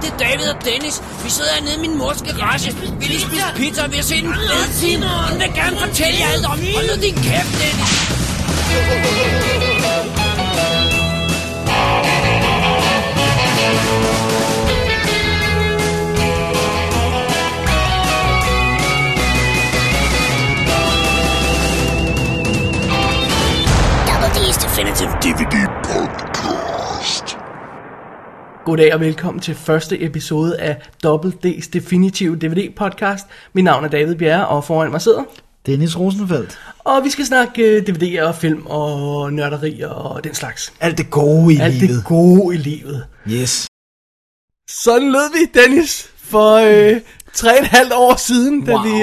det er David og Dennis. Vi sidder hernede i min mors garage. Vi lige spise pizza, og vi har set en fed film. Hun vil gerne fortælle jer alt om. Hold nu din kæft, Dennis. Definitive DVD Podcast. Goddag og velkommen til første episode af Double D's Definitive DVD Podcast. Mit navn er David Bjerre, og foran mig sidder Dennis Rosenfeldt. Og vi skal snakke DVD'er og film og nørderier og den slags. Alt det gode i Alt livet. det gode i livet. Yes. Sådan lød vi, Dennis, for 3,5 år siden, da vi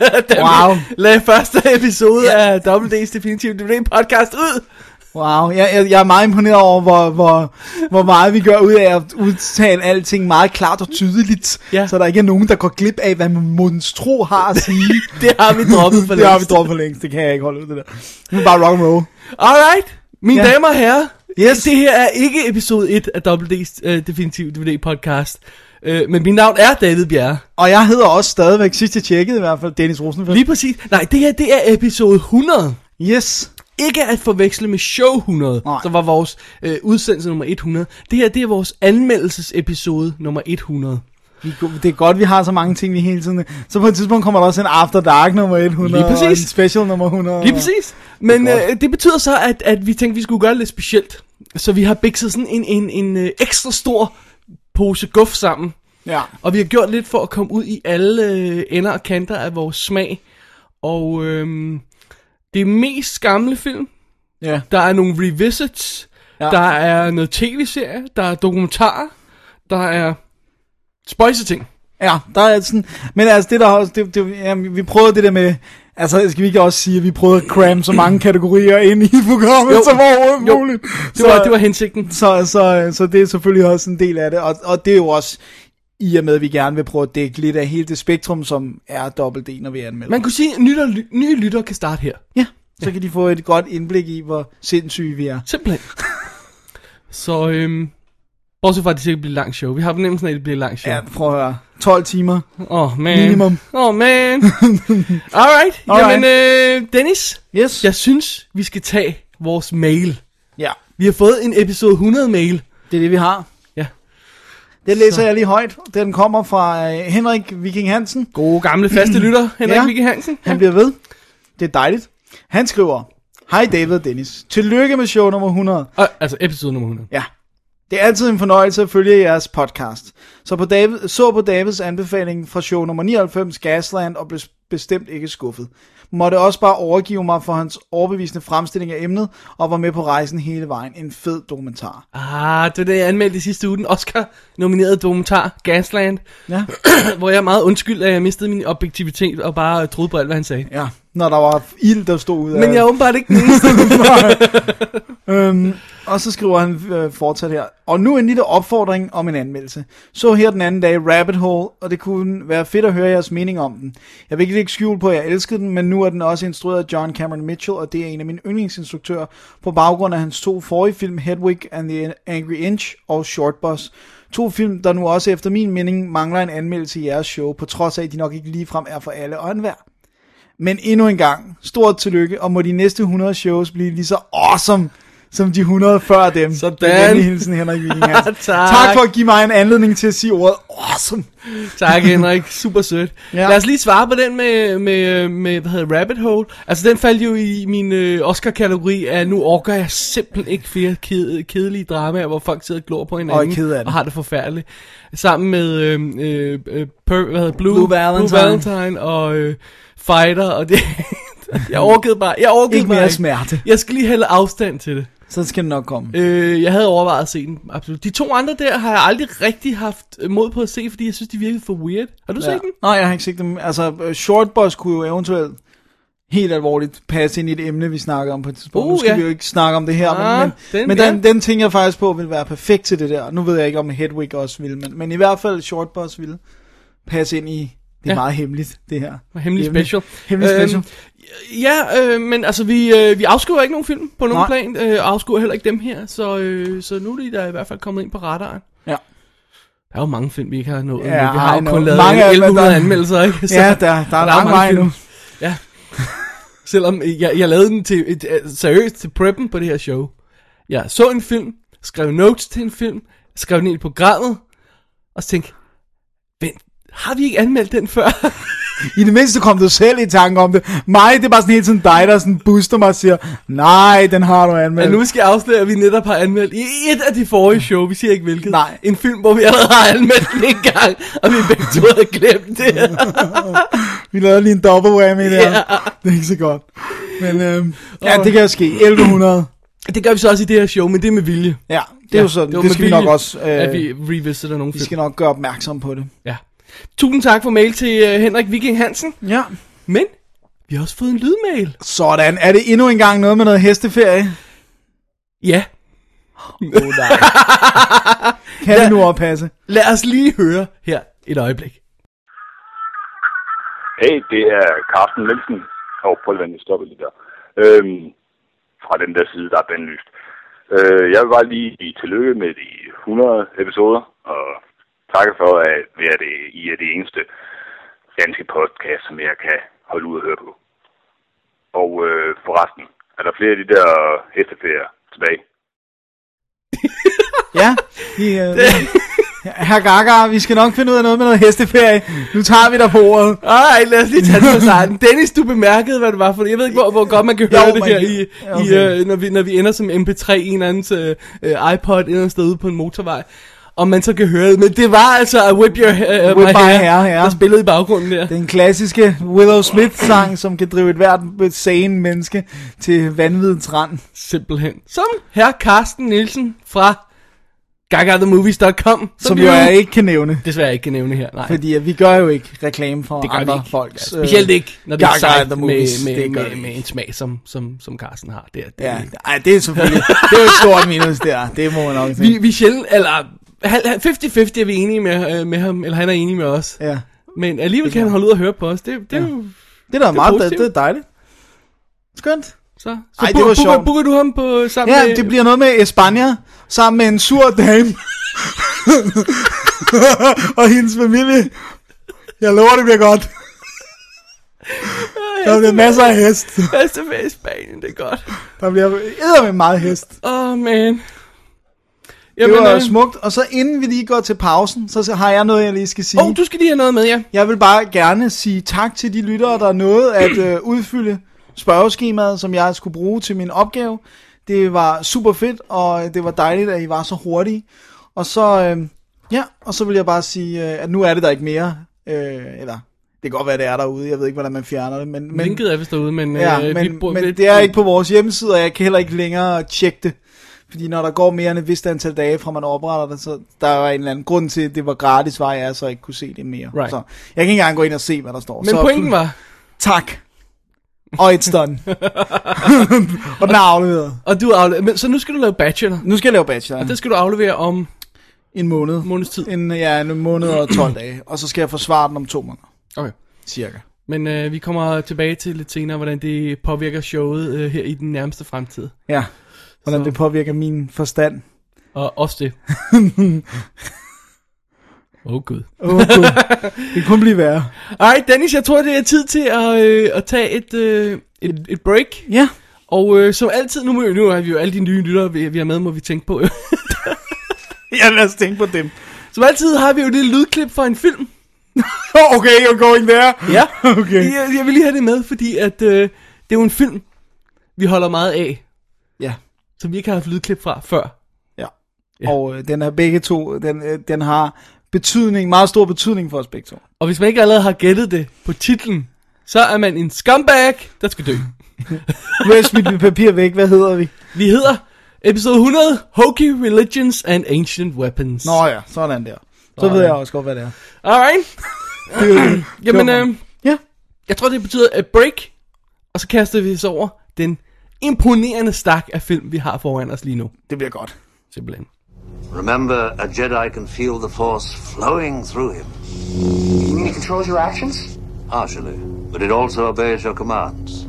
lagde første episode af Double D's Definitive DVD Podcast ud. Wow, jeg er meget imponeret over, hvor meget vi gør ud af at udtale alting meget klart og tydeligt, så der ikke er nogen, der går glip af, hvad Måns Tro har at sige. Det har vi droppet for længst. Det har vi droppet for længst, det kan jeg ikke holde ud, det der. Nu er bare rock and roll. Alright, mine damer og herrer, yes. Det her er ikke episode 1 af Double D's Definitive DVD Podcast, men mit navn er David Bjerre. Og jeg hedder også stadigvæk, sidst jeg tjekkede i hvert fald, Dennis Rosenfeldt. Lige præcis. Nej, det her, det er episode 100. Yes. Ikke at forveksle med show 100, som var vores udsendelse nummer 100. Det her, det er vores anmeldelsesepisode nummer 100. Det er godt, vi har så mange ting, vi hele tiden... Så på et tidspunkt kommer der også en After Dark nummer 100, og en special nummer 100. Lige præcis. Men det betyder så, at vi tænkte, vi skulle gøre det lidt specielt. Så vi har bikset sådan en ekstra stor pose guf sammen. Ja. Og vi har gjort lidt for at komme ud i alle ender og kanter af vores smag. Og... det er mest gamle film. Ja. Der er nogle revisits. Ja. Der er noget tv-serie. Der er dokumentarer. Der er spøjseting. Ja, der er sådan... Men altså, det der også... vi prøvede det der med... Altså, skal vi ikke også sige, at vi prøvede at cramme så mange kategorier ind i programmet, som overhovedet muligt. Det var hensigten. Så det er selvfølgelig også en del af det. Og det er jo også... I og med, at vi gerne vil prøve at dække lidt af hele det spektrum, som er Double D, når vi anmelder. Man kunne sige, at nye lyttere kan starte her. Ja, så kan de få et godt indblik i, hvor sindssyge vi er. Simpelthen. Så, bortset fra, at det sikkert bliver et langt show. Vi har fornemmelsen af, at det bliver et langt show. Ja, prøv at høre. 12 timer. Man. Minimum. Man. Alright. Jamen, Dennis. Yes. Jeg synes, vi skal tage vores mail. Ja. Vi har fået en episode 100 mail. Det er det, vi har. Det læser jeg lige højt. Den kommer fra Henrik Viking Hansen. Gode gamle faste lytter, Henrik Viking Hansen. Han bliver ved. Det er dejligt. Han skriver: Hej David og Dennis. Tillykke med show nummer 100. Altså episode nummer 100. Ja. Det er altid en fornøjelse at følge jeres podcast. Så på Davids anbefaling fra show nummer 99, Gasland, og blev bestemt ikke skuffet. Måtte også bare overgive mig for hans overbevisende fremstilling af emnet, og var med på rejsen hele vejen. En fed dokumentar. Det var det, jeg anmeldte i sidste uge. Den Oscar-nominerede dokumentar, Gasland. Ja. Hvor jeg er meget undskyld, at jeg mistede min objektivitet, og bare troede på alt, hvad han sagde. Ja, når der var ild, der stod ud af... Men jeg er åbenbart ikke den eneste. Og så skriver han fortsat her: Og nu en lille opfordring om en anmeldelse. Så her den anden dag Rabbit Hole, og det kunne være fedt at høre jeres mening om den. Jeg vil ikke skjule på, at jeg elskede den, men nu er den også instrueret af John Cameron Mitchell, og det er en af mine yndlingsinstruktører på baggrund af hans 2 forrige film, Hedwig and the Angry Inch og Short Bus. 2 film, der nu også efter min mening mangler en anmeldelse i jeres show, på trods af, at de nok ikke ligefrem er for alle og enhver. Men endnu en gang, stort tillykke, og må de næste 100 shows blive lige så awesome som de 100 før dem. Sådan. Venlig hilsen, Henrik Viking Hansen. Tak for at give mig en anledning til at sige ordet awesome. Tak, Henrik. Super sødt. Ja. Lad os lige svare på den med hvad hedder Rabbit Hole. Altså, den faldt jo i min Oscar-kategori af, nu orker jeg simpelthen ikke flere kedelige dramaer, hvor folk sidder og glor på hinanden og har det forfærdeligt. Sammen med Blue Valentine og Fighter, og det... Jeg orkede bare ikke mere smerte. Jeg skal lige hælde afstand til det. Så skal det nok komme. Jeg havde overvejet at se den, absolut. De 2 andre der har jeg aldrig rigtig haft mod på at se, fordi jeg synes, de virkede for weird. Har du set dem? Nej, jeg har ikke set dem. Altså, Short Bus kunne jo eventuelt helt alvorligt passe ind i et emne, vi snakker om på et tidspunkt. Nu skal vi jo ikke snakke om det her, men den tænker jeg faktisk på vil være perfekt til det der. Nu ved jeg ikke, om Hedwig også vil, men i hvert fald Short Bus ville passe ind i... Det er meget hemmeligt, det her. Hemmelig special. Men altså, vi afskriver ikke nogen film på nogen plan. Afskriver heller ikke dem her. Så nu er de der i hvert fald kommet ind på radaren. Ja. Der er jo mange film, vi ikke har nået. Ja, vi har jo kun lavet mange 1100 anmeldelser, ikke? Så ja, der er lang vej nu. Ja. Selvom jeg lavede den til seriøst til preppen på det her show. Jeg så en film, skrev notes til en film, skrev den ind i programmet, og så tænkte, vent, har vi ikke anmeldt den før? I det mindste kom du selv i tanke om det. Mig, det er bare sådan helt sådan dig, der sådan booster mig og siger, nej, den har du anmeldt. Ja, nu skal jeg afsløre, at vi netop har anmeldt i et af de forrige show, vi siger ikke hvilket. Nej. En film, hvor vi allerede har anmeldt den en gang, og vi begge to havde glemt det. Vi lavede lige en double whammy der. Ja. Det er ikke så godt. Men ja, det kan jo ske. 1100. Det gør vi så også i det her show, men det er med vilje. Ja, det er jo sådan. Det skal vi nok også. At vi revisiter nogle film. Vi skal nok gøre opmærksom på det. Ja. Tusind tak for mail til Henrik Viking Hansen. Ja. Men vi har også fået en lydmail. Sådan. Er det endnu en gang noget med noget hesteferie? Ja. Nej. Kan det nu oppasse? Lad os lige høre her et øjeblik. Hey, det er Carsten Nielsen. Prøv at vende stoppet lidt der. Fra den der side, der er bandlyst. Jeg vil bare lige give tillykke med de 100 episoder, og takke for, at I er det eneste danske podcast, som jeg kan holde ud og høre på. Og forresten, er der flere af de der hesteferier tilbage? Ja, Herr Gaga, vi skal nok finde ud af noget med noget hesteferie. Nu tager vi dig på ordet. Ej, lad os lige tage det fra starten. Dennis, du bemærkede, hvad det var for det. Jeg ved ikke, hvor godt man kan høre det her, når vi ender som MP3 i en andens iPod et eller andet sted ude på en motorvej. Og man så kan høre det. Men det var altså Whip Your My Hair, der spillede i baggrunden der. Den klassiske Willow Smith-sang, som kan drive et hvert sane menneske til vanvidens rand. Simpelthen. Som herr Carsten Nielsen fra gagathemovies.com, som jo jeg ikke kan nævne. Desværre ikke kan nævne her, nej. Fordi vi gør jo ikke reklame for andre folk. Ja, specielt ikke, når det er sejt med en smag, som Carsten har. Det er selvfølgelig, det er jo et stort minus der. Det må man nok sige. Vi sjældent, eller 50-50 er vi enige med ham, eller han er enig med os. Ja. Men alligevel kan han holde ud og høre på os. Det er jo... Det er meget, det er dejligt. Skønt. Så booker du ham på sammen med... Ja, det bliver noget med Espanja, sammen med en sur dame. Og hendes familie. Jeg lover, det bliver godt. Der bliver masser af hest. Heste med i Spanien, det er godt. Der bliver eddermame meget hest. Man. Jamen, det var smukt. Og så inden vi lige går til pausen, så har jeg noget, jeg lige skal sige. Du skal lige have noget med, ja. Jeg vil bare gerne sige tak til de lyttere, der nåede at udfylde spørgeskemaet, som jeg skulle bruge til min opgave. Det var super fedt, og det var dejligt, at I var så hurtige. Og så, og så vil jeg bare sige, at nu er det der ikke mere. Eller, det kan godt være, det er derude. Jeg ved ikke, hvordan man fjerner det. Men linket er vist derude, men... men det er ikke på vores hjemmeside, og jeg kan heller ikke længere tjekke det. Fordi når der går mere end et vist antal dage, fra man opretter det, så der var en eller anden grund til, at det var gratis, var jeg så ikke kunne se det mere. Right. Så jeg kan ikke engang gå ind og se, hvad der står. Men så, pointen var... Tak. Og it's done. Og den er afleveret. Og du er afleveret. Så nu skal du lave bachelor. Nu skal jeg lave bachelor. Og det skal du aflevere om... En måned. Måneds tid. En måned og 12 dage. Og så skal jeg forsvare den om 2 måneder. Okay. Cirka. Men vi kommer tilbage til lidt senere, hvordan det påvirker showet her i den nærmeste fremtid. Ja. Hvordan det påvirker min forstand. Og også det. Gud. Det kunne blive værre. Alright, Dennis, jeg tror, det er tid til at tage et break. Ja. Og som altid, nu har vi jo alle de nye lyttere, vi har med, må vi tænke på. Ja, lad os tænke på dem. Som altid har vi jo det lydklip fra en film. Okay, you're going there. Ja, okay. Jeg vil lige have det med, fordi at, det er jo en film, vi holder meget af. Ja. Som vi ikke har haft lydklip fra før. Ja. Og den er begge to, den har betydning, meget stor betydning for os begge to. Og hvis man ikke allerede har gættet det på titlen, så er man en scumbag, der skal dø. Nu har smidt mit papir væk, hvad hedder vi? Vi hedder episode 100, Hokey Religions and Ancient Weapons. Nå ja, sådan der. Så ved jeg også godt, hvad det er. Alright. Jamen, ja. Jeg tror, det betyder et break, og så kaster vi os over den imponerende stak af film, vi har foran os lige nu. Det bliver godt. Simpelthen. Remember, a Jedi can feel the Force flowing through him. You mean he controls your actions? Partially, but it also obeys your commands.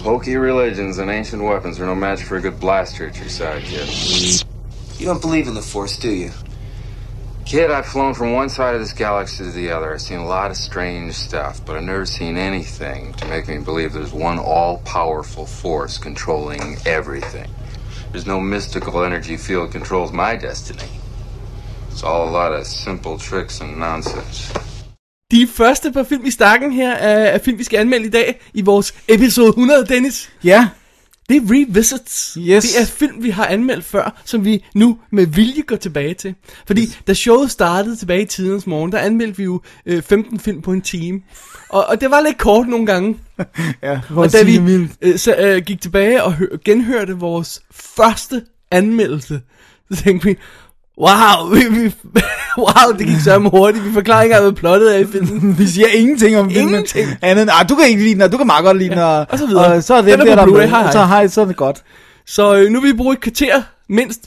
Hokey religions and ancient weapons are no match for a good blaster at your side, kid. You don't believe in the Force, do you? Kid, I've flown from one side of this galaxy to the other. I've seen a lot of strange stuff, but I've never seen anything to make me believe there's one all-powerful force controlling everything. There's no mystical energy field controls my destiny. It's all a lot of simple tricks and nonsense. De første par film i stakken her er film, vi skal anmelde i dag i vores episode 100, Dennis. Ja. Det er revisits. Yes. Det er film, vi har anmeldt før, som vi nu med vilje går tilbage til. Fordi da showet startede tilbage i tidernes morgen, der anmeldte vi jo 15 film på en time. Og det var lidt kort nogle gange. Ja, og da vi gik tilbage og genhørte vores første anmeldelse, så tænkte vi, wow, wow, det gik så hurtigt. Vi forklarer ikke engang, hvad plottet er i filmen. Vi siger ingenting om filmen. Ingenting. Andet, du kan ikke lide den, og du kan meget godt lide den, og så videre. Og så er det den er på Blu-ray, hej. Så er det godt. Så nu vil vi bruge et kvarter mindst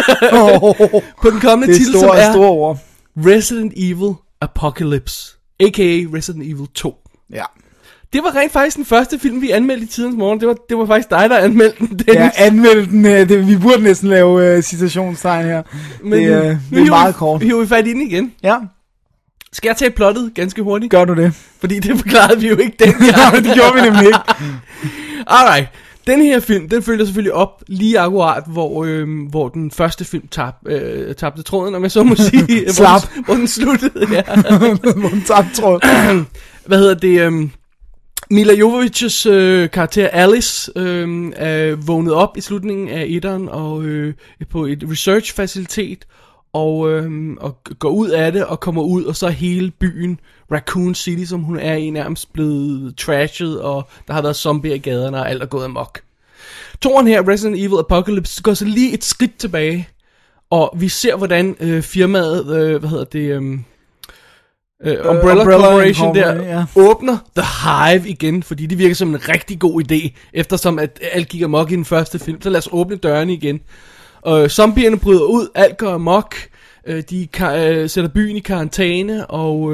på den kommende titel, som er store ord. Resident Evil Apocalypse, a.k.a. Resident Evil 2. Ja. Det var rent faktisk den første film, vi anmeldte i tidens morgen. Det var faktisk dig, der anmeldte den, Dennis. Ja, anmeldte den. Vi burde næsten lave citationstegn her. Men det er meget kort. Vi hiver fat i den igen. Ja. Skal jeg tage plottet ganske hurtigt? Gør du det? Fordi det forklarede vi jo ikke dengang. Det gjorde vi nemlig ikke. Alright. Den her film, den følger selvfølgelig op lige akkurat, hvor den første film tabte tråden, om jeg så må sige. Slap. Hvor den sluttede, ja. Hvor den tabte tråden. Hvad hedder det? Mila Jovovic's karakter Alice er vågnet op i slutningen af etteren og på et research-facilitet og går ud af det og kommer ud, og så er hele byen Raccoon City, som hun er i, nærmest blevet trashet, og der har været zombier i gaderne, og alt er gået amok. Toren her, Resident Evil Apocalypse, går så lige et skridt tilbage, og vi ser, hvordan firmaet, Umbrella Corporation der åbner The Hive igen, fordi det virker som en rigtig god idé, eftersom at alt gik amok i den første film. Så lad os åbne dørene igen. Zombierne bryder ud, alt går amok, de sætter byen i karantæne, og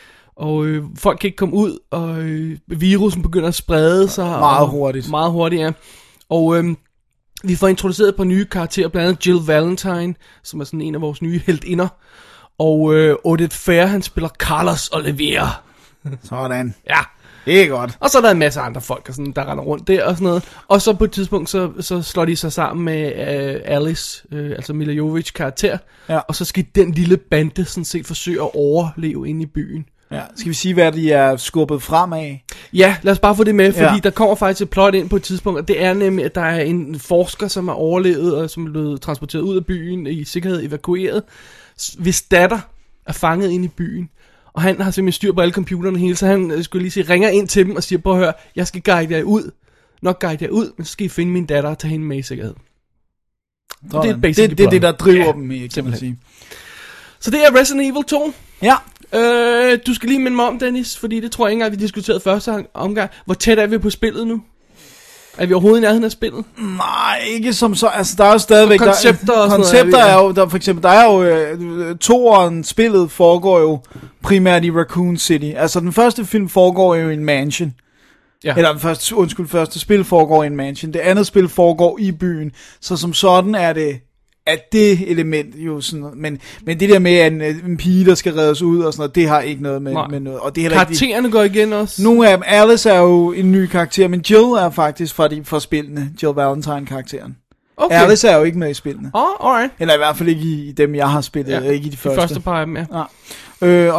folk kan ikke komme ud, og virusen begynder at sprede sig. Meget hurtigt. Meget hurtigt, ja. Og vi får introduceret et par nye karakterer, blandt andet Jill Valentine, som er sådan en af vores nye heltinder. Og Oded Fair, han spiller Carlos Oliveira. Sådan. Ja. Det er godt. Og så er der en masse andre folk, der render rundt der og sådan noget. Og så på et tidspunkt, så slår de sig sammen med Alice, altså Mila Jovovich karakter. Ja. Og så skal den lille bande sådan set forsøge at overleve inde i byen. Ja. Skal vi sige, hvad de er skubbet fremad? Ja, lad os bare få det med, fordi der kommer faktisk et plot ind på et tidspunkt, og det er nemlig, at der er en forsker, som er overlevet, og som er blevet transporteret ud af byen, i sikkerhed evakueret, hvis datter er fanget ind i byen. Og han har simpelthen styr på alle computerne hele, så han skulle lige sige, ringer ind til dem og siger, prøv at høre, jeg skal guide jer ud, men så skal I finde min datter og tage hende med i sikkerhed. Det er det, der driver dem i, kan man sige. Så det er Resident Evil 2. Ja. Du skal lige minde mig om, Dennis, fordi det tror jeg ikke engang, vi diskuterede første omgang. Hvor tæt er vi på spillet nu? Er vi overhovedet i nærheden af spillet? Nej, ikke som så. Altså, der er jo stadigvæk koncepter er jo der, for eksempel, der er jo toeren, spillet foregår jo primært i Raccoon City. Altså, den første film foregår jo i en mansion. Ja. Eller første spil foregår i en mansion. Det andet spil foregår i byen. Så som sådan er det element jo sådan noget. Men det der med en pige, der skal reddes ud og sådan noget, det har ikke noget med noget. Og det er karaktererne går igen også. Nogle af dem, Alice er jo en ny karakter, men Jill er faktisk fra spillene, Jill Valentine-karakteren. Okay. Alice er jo ikke med i spillene. Alright. Eller i hvert fald ikke i dem, jeg har spillet, ikke i de første. De første par af dem, ja.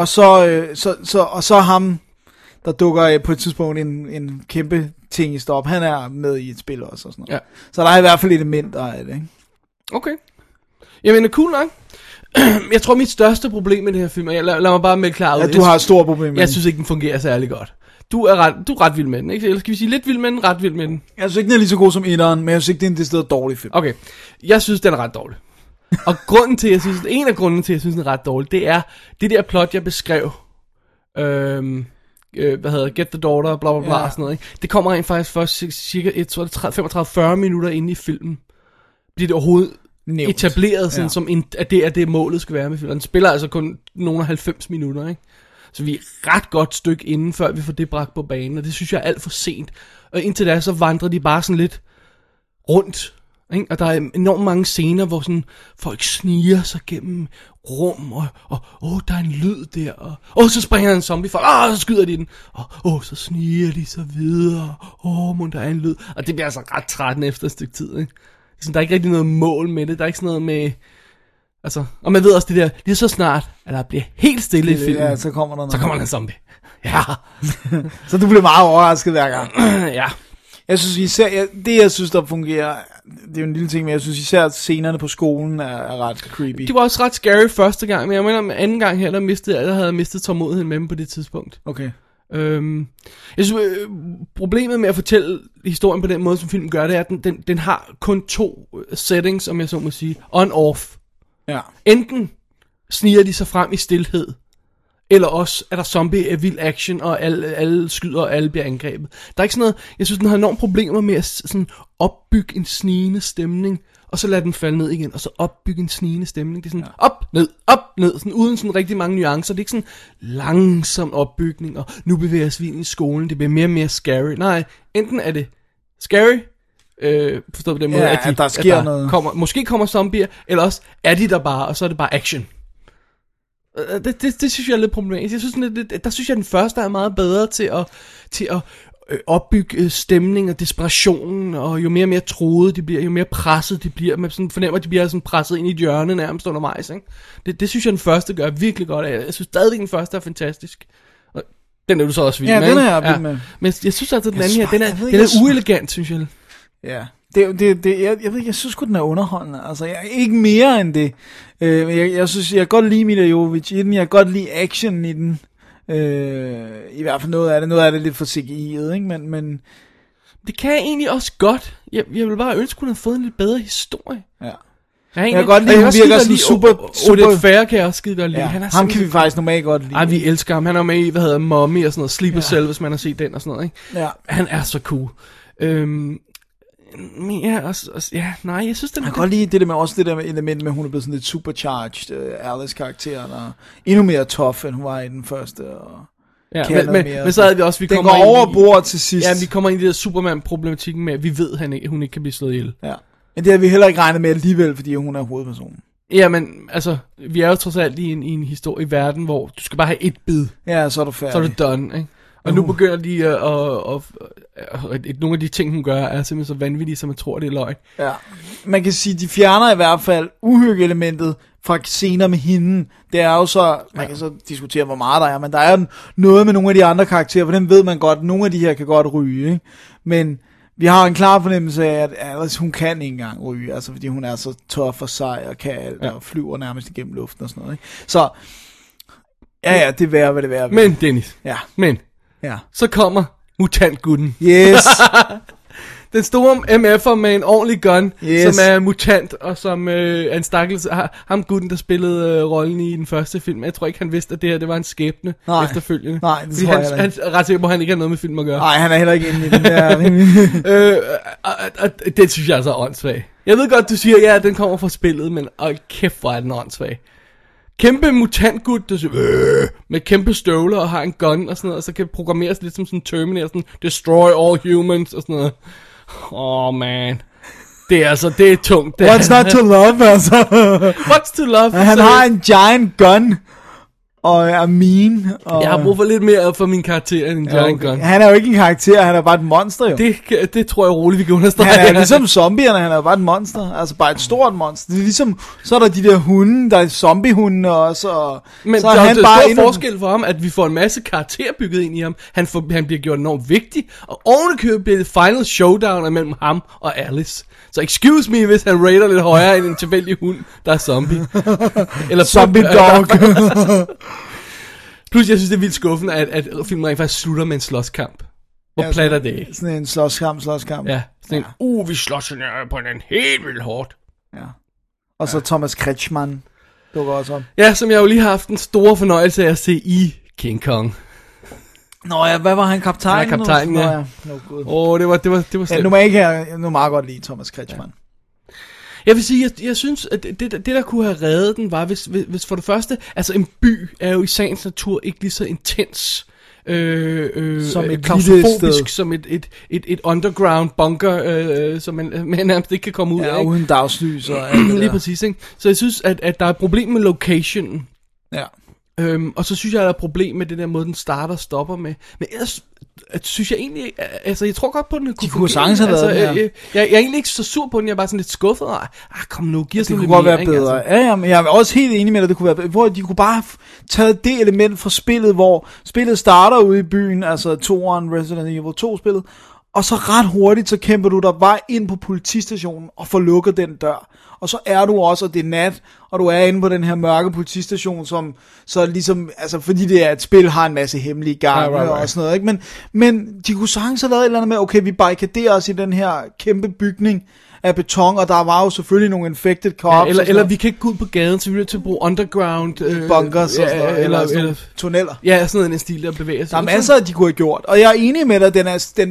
Og så ham, der dukker på et tidspunkt en kæmpe ting i stop. Han er med i et spil også og sådan noget. Ja. Så der er i hvert fald elementer af det, ikke? Okay. Jamen, det er cool nok. Jeg tror, mit største problem med det her film, lad mig bare melde klart ud. Ja, du har et stort problem med Jeg synes ikke, den fungerer særlig godt. Du er ret vild med den, ikke? Eller skal vi sige lidt vild med den, ret vild med den? Jeg synes ikke, den er lige så god som etteren, men jeg synes ikke, det er en decideret dårlig film. Okay, jeg synes, den er ret dårlig. Og en af grunden til, at jeg synes, den er ret dårlig, det er det der plot, jeg beskrev. Get the daughter, bla bla bla, og sådan noget, ikke? Det kommer rent faktisk først cirka 35-40 minutter inde i filmen. Bliver det overhovedet etableret, sådan, som at det er det, målet skal være med filmen. Den spiller altså kun nogle 90 minutter, ikke? Så vi er ret godt stykke inden, før vi får det bragt på banen, og det synes jeg er alt for sent. Og indtil da, så vandrer de bare sådan lidt rundt. Ikke? Og der er enormt mange scener, hvor sådan folk sniger sig gennem rum, og der er en lyd der, og så springer en zombie fra, så skyder de den, og så sniger de sig videre, mon der er en lyd, og det bliver altså ret trættende efter et stykke tid, ikke? Så der er ikke rigtig noget mål med det, der er ikke sådan noget med, altså, og man ved også det der, lige så snart, at der bliver helt stille i filmen, ja, så kommer der en zombie. Ja. Så du bliver meget overrasket hver gang. Ja. Jeg synes især, jeg synes, der fungerer, det er jo en lille ting, men jeg synes især, at scenerne på skolen er ret creepy. Det var også ret scary første gang, men jeg mener, anden gang her, der havde jeg mistet tålmodigheden med dem på det tidspunkt. Okay. Jeg synes, problemet med at fortælle historien på den måde, som filmen gør, det er, at den har kun 2 settings, om jeg så må sige, on-off. Ja. Enten sniger de sig frem i stilhed, eller også er der zombie vild action, og alle skyder, og alle bliver angrebet. Der er ikke sådan noget, jeg synes, den har enormt problemer med at sådan opbygge en snigende stemning, og så lade den falde ned igen, og så opbygge en snigende stemning. Det er sådan op, ned, sådan uden sådan rigtig mange nuancer. Det er ikke sådan langsom opbygning, og nu bevæger vi ind i skolen, det bliver mere og mere scary. Nej, enten er det scary, forstået på den måde, at der sker noget. Måske kommer zombier, eller også er de der bare, og så er det bare action. Det synes jeg er lidt problematisk. Jeg synes, der synes jeg, den første er meget bedre til at opbygge stemning og desperation, og jo mere og mere troede de bliver, jo mere presset de bliver. Man sådan fornemmer, at de bliver sådan presset ind i et hjørne nærmest undervejs. Ikke? Det synes jeg, den første gør virkelig godt af. Jeg synes stadigvæk, den første er fantastisk. Og den er du så også vild med. Ja, den er jeg vild med. Men jeg synes altså, den anden her, den er uelegant, synes jeg. Ja. Jeg synes sgu, den er underholdende. Altså, jeg er ikke mere end det. Jeg synes, jeg kan godt lide Mila Jovovich i den. Jeg kan godt lide action i den. I hvert fald noget af det lidt for CGI'et, ikke? Men det kan jeg egentlig også godt. Jeg vil bare ønske, at hun havde fået en lidt bedre historie. Ja. Jeg kan godt lide, hun virker sådan super... Odette Fair kan jeg også skide godt lide. Ja, ham kan vi faktisk normalt godt lide. Ej, vi elsker ham. Han er med i, Mommy og sådan noget. Sleeper Cell, hvis man har set den og sådan noget, ikke? Ja. Han er så cool. Jeg synes den. Jeg kan godt lide det der med også det der med element med, hun er blevet sådan lidt supercharged, Alice karakteren, og endnu mere tough end hun var i den første. Og ja, men så havde vi også, den går over bord til sidst. Ja, vi kommer ind i det der Superman-problematikken med, at vi ved, at hun ikke kan blive slået ihjel. Ja, men det har vi heller ikke regnet med alligevel, fordi hun er hovedpersonen. Ja, men altså, vi er jo trods alt i en historie i verden, hvor du skal bare have et bid. Ja, så er du færdig. Så er det done, ikke? Og nu begynder de nogle af de ting, hun gør, er simpelthen så vanvittige, som man tror, det er løgn. Ja, man kan sige, de fjerner i hvert fald uhygge-elementet fra scener med hende. Det er jo så, man kan så diskutere, hvor meget der er, men der er noget med nogle af de andre karakterer, for dem ved man godt, nogle af de her kan godt ryge, ikke? Men vi har en klar fornemmelse af, at Alice, hun kan ikke engang ryge, altså fordi hun er så tough og sej og kan alt, og flyver nærmest igennem luften og sådan noget, ikke? Så, ja, det er værd, hvad det er. Men, Dennis, så kommer mutantgutten. Yes. Den store MF'er med en ordentlig gun, som er mutant, og som er en stakkels... Ham gutten, der spillede rollen i den første film. Jeg tror ikke, han vidste, at det var en skæbne efterfølgende. Nej, det tror jeg ikke. Han er ret sikker på, at han ikke har noget med film at gøre. Nej, han er heller ikke inde i den der... det synes jeg altså er åndssvagt. Jeg ved godt, du siger, at den kommer fra spillet, men kæft, hvor er den åndssvagt. Kæmpe mutantgut, der siger, med kæmpe støvler og har en gun og sådan noget, og så kan programmeres lidt som sådan Terminator, sådan destroy all humans og sådan noget. Man. Det er tungt. What's not to love, altså? What's to love? Han har en giant gun. Og er mean. Og... Jeg har brug for lidt mere for min karakter end en giant gun. Han er jo ikke en karakter, han er bare et monster jo. Det tror jeg roligt, vi kan understrege. Han er ligesom zombierne, han er bare et monster. Altså bare et stort monster. Det er ligesom, så er der de der hunde, der er zombiehunde også. Og men så der er stor forskel for ham, at vi får en masse karakter bygget ind i ham. Han bliver gjort enormt vigtig. Og ovenikøbet bliver det final showdown mellem ham og Alice. Så excuse me, hvis han rater lidt højere end en tilfældig hund, der er zombie. Eller zombie dog. Plus, jeg synes, det er vildt skuffende, at filmen rent faktisk slutter med en slåskamp. Hvor plat er det? Sådan en slåskamp. Ja, sådan en, vi slås på den helt vildt hårdt. Ja. Og så Thomas Kretschmann dukker også op. Ja, som jeg jo lige har haft en stor fornøjelse af at se i King Kong. Nå ja, hvad var han, kaptajnen? Ja, kaptajnen, ja. Det var slemt. Ja, nu meget godt lide Thomas Kretschmann. Ja. Jeg vil sige, jeg synes, at det der kunne have reddet den, var, hvis for det første, altså en by er jo i sagens natur ikke lige så intens som et klaustrofobisk, som et underground bunker, som man nærmest ikke kan komme ud af. Uden dagslys og lige præcis, ikke? Så jeg synes, at der er et problem med locationen. Ja. Og så synes jeg, at der er et problem med den der måde, den starter og stopper med. Men ellers synes jeg egentlig, altså jeg tror godt på, den kunne sagtens have været jeg er egentlig ikke så sur på den, jeg er bare sådan lidt skuffet. Kom nu, giv os noget mere. Det kunne godt være bedre. Altså. Ja, men jeg er også helt enig med dig, det kunne være bedre. Hvor de kunne bare have taget det element fra spillet, hvor spillet starter ude i byen, altså 2'eren Resident Evil 2-spillet, og så ret hurtigt, så kæmper du dig vej ind på politistationen og får lukket den dør. Og så er du også, og det er nat, og du er inde på den her mørke politistation, som så ligesom, altså fordi det er et spil, har en masse hemmelige gange og sådan noget, ikke? Men de kunne sagtens have lavet et eller andet med, okay, vi barrikaderer os i den her kæmpe bygning af beton, og der var jo selvfølgelig nogle infected cops. Ja, eller vi kan ikke gå ud på gaden, så vi er nødt til at bruge underground bunkers og sådan noget, eller tunneller. Ja, sådan noget en stil, der bevæger sig. Der er masser, de kunne have gjort, og jeg er enig med dig,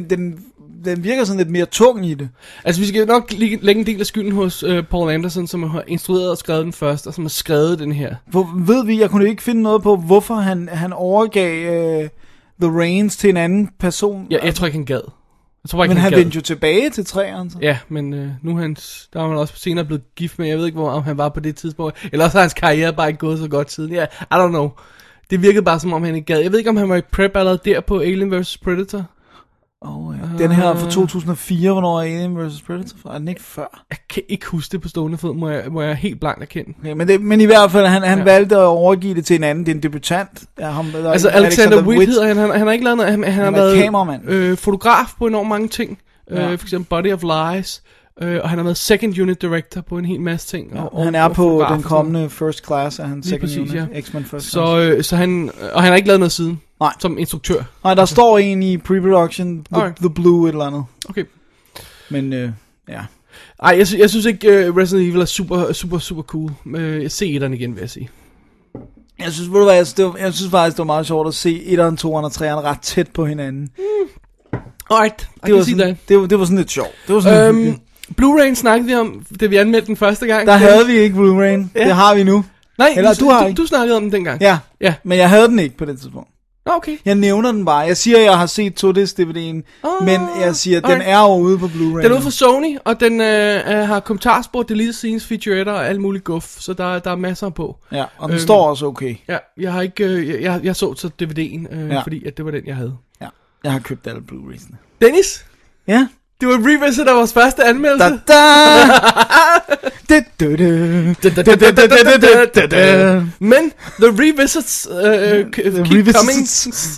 den virker sådan lidt mere tung i det. Altså vi skal nok lægge en del af skylden hos Paul Anderson, som har instrueret og skrevet den først, og som har skrevet den her. Ved vi, jeg kunne ikke finde noget på, hvorfor han overgav The Reins til en anden person. Ja, jeg tror ikke, han gad. Men han vendte jo tilbage til træerne. Så. Ja, men nu er der er han også senere blevet gift med. Jeg ved ikke, om han var på det tidspunkt. Eller også har hans karriere bare ikke gået så godt siden. Ja, I don't know. Det virkede bare, som om han ikke gad. Jeg ved ikke, om han var i prep allerede der på Alien vs. Predator. Ja. Den her fra 2004, hvornår er Alien vs. Predator fra? Er den ikke før? Jeg kan ikke huske det på stående fod, må jeg helt blankt erkende. Okay, men i hvert fald, han valgte at overgive det til en anden. Det er en debutant. Altså Alexander Witt hedder han har ikke lavet noget. Han har været kameramand. Fotograf på enormt mange ting. For eksempel Body of Lies. Og han har været second unit director på en hel masse ting. Og han er på den kommende First Class, af han second unit, X-Men First Class. Så han har ikke lavet noget siden. Nej. Som instruktør. Nej, der står en i pre-production, The Blue et eller andet. Okay. Men ja. Ej, jeg synes ikke Resident Evil er super cool. Jeg ser 1'eren igen, vil jeg sige. Jeg synes, ved du hvad, jeg synes faktisk, det var meget sjovt at se 1'eren, 2'eren og 3'eren ret tæt på hinanden. Alright, det var sådan lidt sjovt. Det var sådan lidt Blu-ray snakkede vi om, da vi anmeldte den første gang. Der havde vi ikke Blu-ray. Ja. Det har vi nu. Nej, eller du snakkede om den dengang. Ja, men jeg havde den ikke på det tidspunkt. Okay. Jeg nævner den bare. Jeg siger, jeg har set 2-disc-DVD'en, men jeg siger, den er jo ude på Blu-ray. Den er ude fra Sony, og den har kommentarspor, deleted scenes, featuretter og alt muligt guf, så der er masser på. Ja, og den står også okay. Ja, jeg har ikke, jeg så DVD'en, fordi at det var den, jeg havde. Ja, jeg har købt alle Blu-rays'ene. Dennis? Ja? Det var revisit af vores første anmeldelse. Men the revisits keep coming.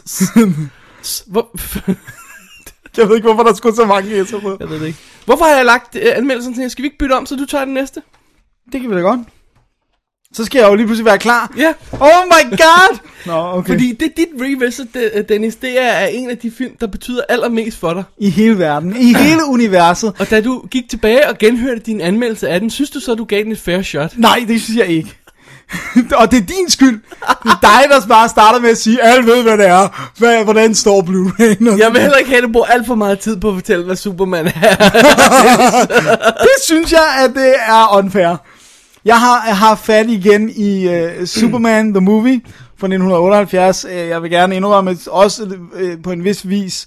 Jeg ved ikke, hvorfor der skulle så mange æsser på. Jeg ved det ikke. Hvorfor har jeg lagt anmeldelsen til? Skal vi ikke bytte om, så du tager den næste? Det kan vi da godt. Så skal jeg jo lige pludselig være klar. Ja. Oh my god! Nå, okay. Fordi det dit revisit, Dennis, det er en af de film, der betyder allermest for dig. I hele verden. I hele universet. Og da du gik tilbage og genhørte din anmeldelse af den, synes du så, du gav den et fair shot? Nej, det synes jeg ikke. Og det er din skyld. Det er dig, der bare starter med at sige, alle ved, hvad det er. Hvordan står Blu-ray? Jeg vil heller ikke have, at du bruger alt for meget tid på at fortælle, hvad Superman er. Det synes jeg, at det er unfair. Jeg har fat igen i Superman The Movie fra 1978. Jeg vil gerne indrømme også på en vis vis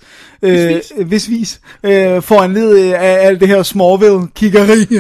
foranledet af alt det her Smallville-kiggeri.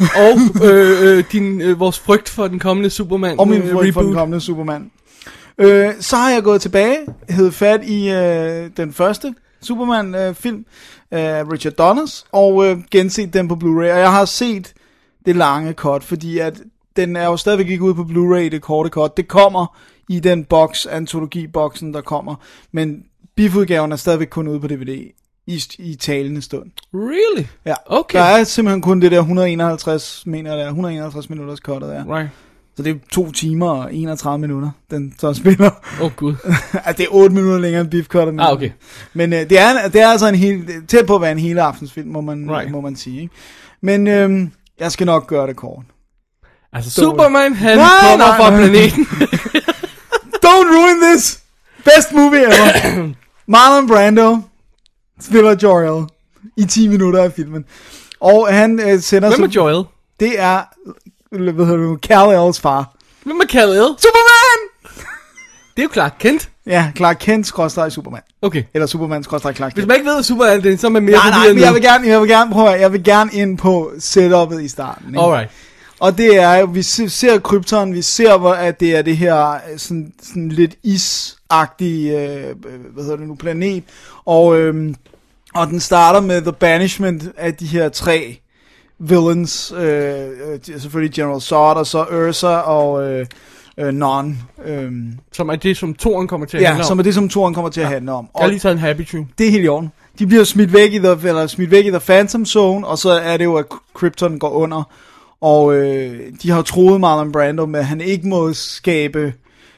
Og vores frygt for den kommende Superman. Og min frygt for den kommende Superman. Så har jeg gået tilbage, hed fat i den første Superman-film af Richard Donner, og genset den på Blu-ray. Og jeg har set det lange cut, fordi at den er jo stadigvæk ikke ude på Blu-ray, det korte cut. Det kommer i den box, antologi-boksen, der kommer. Men BIF-udgaven er stadigvæk kun ude på DVD i talende stund. Really? Ja. Okay. Der er simpelthen kun det der 151 minutters cuttet der. Right. Så det er 2 timer og 31 minutter, den så spiller. Gud. Det er 8 minutter længere end BIF-cuttet. Okay. Men det er altså en tæt på at være en hele aftensfilm, må man sige. Ikke? Men jeg skal nok gøre det kort. Altså Superman, han kommer fra planeten. Don't ruin this! Best movie ever. Marlon Brando spiller Jor-El i 10 minutter af filmen. Og han sender... Hvem er Jor-El? Det er, Kal-El's far. Hvem er Kal-El? Superman! Det er jo klart kendt. Ja, Clark Kent / Superman. Okay. Eller Superman / Clark Kent. Hvis man ikke ved, hvad Superman er, så er man mere Nej, men jeg vil gerne ind på setup'et i starten. Ikke? Alright. Og det er jo, vi ser Krypton, vi ser, at det er det her sådan lidt isagtige, planet. Og den starter med The Banishment af de her 3 villains. Selvfølgelig General Zod, og så Ursa og Non. Som er det, som toren kommer til at handle om. Ja, som er det, som toren kommer til at handle om. Jeg har lige taget en happy tune. Det er helt i orden. De bliver smidt væk i The Phantom Zone, og så er det jo, at Krypton går under. Og de har jo troet Marlon Brando med, at han ikke må skabe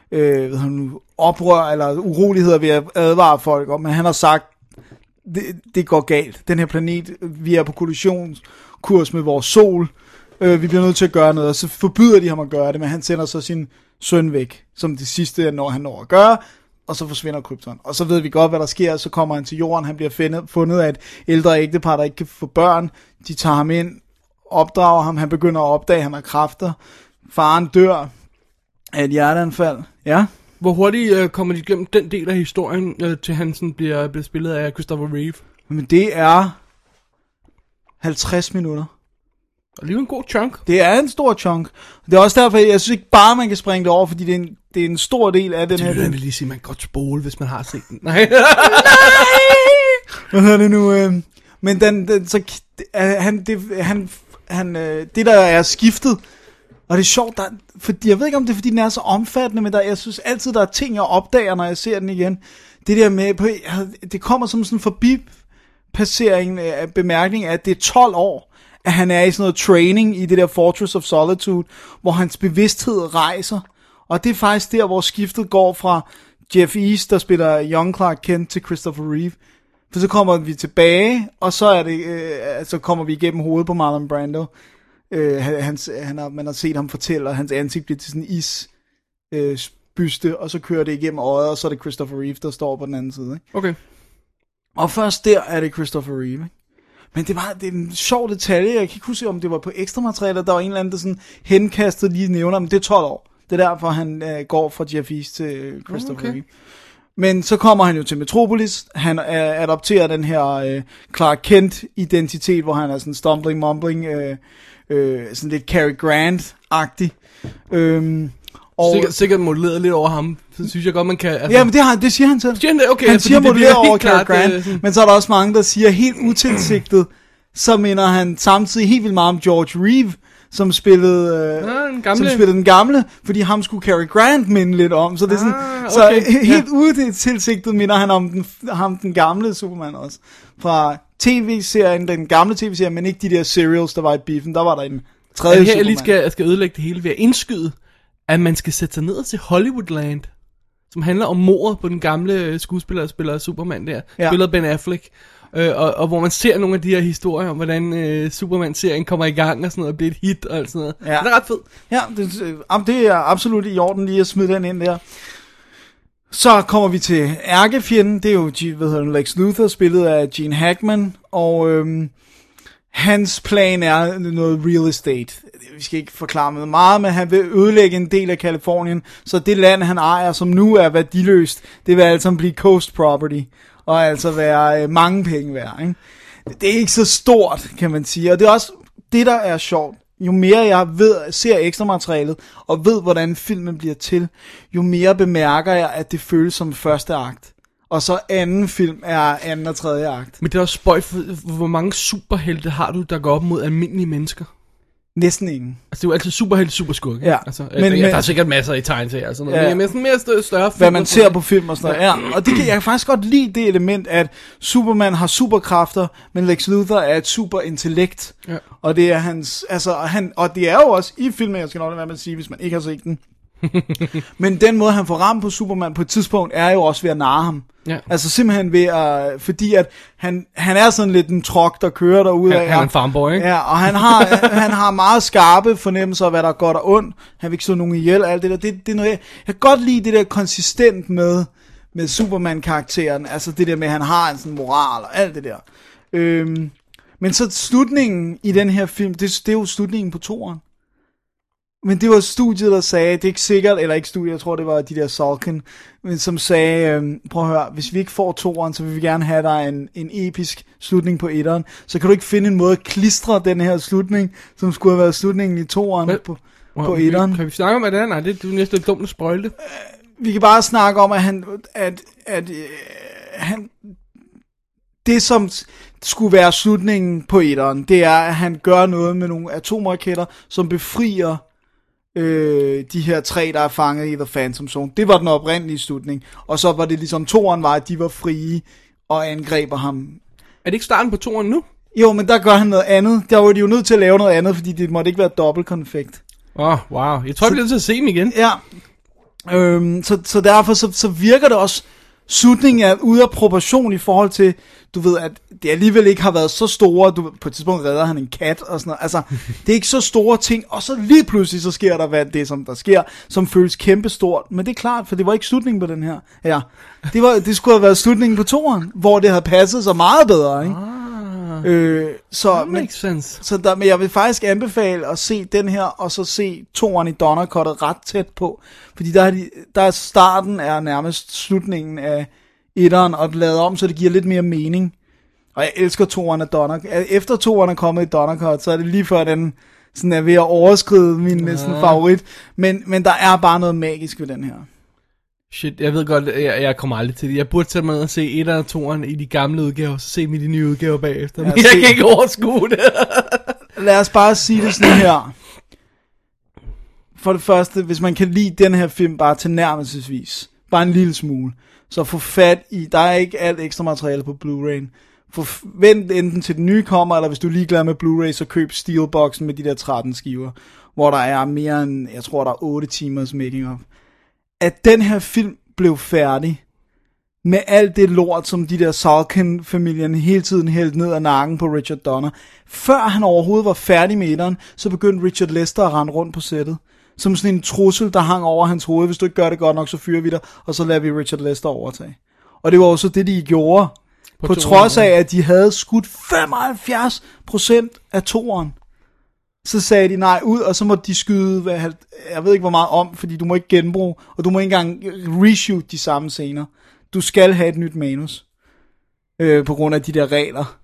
oprør eller uroligheder ved at advare folk om. Men han har sagt, det går galt. Den her planet, vi er på kollisionskurs med vores sol. Vi bliver nødt til at gøre noget, og så forbyder de ham at gøre det, men han sender så sin søn væk, som det sidste, han når at gøre, og så forsvinder Krypton. Og så ved vi godt, hvad der sker, så kommer han til jorden, han bliver fundet af et ældre ægtepar, der ikke kan få børn. De tager ham ind, opdrager ham, han begynder at opdage, at han har kræfter. Faren dør af et hjerteanfald. Ja. Hvor hurtigt kommer de igennem den del af historien, til han sådan bliver spillet af Christopher Reeve? Men det er 50 minutter. Og lige en god chunk. Det er en stor chunk. Det er også derfor, jeg synes ikke bare, man kan springe det over, fordi det er en stor del af den her. Det vil lige sige, man kan godt spole, hvis man har set den. Nej. Hvad hedder det nu? Men det der er skiftet, og det er sjovt, fordi jeg ved ikke, om det er, fordi den er så omfattende, men jeg synes altid, der er ting, jeg opdager, når jeg ser den igen. Det der med, det kommer som sådan en forbipassering af bemærkning, at det er 12 år, at han er i sådan noget training i det der Fortress of Solitude, hvor hans bevidsthed rejser. Og det er faktisk der, hvor skiftet går fra Jeff East, der spiller Young Clark Kent, til Christopher Reeve. For så kommer vi tilbage, og så er det, så kommer vi igennem hovedet på Marlon Brando. Man har set ham fortælle, og hans ansigt bliver til sådan en isbyste, og så kører det igennem øjet, og så er det Christopher Reeve, der står på den anden side. Ikke? Okay. Og først der er det Christopher Reeve, ikke? Men det er en sjov detalje. Jeg kan ikke huske, om det var på ekstra materiale, der var en eller anden, der sådan henkastet lige nævner, men det er 12 år. Det er derfor, han går fra Jeff East til Christopher Reeve. Men så kommer han jo til Metropolis. Han adopterer den her Clark Kent-identitet, hvor han er sådan stumbling, mumbling, sådan lidt Cary Grant-agtig. Sikkert modelleret lidt over ham. Så synes jeg godt, man kan... Altså... Ja, men det siger han selv. Okay, han siger modelleret over Cary Grant, men så er der også mange, der siger helt utilsigtet, så minder han samtidig helt vildt meget om George Reeve, som spillede den gamle, fordi ham skulle Cary Grant minde lidt om, så det er sådan, okay. Så helt utilsigtet minder han om den gamle Superman også, fra tv-serien, den gamle tv-serie, men ikke de der serials, der var i biffen, der var der en tredje Superman. Jeg lige skal ødelægge det hele ved at indskyde, at man skal sætte sig ned og se Hollywoodland, som handler om mordet på den gamle skuespiller, der spiller Superman der, spiller Ben Affleck. Og hvor man ser nogle af de her historier om, hvordan Superman-serien kommer i gang og sådan noget, og bliver et hit og alt sådan noget. Ja. Det er ret fedt. Ja, det er absolut i orden lige at smide den ind der. Så kommer vi til ærkefjenden. Det er jo Lex Luthor, spillet af Gene Hackman. Og hans plan er noget real estate. Vi skal ikke forklare med meget, men han vil ødelægge en del af Kalifornien. Så det land, han ejer, som nu er værdiløst, det vil altså blive coast property. Og altså være mange penge værd, ikke? Det er ikke så stort, kan man sige. Og det er også det, der er sjovt. Jo mere jeg ser ekstra materialet, og ved, hvordan filmen bliver til, jo mere bemærker jeg, at det føles som første akt. Og så anden film er anden og tredje akt. Men det er også spøjt, hvor mange superhelte har du, der går op mod almindelige mennesker? Næsten ingen. Altså det er jo altid superhelte, superskurke. Ja. Altså, der er sikkert masser i tegneserier og sådan noget. Ja. Men sådan mere større film. Hvad man ser på film og sådan noget. Ja. Og jeg kan faktisk godt lide det element, at Superman har superkræfter, men Lex Luthor er et superintellekt. Ja. Og det er hans, og det er jo også i filmen, jeg skal nok lade være med at sige, hvis man ikke har set den. Men den måde, han får ramt på Superman på et tidspunkt, er jo også ved at narre ham. Ja. Altså simpelthen ved at, fordi at han er sådan lidt en trok, der kører derude af. Han er en farmboy, ikke? Ja, og han har meget skarpe fornemmelser af, hvad der er godt og ondt. Han vil ikke slå nogen ihjel, alt det der. Det er noget, jeg kan godt lide det der konsistent med Superman-karakteren. Altså det der med, at han har en sådan moral og alt det der. Men så slutningen i den her film, det er jo slutningen på toeren. Men det var studiet, der sagde, det er ikke sikkert, eller ikke studiet, jeg tror det var de der Salkin, men som sagde, prøv at høre, hvis vi ikke får 2'eren, så vil vi gerne have dig en episk slutning på 1'eren, så kan du ikke finde en måde at klistre den her slutning, som skulle have været slutningen i 2'eren på 1'eren. Kan vi snakke om, hvad det er? Nej, det er næsten lidt dumt at spoile det. Vi kan bare snakke om, at han det som skulle være slutningen på 1'eren, det er, at han gør noget med nogle atomraketter, som befrier de her 3, der er fanget i The Phantom Zone. Det var den oprindelige slutning. Og så var det ligesom 2'eren var, at de var frie og angreber ham. Er det ikke starten på 2'eren nu? Jo, men der gør han noget andet. Der var de jo nødt til at lave noget andet, fordi det måtte ikke være dobbeltkonfekt. Wow. Jeg tror, jeg bliver nødt til at se dem igen. Ja. Så derfor så virker det også, slutningen er ude af proportion i forhold til, du ved, at det alligevel ikke har været så store, på et tidspunkt redder han en kat og sådan noget, altså, det er ikke så store ting, og så lige pludselig så sker der, hvad det som der sker, som føles kæmpestort, men det er klart, for det var ikke slutningen på den her, ja, det skulle have været slutningen på 2'eren, hvor det havde passet så meget bedre, ikke? Men jeg vil faktisk anbefale at se den her, og så se 2'eren i Donner Cut'et ret tæt på, fordi der er starten er nærmest slutningen af 1'eren, og lavet om, så det giver lidt mere mening. Og jeg elsker 2'eren af Donner. Efter 2'eren er kommet i Donner Cut, så er det lige før den sådan er ved at overskride min næsten favorit, men der er bare noget magisk ved den her. Shit, jeg ved godt, jeg kommer aldrig til det. Jeg burde tage med og se 1'eren og 2'eren i de gamle udgaver, så se dem i de nye udgaver bagefter. Jeg kan ikke overskue det. Lad os bare sige det sådan her. For det første, hvis man kan lide den her film bare tilnærmelsesvis, bare en lille smule, så få fat i, der er ikke alt ekstra materiale på Blu-ray. Vent enten til den nye kommer, eller hvis du er ligeglad med Blu-ray, så køb Steelboxen med de der 13 skiver, hvor der er mere end, jeg tror der er 8 timers making of. At den her film blev færdig med alt det lort, som de der Salkin-familien hele tiden hældte ned ad nakken på Richard Donner. Før han overhovedet var færdig med 1'eren, så begyndte Richard Lester at rende rundt på sættet. Som sådan en trussel, der hang over hans hoved. Hvis du ikke gør det godt nok, så fyrer vi dig, og så lader vi Richard Lester overtage. Og det var også det, de gjorde. På trods af, at de havde skudt 75% af 2'eren. Så sagde de nej ud, og så måtte de skyde, jeg ved ikke hvor meget om, fordi du må ikke genbruge, og du må ikke engang reshoot de samme scener. Du skal have et nyt manus, på grund af de der regler,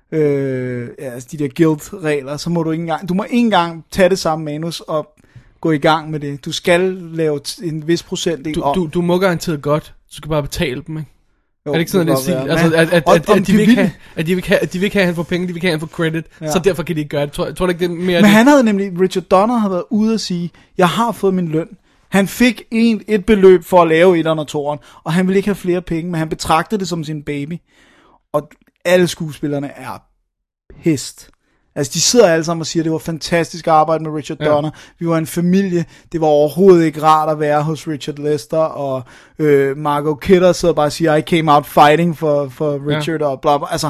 altså de der guild-regler, så må du ikke engang tage det samme manus og gå i gang med det. Du skal lave en vis procentdel om. Du må garanteret godt, du skal bare betale dem, ikke? Jo, er det ikke sådan, det stil? Altså, at de vil ikke have han for penge, de vil ikke have han for credit, så derfor kan de ikke gøre det. Tror du ikke, det er mere... Men han havde nemlig, Richard Donner havde været ude at sige, jeg har fået min løn. Han fik et beløb for at lave 1'eren og 2'eren, og han ville ikke have flere penge, men han betragtede det som sin baby. Og alle skuespillerne er pissed. Altså, de sidder alle sammen og siger, at det var fantastisk arbejde med Richard Donner. Vi var en familie. Det var overhovedet ikke rart at være hos Richard Lester. Og Margot Kidder sidder bare og siger, I came out fighting for Richard og bla bla. Altså,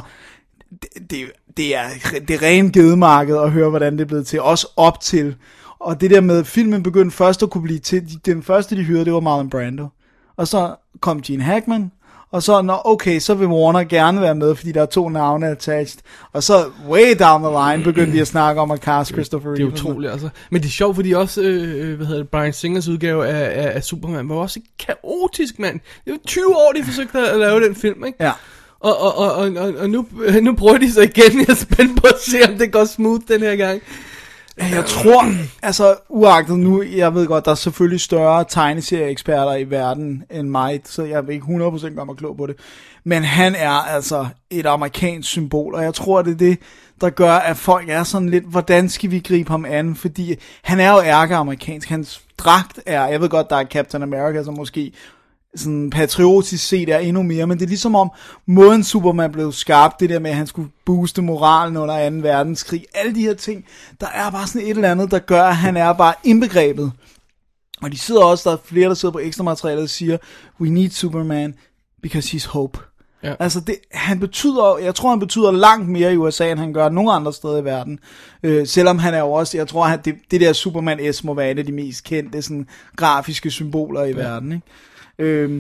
det er rent gedemarked at høre, hvordan det er blevet til. Også op til. Og det der med, filmen begyndte først at kunne blive til. Den første, de hørte, det var Marlon Brando. Og så kom Gene Hackman. Og så, okay, så vil Warner gerne være med, fordi der er 2 navne attached. Og så, way down the line, begyndte de at snakke om at cast Christopher Reeve. Det er utroligt, altså. Men det er sjovt, fordi også, Bryan Singers udgave af Superman var også kaotisk, mand. Det var 20 år, de forsøgte at lave den film, ikke? Ja. Og nu prøver de så igen. Jeg er spændt på at se, om det går smooth den her gang. Jeg tror, altså uagtet nu, jeg ved godt, der er selvfølgelig større tegneserieeksperter i verden end mig, så jeg vil ikke 100% gøre mig klog på det. Men han er altså et amerikansk symbol, og jeg tror, det er det, der gør, at folk er sådan lidt, hvordan skal vi gribe ham an? Fordi han er jo ærkeamerikansk, hans dragt er, jeg ved godt, der er Captain America, som måske sådan patriotisk set er endnu mere, men det er ligesom om måden Superman blev skabt, det der med at han skulle booste moralen under 2. verdenskrig, alle de her ting, der er bare sådan et eller andet, der gør, at han er bare indbegrebet. Og de sidder også, der er flere, der sidder på ekstra materialet og siger, we need Superman because he's hope. Ja. Altså han betyder, jeg tror han betyder langt mere i USA, end han gør nogen andre steder i verden. Selvom han er jo også, jeg tror at det der Superman S må være et af de mest kendte sådan grafiske symboler i verden, ikke?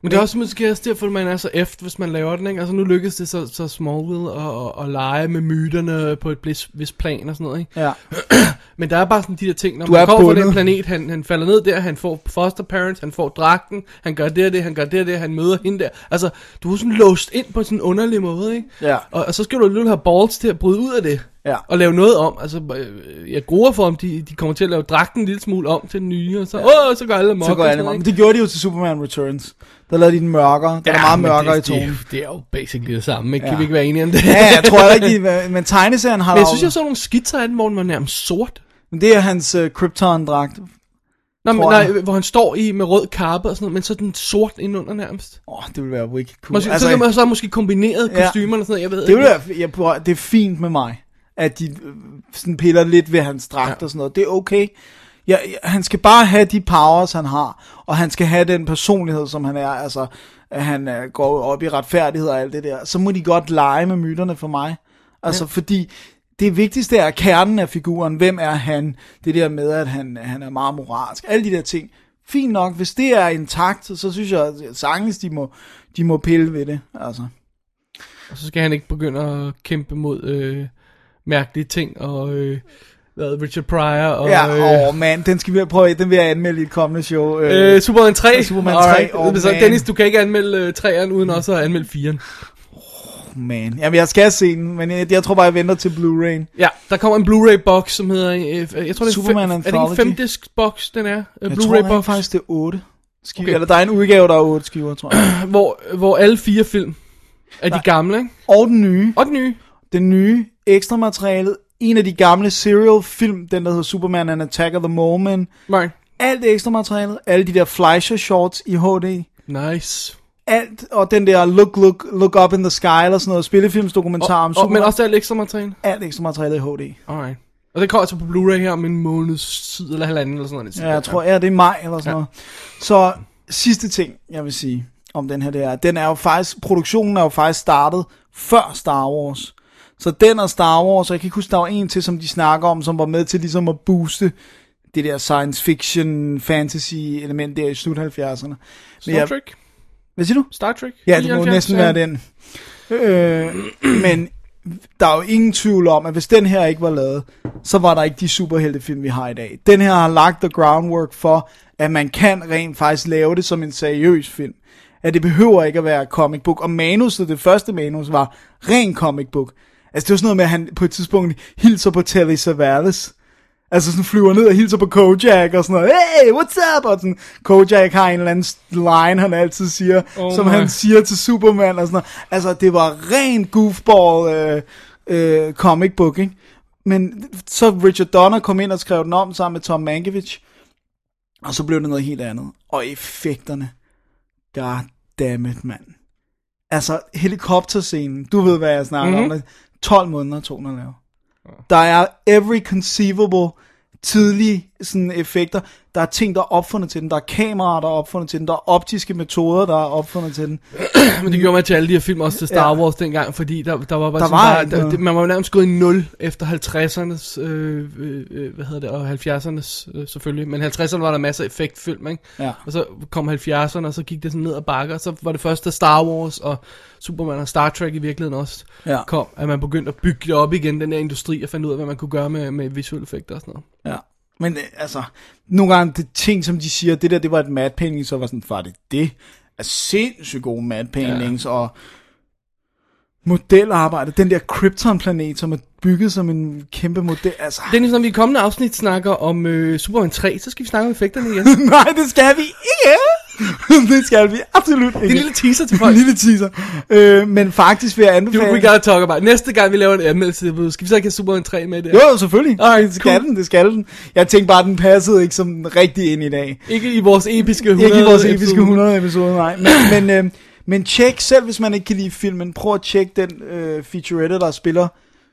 Men det er også måske også derfor, man er så efter, hvis man laver den, ikke? Altså nu lykkedes det så Smallville at lege med myterne på et vis plan og sådan noget, ikke? Ja. Men der er bare sådan de der ting, når man kommer fra den planet, han falder ned der, han får foster parents, han får dragten, han gør det og det, han gør det og det, han møder hende der. Altså, du er sådan låst ind på sådan en underlig måde, ikke? Ja. Og så skal du alligevel have balls til at bryde ud af det. Ja. Og lave noget om. Altså, jeg gruer for, om de kommer til at lave dragten en lille smule om til den nye, og så, så går alle amok. Så går alle amok. Men det gjorde de jo til Superman Returns. Der lavede de den mørkere. Der er meget mørkere i tonen. Det er jo basically det samme, ikke? Kan vi ikke være enige om det? Ja, jeg tror ikke, men tegneserien har... Men jeg synes, jeg så nogle skitser af den, hvor den var nærmest sort. Men det er hans Krypton-dragt. Nej, hvor han står i med rød kappe og sådan noget, men så er den sort indunder nærmest. Det ville være wicked cool. Måske, altså, så kan man så måske kombineret kostymerne og sådan noget, jeg ved det ikke. Det er fint med mig, at de sådan piller lidt ved hans dragt og sådan noget. Det er okay. Han skal bare have de powers, han har, og han skal have den personlighed, som han er. Altså, at han går op i retfærdighed og alt det der. Så må de godt lege med myterne for mig. Altså, fordi... Det vigtigste er kernen af figuren. Hvem er han? Det der med, at han er meget moralsk. Alle de der ting. Fint nok. Hvis det er intakt, så synes jeg, at sagtens de må pille ved det. Altså. Og så skal han ikke begynde at kæmpe mod mærkelige ting. Og Richard Pryor. Og, man, den skal vi prøve. Den vil jeg anmelde i et kommende show. Superman 3. Superman 3. Så Dennis, du kan ikke anmelde 3'eren uden også at anmelde 4'eren. Man. Jamen, jeg skal se den, men jeg tror bare, jeg venter til Blu-ray. Ja, der kommer en Blu-ray-box, som hedder... jeg tror, det Superman er det en 5-disk-box, den er? Jeg tror faktisk, det er 8 skiver. Okay. Eller der er en udgave, der er 8 skiver, tror jeg. hvor alle 4 film er de gamle, ikke? Og den nye. Den nye, ekstra materialet. En af de gamle serial-film, den der hedder Superman and Attack of the Mole-Men. Right. Alt det ekstra materialet. Alle de der Fleischer-shorts i HD. Nice. Alt, og den der look up in the sky, eller sådan noget, spillefilmsdokumentar om Superman. Men også alt ekstra materiale? Alt ekstra materiale i HD. Alright. Og det kommer altså på Blu-ray her om en måneds tid, eller halvanden, eller sådan noget. Ja, jeg tror, det er maj, eller sådan noget. Så, sidste ting, jeg vil sige om den her, det er, den er jo faktisk, produktionen er jo faktisk startet før Star Wars. Så den og Star Wars, og jeg kan ikke huske, der var en til, som de snakker om, som var med til ligesom at booste det der science fiction, fantasy element der i slut 70'erne. Star Trek? Hvad siger du? Star Trek? Ja, det må næsten være den. Men der er jo ingen tvivl om, at hvis den her ikke var lavet, så var der ikke de superheltefilm, vi har i dag. Den her har lagt the groundwork for, at man kan rent faktisk lave det som en seriøs film. At det behøver ikke at være comic book. Og manuset, det første manus, var ren comic book. Altså det var sådan noget med, at han på et tidspunkt hilser på Telly Savalas. Altså sådan flyver ned og hilser på Kojak og sådan noget. Hey, what's up? Og sådan, Kojak har en eller anden line, han altid siger, som han siger til Superman og sådan noget. Altså det var ren goofball comic book, ikke? Men så Richard Donner kom ind og skrev den om sammen med Tom Mankiewicz. Og så blev det noget helt andet. Og effekterne. Goddammit, mand. Altså helikopterscenen. Du ved, hvad jeg snakker om. 12 måneder tog den at lave. Der er every conceivable tidlige sådan effekter. Der er ting, der er opfundet til den. Der er kameraer, der er opfundet til den. Der er optiske metoder, der er opfundet til den. Men det gjorde man til alle de her film, også til Star Wars dengang, fordi der var bare man var jo nærmest gået i 0 efter 50'ernes, og 70'ernes selvfølgelig. Men 50'erne var der masser af effektfilm, ikke? Ja. Og så kom 70'erne, og så gik det sådan ned ad bakker. Så var det først, da Star Wars og Superman og Star Trek i virkeligheden også kom, at man begyndte at bygge det op igen, den der industri, og fandt ud af, hvad man kunne gøre med visuelle effekter og sådan noget. Ja. Men altså, nogle gange det ting, som de siger, det var et matte painting, så var sådan, far, det er sindssygt gode matte paintings, og modelarbejde, den der Krypton-planet, som er bygget som en kæmpe model, altså. Dennis, når vi i kommende afsnit snakker om Superman 3, så skal vi snakke om effekterne igen. Nej, det skal vi ikke. Det skal vi absolut ikke. Det er en lille teaser til folk. En lille teaser. Men faktisk vil jeg anbefale... We gotta talk about. Næste gang vi laver en anmeldelse, skal vi så ikke have Superman 3 med der? Jo, selvfølgelig. Det skal den. Jeg tænkte bare, den passede ikke som rigtig ind i dag. Ikke i vores episke 100 Ikke i vores episke 100 episode, nej. Men tjek, selv hvis man ikke kan lide filmen, prøv at tjekke den featurette, der spiller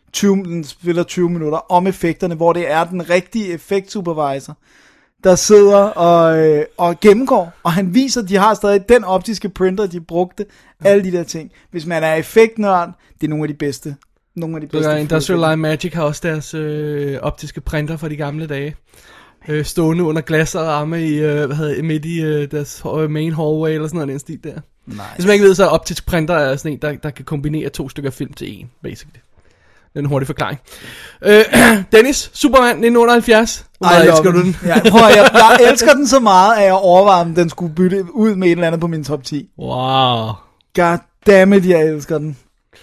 20 minutter om effekterne, hvor det er den rigtige effektsupervisor, der sidder og gennemgår, og han viser, at de har stadig den optiske printer, de brugte, alle de der ting. Hvis man er effektnørd, det er nogle af de bedste. Industrial Light Magic har også deres optiske printer fra de gamle dage. stående under glas og ramme i, midt i deres main hallway eller sådan noget, den stil der. Nice. Hvis man ikke ved, så er optisk printer er sådan en, der kan kombinere 2 stykker film til en, basically. Det er en hurtig forklaring. Dennis, Superman 1978. Hvor elsker du den? Ja, jeg elsker den så meget, at jeg overvejer, om den skulle bytte ud med et eller andet på min top 10. Wow. Goddammit, jeg elsker den.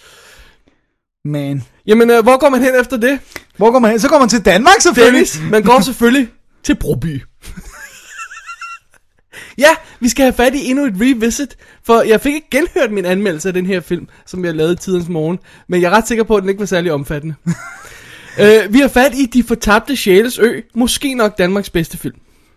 Man. Jamen, hvor går man hen efter det? Hvor går man hen? Så går man til Danmark, selvfølgelig. Dennis, man går selvfølgelig til Broby. Ja, vi skal have fat i endnu et revisit, for jeg fik ikke genhørt min anmeldelse af den her film, som jeg lavede tidens morgen, men jeg er ret sikker på, at den ikke var særlig omfattende. Vi har fat i De Fortabte Sjæles Ø, måske nok Danmarks bedste film.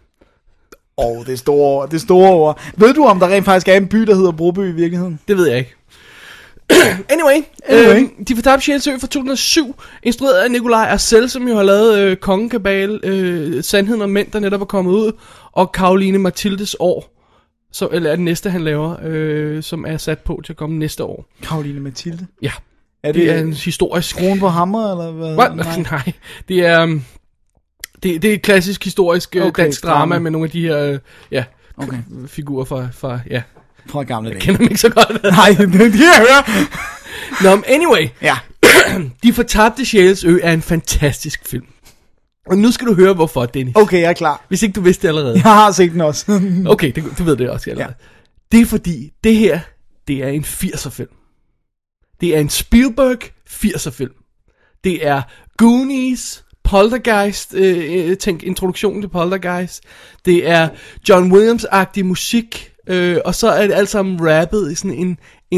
Det er store ord. Ved du, om der rent faktisk er en by, der hedder Broby i virkeligheden? Det ved jeg ikke. Anyway. De Fortabte Sjæles Ø fra 2007, instrueret af Nikolaj Arcel, som jo har lavet Kongekabale, Sandheden om Mænd, der netop er kommet ud, og Caroline Mathildes År, eller er det næste, han laver, som er sat på til at komme næste år. Caroline Mathilde? Ja. Det er en historisk... Kronen på hammer, eller hvad? Nej, det er... Det er et klassisk historisk dansk drama med nogle af de her figurer fra fra gamle dage. Jeg kender dem ikke så godt. Nej, det er jeg hører. Nå, anyway. Ja. De Fortabte Sjæles Ø er en fantastisk film. Og nu skal du høre hvorfor, Dennis. Okay, jeg er klar. Hvis ikke du vidste det allerede. Jeg har set den også. Okay, du ved det også allerede. Ja. Det er fordi, det her, det er en 80'er film. Det er en Spielberg 80'er film. Det er Goonies, Poltergeist, tænk introduktionen til Poltergeist. Det er John Williams-agtig musik, og så er det alt sammen rappet i sådan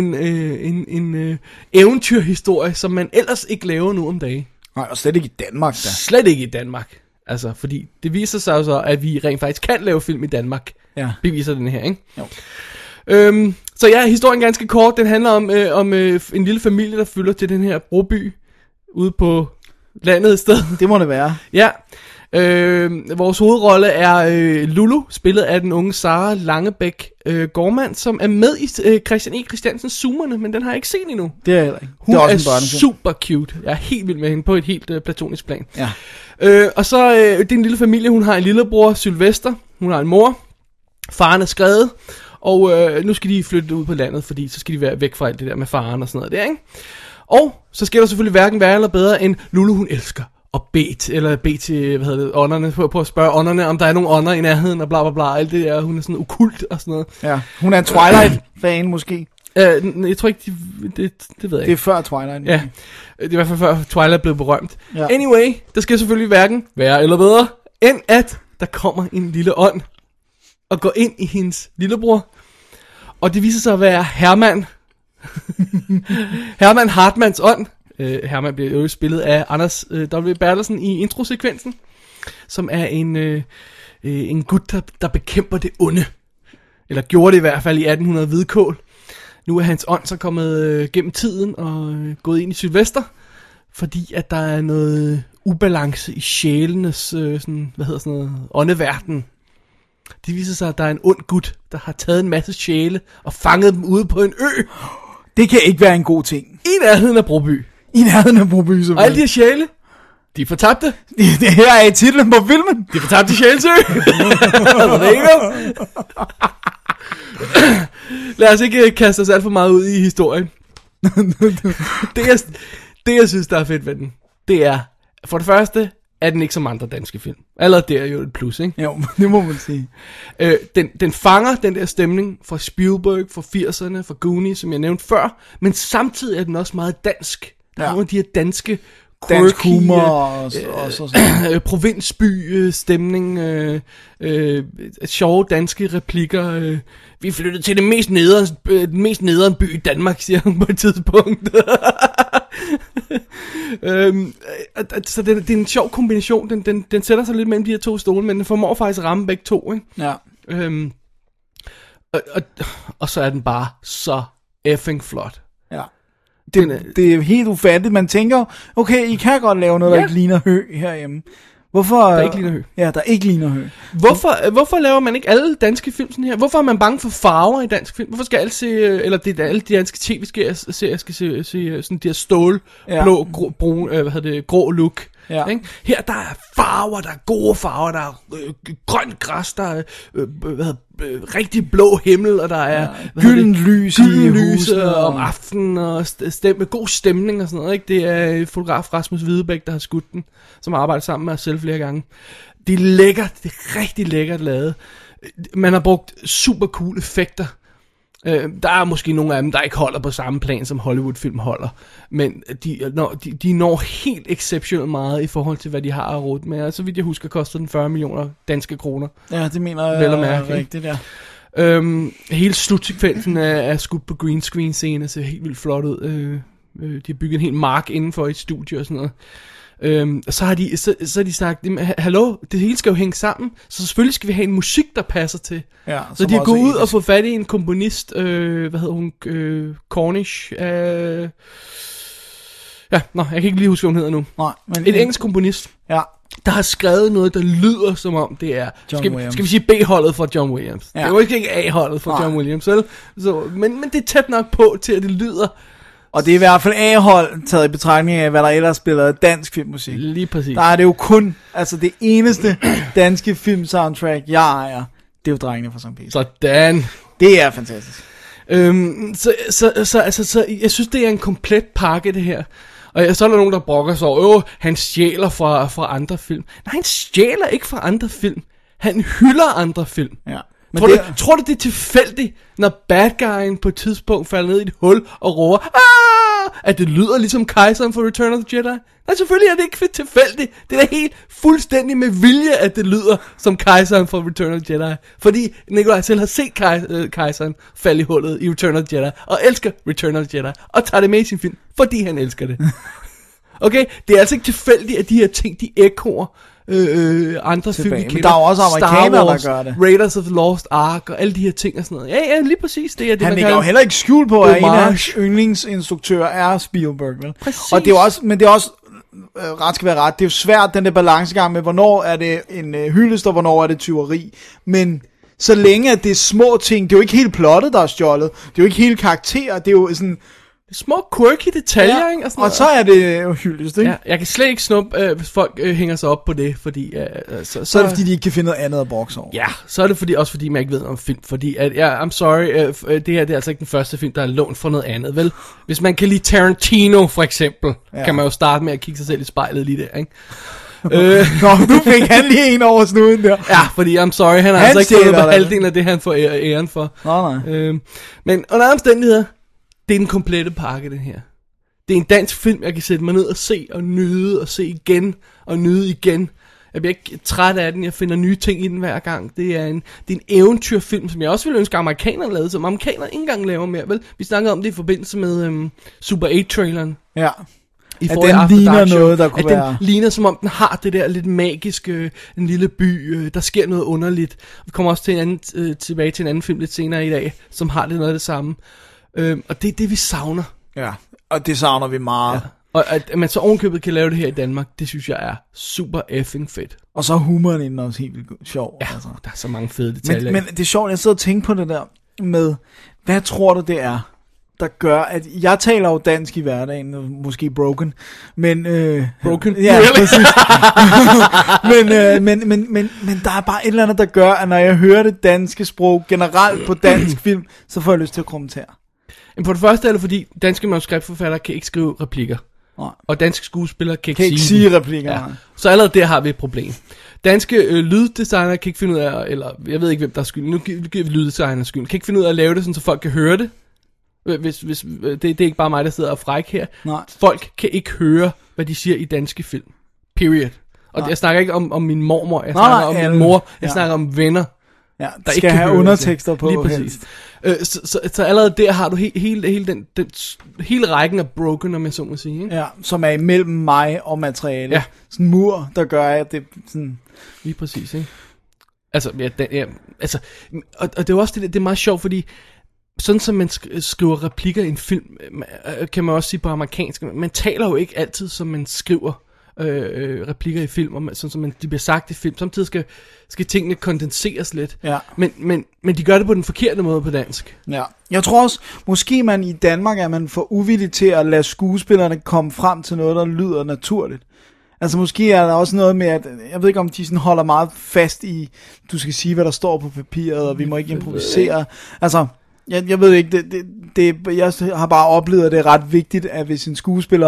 en eventyrhistorie, som man ellers ikke laver nu om dagen. Nej, og slet ikke i Danmark da. Slet ikke i Danmark. Altså, fordi det viser sig jo så, at vi rent faktisk kan lave film i Danmark. Ja. Beviser den her, ikke? Jo. Så ja, historien er ganske kort. Den handler om en lille familie, der flytter til den her broby ude på landet et sted. Det må det være. Ja. Vores hovedrolle er Lulu, spillet af den unge Sara Langebæk Gårdmand, som er med i Christian E. Christiansens Zoomerne, men den har jeg ikke set endnu. Det er jeg ikke. Hun er super cute. Jeg er helt vild med hende på et helt platonisk plan. Ja. Og så det er en lille familie. Hun har en lillebror, Sylvester. Hun har en mor. Faren er skredet. Og nu skal de flytte ud på landet, fordi så skal de være væk fra alt det der med faren og sådan noget der, ikke? Og så skal der selvfølgelig hverken være eller bedre end Lulu, hun elsker og bede til, ånderne, på at spørge ånderne, om der er nogle ånder i nærheden, og bla bla bla, alt det der, hun er sådan okult og sådan noget. Ja, hun er en Twilight-fan måske. Jeg tror ikke, det ved jeg ikke. Det er før Twilight. Ja, det er i hvert fald før Twilight blev berømt. Ja. Anyway, der skal selvfølgelig hverken være eller bedre, end at der kommer en lille ånd, og går ind i hendes lillebror, og det viser sig at være Herman. Herman Hartmanns ånd. Herman bliver jo spillet af Anders W. Bertelsen i introsekvensen, som er en gut, der bekæmper det onde. Eller gjorde det i hvert fald i 1800 hvidkål. Nu er hans ånd så kommet gennem tiden og gået ind i Sylvester, fordi at der er noget ubalance i sjælenes åndeverden. Det viser sig, at der er en ond gut, der har taget en masse sjæle og fanget dem ude på en ø. Det kan ikke være en god ting. I nærheden af Broby. I nærheden af Broby, selvfølgelig. Og alle de her sjæle, de er fortabte. Det her er titlen på filmen. De er fortabte Sjælesø. Lad os ikke kaste os alt for meget ud i historien. Det jeg synes, der er fedt ved den, det er, for det første, er den ikke som andre danske film. Allerede det er jo et plus, ikke? Jo, det må man sige. Den fanger den der stemning fra Spielberg, fra 80'erne, fra Goonies, som jeg nævnte før, men samtidig er den også meget dansk. Der er nogle af de her dansk humor og sådan. Provinsby stemning, sjove danske replikker. Vi flyttede til den mest nederen by i Danmark, siger han på et tidspunkt. Så det er en sjov kombination. Den sætter sig lidt mellem de her to stole, men den formår faktisk at ramme begge to, ikke? Ja. Og så er den bare så effing flot. Ja. Det er helt ufatteligt. Man tænker, okay, I kan godt lave noget, der ikke ligner hø herhjemme. Hvorfor? Der ikke ligner hø. Ja, der ikke ligner hø. Hvorfor laver man ikke alle danske film sådan her? Hvorfor er man bange for farver i dansk film? Hvorfor skal alle se, eller det er alle de danske tv-serier skal se sådan de her stål, blå, brun, grå look. Ja. Ikke? Her der er farver, der er gode farver, der er grønt græs, der er rigtig blå himmel, og der er gylden lys i husene om aftenen, og god stemning og sådan noget. Ikke? Det er fotograf Rasmus Hvidebæk, der har skudt den, som har arbejdet sammen med os selv flere gange. Det er lækkert, det er rigtig lækkert lavet. Man har brugt super cool effekter. Der er måske nogle af dem, der ikke holder på samme plan, som Hollywood-film holder. Men de når helt exceptionelt meget i forhold til, hvad de har at råde med. Så vidt jeg husker, koster den 40 millioner danske kroner. Ja, det mener jeg rigtigt, ja. Hele slutsekvensen er skudt på green screen scene, ser helt vildt flot ud. De har bygget en hel mark indenfor et studie og sådan noget. Så har de sagt, hallo, det hele skal jo hænge sammen, så selvfølgelig skal vi have en musik, der passer til. Ja, så de har gået ud og fået fat i en komponist, hvad hedder hun, Cornish, jeg kan ikke lige huske, hvad hun hedder nu. Nej, men en engelsk komponist, der har skrevet noget, der lyder som om det er, skal vi sige B-holdet for John Williams. Det er jo ikke A-holdet for John Williams, vel? Men det er tæt nok på til, at det lyder. Og det er i hvert fald A-hold taget i betragtning af, hvad der ellers spiller dansk filmmusik. Lige præcis. Der er det jo kun, altså det eneste danske filmsoundtrack, jeg ejer, det er jo Drengene fra St. Peter. Sådan. Det er fantastisk. Så jeg synes, det er en komplet pakke, det her. Og så er der nogen, der brokker sig over, han stjæler fra andre film. Nej, han stjæler ikke fra andre film. Han hylder andre film. Ja. Tror du, det er tilfældigt, når bad guyen på et tidspunkt falder ned i et hul og råber, at det lyder ligesom kejseren for Return of the Jedi? Nej, selvfølgelig er det ikke tilfældigt. Det er da helt fuldstændig med vilje, at det lyder som kejseren for Return of the Jedi. Fordi Nikolaj selv har set kejseren falde i hullet i Return of the Jedi, og elsker Return of the Jedi, og tager det med i sin film, fordi han elsker det. Okay, det er altså ikke tilfældigt, at de her ting, de ekkoer andre film, vi kender. Men der er jo også amerikanere, der gør det. Raiders of the Lost Ark og alle de her ting og sådan noget. Ja, lige præcis. Det er det, han lægger jo heller ikke skjul på, at en af hans yndlingsinstruktører er Spielberg, vel? Præcis. Og det er jo også, men det er også, ret skal være ret, det er jo svært, den der balancegang med, hvornår er det en hyldest, og hvornår er det tyveri. Men så længe, at det er små ting, det er jo ikke helt plottet, der er stjålet. Det er jo ikke hele karakterer, det er jo sådan små quirky detaljer, ikke? Og så er det jo hyldest, ikke? Ja, jeg kan slet ikke snuppe, hvis folk hænger sig op på det, fordi så er det fordi, de ikke kan finde noget andet at brokse over. Ja, så er det også fordi, man ikke ved om film, fordi I'm sorry, det her det er altså ikke den første film, der er lånt for noget andet, vel? Hvis man kan lide Tarantino, for eksempel, kan man jo starte med at kigge sig selv i spejlet lige der, ikke? Nå, du fik han lige en over snuden der. Ja, fordi I'm sorry, han har altså ikke fået på halvdelen af det, han får æren for. Nej. Men under omstændigheder, det er den komplette pakke, den her. Det er en dansk film, jeg kan sætte mig ned og se, og nyde, og se igen, og nyde igen. Jeg bliver ikke træt af den, jeg finder nye ting i den hver gang. Det er en eventyrfilm, som jeg også ville ønske, amerikanerne lavede, som amerikanerne ikke engang laver mere, vel? Vi snakkede om det i forbindelse med Super 8-traileren. Ja. At den ligner noget, der kunne være. Den ligner, som om den har det der lidt magiske, en lille by, der sker noget underligt. Vi kommer også tilbage til en anden film lidt senere i dag, som har det noget af det samme. Og det er det, vi savner. Ja, og det savner vi meget. Ja. Og at man så ovenkøbet kan lave det her i Danmark, det synes jeg er super effing fedt. Og så humoren inden også helt vildt sjov. Ja, altså. Der er så mange fede detaljer. Men det er sjovt, jeg sidder og tænker på det der med, hvad tror du det er, der gør, at jeg taler jo dansk i hverdagen, måske broken, men broken? Ja, præcis. men der er bare et eller andet, der gør, at når jeg hører det danske sprog generelt på dansk film, så får jeg lyst til at kommentere. Men på det første er det fordi, danske manuskriptforfattere kan ikke skrive replikker. Nej. Og danske skuespillere kan ikke sige replikker. Ja. Så allerede der har vi et problem. Danske lyddesigner kan ikke finde ud af, eller jeg ved ikke hvem der er skyld, nu giver vi lyddesigner skyld, kan ikke finde ud af at lave det sådan, så folk kan høre det. Hvis det er ikke bare mig, der sidder og fræk her. Nej. Folk kan ikke høre, hvad de siger i danske film. Period. Og jeg snakker ikke om min mormor, jeg snakker om min mor, jeg snakker om venner. Ja, der skal have undertekster på. Lige præcis. Så allerede der har du hele rækken af broken, om jeg så må sige. Ikke? Ja, som er imellem mig og materialet. Ja. Sådan en mur, der gør, at det sådan. Lige præcis, ikke? Altså, og det er også det er meget sjovt, fordi sådan som man skriver replikker i en film, kan man også sige på amerikansk, man taler jo ikke altid, som man skriver replikker i film, sådan som de bliver sagt i film. Samtidig skal tingene kondenseres lidt. Ja. Men de gør det på den forkerte måde på dansk. Ja. Jeg tror også, måske man i Danmark er man for uvillig til at lade skuespillerne komme frem til noget, der lyder naturligt. Altså måske er der også noget med, at jeg ved ikke, om de sådan holder meget fast i, du skal sige, hvad der står på papiret, og vi må ikke improvisere. Altså, jeg ved ikke, jeg har bare oplevet, at det er ret vigtigt, at hvis en skuespiller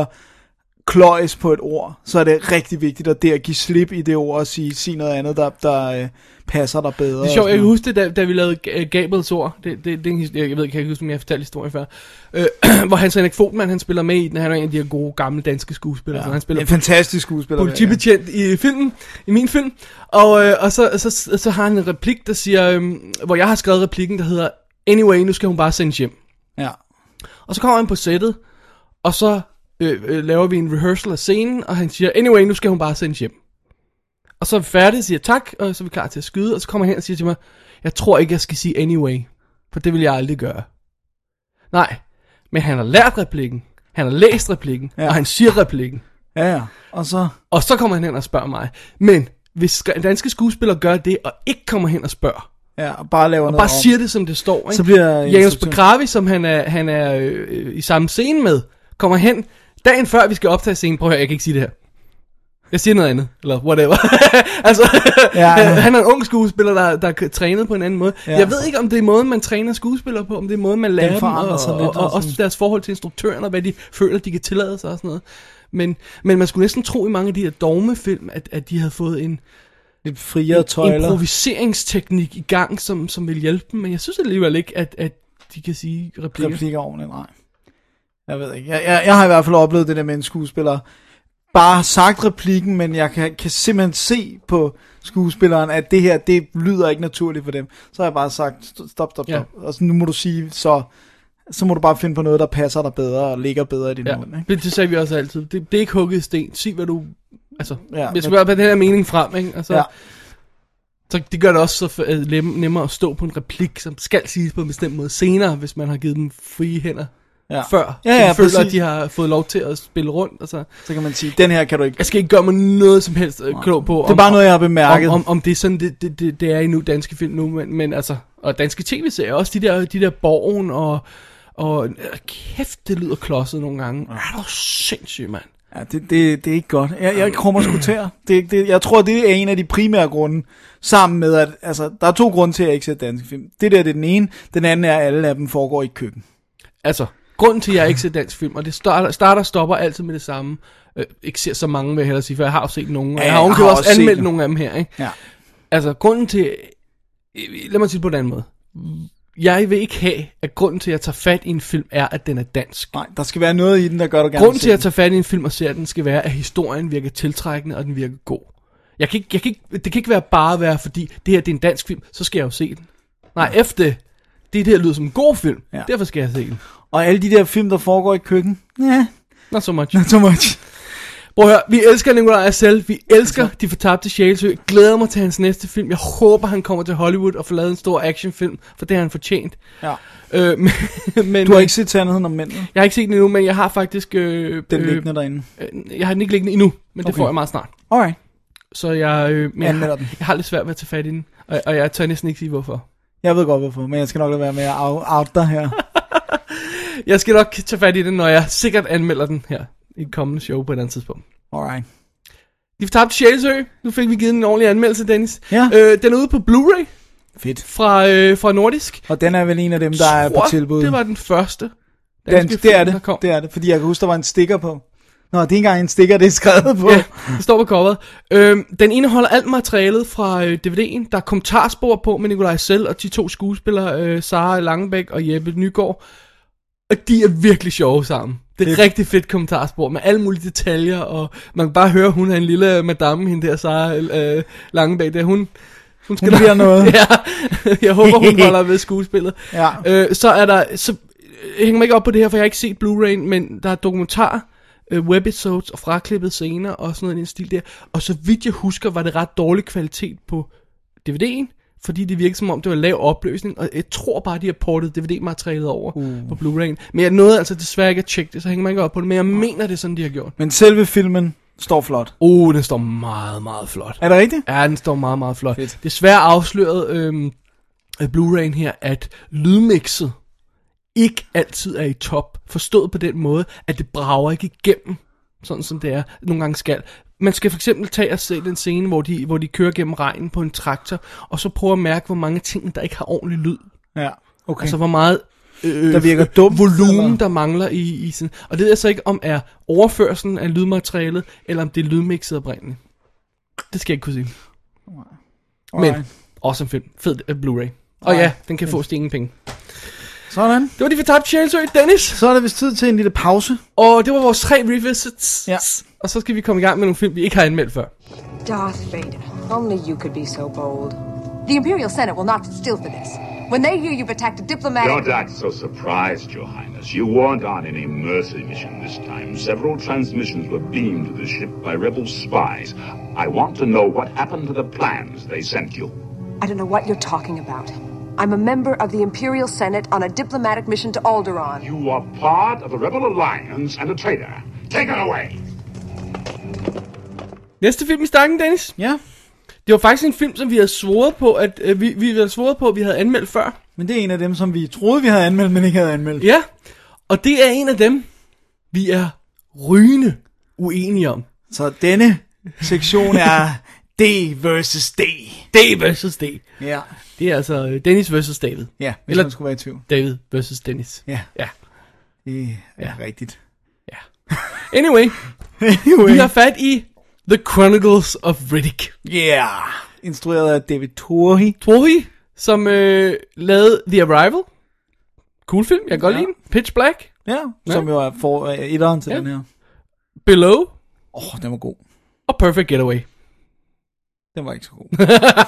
kløjes på et ord, så er det rigtig vigtigt at give slip i det ord og sige noget andet, der passer dig bedre. Det er sjovt, jeg kan huske det, da vi lavede Gabriels ord. Jeg ved ikke, jeg huske, om jeg har fortalt historien før. Hvor Hans Henrik Fogtmann, han spiller med i den. Han er en af de her gode, gamle danske skuespillere. Ja, han spiller en fantastisk skuespiller. Politibetjent i filmen, i min film. Og så har han en replik, der siger, hvor jeg har skrevet replikken, der hedder, anyway, nu skal hun bare sendes hjem. Ja. Og så kommer han på sættet, og så laver vi en rehearsal af scenen, og han siger, anyway, nu skal hun bare sendes hjem. Og så er vi færdige, siger tak, og så er vi klar til at skyde, og så kommer han hen og siger til mig, jeg tror ikke, jeg skal sige anyway, for det vil jeg aldrig gøre. Nej, men han har lært replikken, han har læst replikken, og han siger replikken. Ja, og så kommer han hen og spørger mig. Men hvis danske skuespillere gør det, og ikke kommer hen og spørger, og bare laver noget bare siger det, som det står, ikke? Så bliver Janus Begravi, som han er i samme scene med, kommer hen dagen før vi skal optage scenen. Prøv at høre, jeg kan ikke sige det her. Jeg siger noget andet, eller whatever. Altså, han er en ung skuespiller, der er trænet på en anden måde. Ja. Jeg ved ikke, om det er måden, man træner skuespillere på, om det er måden, man lærer dem, og også deres forhold til instruktøren, og hvad de føler, de kan tillade sig og sådan noget. Men man skulle næsten tro i mange af de her dogmefilm, at de havde fået en lidt friere tøjler, improviseringsteknik i gang, som vil hjælpe dem. Men jeg synes alligevel ikke, at de kan sige replikker ordentligt, nej. Jeg ved ikke. Jeg har i hvert fald oplevet det der med en skuespiller, bare sagt replikken, men jeg kan simpelthen se på skuespilleren, at det her, det lyder ikke naturligt for dem. Så har jeg bare sagt, stop. Ja. Og så nu må du sige, så må du bare finde på noget, der passer dig bedre, og ligger bedre i din mund. Ikke? Det sagde vi også altid. Det er ikke hugget i sten. Sig, hvad du... Altså, jeg skal bare den her mening frem, ikke? Altså, så det gør det også så nemmere at stå på en replik, som skal siges på en bestemt måde senere, hvis man har givet dem frie hænder. Før, så de føler, at de har fået lov til at spille rundt, og så kan man sige, den her kan du ikke. Jeg skal ikke gøre mig noget som helst klog på. Det er bare noget, jeg har bemærket. Om det er sådan, det er i nu danske film nu, men altså, og danske tv-serier, også de der Borgen, og kæft, det lyder klodset nogle gange. Er du sindssyg, mand. Ja, det er ikke godt. Jeg krummer sgu tæer. Jeg tror, det er en af de primære grunde, sammen med, at altså, der er 2 grunde til, at jeg ikke ser danske film. Det er den ene. Den anden er, at alle af dem foregår i køkken. Altså, grunden til, at jeg ikke ser dansk film, og det starter og stopper altid med det samme. Ikke ser så mange, vil jeg hellere sige, for jeg har jo set nogle. Jeg har også anmeldt nogle af dem her, ikke? Ja. Altså, grunden til... Lad mig sige på den anden måde. Jeg vil ikke have, at grunden til, at jeg tager fat i en film, er, at den er dansk. Nej, der skal være noget i den, der gør du gerne. Grunden til, at jeg tager fat i en film og ser den, skal være, at historien virker tiltrækkende, og den virker god. Det kan ikke være, fordi det her det er en dansk film, så skal jeg jo se den. Nej, efter det her lyder som en god film, derfor skal jeg se den. Og alle de der film, der foregår i køkken, not so much. Not so much. Prøv at høre, vi elsker Nikolaj Assel, vi elsker De Fortabte Sjælsø, glæder mig til hans næste film, jeg håber han kommer til Hollywood og får lavet en stor actionfilm, for det har han fortjent. Ja. Men du har ikke set Sandheden om Mændene? Jeg har ikke set den endnu, men jeg har faktisk... den liggende derinde? Jeg har den ikke liggende endnu, men det får jeg meget snart. Alright. Så jeg har lidt svært ved at tage fat i den, og jeg tør næsten ikke sige hvorfor. Jeg ved godt hvorfor, men jeg skal nok lade være med at out dig her. Jeg skal nok tage fat i den, når jeg sikkert anmelder den her i et kommende show på et andet tidspunkt. Alright. De Fortabte Sjælsø. Nu fik vi givet en ordentlig anmeldelse, Dennis. Ja. Den er ude på Blu-ray. Fedt. Fra Nordisk. Og den er vel en af dem, der er på tilbud. Det var den første. Det er det, fordi jeg kan huske, der var en sticker på. Nå, det er ikke engang en sticker, det er skrevet på. Ja, det står på coveret. Den indeholder alt materialet fra DVD'en. Der er kommentarspor på med Nikolaj Assel og de 2 skuespillere, Sara Langebæk og Jeppe Nygaard. Og de er virkelig sjove sammen. Det er et rigtig fedt kommentarspor med alle mulige detaljer, og man kan bare høre, hun er en lille madame, hende der Sara Langebæk, der hun skal bliver noget. Ja, jeg håber, hun holder ved skuespillet. Ja. Så hænger mig ikke op på det her, for jeg har ikke set Blu-ray, men der er dokumentar, webisodes og fraklippet scener og sådan noget i den stil der. Og så vidt jeg husker, var det ret dårlig kvalitet på DVD'en, fordi det virkede som om, det var lav opløsning, og jeg tror bare, de har portet DVD-materialet over på Blu-ray'en. Men jeg nåede altså desværre ikke at tjekke det, så hænger man ikke op på det, men jeg mener, det er sådan, de har gjort. Men selve filmen står flot. Den står meget, meget flot. Er det rigtigt? Ja, den står meget, meget flot. Fedt. Desværre afsløret Blu-ray'en her, at lydmixet ikke altid er i top. Forstået på den måde, at det brager ikke igennem, sådan som det er nogle gange skal. man skal for eksempel tage og se den scene, hvor de kører gennem regnen på en traktor, og så prøve at mærke, hvor mange ting, der ikke har ordentlig lyd. Ja, okay. Altså, hvor meget der virker dumt, volumen, der mangler i sådan. Og det ved jeg så ikke, om er overførselen af lydmaterialet, eller om det er lydmixet oprindeligt. Det skal jeg ikke kunne sige. Men, awesome film. Fed Blu-ray. Og ja, den kan få ingen penge. Sådan. Det var de fortabte sjælsøg, Dennis. Så er det vist tid til en lille pause. Og det var vores 3 revisits. Ja. Og så skal vi komme i gang med nogle film, vi ikke har anmeldt før. Darth Vader, only you could be so bold. The Imperial Senate will not sit still for this. When they hear you've attacked a diplomatic... Don't act so surprised, Your Highness. You weren't on any mercy mission this time. Several transmissions were beamed to the ship by rebel spies. I want to know what happened to the plans they sent you. I don't know what you're talking about. I'm a member of the Imperial Senate on a diplomatic mission to Alderaan. You are part of the rebel alliance and a traitor. Take it away! Næste film i stakken, Dennis. Ja. Det var faktisk en film, som vi havde svoret på, at vi havde svoret på, at vi havde anmeldt før. Men det er en af dem, som vi troede, vi havde anmeldt, men ikke havde anmeldt. Ja, og det er en af dem, vi er rygende uenige om. Så denne sektion er D versus D. D versus D. Ja. Det er altså Dennis versus David. Ja, hvis man skulle være i tvivl. David versus Dennis. Ja. Ja. Det er rigtigt. Ja. Anyway, vi har fat i The Chronicles of Riddick. Yeah. Instrueret af David Twohy. Twohy, som lavede The Arrival. Cool film, jeg kan godt lide den. Pitch Black. Ja, som jo er etteren til den her. Below. Den var god. Og Perfect Getaway. Den var ikke så god.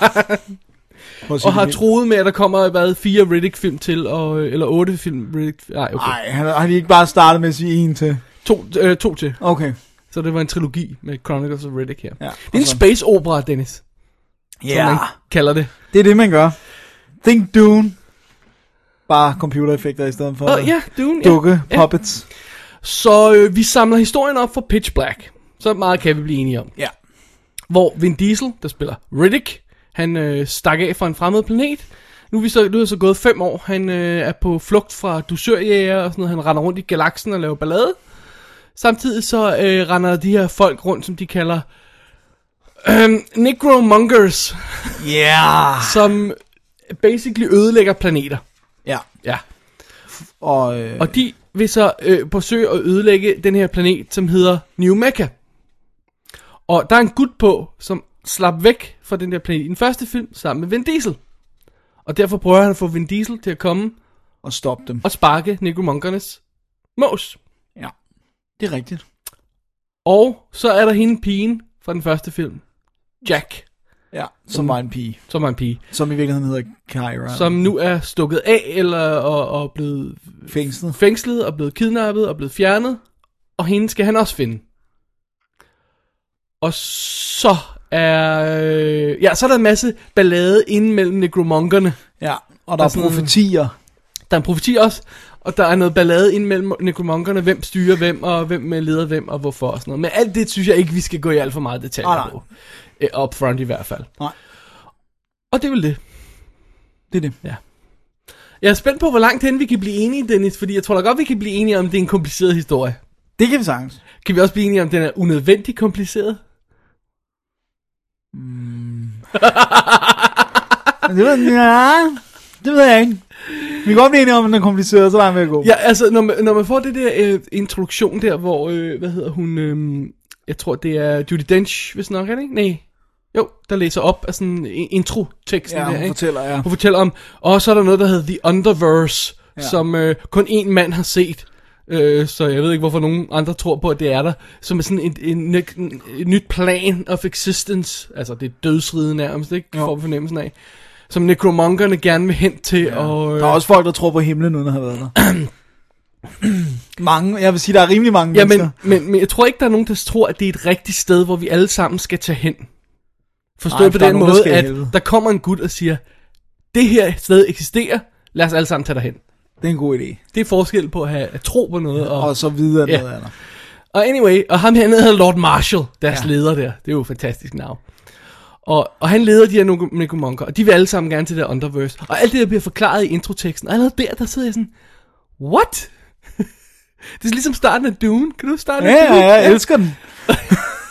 Og har troet med, at der kommer 4 Riddick-film til, eller 8 film Riddick. Nej, okay. Nej, har de ikke bare startet med at sige 1 til? 2 til. Okay. Så det var en trilogi med Chronicles of Riddick her. Ja, det er en space opera, Dennis. Ja. Som man kalder det. Det er det, man gør. Think Dune. Bare computereffekter i stedet for Dune, dukke, puppets. Så vi samler historien op for Pitch Black. Så meget kan vi blive enige om. Ja. Hvor Vin Diesel, der spiller Riddick, han stak af fra en fremmed planet. Nu er det så gået 5 år. Han er på flugt fra dusørjæger og sådan noget. Han render rundt i galaksen og laver ballade. Samtidig så render de her folk rundt, som de kalder Necromongers. Yeah. Som basically ødelægger planeter. Ja. Ja. Og de vil så forsøge at ødelægge den her planet, som hedder New Mecca. Og der er en gut på, som slap væk fra den der planet i den første film, sammen med Vin Diesel. Og derfor prøver han at få Vin Diesel til at komme og stoppe dem. Og sparke Necromongernes mås. Ja, det er rigtigt. Og så er der hende pigen fra den første film, Jack. Ja, som var en pige. Som var en pige. Som i virkeligheden hedder Kyra. Som nu er stukket af, eller og blevet fængslet, og blevet kidnappet, og blevet fjernet. Og hende skal han også finde. Og så er... så er der en masse ballade inde mellem necromongerne. Ja, og der er profetier. Der er en profeti også, og der er noget ballade inde mellem necromongerne, hvem styrer hvem, og hvem leder hvem, og hvorfor og sådan noget. Men alt det synes jeg ikke, vi skal gå i alt for meget detaljer på. Upfront i hvert fald. Nej. Og det er vel det. Det er det. Ja. Jeg er spændt på, hvor langt hen vi kan blive enige, Dennis, fordi jeg tror da godt, vi kan blive enige om, det er en kompliceret historie. Det kan vi sagtens. Kan vi også blive enige om, den er unødvendigt kompliceret? Det ved jeg ikke. Vi kan godt blive enige om, at den er kompliceret, så er den god. Ja, altså, når man får det der introduktion der, hvor, hvad hedder hun, jeg tror, det er Judi Dench, hvis nok er det ikke? Nej. Jo, der læser op af sådan en intro-teksten der, ikke? Fortæller, Hun fortæller om, og så er der noget, der hedder The Underverse, som kun én mand har set. Så jeg ved ikke, hvorfor nogen andre tror på, at det er der. Som er sådan en nyt plan of existence. Altså, det er dødsrige nærmest, ikke? For fornemmelsen af. Som necromongerne gerne vil hen til. Og, der er også folk, der tror på himlen, uden at have været der. Mange, jeg vil sige, der er rimelig mange mennesker. Men jeg tror ikke, der er nogen, der tror, at det er et rigtigt sted, hvor vi alle sammen skal tage hen. Forstået på den måde, at der kommer en gut og siger, det her sted eksisterer, lad os alle sammen tage derhen. Det er en god idé. Det er forskel på at tro på noget. Og så videre noget andet. Og anyway, og ham hernede hedder Lord Marshall, deres leder der. Det er jo et fantastisk navn. Og han leder de her necromonker, og de vil alle sammen gerne til det Underverse. Og alt det der bliver forklaret i introteksten. Og allerede der sidder jeg sådan, what? Det er ligesom starten af Dune. Kan du starte af Dune? Ja, jeg elsker den.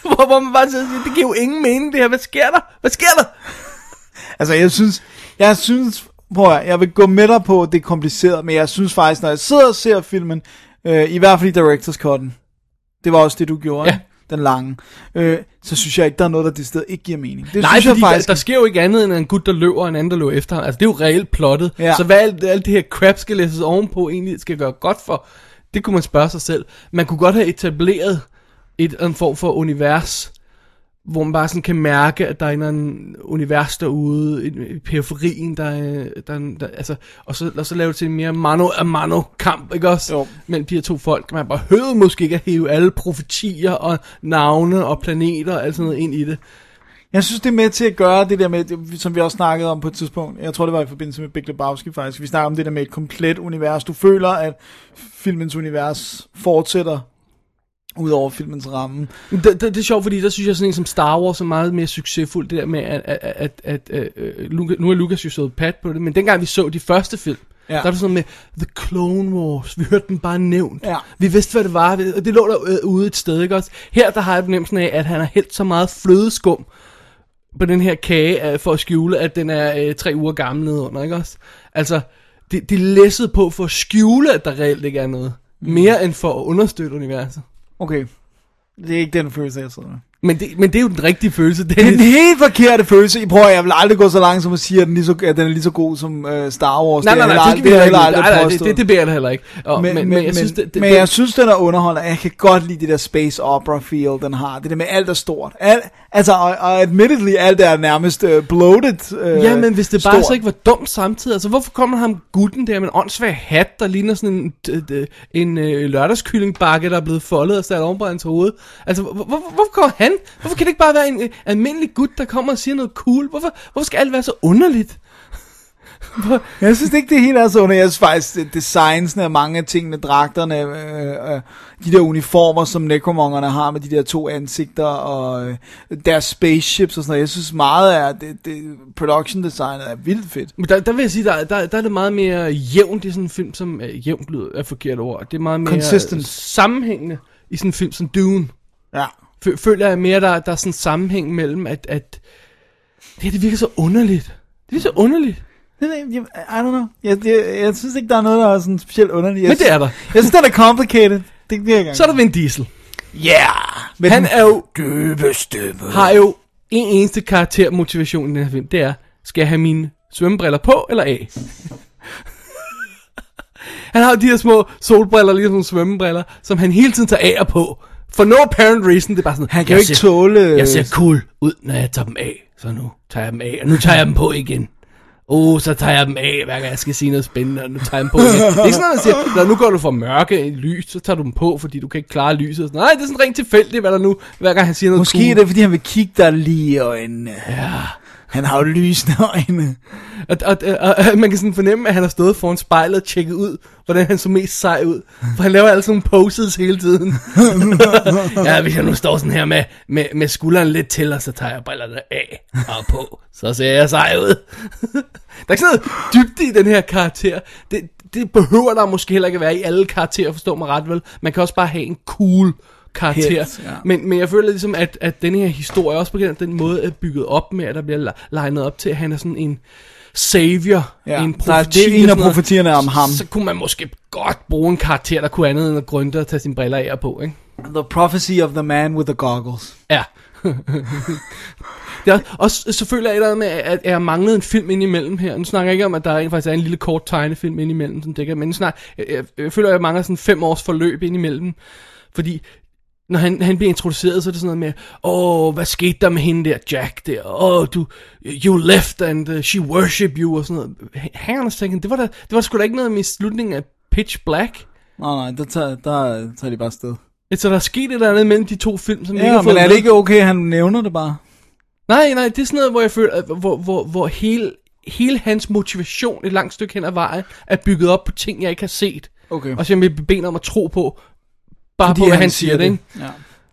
hvor man bare siger, det giver jo ingen mening det her. Hvad sker der? Altså, jeg synes, jeg vil gå med dig på, at det er kompliceret, men jeg synes faktisk, når jeg sidder og ser filmen, i hvert fald i Director's Cut'en, det var også det, du gjorde, ja. Den lange, så synes jeg ikke, der er noget, der det sted ikke giver mening. Det Nej, synes fordi jeg faktisk... der sker jo ikke andet end en gut, der løber, og en anden, der løber efter ham. Altså, det er jo reelt plottet. Ja. Så hvad alt det her crap skal læses ovenpå egentlig skal gøre godt for, det kunne man spørge sig selv. Man kunne godt have etableret en form for univers, hvor man bare sådan kan mærke, at der er en univers derude, i periferien, der altså, og så lave det til en mere mano-a-mano kamp, ikke også? Jo. Mellem de her to folk. Man behøvede måske ikke at hæve alle profetier og navne og planeter og alt sådan noget ind i det. Jeg synes, det er med til at gøre det der med, som vi også snakkede om på et tidspunkt. Jeg tror, det var i forbindelse med Big Lebowski faktisk. Vi snakker om det der med et komplet univers. Du føler, at filmens univers fortsætter ud over filmens ramme. Det er sjovt, fordi der synes jeg sådan en som Star Wars er meget mere succesfuld, det der med, at nu er Lucas jo så pat på det, men dengang vi så de første film, der var det sådan med The Clone Wars, vi hørte den bare nævnt. Ja. Vi vidste, hvad det var, og det lå der ude et sted, ikke også? Her, der har jeg fornemmelsen af, at han har hældt så meget flødeskum på den her kage, for at skjule, at den er 3 uger gammel nedenunder, ikke også? Altså, de læssede på for at skjule, at der reelt ikke er noget. Mere end for at understøtte universet. Okay, det er ikke den følelse, jeg sidder med. Men det er jo den rigtige følelse. Det er en helt forkerte følelse. Jeg vil aldrig gå så langt som at sige, at den er lige så god som Star Wars. Nej, det beder jeg heller ikke. Men jeg synes, den er underholdende. Jeg kan godt lide det der space opera feel, den har. Det der med alt er stort. Og admittedly, alt er nærmest bloated. Ja, men hvis det bare så ikke var dumt samtidig. Altså, hvorfor kommer ham gutten der med en åndssvag hat, der ligner sådan en lørdagskyllingbakke, der er blevet foldet og sat oven på hans hoved? Altså, hvorfor kommer han? Hvorfor kan det ikke bare være en almindelig gut, der kommer og siger noget cool? Hvorfor skal alt være så underligt? Jeg synes ikke, det hele er så underligt. Jeg synes faktisk, designsene af mange af tingene, dragterne, de der uniformer, som necromongerne har med de der 2 ansigter, og deres spaceships og sådan noget. Jeg synes meget af production designet er vildt fedt. Men der vil jeg sige, der er det meget mere jævnt i sådan en film, som jævnt lyder er forkert ord. Det er meget mere consistent, sammenhængende i sådan en film som Dune. Ja. Føler jeg mere, der er sådan en sammenhæng mellem, at det virker så underligt. Det virker så underligt. I don't know. Jeg synes ikke, der er noget, der er sådan specielt underligt. Men det er der. Jeg synes, det er complicated. Det virker. Så er der Vin Diesel. Yeah. Han er jo døbe stemme. Har jo en eneste karaktermotivation i den her film. Det er, skal jeg have mine svømmebriller på eller af? Han har jo de her små solbriller, ligesom nogle svømmebriller, som han hele tiden tager af og på. For no apparent reason, det er bare sådan, han kan jo ikke tåle... Jeg ser cool ud, når jeg tager dem af, så nu tager jeg dem af, og nu tager jeg dem på igen. Så tager jeg dem af, hver gang jeg skal sige noget spændende, og nu tager jeg dem på igen. Det er ikke sådan, at man siger, når nu går du fra mørke i lys, så tager du dem på, fordi du kan ikke klare lyset. Nej, det er sådan rent tilfældigt, hvad der nu, hver gang han siger noget Måske cool. Er det, fordi han vil kigge dig lige i øjnene. Ja. Han har jo lysende øjne. Og man kan sådan fornemme, at han har stået foran spejlet og tjekket ud, hvordan han så mest sej ud. For han laver altså nogle poses hele tiden. Ja, hvis jeg nu står sådan her med skulderen lidt til, og så tager jeg brillerne af og på, så ser jeg sej ud. Der er ikke sådan noget dybde i den her karakter. Det behøver der måske heller ikke at være i alle karakterer, forstår mig ret vel. Man kan også bare have en cool karakter. Helt, ja. Men jeg føler ligesom, at den her historie også på den måde er bygget op med, at der bliver legnet op til, at han er sådan en savior. Ja, en profeti, det er en af profetierne om ham. Så kunne man måske godt bruge en karakter, der kunne andet end at grønte og tage sine briller af og på, ikke? The prophecy of the man with the goggles. Ja. Det er, og så føler jeg med, at jeg manglede en film indimellem her. Nu snakker jeg ikke om, at der faktisk er en lille kort tegnefilm indimellem, som dækker, men jeg føler, at jeg mangler sådan 5 års forløb indimellem. Fordi når han bliver introduceret, så er det sådan noget med, hvad skete der med hende der, Jack der? You left and she worship you og sådan noget. Hang on a second, det var sgu da ikke noget med slutningen af Pitch Black. Nej, der tager de bare sted. Så der er sket et eller andet mellem de 2 film, som ikke har fået men er det ikke okay, han nævner det bare? Nej, det er sådan noget, hvor jeg føler, hvor hele hans motivation et langt stykke hen ad vejen er bygget op på ting, jeg ikke har set. Okay. Og så jeg vil bede om at tro på, bare fordi på, hvad han siger det, ikke? Ja.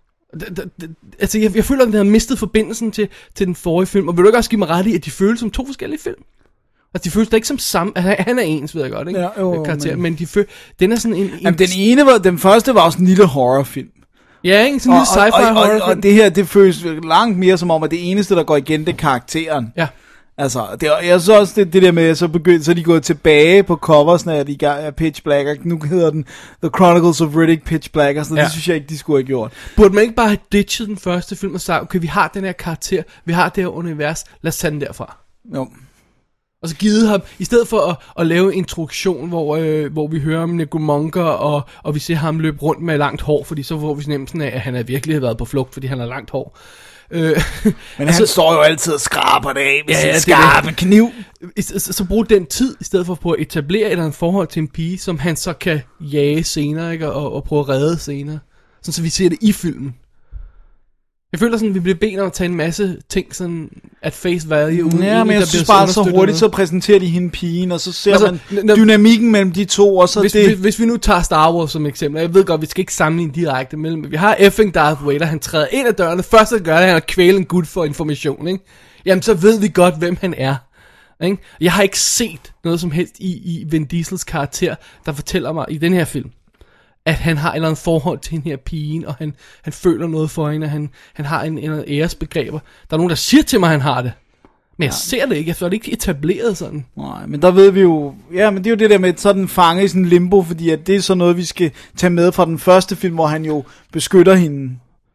Altså, jeg føler, at den har mistet forbindelsen til den forrige film, og vil du ikke også give mig ret i, at de føles som 2 forskellige film? Altså, de føles da ikke som samme. Altså, han er ens, ved jeg godt, ikke? Ja, karakter, men den er sådan en... Jamen, den første var også en lille horrorfilm. Ja, ikke? Sådan en sci-fi horror. Og det her, det føles langt mere som om, at det eneste, der går igen, det er karakteren. Ja. Altså, jeg så også det der med, så er de gået tilbage på coversne af Pitch Black, og nu hedder den The Chronicles of Riddick Pitch Black, og sådan det synes jeg ikke, de skulle have gjort. Burde man ikke bare have ditchet den første film og sagt, okay, vi har den her karakter, vi har det her univers, lad os tage den derfra. Jo. Og så givet ham, i stedet for at lave en introduktion, hvor vi hører om Necromonger, og vi ser ham løbe rundt med langt hår, fordi så får vi nemmelsen af, at han har virkelig været på flugt, fordi han har langt hår. Men han står jo altid og skraber det af med sin skarpe kniv. Så brug den tid, i stedet for på at etablere et eller andet forhold til en pige, som han så kan jage senere, ikke? Og prøve at redde senere. Sådan, så vi ser det i filmen. Jeg føler sådan, at vi bliver bedt om at tage en masse ting sådan at face value. Ja, men jeg synes bare så hurtigt, så præsenterer de hende pigen, og så ser man dynamikken mellem de to, og så hvis vi nu tager Star Wars som eksempel, jeg ved godt, vi skal ikke sammenligne direkte mellem, vi har effing Darth Vader, han træder ind ad døren, og først at gøre det, han har kvælet en gut for information, ikke? Jamen, så ved vi godt, hvem han er. Ikke? Jeg har ikke set noget som helst i Vin Diesels karakter, der fortæller mig i den her film, at han har et eller andet forhold til hende her pigen, og han føler noget for hende, og han har en eller anden æresbegreber. Der er nogen, der siger til mig, at han har det. Men jeg ser det ikke, jeg får det ikke etableret sådan. Nej, men der ved vi jo, ja, men det er jo det der med sådan fange i sådan en limbo, fordi at det er sådan noget, vi skal tage med fra den første film, hvor han jo beskytter hende.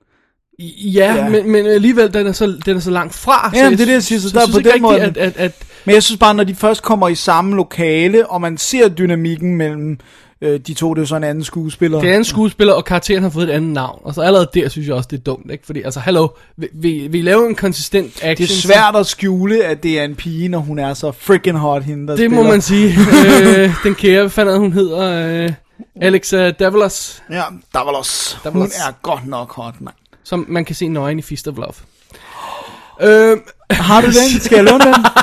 Ja. Men alligevel, den er så langt fra. Ja, det er det, jeg siger, så der er på den måde. Men jeg synes bare, når de først kommer i samme lokale, og man ser dynamikken mellem de to, det er jo så en anden skuespiller. Det er en anden skuespiller, og karakteren har fået et andet navn. Og så allerede der synes jeg også, det er dumt, ikke? Fordi, altså, hallo, vi laver en konsistent action. Det er svært at skjule, at det er en pige, når hun er så freaking hot, hende der det spiller. Må man sige. Den kære, hvad fanden hun hedder? Alexa Davalos. Ja, Davalos. Hun er godt nok hot, mand. Som man kan se nøgen i Fist of Love. Har du den? Skal jeg låne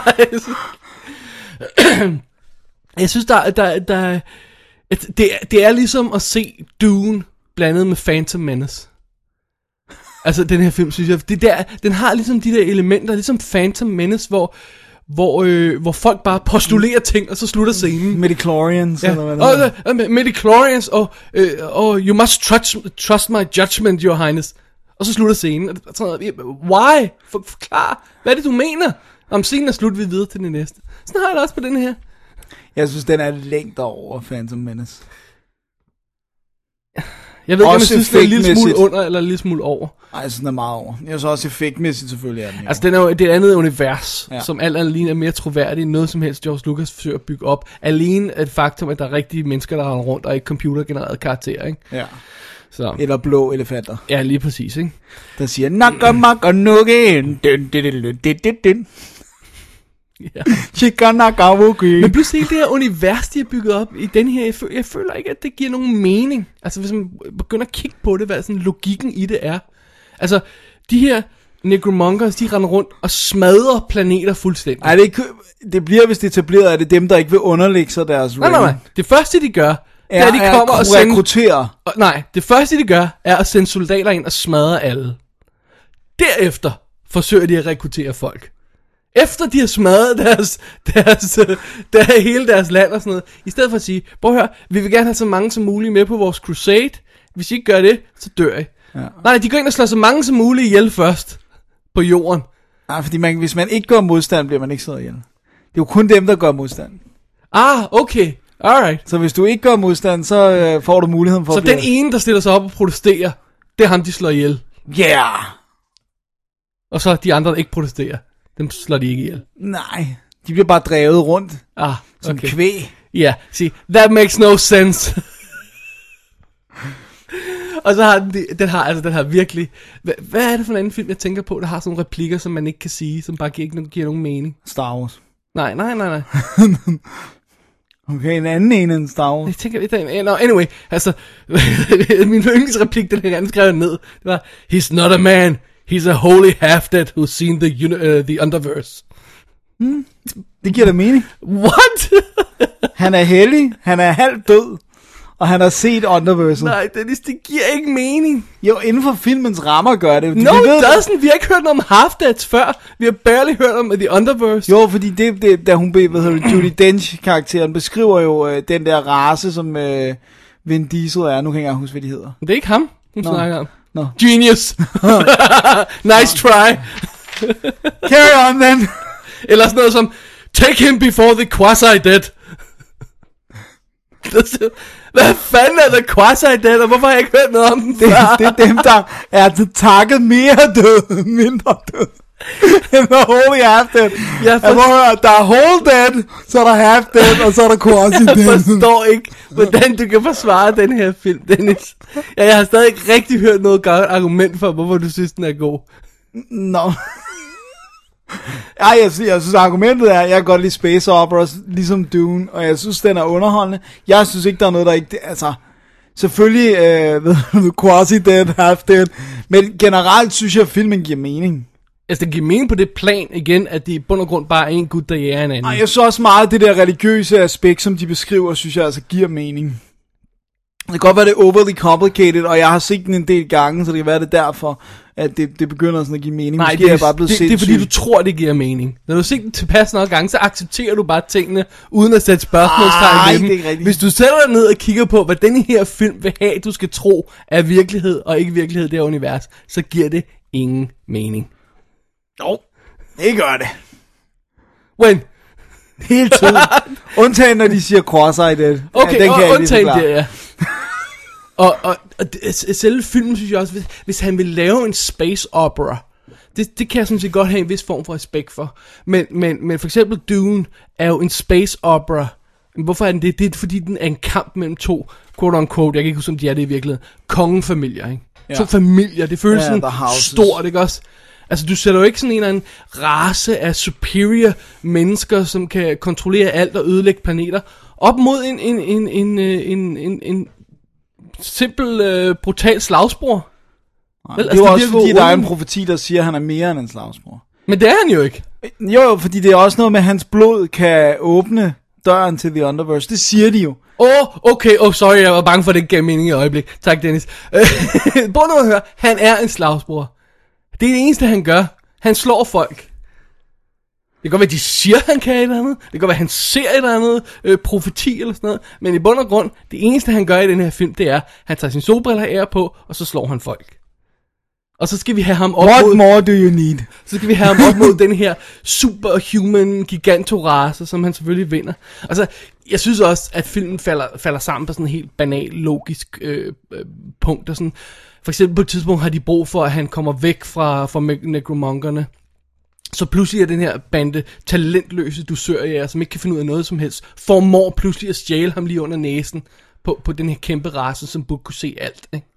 den? Jeg synes, det er ligesom at se Dune blandet med Phantom Menace. Altså, den her film, synes jeg, den har ligesom de der elementer, ligesom Phantom Menace, hvor folk bare postulerer ting, og så slutter scenen. Midichlorians, ja. Eller hvad Midichlorians, og you must trust my judgment, your highness. Og så slutter scenen. Why? Forklar. Hvad er det, du mener? Om scenen er slut, vi videre til det næste. Sådan har jeg det også på den her. Jeg synes, den er længder over Phantom Menace. Jeg ved ikke, om jeg synes, det er en lille smule under, eller en lille smule over. Nej, jeg synes, den er meget over. Jeg synes også, effektmæssigt selvfølgelig er den jo. Altså, det er et andet univers, som alt andet lige er mere troværdigt end noget som helst, George Lucas forsøger at bygge op. Alene et faktum, at der er rigtige mennesker, der har rundt, og ikke computergenererede karakterer, ikke? Ja. Så. Eller blå elefanter. Ja, lige præcis, ikke? Der siger, nakker, makker, nukke, dun. Ja. Men pludselig det her univers, de har bygget op i den her, jeg føler ikke, at det giver nogen mening. Altså, hvis man begynder at kigge på det, hvad sådan logikken i det er. Altså, de her Necromongers, de render rundt og smadrer planeter fuldstændig. Nej, det bliver vist etableret, at det er dem, der ikke vil underlægge sig deres ring. Nej. Det første, de gør, er, at de kommer og rekrutterer. Det første, de gør, er at sende soldater ind og smadre alle. Derefter forsøger de at rekruttere folk. Efter de har smadret hele deres land og sådan noget. I stedet for at sige, prøv at høre, vi vil gerne have så mange som muligt med på vores crusade. Hvis I ikke gør det, så dør I. Ja. Nej, de går ind og slår så mange som muligt ihjel først. På jorden. Nej, fordi hvis man ikke gør modstand, bliver man ikke slået ihjel. Det er jo kun dem, der gør modstand. Okay. Alright. Så hvis du ikke gør modstand, så får du muligheden for så den ene, der stiller sig op og protesterer, det er ham, de slår ihjel. Yeah. Og så de andre, der ikke protesterer, dem slår de ikke ihjel. Nej, de bliver bare drevet rundt. Som kvæg. Ja, see, that makes no sense. Og så har den har virkelig... Hvad er det for en anden film, jeg tænker på, der har sådan nogle replikker, som man ikke kan sige, som bare giver nogen mening? Star Wars. Nej. Okay, en anden end Star Wars. Jeg tænker, anyway, altså, min yndlingsreplik, den her skrevet ned, det var, he's not a man, he's a holy half-dead who's seen the underverse. Det giver da mening. What? Han er hellig, han er halvt død, og han har set underverse. Nej, det giver ikke mening. Jo, inden for filmens rammer gør det. No, it doesn't. Vi har ikke hørt noget om half-deads før. Vi har barely hørt om the underverse. Jo, fordi da hun Judi Dench-karakteren beskriver jo den der race, som Vin Diesel er. Nu kan jeg ikke huske, hvad de hedder. Det er ikke ham, hun snakker om. No. Genius. Nice try. Carry on, then. Eller sådan noget som, take him before the Quasi-Dead. Hvad fanden er The Quasi-Dead, og hvorfor har jeg ikke hørt noget om den? Det er dem, der er takket mere død, mindre død. And the holy half dead. Der er whole dead, så er der half dead, og så er der quasi dead. Jeg forstår ikke, hvordan du kan forsvare den her film, Dennis. Jeg har stadig ikke rigtig hørt noget godt argument for, hvorfor du synes, den er god. Nå. Jeg synes argumentet er, at jeg kan godt lide space operas, ligesom Dune, og jeg synes, den er underholdende. Jeg synes ikke, der er noget, der ikke... Altså, selvfølgelig the quasi-dead, half-dead, men generelt synes jeg, at filmen giver mening. Altså, det giver mening på det plan, igen, at det i bund og grund bare er en gut, der jager en anden. Og jeg synes også meget, det der religiøse aspekt, som de beskriver, synes jeg altså giver mening. Det kan godt være, det er overly complicated, og jeg har set den en del gange, så det kan være det derfor, at det begynder sådan at give mening. Nej, det er fordi, du tror, det giver mening. Når du har set den tilpas nok gange, så accepterer du bare tingene, uden at sætte spørgsmålstegn ved dem. Hvis du sætter dig ned og kigger på, hvad den her film vil have, du skal tro er virkelighed, og ikke virkelighed, det er univers, så giver det ingen mening. Jo, det gør det. When? Hele tiden. Undtagen, når de siger quasi-dead. Okay, den kan og undtagen der, ja. Og selve filmen, synes jeg også, hvis han vil lave en space opera, det kan jeg sådan set godt have en vis form for respekt for. Men for eksempel Dune er jo en space opera. Hvorfor er den det? Det er fordi, den er en kamp mellem to, quote unquote, jeg kan ikke huske, om de er det i virkeligheden, kongefamilier, ikke? Ja. To familier, det føles sådan stort, ikke også? Altså, du sætter jo ikke sådan en eller anden race af superior mennesker, som kan kontrollere alt og ødelægge planeter, op mod en simpel, brutal slagsbror. Nej, det er jo også fordi, der er en profeti, der siger, at han er mere end en slagsbror. Men det er han jo ikke. Jo, fordi det er også noget med, at hans blod kan åbne døren til The Underverse. Det siger de jo. Okay, sorry, jeg var bange for, at det gav mening i øjeblik. Tak, Dennis. Prøv nu at høre, han er en slagsbror. Det er det eneste, han gør. Han slår folk. Det kan godt være, de siger, han kan et eller andet. Det kan godt være, han ser et eller andet profeti eller sådan noget. Men i bund og grund, det eneste, han gør i den her film, det er, han tager sine solbriller af på, og så slår han folk. Og så skal vi have ham op What more do you need? Så skal vi have ham op mod den her superhuman gigantorace, som han selvfølgelig vinder. Altså, jeg synes også, at filmen falder sammen på sådan en helt banal, logisk punkt. Og sådan. For eksempel på et tidspunkt har de brug for, at han kommer væk fra necromongerne. Så pludselig er den her bande talentløse dusørjæger, som ikke kan finde ud af noget som helst, formår pludselig at stjæle ham lige under næsen på den her kæmpe race, som burde kunne se alt, ikke?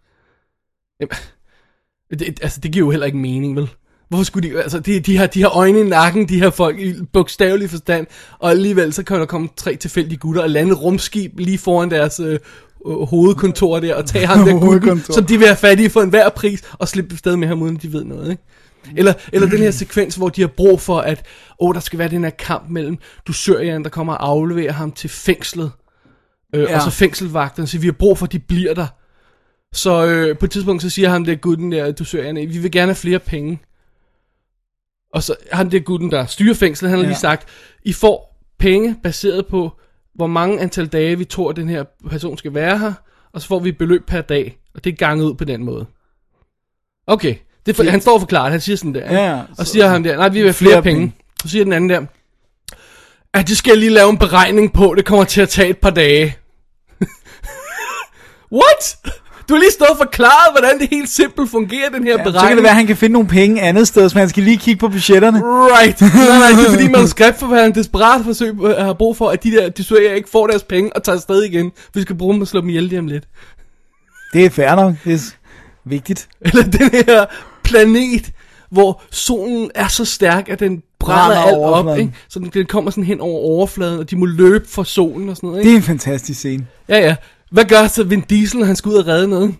Det giver jo heller ikke mening, vel? Hvorfor skulle de... Altså, de har øjne i nakken, de her folk, i bogstavelig forstand, og alligevel så kan der komme 3 tilfældige gutter og lande rumskib lige foran deres hovedkontor der, og tage ham der gutten, som de vil have fat i for enhver pris, og slippe afsted med ham, uden de ved noget, ikke? Eller den her sekvens, hvor de har brug for, at der skal være den her kamp mellem dusørjægeren, der kommer og afleverer ham til fængslet, og så fængselvagterne, så vi har brug for, at de bliver der. Så på et tidspunkt, så siger ham der gutten der, dusørjægeren, vi vil gerne have flere penge. Og så ham der gutten, der styrer fængslet, han har lige sagt, I får penge baseret på, hvor mange antal dage vi tror, at den her person skal være her, og så får vi et beløb per dag, og det er ganget ud på den måde. Okay. Han står og forklarer, han siger sådan der, og siger ham der, nej, vi vil have flere penge. Så siger den anden der, at det skal jeg lige lave en beregning på, det kommer til at tage et par dage. What? Du har lige stået og forklaret, hvordan det helt simpelt fungerer, den her beregning. Så kan det være, at han kan finde nogle penge andet sted, så man skal lige kigge på budgetterne. Right. Nej, det er fordi manuskriptforfatteren desperat har brug for, at de der dusører ikke får deres penge og tager afsted igen. Vi skal bruge dem og slå dem ihjel lige om lidt. Det er fair nok, det er vigtigt. Eller den her planet, hvor solen er så stærk, at den brænder alt op, ikke? Så den kommer sådan hen over overfladen, og de må løbe fra solen og sådan noget, ikke? Det er en fantastisk scene. Ja. Hvad gør så Vin Diesel, når han skal ud og redde noget?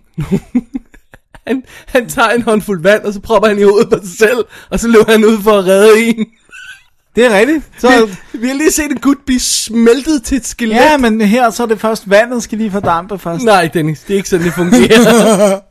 han tager en håndfuld vand, og så propper han i hovedet på sig selv, og så løber han ud for at redde en. Det er rigtigt. Så... Vi har lige set en gut blive smeltet til et skelet. Ja, men her så er det først, vandet skal lige fordampe først. Nej, Dennis, det er ikke sådan, det fungerer.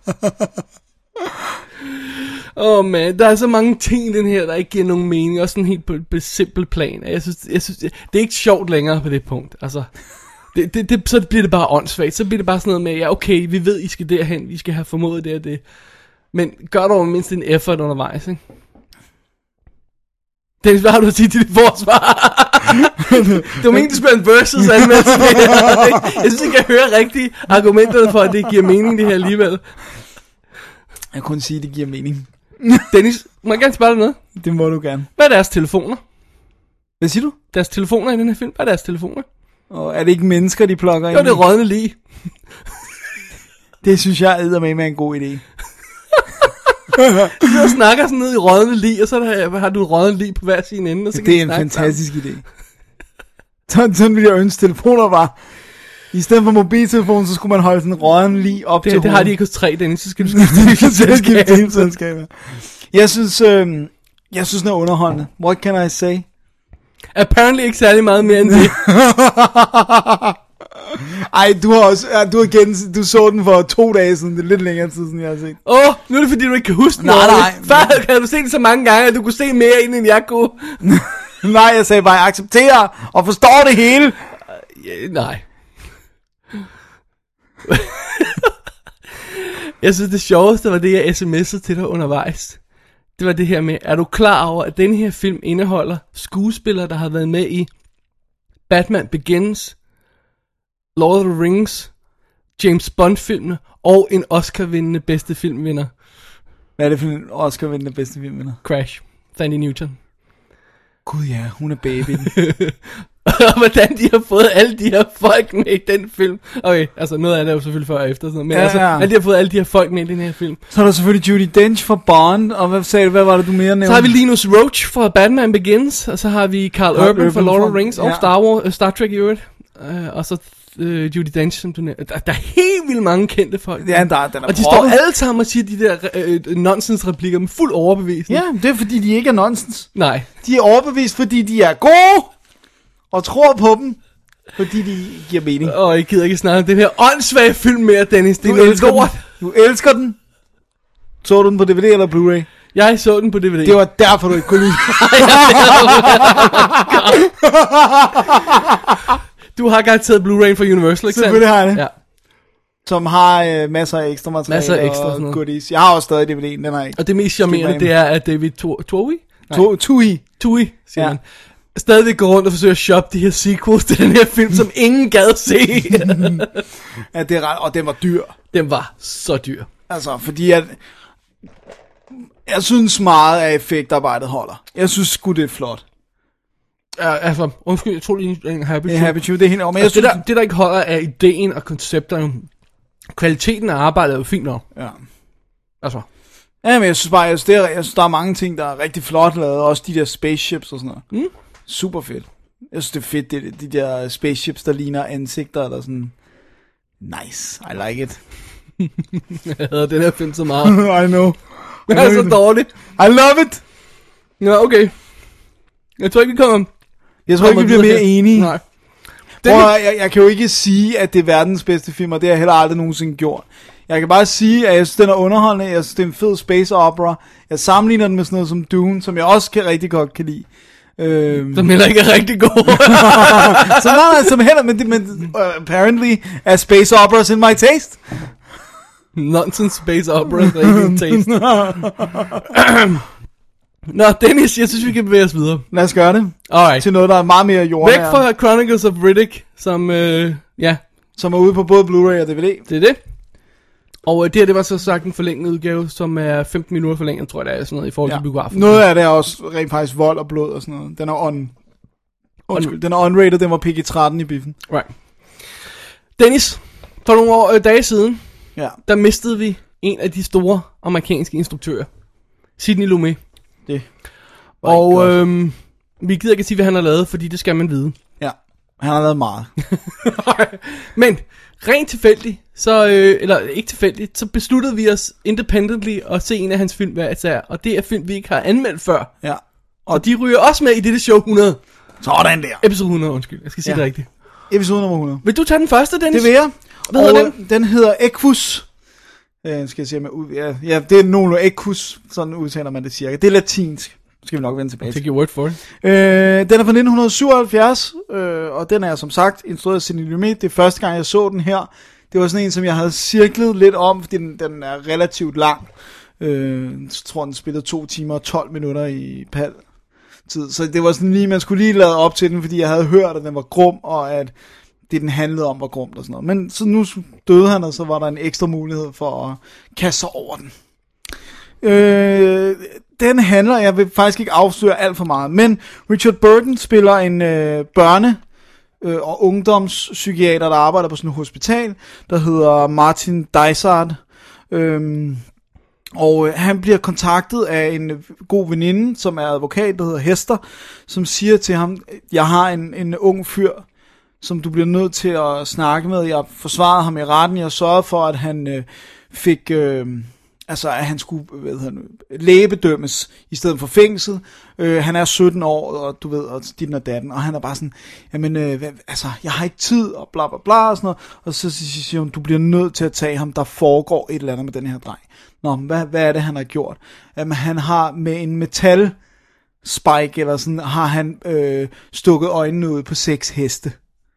Man, der er så mange ting i den her, der ikke giver nogen mening. Også sådan helt på et simpelt plan. Jeg synes, det er ikke sjovt længere på det punkt. Altså, Så bliver det bare åndssvagt. Så bliver det bare sådan noget med, ja okay, vi ved, I skal derhen, vi skal have formået det og det. Men gør dog mindst en effort undervejs, ikke? Dennis, hvad har du at sige til dit forsvar? Det var meningen, du skulle have en versus anmeldelse. Jeg synes ikke, jeg hører rigtigt argumenterne for, at det giver mening, det her alligevel. Jeg kunne sige, at det giver mening. Dennis, må jeg gerne spørge dig noget? Det må du gerne. Hvad er deres telefoner? Hvad siger du? Deres telefoner i den her film? Hvad er deres telefoner? Og er det ikke mennesker, de plukker ind? Jo, det er rådne lig. Det synes jeg eddermame er en god idé. Du snakker sådan ned i rådne lig, og så har du rådne lig på hver sin ende. Og så det er en fantastisk idé. Sådan ville jeg ønske telefoner var. I stedet for mobiltelefon, så skulle man holde sådan en rådne lig op til det har de ikke hos 3, Dennis. Så skal du skifte selskaber. Jeg synes, den er underholdende. What can I say? Apparently ikke særlig meget mere end det. Ej, du så den for 2 dage siden. Det er lidt længere tid siden, jeg har set. Nu er det fordi, du ikke kan huske noget. Nej. Før havde du set det så mange gange, at du kunne se mere ind, end jeg kunne. Nej, jeg sagde bare, jeg accepterer og forstår det hele. Nej. Jeg synes, det sjoveste var det, jeg sms'ede til dig undervejs. Det var det her med, er du klar over, at den her film indeholder skuespillere, der har været med i Batman Begins, Lord of the Rings, James Bond-filmene og en Oscar-vindende bedste filmvinder. Hvad er det for en Oscar-vindende bedste filmvinder? Crash. Thandie Newton. Gud ja, hun er babyen. Og hvordan de har fået alle de her folk med i den film. Okay, altså noget af det er jo selvfølgelig før og efter sådan noget. Men alle de har fået alle de her folk med i den her film. Så er der selvfølgelig Judi Dench fra Bond. Og hvad var det du mere nævnte? Så har vi Linus Roach fra Batman Begins. Og så har vi Carl Urban fra Lord of the Rings. Og Star Trek i øvrigt. Og så Judi Dench, som du nævnte. Der er helt vildt mange kendte folk. Ja, den er og de står alle sammen og siger de der nonsens-replikker med fuld overbevisning. Ja, det er fordi de ikke er nonsens. Nej. De er overbevist, fordi de er gode. Og tror på dem, fordi de giver mening. Jeg gider ikke snakke om den her åndssvage film mere, Dennis. Det du elsker den. Så du den på DVD eller Blu-ray? Jeg så den på DVD. Det var derfor, du ikke kunne lide. Du har garanteret Blu-ray fra Universal, ikke? Selvfølgelig har jeg det. Ja. Som har masser af ekstra materiale. Masser af ekstra og goodies. Jeg har også stadig DVD'en, den har ikke. Og det mest charmerende, det er, at David Tui, siger man. Stadig går rundt og forsøger at shoppe de her sequels til den her film, som ingen gad se. Ja, det er ret, og den var dyr. Den var så dyr. Altså, fordi jeg synes meget af effektarbejdet holder. Jeg synes sgu det er flot. Altså, undskyld, jeg tror lige en Happy True, det er helt over. Men altså, det der ikke holder er ideen og koncepterne. Kvaliteten af arbejdet er jo fint nok. Ja. Altså. Ja, men jeg synes bare, der er mange ting, der er rigtig flot lavet. Også de der spaceships og sådan noget. Super fedt. Jeg synes, det er fedt, de der spaceships, der ligner ansigter, eller sådan. Nice, I like it. Jeg hader den her film så meget. I know. Det er så dårligt. I love it. Ja, okay. Jeg tror ikke, vi bliver mere enige. Nej. Jeg kan jo ikke sige, at det er verdens bedste film, og det har jeg heller aldrig nogensinde gjort. Jeg kan bare sige, at jeg synes, den er underholdende. Jeg synes, det er en fed space opera. Jeg sammenligner den med sådan noget som Dune, som jeg også rigtig godt kan lide. Som heller ikke er rigtig god. som heller, men apparently er space operas in my taste. Nonsense space operas in my taste. Nå, Dennis, jeg synes, vi kan bevæge os videre. Lad os gøre det. Alright. Til noget, der er meget mere jordnært. Væk fra Chronicles of Riddick, som er ude på både Blu-ray og DVD. Det er det. Og det var så sagt en forlænget udgave, som er 15 minutter forlænget, tror jeg, det er sådan noget i forhold til biografen. Noget af det er også rent faktisk vold og blod og sådan noget. Den er den er unrated, den var PG-13 i biffen. Right. Dennis, for nogle dage siden, der mistede vi en af de store amerikanske instruktører. Sidney Lumet. Det. Og vi gider ikke at sige, hvad han har lavet, fordi det skal man vide. Ja, han har lavet meget. Men rent tilfældigt, eller ikke tilfældigt, så besluttede vi os independently at se en af hans film hver især. Og det er film, vi ikke har anmeldt før. Ja. Og de ryger også med i dette show 100. Sådan der. Episode 100, undskyld. Jeg skal sige det rigtigt. Episode nummer 100. Vil du tage den første, Dennis? Det vil jeg. Hvad hedder den? Den hedder Equus. Skal jeg se med det er nogenlunde Equus, sådan udtaler man det cirka. Det er latinsk. skal vi nok vende tilbage til. Take your word for it. Den er fra 1977, og den er som sagt instrueret af Sidney Lumet. Det er første gang, jeg så den her. Det var sådan en, som jeg havde cirklet lidt om, fordi den er relativt lang. Jeg tror, den spillede 2 timer og 12 minutter i pal tid. Så det var sådan lige, man skulle lige lade op til den, fordi jeg havde hørt, at den var grum, og at det, den handlede om, var grumt og sådan noget. Men så nu døde han, og så var der en ekstra mulighed for at kaste sig over den. Den handler, jeg vil faktisk ikke afsløre alt for meget, men Richard Burton spiller en børne- og ungdomspsykiater, der arbejder på sådan et hospital, der hedder Martin Dysart. Og han bliver kontaktet af en god veninde, som er advokat, der hedder Hester, som siger til ham, jeg har en ung fyr, som du bliver nødt til at snakke med. Jeg forsvarede ham i retten, jeg sørgede for, at han fik... at han skulle lægebedømmes i stedet for fængsel. Han er 17 år, og du ved, og dit og datten, og han er bare sådan, jamen, jeg har ikke tid, og bla bla bla, og sådan noget. Og så siger hun, du bliver nødt til at tage ham, der foregår et eller andet med den her dreng. Nå, hvad er det, han har gjort? Jamen, han har med en metal spike, eller sådan, har han stukket øjnene ud på 6 heste.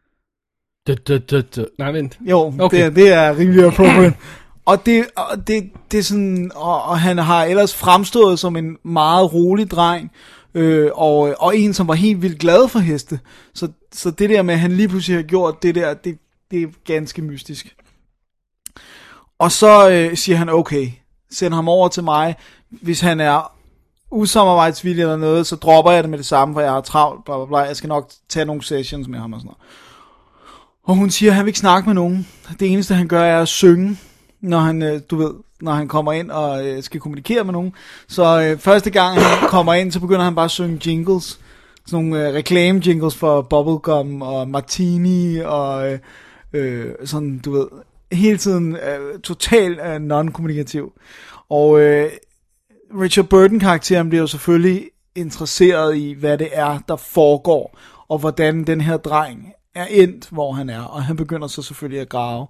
Nej, vent. Jo, okay. det er rimelig appropriate. Og det er sådan, og han har ellers fremstået som en meget rolig dreng, og en, som var helt vildt glad for heste. Så det der med, at han lige pludselig har gjort det der, det er ganske mystisk. Og så siger han, okay, send ham over til mig. Hvis han er usamarbejdsvillig eller noget, så dropper jeg det med det samme, for jeg har travlt, bla bla bla. Jeg skal nok tage nogle sessions med ham og sådan noget. Og hun siger, at han vil ikke snakke med nogen. Det eneste, han gør, er at synge, når han, når han kommer ind og skal kommunikere med nogen. Så første gang han kommer ind, så begynder han bare at synge jingles. Sådan nogle reklame-jingles for Bubblegum og Martini og sådan, du ved, hele tiden totalt non-kommunikativ. Og Richard Burton-karakteren bliver jo selvfølgelig interesseret i, hvad det er, der foregår, og hvordan den her dreng er endt, hvor han er. Og han begynder så selvfølgelig at grave.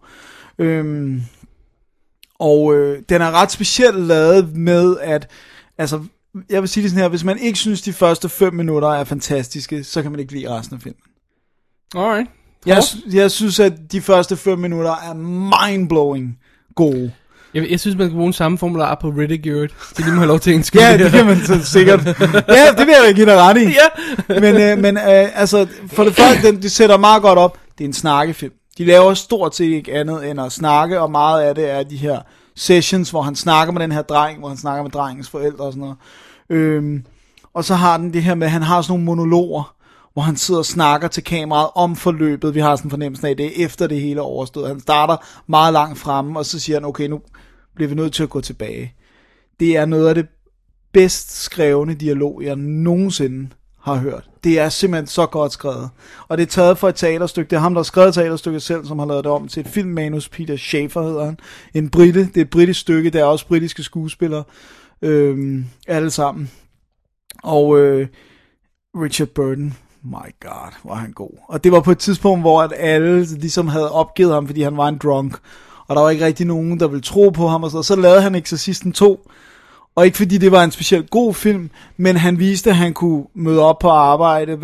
Den er ret specielt lavet med, at, altså, jeg vil sige det sådan her, hvis man ikke synes, de første 5 minutter er fantastiske, så kan man ikke lide resten af filmen. Alright. Jeg synes, at de første 5 minutter er mindblowing gode. Jeg synes, man kan bruge en samme formular på Ridicured. Det lige må have lov til at indskyde. Ja, det kan man så sikkert. Ja, det vil jeg give dig ret i. Ja. Men altså, for det første, de sætter meget godt op. Det er en snakkefilm. De laver stort set ikke andet end at snakke, og meget af det er de her sessions, hvor han snakker med den her dreng, hvor han snakker med drengens forældre og sådan noget. Og så har den det her med, at han har sådan nogle monologer, hvor han sidder og snakker til kameraet om forløbet. Vi har sådan en fornemmelse af, det efter det hele overstået. Han starter meget langt fremme, og så siger han, okay, nu bliver vi nødt til at gå tilbage. Det er noget af det bedst skrevne dialog, jeg nogensinde har hørt. Det er simpelthen så godt skrevet. Og det er taget fra et teaterstykke. Det er ham, der har skrevet teaterstykket selv, som har lavet det om til et filmmanus. Peter Shaffer hedder han. En brite. Det er et britisk stykke. Der er også britiske skuespillere. Alle sammen. Og Richard Burton, my god, var han god. Og det var på et tidspunkt, hvor at alle ligesom havde opgivet ham, fordi han var en drunk. Og der var ikke rigtig nogen, der ville tro på ham. Og så lavede han Exorcisten 2. Og ikke fordi det var en specielt god film, men han viste, at han kunne møde op på arbejde,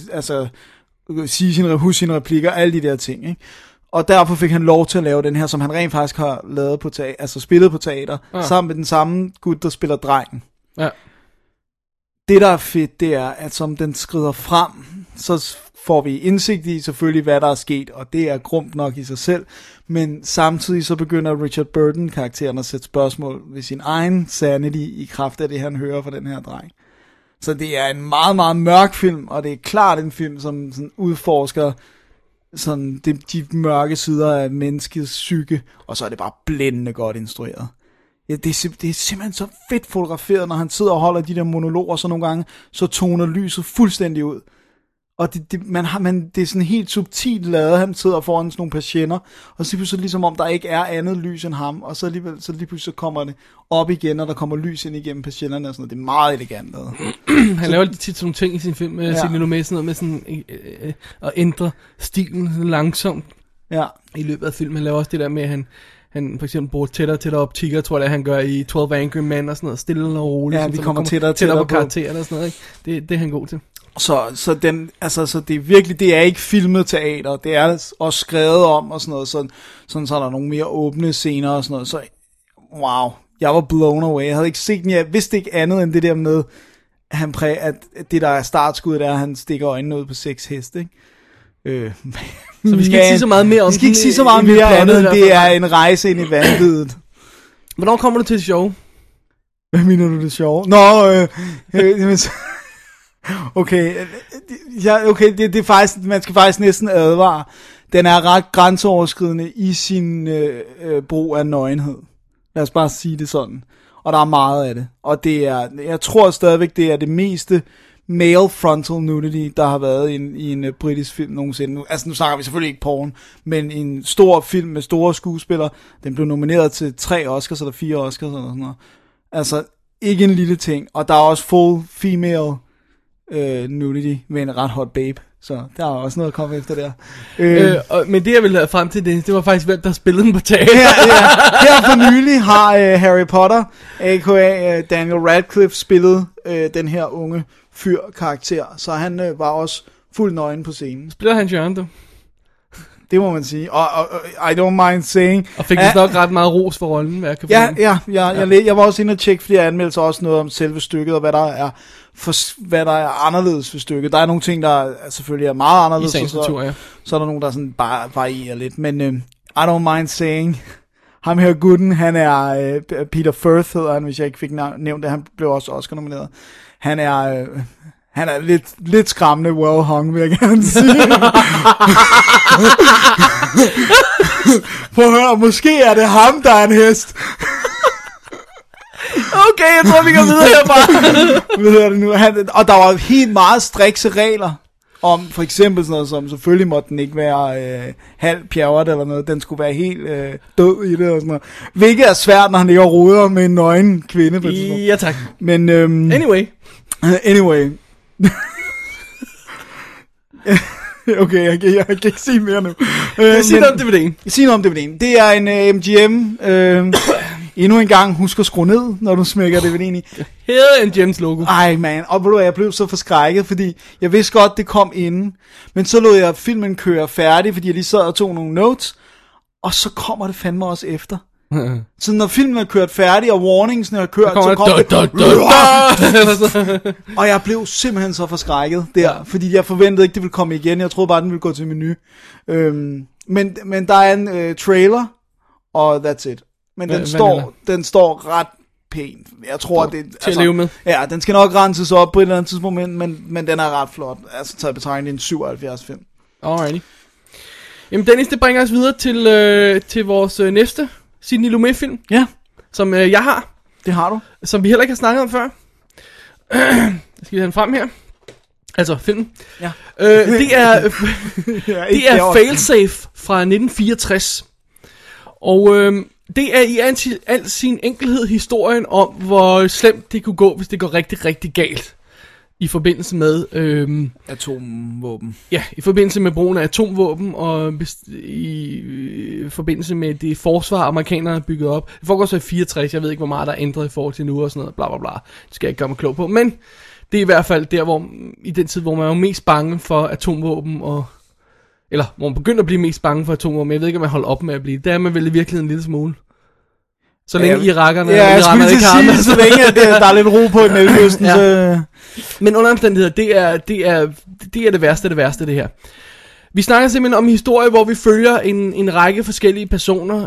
huske sine replikker, alle de der ting, ikke? Og derfor fik han lov til at lave den her, som han rent faktisk har lavet på spillet på teater, sammen med den samme gut, der spiller drengen. Ja. Det, der er fedt, det er, at som den skrider frem, så får vi indsigt i selvfølgelig, hvad der er sket, og det er grumt nok i sig selv, men samtidig så begynder Richard Burton-karakteren at sætte spørgsmål ved sin egen sanity i kraft af det, han hører fra den her dreng. Så det er en meget, meget mørk film, og det er klart en film, som sådan udforsker sådan de mørke sider af menneskets psyke, og så er det bare blændende godt instrueret. Ja, det er simpelthen så fedt fotograferet, når han sidder og holder de der monologer, så nogle gange, så toner lyset fuldstændig ud. Og det er sådan helt subtilt lavet, han sidder foran sådan nogle patienter, og så pludselig ligesom om der ikke er andet lys end ham, og så lige pludselig så kommer det op igen, og der kommer lys ind igennem patienterne og sådan noget. Det er meget elegant lavet. Han laver tit sådan nogle ting i sin film, med Sidney Lumet, sådan noget med sådan at ændre stilen sådan langsomt i løbet af filmen. Han laver også det der med, at han for eksempel bruger tættere optikker, tror jeg, han gør i 12 Angry Men og sådan noget, stille og roligt. Ja, de kommer tættere på karaktererne og sådan noget, ikke? Det er han god til. Så det er virkelig, det er ikke filmet teater, det er også skrevet om og sådan noget, sådan så er der nogle mere åbne scener og sådan noget, så wow, jeg var blown away, jeg havde ikke set den, jeg vidste ikke andet end det der med, at det der er startskuddet er, at han stikker øjnene ud på 6 heste, ikke? Så vi skal ikke sige så meget mere om det. Vi skal ikke sige så meget mere andet, det er en rejse ind i vanvittet. Hvornår kommer du til det sjove? Hvad mener du det sjove? Okay, det er faktisk, man skal faktisk næsten advare. Den er ret grænseoverskridende i sin brug af nøgenhed. Lad os bare sige det sådan. Og der er meget af det. Og det er, jeg tror stadigvæk, det er det meste male frontal nudity, der har været i en britisk film nogensinde. Altså nu snakker vi selvfølgelig ikke porn, men en stor film med store skuespillere. Den blev nomineret til 3 Oscars eller 4 Oscars eller sådan noget. Altså ikke en lille ting. Og der er også full female nudity med en ret hot babe. Så der er også noget at komme efter der. Men det jeg ville have frem til, det var faktisk hvem der spillede den på teater. Her for nylig har Harry Potter, a.k.a. Daniel Radcliffe, spillet den her unge fyr-karakter. Så han var også fuld nøgen på scenen. Spiller han Jørgen, du? Det må man sige. Og I don't mind saying. Og fik nok ret meget ros for rollen, hvad jeg kan fornemme. Jeg var også inde og tjekke flere anmeldelser, også noget om selve stykket, og hvad der er anderledes ved stykket. Der er nogle ting, der selvfølgelig er meget anderledes. I sagens natur, ja. Så er der nogle, der sådan bare varierer lidt. Men I don't mind saying, ham her gutten, han er Peter Firth, hedder han, hvis jeg ikke fik nævnt det. Han blev også Oscar-nomineret. Han er lidt skræmmende well hung, vil jeg gerne sige. Prøv at høre, måske er det ham, der er en hest. Okay, jeg tror, vi går videre herfra. Hvad hedder det nu? Og der var helt meget strikse regler om, for eksempel sådan noget som, selvfølgelig måtte den ikke være halv pjerret eller noget, den skulle være helt død i det og sådan noget. Hvilket er svært, når han ligger og roder med en nøgen kvinde på det. Ja, tak. Men Anyway. Okay, jeg kan ikke sige mere nu. Sig noget om DVD'en. Sig noget om DVD'en. Det er en MGM. Endnu en gang, husk at skrue ned, når du smækker DVD'en i. Hedder MGM's logo. Ej, man. Og ved du, jeg blev så forskrækket, fordi jeg vidste godt, det kom inden. Men så lod jeg filmen køre færdig, fordi jeg lige sad og tog nogle notes. Og så kommer det fandme også efter. Så når filmen er kørt færdig, og warningsen er kørt, så kommer det. Og jeg blev simpelthen så forskrækket der, fordi jeg forventede ikke, det ville komme igen. Jeg troede bare, den ville gå til menu. Men der er en trailer, og that's it. Men den står ret pænt. Jeg tror, det til at leve med. Ja, den skal nok renses op på et eller andet tidspunkt, men den er ret flot. Altså taget betegnet en 77 film. Alrighty. Jamen Dennis, det bringer os videre til vores næste Sidney Lumet-film. Ja. Som jeg har. Det har du. Som vi heller ikke har snakket om før. Skal vi have den frem her? Altså filmen. Ja. Det er Failsafe fra 1964. Og det er i al sin enkelhed historien om, hvor slemt det kunne gå, hvis det går rigtig, rigtig galt. I forbindelse med atomvåben. Ja, i forbindelse med brugen af atomvåben, og i forbindelse med det forsvar, amerikanerne har bygget op. Det foregår så i 64, jeg ved ikke, hvor meget der er ændret i forhold til nu og sådan noget, bla bla bla. Det skal jeg ikke gøre mig klog på, men det er i hvert fald der, hvor i den tid, hvor man er mest bange for atomvåben, eller hvor man begynder at blive mest bange for atomvåben. Jeg ved ikke, om man holder op med at blive. Det er man vel i virkeligheden en lille smule. Så længe irakerne ikke har det. Så længe der er lidt ro på i Mellemøsten. Ja. Så... Men under omstændigheder, det er det værste, det her. Vi snakker simpelthen om en historie, hvor vi følger en række forskellige personer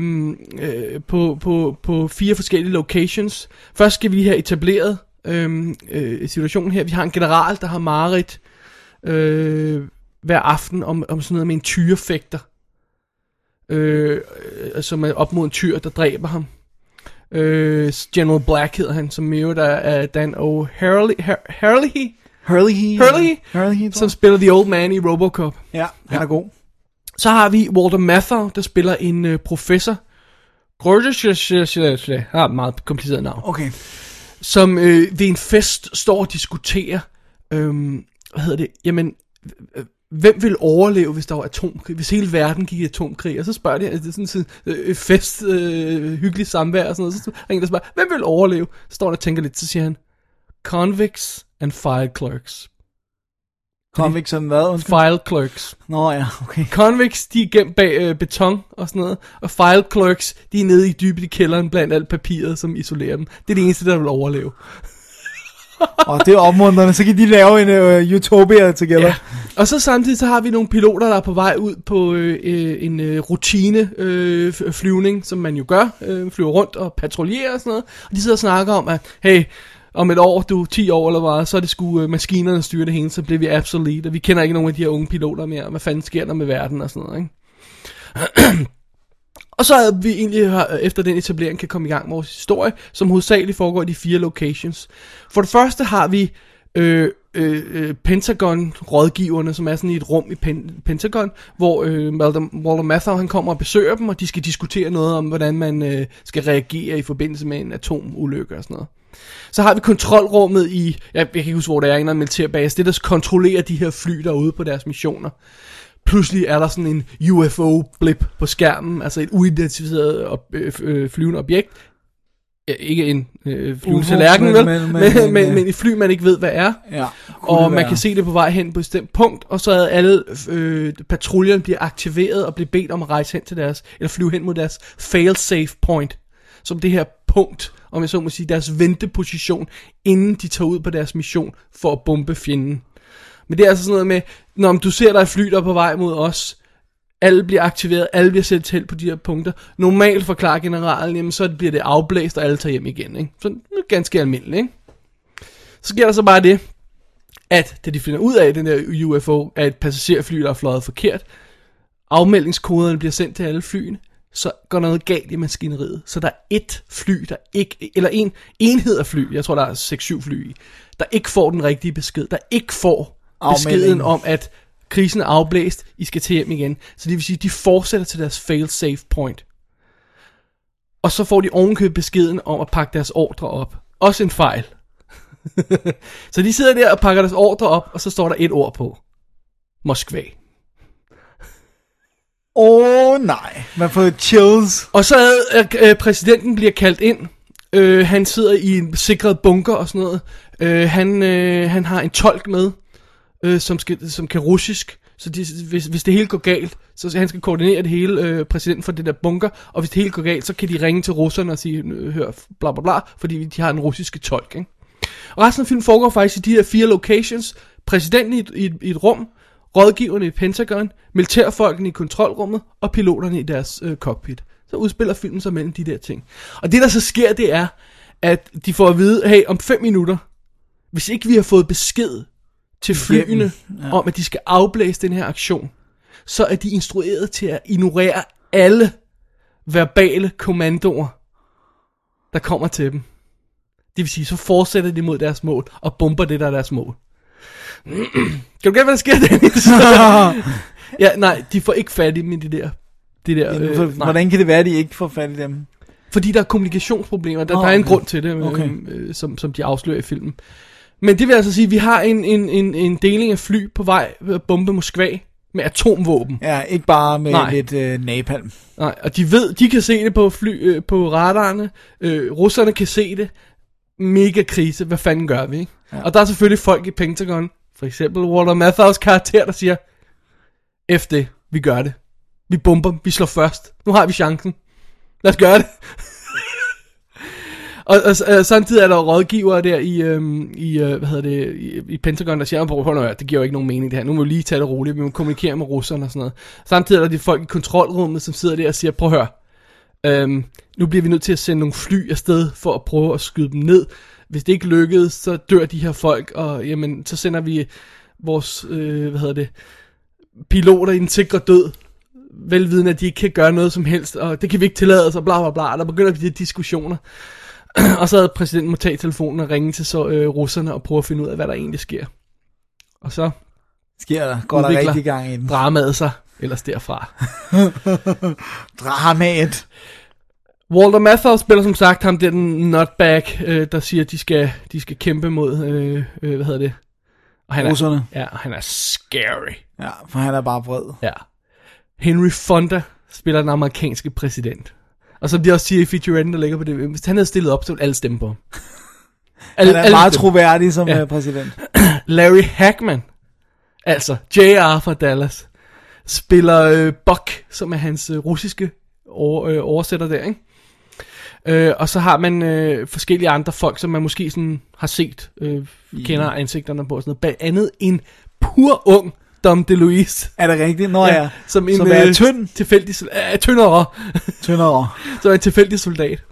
på 4 forskellige locations. Først skal vi have etableret situationen her. Vi har en general, der har mareridt hver aften om sådan noget med en tyrefægter. Som er op mod en tyr, der dræber ham. General Black hedder han, som jo der er Dan Hurley, som spiller The Old Man i RoboCop. Ja, han er god. Så har vi Walter Matthau, der spiller en professor. Har et meget kompliceret navn. Okay. Som ved en fest står og diskuterer, hvem vil overleve, hvis der var atomkrig, hvis hele verden gik i atomkrig, og så spørger de, altså det er sådan en fest, hyggelig samvær og sådan noget, så er der en, der spørger, hvem vil overleve? Så står der og tænker lidt, så siger han, convicts and file clerks. Convicts and hvad? File clerks. Nå ja, okay. Convicts, de er gemt bag beton og sådan noget, og file clerks, de er nede i dybet i kælderen blandt alt papiret, som isolerer dem. Det er det eneste, der vil overleve. Og det er opmuntrende, så kan de lave en Utopia together. Ja. Og så samtidig så har vi nogle piloter, der er på vej ud på en rutine flyvning, som man jo gør, flyver rundt og patruljerer og sådan noget. Og de sidder og snakker om, at hey, om et år, 10 år eller hvad, så er det sgu maskinerne, der styrer det hele, så bliver vi obsolete, og vi kender ikke nogen af de her unge piloter mere. Hvad fanden sker der med verden og sådan noget, ikke? Og så er vi egentlig efter den etablering kan komme i gang med vores historie, som hovedsageligt foregår i de 4 locations. For det første har vi Pentagon-rådgiverne, som er sådan i et rum i Pentagon, hvor Walter Matthau han kommer og besøger dem, og de skal diskutere noget om, hvordan man skal reagere i forbindelse med en atomulykke og sådan noget. Så har vi kontrolrummet i, jeg kan ikke huske, hvor det er, en militærbase, det der kontrollerer de her fly, der er ude på deres missioner. Pludselig er der sådan en UFO-blip på skærmen, altså et uidentificeret flyvende objekt. Ikke en flyvende tallerken, men et fly, man ikke ved, hvad er. Ja, og man kan se det på vej hen på et bestemt punkt, og så er alle patruljerne bliver aktiveret og bliver bedt om at rejse hen til deres, eller flyve hen mod deres fail-safe point, som det her punkt, om jeg så må sige, deres venteposition, inden de tager ud på deres mission for at bombe fjenden. Men det er altså sådan noget med, når du ser der er fly, der er på vej mod os, alle bliver aktiveret, alle bliver sendt til på de her punkter. Normalt forklarer generalen, jamen så bliver det afblæst, og alle tager hjem igen, ikke? Så det er ganske almindeligt, ikke? Så sker der så bare det, at da de finder ud af, at den der UFO er et passagerfly, der er fløjet forkert, afmeldingskoderne bliver sendt til alle flyene, så går noget galt i maskineriet. Så der er et fly, der ikke, eller en enhed af fly, jeg tror der er 6-7 fly i, der ikke får den rigtige besked, der ikke får beskeden om, at krisen er afblæst, I skal til hjem igen. Så det vil sige, at de fortsætter til deres fail-safe point. Og så får de ovenkøbet beskeden om at pakke deres ordre op. Også en fejl. Så de sidder der og pakker deres ordre op, og så står der et ord på. Moskva. Nej, man får chills. Og så præsidenten bliver kaldt ind. Han sidder i en sikret bunker og sådan noget. Han har en tolk med, som kan russisk. Så hvis det hele går galt, så han skal koordinere det hele, præsidenten for det der bunker. Og hvis det hele går galt, så kan de ringe til russerne og sige, hør, bla bla bla, fordi de har en russiske tolk, ikke? Og resten af filmen foregår faktisk i de her 4 locations. Præsidenten i et rum, rådgiverne i Pentagon, militærfolkene i kontrolrummet og piloterne i deres cockpit. Så udspiller filmen sig mellem de der ting. Og det der så sker, det er, at de får at vide, hey, om 5 minutter, hvis ikke vi har fået besked til flyene om, at de skal afblæse den her aktion, så er de instrueret til at ignorere alle verbale kommandoer, der kommer til dem. Det vil sige, så fortsætter de mod deres mål og bomber det, der er deres mål. Kan du gætte, hvad der sker, Dennis? Ja, nej, de får ikke fat i dem i det der. Hvordan kan det være, at de ikke får fat i dem? Fordi der er kommunikationsproblemer. Der er en grund til det, som de afslører i filmen. Men det vil altså sige, at vi har en deling af fly på vej ved at bombe Moskva med atomvåben. Ja, ikke bare med lidt napalm. Nej, og de kan se det på radarerne. Russerne kan se det. Mega krise. Hvad fanden gør vi, ikke? Ja. Og der er selvfølgelig folk i Pentagon, for eksempel Walter Matthau's karakter, der siger, F det, vi gør det. Vi bomber, vi slår først. Nu har vi chancen. Lad os gøre det. og samtidig er der rådgivere der i Pentagon, der siger, det giver jo ikke nogen mening det her. Nu må vi lige tage det roligt, vi må kommunikere med russerne og sådan noget. Samtidig er der de folk i kontrolrummet, som sidder der og siger, prøv at høre, nu bliver vi nødt til at sende nogle fly afsted for at prøve at skyde dem ned. Hvis det ikke lykkedes, så dør de her folk, og jamen, så sender vi vores, piloter i en sikre død, velvidende, at de ikke kan gøre noget som helst, og det kan vi ikke tillade os, og bla bla bla, der begynder de her diskussioner. Og så havde præsidenten må tage telefonen og ringe til russerne og prøve at finde ud af, hvad der egentlig sker. Og så går der rigtig gang i den. Dramaet sig, ellers derfra. Dramaet. Walter Matthau spiller som sagt ham, den nutbag, der siger, at de skal kæmpe mod, Og han russerne. han er scary. Ja, for han er bare vred. Ja. Henry Fonda spiller den amerikanske præsident. Og som de også siger i featuretten, der ligger på det, hvis han havde stillet op, så ville alle stemme på ham. Han er meget troværdig som præsident. Larry Hagman, altså JR fra Dallas, spiller Buck, som er hans russiske oversætter der, ikke? Og så har man forskellige andre folk, som man måske sådan har set, kender ansigterne på og sådan noget. Blandt andet en pur ung Dom DeLuise. Er det rigtigt? Nå ja. Som er tynd. Tilfældig tyndere. Så er en tilfældig soldat.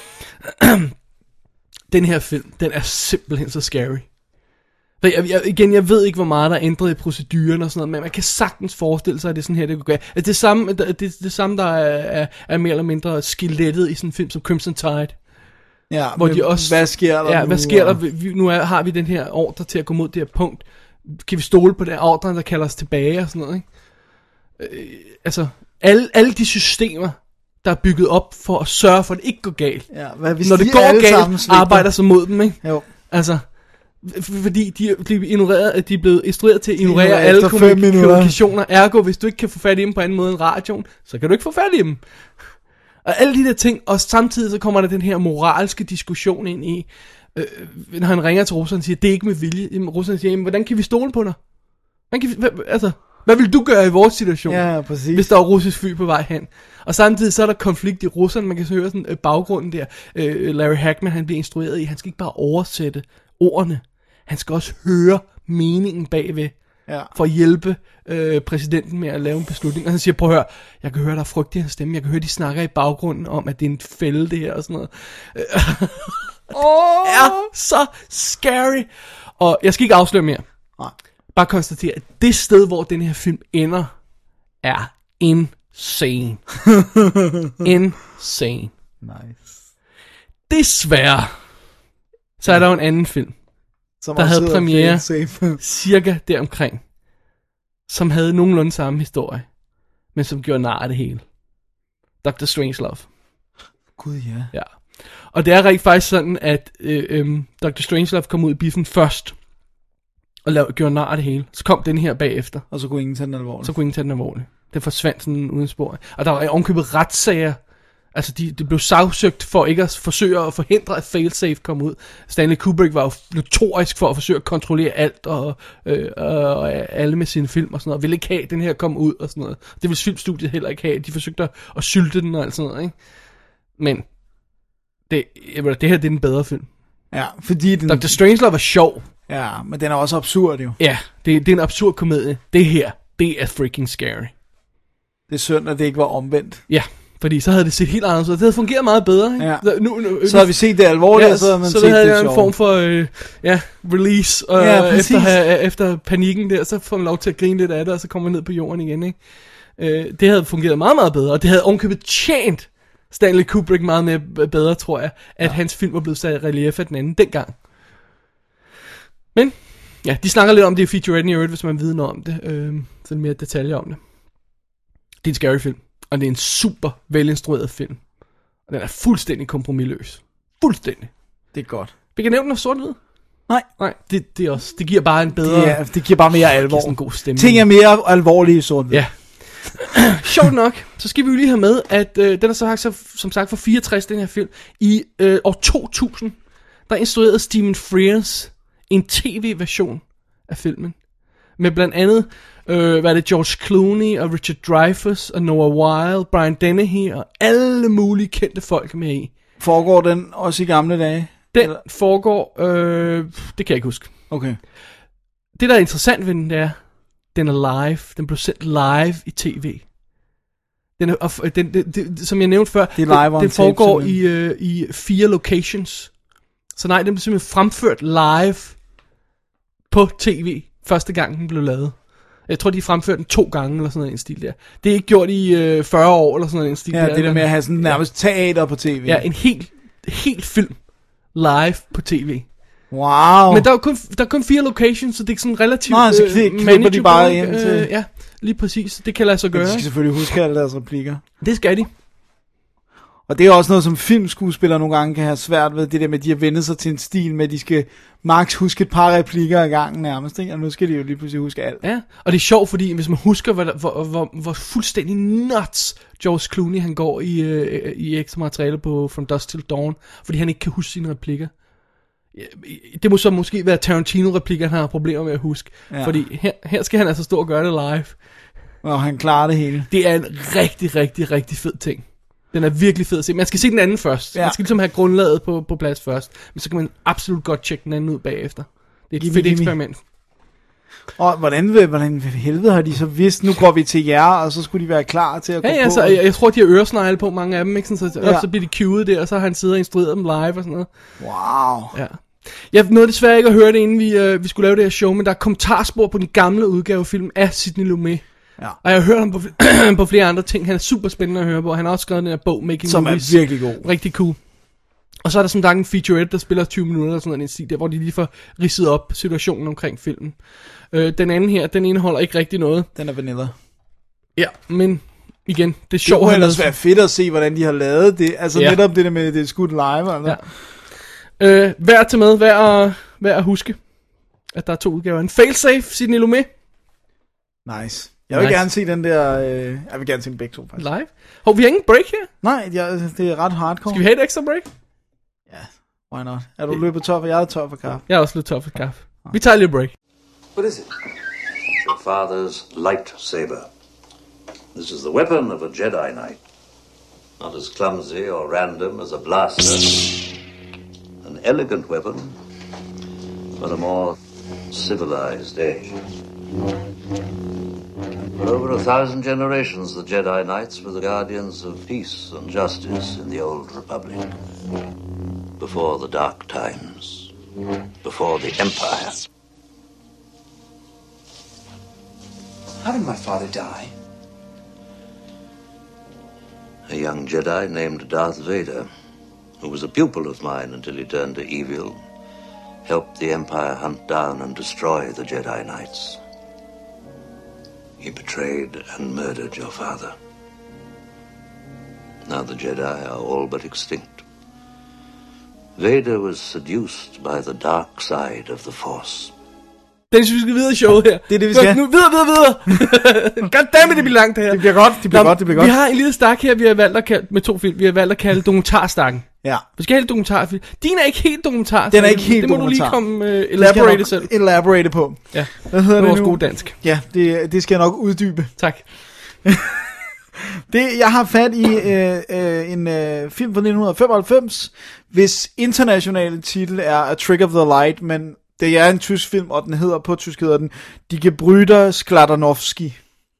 Den her film, den er simpelthen så scary. Jeg ved ikke, hvor meget der er ændret i proceduren og sådan noget, men man kan sagtens forestille sig, at det er sådan her, det kunne gøre. Det samme, der er mere eller mindre skelettet i sådan en film som Crimson Tide. Ja, hvor de også, hvad sker der nu? Hvad sker der? Nu har vi den her ordre til at gå mod det her punkt. Kan vi stole på den ordre, der kalder os tilbage og sådan noget, ikke? Altså, alle de systemer, der er bygget op for at sørge for, at det ikke går galt. Ja, når det går galt, arbejder så mod dem, ikke? Jo. Altså, fordi de er blevet instrueret til at ignorere alle kommunikationer. Ergo, hvis du ikke kan få fat i dem på anden måde end radioen, så kan du ikke få fat i dem. Og alle de der ting, og samtidig så kommer der den her moralske diskussion ind i, når han ringer til Rusland og siger, det er ikke med vilje. Rusland siger, hvordan kan vi stole på dig? Hvad vil du gøre i vores situation, hvis der er russisk fly på vej hen? Og samtidig så er der konflikt i Rusland. Man kan så høre sådan baggrunden der. Larry Hagman, han bliver instrueret i, han skal ikke bare oversætte ordene. Han skal også høre meningen bagved. Ja. For at hjælpe præsidenten med at lave en beslutning. Og han siger, prøv at høre, jeg kan høre, der er frygt i hans stemme. Jeg kan høre, de snakker i baggrunden om, at det er en fælde det her og sådan noget. Er så scary. Og jeg skal ikke afsløre mere. Nej. Bare konstatere, at det sted, hvor den her film ender, er insane. Insane. Nice. Desværre, så er der jo en anden film, som der havde premiere cirka deromkring, som havde nogenlunde samme historie, men som gjorde nar af det hele. Dr. Strangelove. Gud ja. Ja. Og det er rigtig faktisk sådan, at Dr. Strangelove kom ud i biffen først, og gjorde nar af det hele. Så kom den her bagefter. Og så kunne ingen tage den alvorligt. Det forsvandt sådan uden spor. Og der var ovenkøbet retssager. Altså, de blev sagsøgt for ikke at forsøge at forhindre, at failsafe kom ud. Stanley Kubrick var jo notorisk for at forsøge at kontrollere alt, og alle med sine film og sådan noget. Ville ikke have, den her kom ud og sådan noget. Det ville filmstudiet heller ikke have. De forsøgte at sylte den og alt sådan noget, ikke? Men, det her, det er den bedre film. Ja, fordi den... Dr. Strangelove var sjov. Ja, men den er også absurd jo. Ja, det er en absurd komedie. Det her, det er freaking scary. Det er synd, at det ikke var omvendt. Ja, fordi så havde det set helt anderledes ud. Det havde fungeret meget bedre, ikke? Ja. Så havde vi set det alvorligt, og så havde man set det sjovt. Så havde jeg en form for release, og efter panikken der, så får man lov til at grine lidt af det, og så kommer man ned på jorden igen, ikke? Det havde fungeret meget, meget bedre, og det havde ovenkøbet tjent Stanley Kubrick meget mere bedre, tror jeg, at hans film var blevet sat i relief af den anden dengang. Men, ja, de snakker lidt om det i featuretten i øvrigt, hvis man ved noget om det. Sådan mere detaljer om det. Det er en scary film, og det er en super velinstrueret film. Og den er fuldstændig kompromisløs. Fuldstændig. Det er godt. Vi kan nævne den af sort-hvid. Nej, det er også, det giver bare en bedre... Det giver bare mere alvor. En god stemning. Ting er mere alvorlige i sort-hvid. Ja. Sjovt nok, så skal vi jo lige have med, at den er så som sagt fra 64, den her film. I år 2000, der instruerede Stephen Frears en tv-version af filmen. Med blandt andet, hvad er det, George Clooney og Richard Dreyfuss og Noah Wyle, Brian Dennehy og alle mulige kendte folk med i. Foregår den også i gamle dage? Den foregår, det kan jeg ikke huske. Okay. Det der er interessant ved den, det er, den er live. Den blev sendt live i tv. Den er, som jeg nævnte før, den foregår i 4 locations. Så nej, den blev simpelthen fremført live på tv, første gang den blev lavet. Jeg tror, de fremførte den 2 gange, eller sådan en stil der. Det er ikke gjort i 40 år, eller sådan en stil der. Ja, det der med at have sådan nærmest teater på tv. Ja, en helt film live på tv. Wow. Men der er kun 4 locations, så det er sådan relativt så klipper de bare ind til... Ja, lige præcis. Det kan lade sig gøre. De skal selvfølgelig huske alle deres replikker. Det skal de. Og det er også noget, som filmskuespillere nogle gange kan have svært ved, det der med, at de har vendt sig til en stil med, at de skal max huske et par replikker ad gangen nærmest, ikke? Og nu skal de jo lige pludselig huske alt. Ja, og det er sjovt, fordi hvis man husker, hvor fuldstændig nuts George Clooney han går i ekstra materiale på From Dusk Till Dawn, fordi han ikke kan huske sine replikker. Det må så måske være Tarantino-replikker, han har problemer med at huske, fordi her skal han altså stå og gøre det live. Og han klarer det hele. Det er en rigtig, rigtig, rigtig fed ting. Den er virkelig fed at se. Man skal se den anden først. Man skal ligesom have grundlaget på plads først. Men så kan man absolut godt tjekke den anden ud bagefter. Det er et fedt eksperiment. Og hvordan helvede har de så vidst, nu går vi til jer, og så skulle de være klar til at gå på? Så jeg tror, de har øresnegle på, mange af dem, ikke? Så bliver de cued der, og så har han siddet og instrueret dem live og sådan noget. Wow. Ja. Jeg nåede desværre ikke at høre det, inden vi skulle lave det her show, men der er kommentarspor på den gamle udgave film af Sidney Lumet. Ja. Og jeg har hørt ham på flere andre ting. Han er super spændende at høre på. Han har også skrevet den her bog, Making Movies. Som er virkelig god. Rigtig cool. Og så er der som en featurette, der spiller 20 minutter og sådan noget, der, hvor de lige får ridset op situationen omkring filmen. Den anden her, den indeholder ikke rigtig noget. Den er vanilla. Ja, men igen, det er sjovt. Det kunne ellers være fedt at se, hvordan de har lavet det. Altså netop det der med, det er skudt live. Altså. Ja. Værd til med, værd at huske, at der er 2 udgaver. En failsafe, Sidney Lumet. Nice. Jeg vil gerne se den der... jeg vil gerne se den begge to, faktisk. Live? Vi har ingen break her? Nej, det er ret hardcore. Skal vi have et ekstra break? Ja, why not? Er du løbet tør for? Jeg er tør for kaffe. Jeg er også løbet tør for kaffe. Vi tager lidt break. What is it? Your father's lightsaber. This is the weapon of a Jedi Knight. Not as clumsy or random as a blaster. An elegant weapon, but a more civilized age. For over 1,000 generations, the Jedi Knights were the guardians of peace and justice in the old Republic. Before the dark times. Before the Empire. How did my father die? A young Jedi named Darth Vader, who was a pupil of mine until he turned to evil, helped the Empire hunt down and destroy the Jedi Knights. He betrayed and murdered your father. Now the Jedi are all but extinct. Vader was seduced by the dark side of the Force. Den synes vi skal videre i showet her. Det er det, vi skal. Nu, videre. Goddammit, det bliver langt det her. Det bliver godt. Vi har en lille stak her, vi har valgt at kalde, med 2 film. Vi har valgt at kalde dokumentarstakken. Ja. Vi skal have et dokumentarfilm. Din er ikke helt dokumentar. Den er ikke helt dokumentar. Det må dokumentar. du lige komme elaborate selv. Elaborate på. Ja. Hvad hedder det vores nu? gode dansk. Ja, det skal jeg nok uddybe. Tak. Jeg har fat i en film fra 1995, hvis internationale titel er A Trick of the Light, men det er en tysk film, og den hedder på tysk hedder den Die Gebrüder Skladanowski.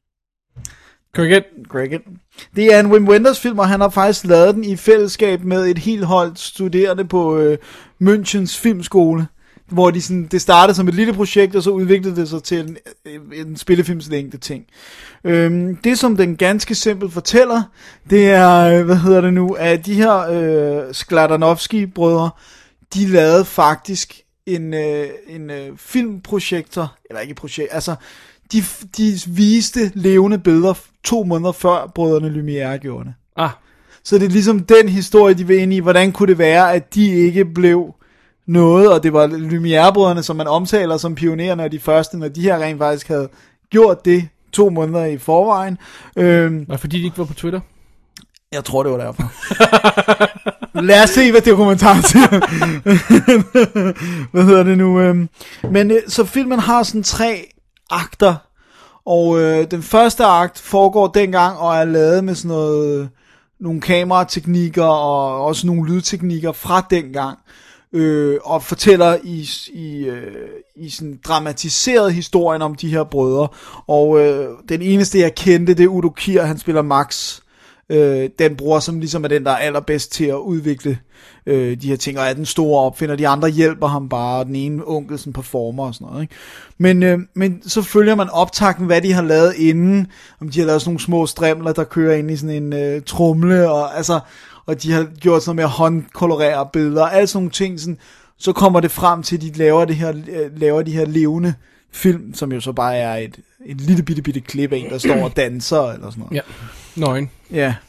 Cricket. Det er en Wim Wenders film, og han har faktisk lavet den i fællesskab med et helt hold studerende på Münchens filmskole, hvor det startede som et lille projekt, og så udviklede det sig til en spillefilmslængde ting. Det som den ganske simpelt fortæller, det er, at de her Skladanowski-brødre, de lavede faktisk en filmprojektor, eller ikke projekt, altså de viste levende billeder 2 måneder før brødrene Lumière gjorde det. Så det er ligesom den historie, de vil ind i, hvordan kunne det være, at de ikke blev noget, og det var Lumière-brødrene, som man omtaler som pionererne af de første, når de her rent faktisk havde gjort det 2 måneder i forvejen. Var fordi de ikke var på Twitter? Jeg tror, det var derfor. Lad os se, hvad dokumentaren siger. Hvad hedder det nu? Men så filmen har sådan 3 akter, og den første akt foregår dengang, og er lavet med sådan nogle kamerateknikker, og også nogle lydteknikker fra dengang. Og fortæller i sådan dramatiseret historien om de her brødre. Og den eneste jeg kendte, det er Udo Kier, han spiller Max, den bror, som ligesom er den, der er allerbedst til at udvikle de her ting, og er den store opfinder. De andre hjælper ham bare, og den ene onkel sådan performer og sådan noget, ikke? Men så følger man optakten, hvad de har lavet inden, om de har lavet sådan nogle små strimler, der kører ind i sådan en tromle, og de har gjort sådan noget med at håndkolorere billeder, og alle sådan nogle ting, sådan, så kommer det frem til, at de laver de her levende film, som jo så bare er et lille bitte klip af en, der står og danser, eller sådan noget. Ja, nøgen. Ja,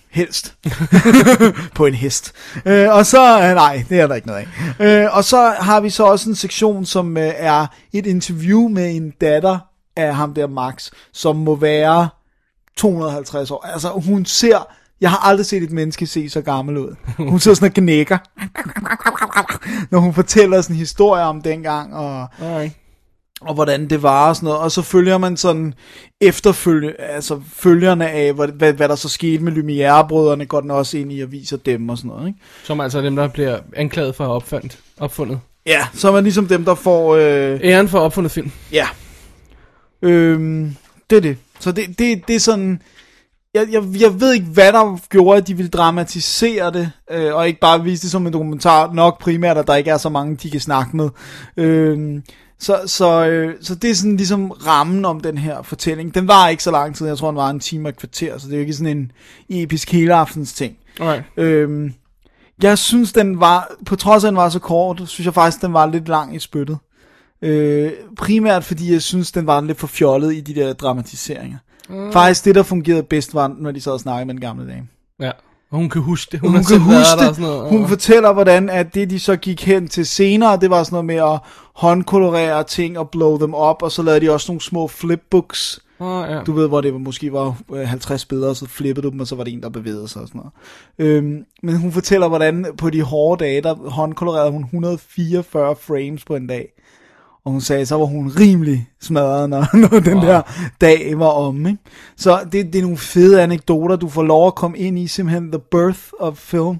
Helst. På en hest. Og så, nej, det er der ikke noget af. Og så har vi så også en sektion, som er et interview med en datter af ham der Max, som må være 250 år. Altså hun ser, jeg har aldrig set et menneske se så gammel ud. Hun ser sådan og gnækker, når hun fortæller sådan en historie om dengang, og hvordan det var og sådan noget. Og så følger man sådan følgerne af, hvad der så skete med Lumière-brødrene, går den også ind i og viser dem og sådan noget, ikke? Som altså dem, der bliver anklaget for at have opfundet. Ja, så er man ligesom dem, der får... æren for opfundet film. Ja. Det er det. Så det er sådan... Jeg ved ikke, hvad der gjorde, at de ville dramatisere det, og ikke bare vise det som en dokumentar, nok primært, at der ikke er så mange, de kan snakke med. Så det er sådan ligesom rammen om den her fortælling. Den var ikke så lang tid, jeg tror, den var en time og et kvarter, så det er jo ikke sådan en episk helaftens ting. Okay. Jeg synes, den var, på trods af, at den var så kort, synes jeg faktisk, den var lidt lang i spyttet. Primært fordi jeg synes, den var lidt for fjollet i de der dramatiseringer. Faktisk det, der fungerede bedst, var, når de sad og snakkede med den gamle dame. Ja, og hun kan huske det. Hun kan huske det. Og sådan noget. Hun fortæller, hvordan at det, de så gik hen til senere, det var sådan noget med at håndkolorere ting og blow dem op, og så lavede de også nogle små flipbooks. Ja. Du ved, hvor det måske var 50 billeder, og så flippede du dem, og så var det en, der bevægede sig og sådan noget. Men hun fortæller, hvordan på de hårde dage, der håndkolorerede hun 144 frames på en dag. Og hun sagde, så var hun rimelig smadret, når den der dag var om, ikke? Så det er nogle fede anekdoter, du får lov at komme ind i, simpelthen the birth of film.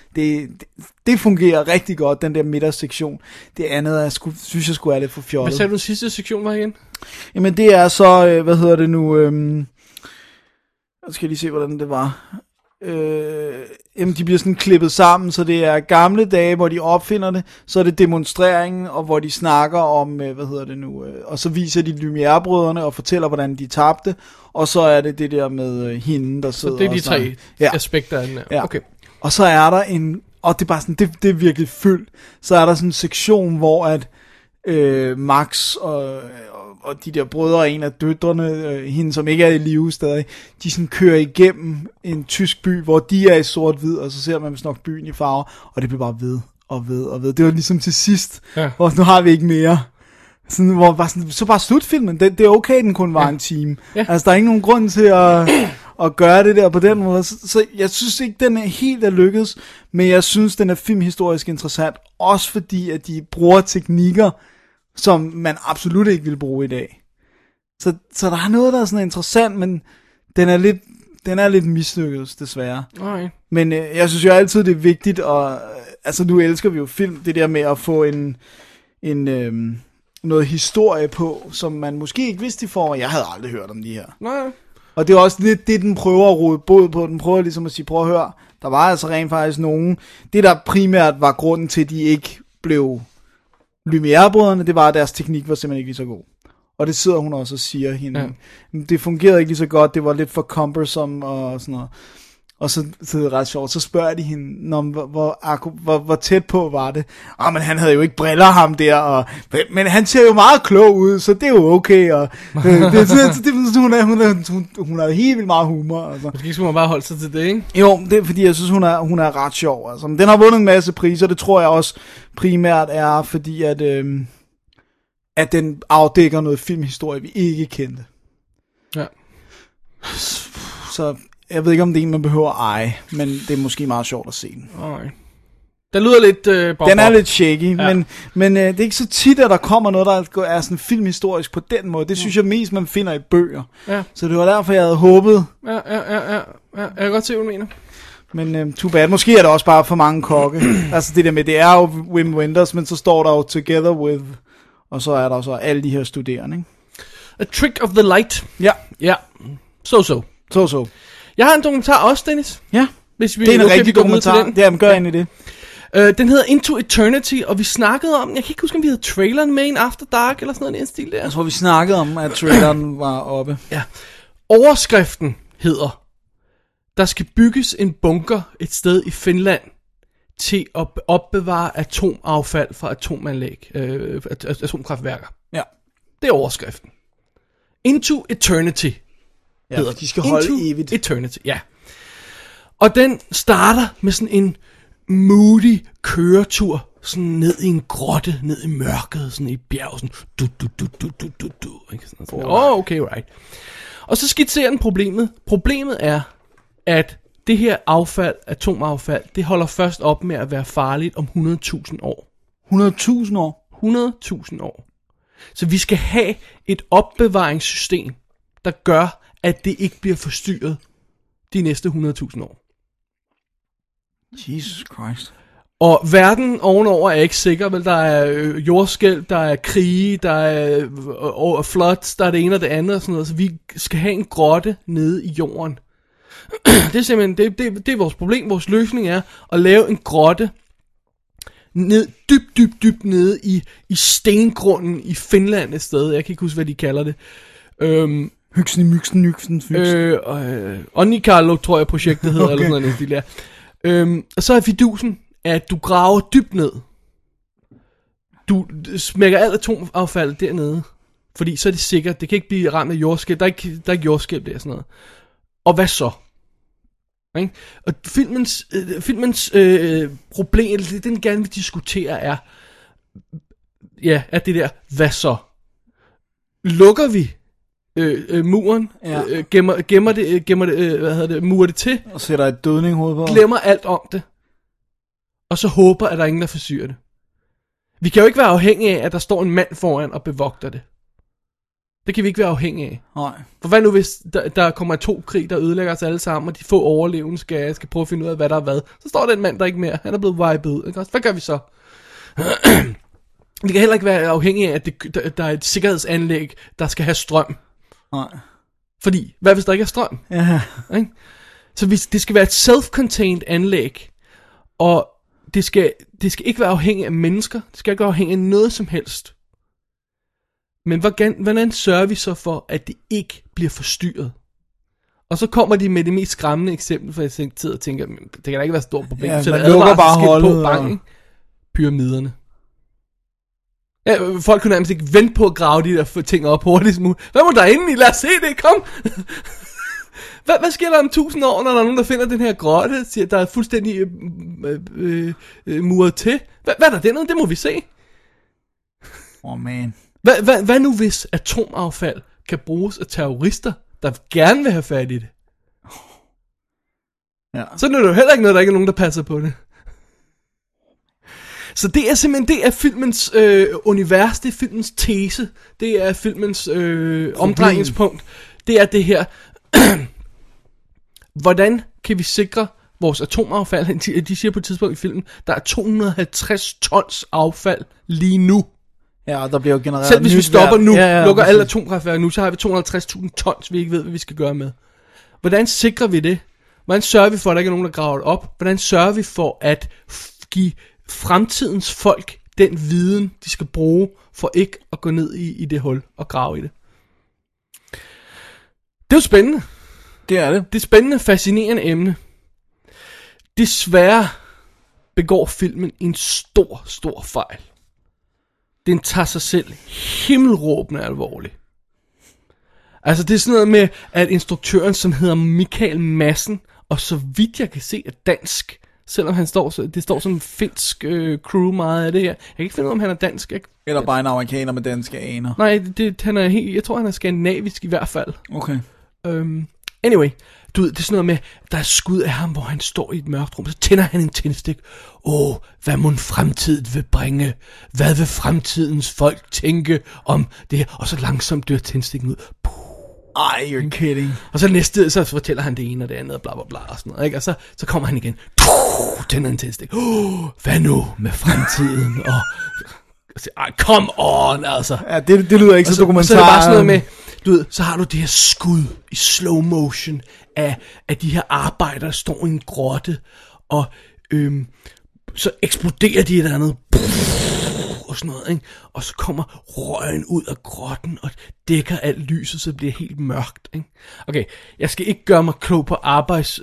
Det fungerer rigtig godt, den der middagssektion. Det andet synes jeg skulle er lidt for fjollet. Hvad sagde du, den sidste sektion var igen? Jamen det er så, hvad hedder det nu, jeg skal lige se, hvordan det var. Jamen de bliver sådan klippet sammen, så det er gamle dage, hvor de opfinder det, så er det demonstreringen, og hvor de snakker om, og så viser de Lumière-brødrene og fortæller, hvordan de tabte, og så er det der med hende, der sidder. Så det er de tre aspekter af den her. Ja. Okay. Og så er der og det er bare sådan, det er virkelig fyldt, så er der sådan en sektion, hvor at Max og de der brødre og en af døtrene, hende som ikke er i live stadig, de sådan kører igennem en tysk by, hvor de er i sort-hvid, og så ser man vist nok byen i farver, og det bliver bare ved og ved og ved. Det var ligesom til sidst, hvor nu har vi ikke mere. Sådan, hvor bare sådan, så bare slutfilmen, det er okay, den kun var en time. Ja. Altså der er ikke nogen grund til at gøre det der på den måde. Så jeg synes ikke, den er helt lykkedes, men jeg synes, den er filmhistorisk interessant, også fordi, at de bruger teknikker, som man absolut ikke vil bruge i dag. Så der er noget, der er sådan interessant, men den er lidt mislykket, desværre. Okay. Men jeg synes jo altid, det er vigtigt, og altså nu elsker vi jo film, det der med at få noget historie på, som man måske ikke vidste i forvejen. Jeg havde aldrig hørt om de her. Nej. Og det er også lidt det, den prøver at rode båd på. Den prøver ligesom at sige, prøv at høre, der var altså rent faktisk nogen. Det, der primært var grunden til, at de ikke blev Lumière-brødrene, det var, at deres teknik var simpelthen ikke lige så god. Og det sidder hun også og siger hende. Ja. Det fungerede ikke lige så godt, det var lidt for cumbersome og sådan noget. Og så er det ret sjovt, så spørger de hende, hvor tæt på var det. Men han havde jo ikke briller ham der, men han ser jo meget klog ud, så det er jo okay. Og, hun har helt vildt meget humor. Altså. Måske skulle man bare holde sig til det, ikke? Jo, det er fordi, jeg synes, hun er ret sjov. Altså. Men den har vundet en masse priser, det tror jeg også primært er, fordi at den afdækker noget filmhistorie, vi ikke kendte. Ja. Så jeg ved ikke, om det er en, man behøver at eje, men det er måske meget sjovt at se den. Okay. Den lyder lidt... Den er lidt shaky, ja. men det er ikke så tit, at der kommer noget, der er sådan filmhistorisk på den måde. Det synes jeg mest, man finder i bøger. Ja. Så det var derfor, jeg havde håbet. Ja. Jeg kan godt se, hvad du mener. Men too bad. Måske er der også bare for mange kokke. Altså det der med, det er jo Wim Wenders, men så står der jo Together With, og så er der så alle de her studerende, ikke? A Trick of the Light. Ja. So. Jeg har en dokumentar også, Dennis. Ja, hvis vi, det er en rigtig dokumentar. Jamen, gør ind i det. Den hedder Into Eternity, og vi snakkede om, jeg kan ikke huske, om vi havde traileren med en After Dark, eller sådan noget i den stil der. Jeg tror, vi snakkede om, at traileren var oppe. Ja. Overskriften hedder, der skal bygges en bunker et sted i Finland til at opbevare atomaffald fra atomanlæg, atomkraftværker. Ja. Det er overskriften. Into Eternity. Ja, de skal holde evigt. Eternity, ja. Og den starter med sådan en moody køretur, sådan ned i en grotte, ned i mørket, sådan i bjerg, sådan du, ikke? Sådan, okay, right. Og så skitserer den problemet. Problemet er, at det her affald, atomaffald, det holder først op med at være farligt om 100.000 år. 100.000 år? 100.000 år. Så vi skal have et opbevaringssystem, der gør, at det ikke bliver forstyrret de næste 100.000 år. Jesus Christ. Og verden ovenover er ikke sikker, vel? Der er jordskælv, der er krige, der er floods, der er det ene og det andet og sådan noget. Så vi skal have en grotte nede i jorden. Det er simpelthen, det er vores problem. Vores løsning er at lave en grotte ned, dybt nede i stengrunden i Finland et sted. Jeg kan ikke huske, hvad de kalder det. Hyksen. Onnikarlo, tror jeg projektet hedder, okay. Eller sådan noget. Og så er fidusen, at du graver dybt ned. Du smækker alt atomaffald dernede. Fordi så er det sikkert, det kan ikke blive ramt af jordskælv. Der er ikke jordskælv der, sådan noget. Og hvad så? Okay? Og filmens problem, det den gerne vil diskutere er, at det der, hvad så? Lukker vi muren, gemmer det, murer det til, og sætter et dødning hoved på, glemmer alt om det, og så håber, at der er ingen, der forsyrer det. Vi kan jo ikke være afhængige af, at der står en mand foran og bevogter det. Det kan vi ikke være afhængige af. Nej. For hvad nu, hvis der kommer atomkrig, der ødelægger os alle sammen, og de få overlevende skal prøve at finde ud af, hvad der er hvad. Så står der en mand, der ikke mere. Han er blevet wiped ud. Ikke? Hvad gør vi så? Vi kan heller ikke være afhængige af, at der er et sikkerhedsanlæg, der skal have strøm. Nej. Fordi, hvad hvis der ikke er strøm? Ja. Ikke? Så det skal være et self-contained anlæg, og det skal ikke være afhængigt af mennesker. Det skal ikke være afhængigt af noget som helst. Men hvordan sørger vi så for, at det ikke bliver forstyrret? Og så kommer de med det mest skræmmende eksempel, for jeg tænker, det kan da ikke være et stort problem. Ja, så man lukker bare holdet. Bang, pyramiderne. Ja, folk kunne nærmest ikke vente på at grave de der ting op hurtigst muligt. Hvad må der inde i? Lad os se det, kom! Hvad sker der om 1000 år, når der er nogen, der finder den her grotte, siger, der er fuldstændig muret til? Hvad er der dernede? Det må vi se. Man. Hvad nu hvis atomaffald kan bruges af terrorister, der gerne vil have fat i det? Ja. Så er det jo heller ikke noget, der ikke er nogen, der passer på det. Så det er simpelthen, det er filmens univers, det er filmens tese, det er filmens omdrejningspunkt. Det er det her, hvordan kan vi sikre vores atomaffald? De siger på et tidspunkt i filmen, der er 250 tons affald lige nu. Ja, og der bliver jo genereret. Selv hvis vi stopper nu, lukker alle atomkraftværker nu, så har vi 250.000 tons, vi ikke ved, hvad vi skal gøre med. Hvordan sikrer vi det? Hvordan sørger vi for, at der ikke er nogen, der graver det op? Hvordan sørger vi for at give fremtidens folk den viden, de skal bruge, for ikke at gå ned i det hul og grave i det? Det er jo spændende. Det er det. Det er spændende, fascinerende emne. Desværre begår filmen en stor fejl. Den tager sig selv himmelråbende alvorligt. Altså det er sådan noget med, at instruktøren, som hedder Michael Madsen, og så vidt jeg kan se er dansk, selvom det står som finsk crew meget af det her. Jeg kan ikke finde ud af, om han er dansk. Eller bare en amerikaner med danske aner. Nej, han er jeg tror han er skandinavisk i hvert fald. Okay. Anyway, du ved, det er sådan noget med, der er skud af ham, hvor han står i et mørkt rum, så tænder han en tændstik. Hvad må fremtiden vil bringe? Hvad vil fremtidens folk tænke om det her? Og så langsomt dør tændstikken ud. You're kidding. Og så næste, så fortæller han det ene og det andet, bla bla bla og sådan noget, ikke? Og så kommer han igen. Tænder en tændstik. Hvad nu med fremtiden? Og come on, altså. Ja, det lyder ikke så dokumentar. Så er det bare sådan noget med, du ved, så har du det her skud i slow motion af de her arbejdere, der står i en grotte, og så eksploderer de et eller andet, og sådan noget, ikke? Og så kommer røgen ud af grotten, og dækker alt lyset, så det bliver helt mørkt, ikke? Okay, jeg skal ikke gøre mig klog på arbejds...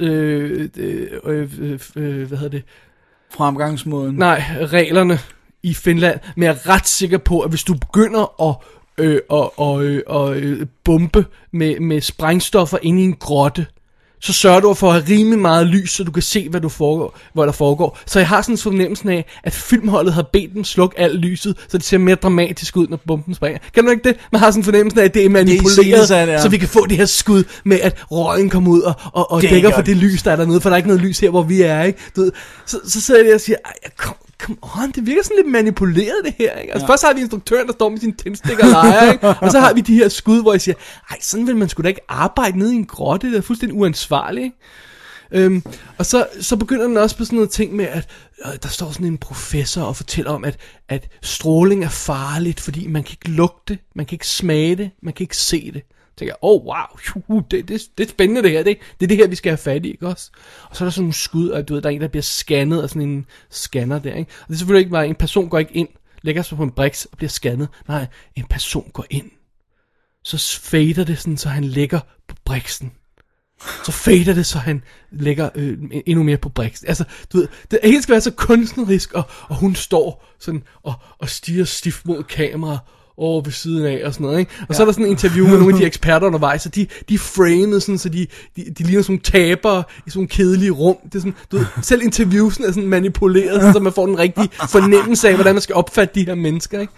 hvad hedder det? Fremgangsmåden. Nej, reglerne i Finland, men jeg er ret sikker på, at hvis du begynder at bombe med sprængstoffer inde i en grotte, så sørger du for at have rimelig meget lys, så du kan se, hvad der foregår. Så jeg har sådan en fornemmelse af, at filmholdet har bedt dem slukke alt lyset, så det ser mere dramatisk ud, når bomben springer. Kan du ikke det? Man har sådan en fornemmelse af, at det er manipuleret, så vi kan få det her skud med, at røgen kommer ud og dækker for det lys, der er dernede, for der er ikke noget lys her, hvor vi er, ikke? Du ved, så sidder jeg der og siger, come on, det virker sådan lidt manipuleret det her, ikke? Altså først har vi instruktøren, der står med sin tændstik og leger, ikke? Og så har vi de her skud, hvor jeg siger, sådan vil man sgu da ikke arbejde nede i en grotte, det er fuldstændig uansvarligt, ikke? Og så begynder den også på sådan noget ting med, at der står sådan en professor og fortæller om, at stråling er farligt, fordi man kan ikke lugte, man kan ikke smage det, man kan ikke se det. Så tænker jeg, wow, det er spændende det her, det er det her, vi skal have fat i, ikke også? Og så er der sådan nogle skud, og du ved, der er en, der bliver scannet af sådan en scanner der, ikke? Og det er selvfølgelig ikke bare, en person går ikke ind, lægger sig på en briks og bliver scannet. Nej, en person går ind. Så fader det sådan, så han ligger på briksen. Så fader det, så han lægger endnu mere på briksen. Altså, du ved, det hele skal være så kunstnerisk, og hun står sådan og stiger stift mod kamera over ved siden af og sådan noget, ikke? Og så er der sådan en interview med nogle af de eksperter undervejs, og de er framet sådan, så de ligner sådan nogle tabere i sådan nogle kedelige rum. Det er sådan, du ved, selv interviewsen er sådan manipuleret, så man får den rigtige fornemmelse af, hvordan man skal opfatte de her mennesker, ikke?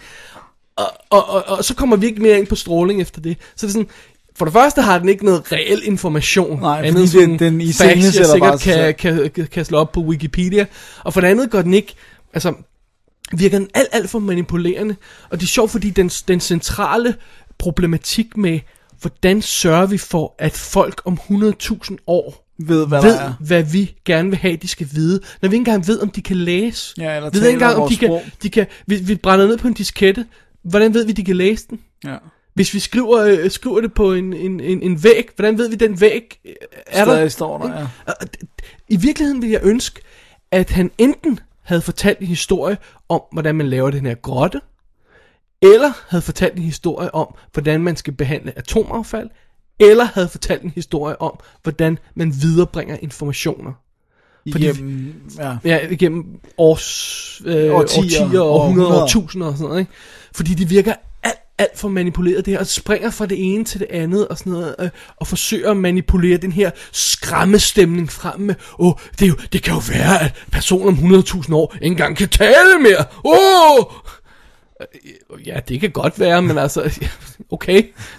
Og så kommer vi ikke mere ind på stråling efter det. Så det er sådan, for det første har den ikke noget reel information. Nej, fordi den i facts, jeg sikkert kan slå op på Wikipedia. Og for det andet går den ikke, altså virker den alt for manipulerende. Og det er sjovt, fordi den centrale problematik med, hvordan sørger vi for, at folk om 100.000 år ved, hvad vi gerne vil have, de skal vide. Når vi ikke engang ved, om de kan læse. Ja, eller vi ved ikke engang, om de kan vi brænder ned på en diskette. Hvordan ved vi, de kan læse den? Ja. Hvis vi skriver det på en væg, hvordan ved vi, den væg er der? Står der, ja. I virkeligheden ville jeg ønske, at han enten havde fortalt en historie om, hvordan man laver den her grotte, eller havde fortalt en historie om, hvordan man skal behandle atomaffald, eller havde fortalt en historie om, hvordan man viderebringer informationer. Igennem årtier og 100 årtusinder og sådan noget, ikke? Fordi det virker alt for manipuleret det her, og springer fra det ene til det andet og sådan noget, og forsøger at manipulere den her skræmmestemning frem med, det kan jo være, at personer om 100.000 år ikke engang kan tale mere. Ja, det kan godt være, men altså, okay.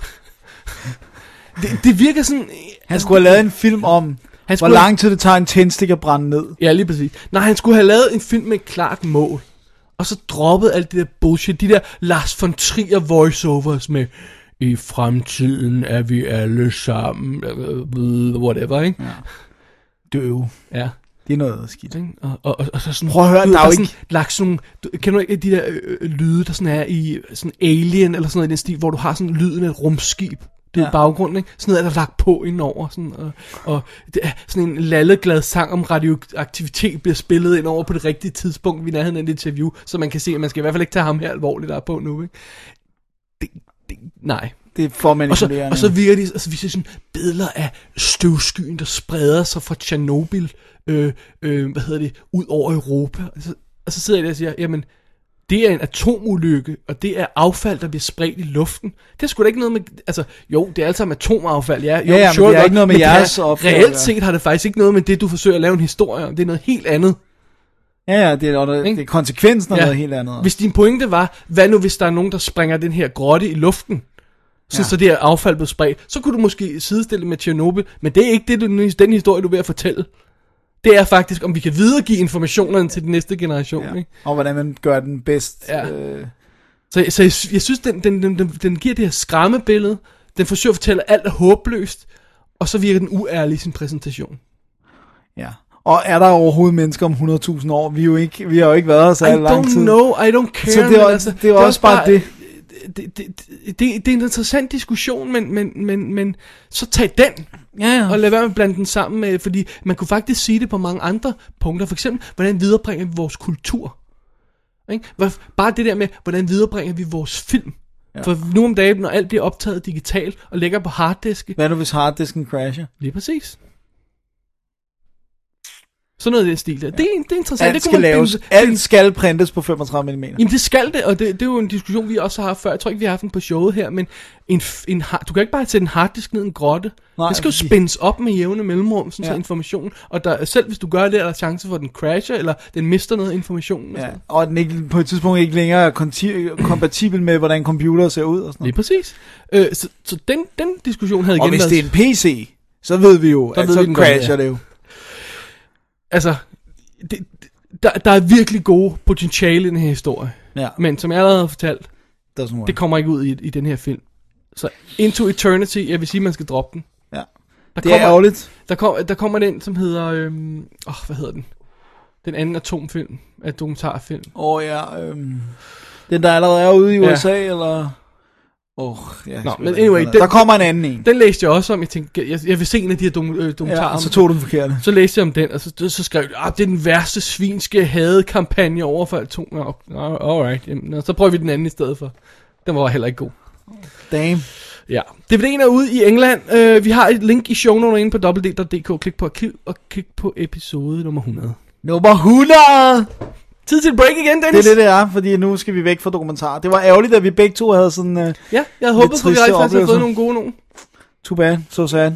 Det virker sådan. Han skulle have lavet en film om, hvor lang tid det tager en tændstik at brænde ned. Ja, lige præcis. Nej, han skulle have lavet en film med et klart mål. Og så droppede alt det der bullshit, de der Lars von Trier voiceovers med, i fremtiden er vi alle sammen, whatever, ikke? Ja. Døve. Ja. Det er noget skidt. Og så sådan, prøv at høre, der er jo ikke lagt sådan, kender du ikke de der lyde, der sådan er i sådan Alien, eller sådan noget i den stil, hvor du har sådan lyden af et rumskib. Det er baggrunden, ikke? Sådan noget er der lagt på indover, sådan, og det er sådan en lalleglad sang om radioaktivitet bliver spillet ind over på det rigtige tidspunkt, vi nærheden af et interview, så man kan se, at man skal i hvert fald ikke tage ham her alvorligt, der er på nu, ikke? Nej. Det er for manipulerende. Og så virker de, altså vi ser sådan billeder af støvskyen, der spreder sig fra Tjernobyl, ud over Europa, og så sidder jeg der og siger, jamen, det er en atomulykke, og det er affald, der bliver spredt i luften. Det er sgu da ikke noget med, altså, jo, det er alt sammen atomaffald, ja. Jo, ja, sure, men det er ikke noget med jeres affald. Reelt set har det faktisk ikke noget med det, du forsøger at lave en historie om. Det er noget helt andet. Ja, det er konsekvensen af noget helt andet. Hvis din pointe var, hvad nu hvis der er nogen, der springer den her grotte i luften, så det her affald bliver spredt, så kunne du måske sidestille med Tjernobyl, men det er ikke den historie, du er ved at fortælle. Det er faktisk, om vi kan videregive informationerne til den næste generation. Ikke? Og hvordan man gør den bedst. Ja. Så jeg synes, den giver det her skræmmebillede. Den forsøger at fortælle, at alt er håbløst. Og så virker den uærlig i sin præsentation. Ja. Og er der overhovedet mennesker om 100.000 år? Vi har jo ikke været her så lang tid. I don't care. Så det er også bare det. Det er en interessant diskussion, men så tag den. Ja. Og lad være med at blande den sammen med, fordi man kunne faktisk sige det på mange andre punkter. For eksempel, hvordan viderebringer vi vores kultur? Ikke? Bare det der med, hvordan viderebringer vi vores film? Ja. For nu om dagen, når alt bliver optaget digitalt og ligger på harddiske. Hvad nu hvis harddisken crasher? Lige præcis. Sådan noget i den stil der. Det er interessant. Alt skal printes på 35 mm. Jamen det skal det, og det er jo en diskussion, vi også har haft før. Jeg tror ikke, vi har haft den på showet her, men du kan ikke bare sætte en harddisk ned i en grotte. Nej, det skal jo spændes op med jævne mellemrum, sådan så information. Og selv hvis du gør det, er der chance for, at den crasher, eller den mister noget information. Ja, og den ikke, på et tidspunkt ikke længere er kompatibel med, hvordan computer ser ud. Og sådan noget. Lige præcis. Så den diskussion havde igen været... Og hvis det er en PC, så ved vi jo, at så crasher det jo. Altså, der er virkelig gode potentiale i den her historie. Ja. Men som jeg allerede har fortalt, det kommer ikke ud i den her film. Så Into Eternity, jeg vil sige, man skal droppe den. Ja. Det er ærgerligt. Der kommer den, som hedder... hvad hedder den? Den anden dokumentarfilm. Den, der allerede er ude i USA, eller... men anyway, der kommer en anden en. Den læste jeg også om. Jeg tænkte, jeg vil se en af de her dokumentarer. Ja, så tog du den forkerte. Så læste jeg om den, og så skrev jeg, det er den værste svinske hadekampagne over for atom. Alright, jamen, så prøver vi den anden i stedet for. Den var heller ikke god. Damn. Ja, DVD'en er ude i England. Vi har et link i shownoterne inde på www.dk. Klik på arkiv og klik på episode nummer 100. Nummer 100! Tid til et break igen, Dennis. Det er, fordi nu skal vi væk fra dokumentarer. Det var ærgerligt, at vi begge to havde sådan... ja, jeg havde håbet på, at vi faktisk havde fået nogle gode nogen. Too bad, so sad.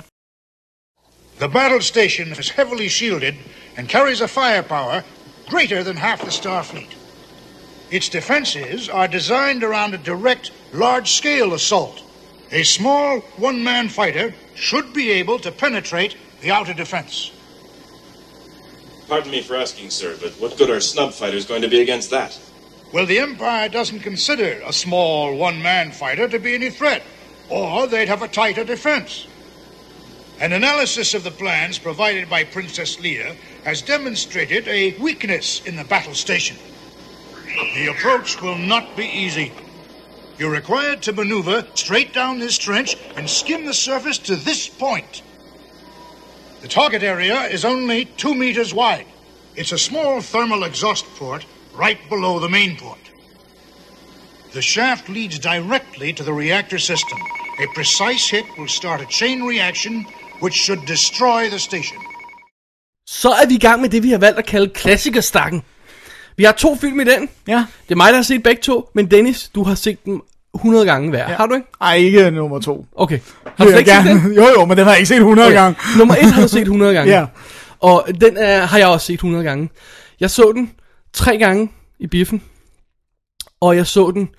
The battle station is heavily shielded and carries a firepower greater than half the Starfleet. Its defenses are designed around a direct, large-scale assault. A small, one-man fighter should be able to penetrate the outer defense. Pardon me for asking, sir, but what good are snub fighters going to be against that? Well, the Empire doesn't consider a small one-man fighter to be any threat, or they'd have a tighter defense. An analysis of the plans provided by Princess Leia has demonstrated a weakness in the battle station. The approach will not be easy. You're required to maneuver straight down this trench and skim the surface to this point. The target area is only 2 meters wide. It's a small thermal exhaust port right below the main port. The shaft leads directly to the reactor system. A precise hit will start a chain reaction which should destroy the station. Så er vi i gang med det, vi har valgt at kalde klassikerstakken. Vi har 2 film i den. Ja. Det er mig, der har set begge 2, men Dennis, du har set dem 100 gange hver. Ja. Har du ikke? Ej, ikke nummer 2. Okay. Har du ikke set den? Jo, men den har jeg ikke set 100 gange. Nummer 1 har du set 100 gange. Ja. Og den har jeg også set 100 gange. Jeg så den 3 gange i biffen. Og jeg så den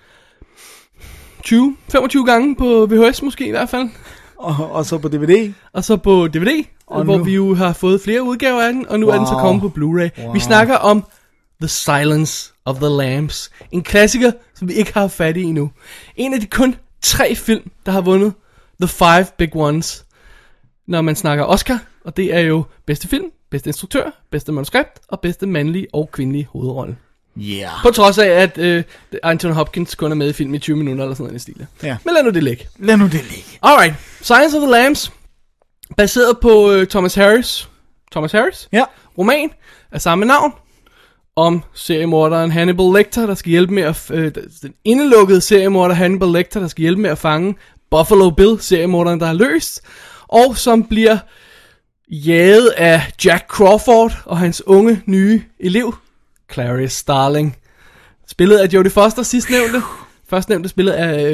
20-25 gange på VHS måske i hvert fald. Og så på DVD. Og så på DVD, og hvor vi jo har fået flere udgaver af den. Og nu er den så kommet på Blu-ray. Wow. Vi snakker om The Silence of the Lambs. En klassiker, som vi ikke har fat i endnu. En af de kun 3 film, der har vundet The 5 Big Ones, når man snakker Oscar. Og det er jo bedste film, bedste instruktør, bedste manuskript og bedste mandlige og kvindelige hovedrolle. Yeah. På trods af, at Anthony Hopkins kun er med i film i 20 minutter eller sådan noget i stil. Yeah. Men lad nu det ligge. Alright. Silence of the Lambs, baseret på Thomas Harris. Ja. Roman af samme navn. Om seriemorderen Hannibal Lecter, der skal hjælpe med at... den indelukkede seriemorder Hannibal Lecter, der skal hjælpe med at fange Buffalo Bill, seriemorderen, der er løst. Og som bliver jaget af Jack Crawford og hans unge, nye elev, Clarice Starling. Spillet af Jodie Foster, sidstnævnte. Førstnævnte spillet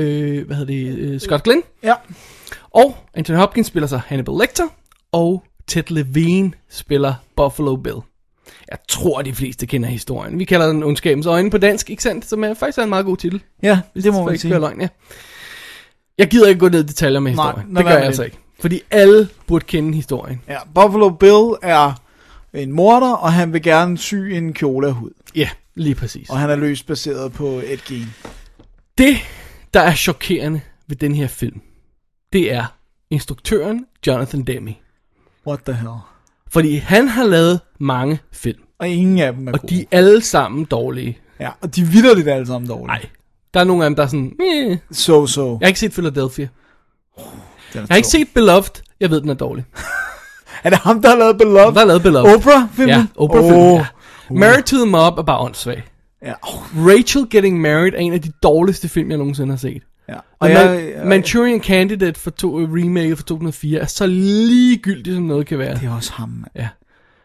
af, Scott Glenn. Ja. Og Anthony Hopkins spiller så Hannibal Lecter. Og Ted Levine spiller Buffalo Bill. Jeg tror, de fleste kender historien. Vi kalder den Ondskabens Øjne på dansk, ikke sandt? Som er faktisk en meget god titel. Ja, det må man sige. Løgn, ja. Jeg gider ikke gå ned i detaljer med historien. Nej, det gør jeg altså ikke. Fordi alle burde kende historien. Ja, Buffalo Bill er en morder, og han vil gerne sy en kjole af hud. Ja, lige præcis. Og han er løst baseret på et gen. Det, der er chokerende ved den her film, det er instruktøren Jonathan Demme. What the hell? Fordi han har lavet mange film. Og ingen af dem er og gode. De er alle sammen dårlige. Ja, og de er vitterligt alle sammen dårlige. Nej, der er nogle af dem, der er sådan... So. Jeg har ikke set Philadelphia. Jeg har ikke set Beloved. Jeg ved, den er dårlig. Er det ham, der har lavet Beloved? Der har lavet Beloved. Oprah-filmen? Ja, Oprah-filmen, ja. Married to the Mob er bare åndssvag. Ja. Rachel Getting Married er en af de dårligste film, jeg nogensinde har set. Ja. Og Manchurian Candidate for remake fra 2004 er så ligegyldig, som noget kan være. Det er også ham. Ja.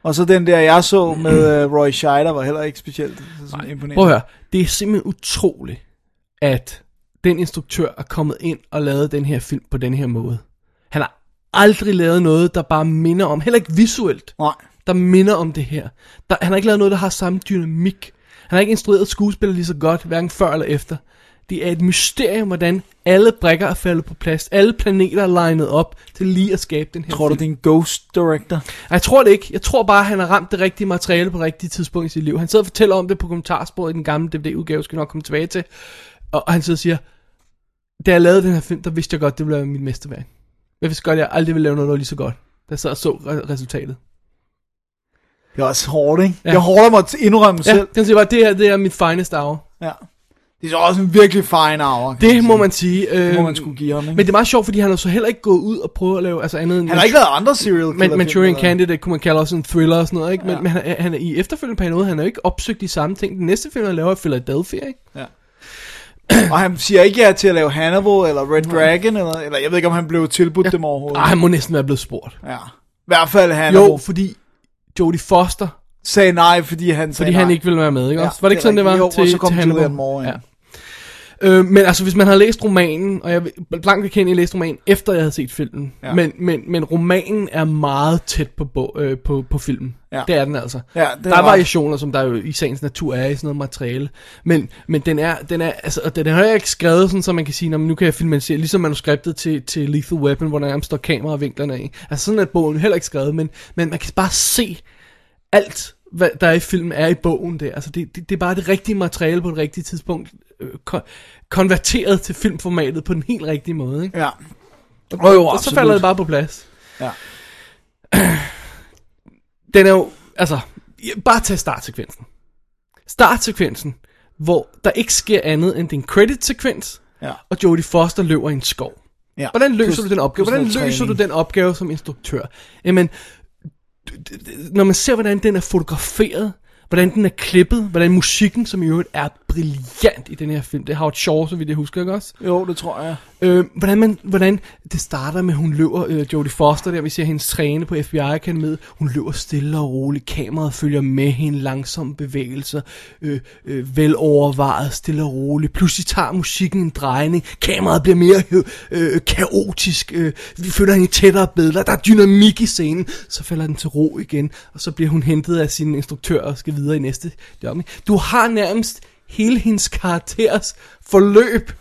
Og så den der, jeg så med Roy Scheider, var heller ikke specielt imponerende. Prøv at høre, det er simpelthen utroligt, at den instruktør er kommet ind og lavet den her film på den her måde. Han har aldrig lavet noget, der bare minder om, heller ikke visuelt, der minder om det her. Han har ikke lavet noget, der har samme dynamik. Han har ikke instrueret skuespillere lige så godt, hverken før eller efter. Det er et mysterium, hvordan alle brikker er faldet på plads. Alle planeter er legnet op til lige at skabe den her Tror du, film. det er en ghost director? Nej, jeg tror det ikke. Jeg tror bare, han har ramt det rigtige materiale på det rigtige tidspunkt i sit liv. Han sidder og fortæller om det på kommentarsporet i den gamle DVD-udgave, skal jeg nok komme tilbage til. Og han sidder og siger, da jeg lavede den her film, der vidste jeg godt, det ville være mit mesterværk. Jeg vidste godt, at jeg aldrig ville lave noget lige så godt. Da jeg sad og så resultatet. Det er også hårdt, ikke? Ja. Jeg hårder mig til at indrømme mig selv. Ja, bare, det er mit finest hour. Ja. Det er så også en virkelig fine hour. Det må man sige. Det må man skulle give ham, ikke? Men det er meget sjovt, fordi han har så heller ikke gået ud og prøvet at lave andet end... Han har ikke lavet andre serial killer. Manchurian Candidate kunne man kalde også en thriller og sådan noget, ikke? Men han er i efterfølgende periode, han er jo ikke opsøgt de samme ting. Den næste film, han laver, er Philadelphia, ikke? Ja. Og han siger ikke ja til at lave Hannibal eller Red Dragon, eller jeg ved ikke, om han blev tilbudt dem overhovedet. Han må næsten være blevet spurgt. Ja. I hvert fald Hannibal. Jo, fordi Jodie Foster sagde nej, fordi han sagde han ikke ville være med, ikke også? Var det ikke sådan, det var jo, til, så kom til Hannibal? Moore, ja. Men altså, hvis man har læst romanen, og jeg blankt vil kende, jeg læste romanen, efter jeg havde set filmen, men romanen er meget tæt på filmen. Ja. Det er den altså. Ja, der er variationer, som der jo i sagens natur er i sådan noget materiale. Men den er altså, og den har jeg ikke skrevet sådan, så man kan sige, nu kan jeg filmatisere, ligesom manuskriptet til Lethal Weapon, hvor der nærmest står kameravinklerne af. Altså sådan er bogen heller ikke skrevet, men man kan bare se alt, hvad der er i filmen, er i bogen der. Altså det er bare det rigtige materiale på det rigtige tidspunkt, konverteret til filmformatet på den helt rigtige måde, ikke? Ja. Og så falder det bare på plads. Ja. Den er jo, altså, bare tag startsekvensen. Startsekvensen, hvor der ikke sker andet end en credit-sekvens, og Jodie Foster løber i en skov. Ja. Hvordan løser du den opgave? Hvordan løser du den opgave som instruktør? Jamen, når man ser, hvordan den er fotograferet, hvordan den er klippet, hvordan musikken, som i øvrigt er brilliant i den her film, det er Howard Shore, så vidt jeg husker, ikke også? Jo, det tror jeg. Hvordan det starter med, hun løber, Jodie Foster der, vi ser hendes træne på FBI-akademiet, hun løber stille og roligt, kameraet følger med hende, langsomme bevægelser, velovervejet, stille og roligt, pludselig tager musikken en drejning, kameraet bliver mere kaotisk, vi følger hende i tættere billeder, der er dynamik i scenen, så falder den til ro igen, og så bliver hun hentet af sin instruktør og skal videre i næste job. Du har nærmest hele hendes karakters forløb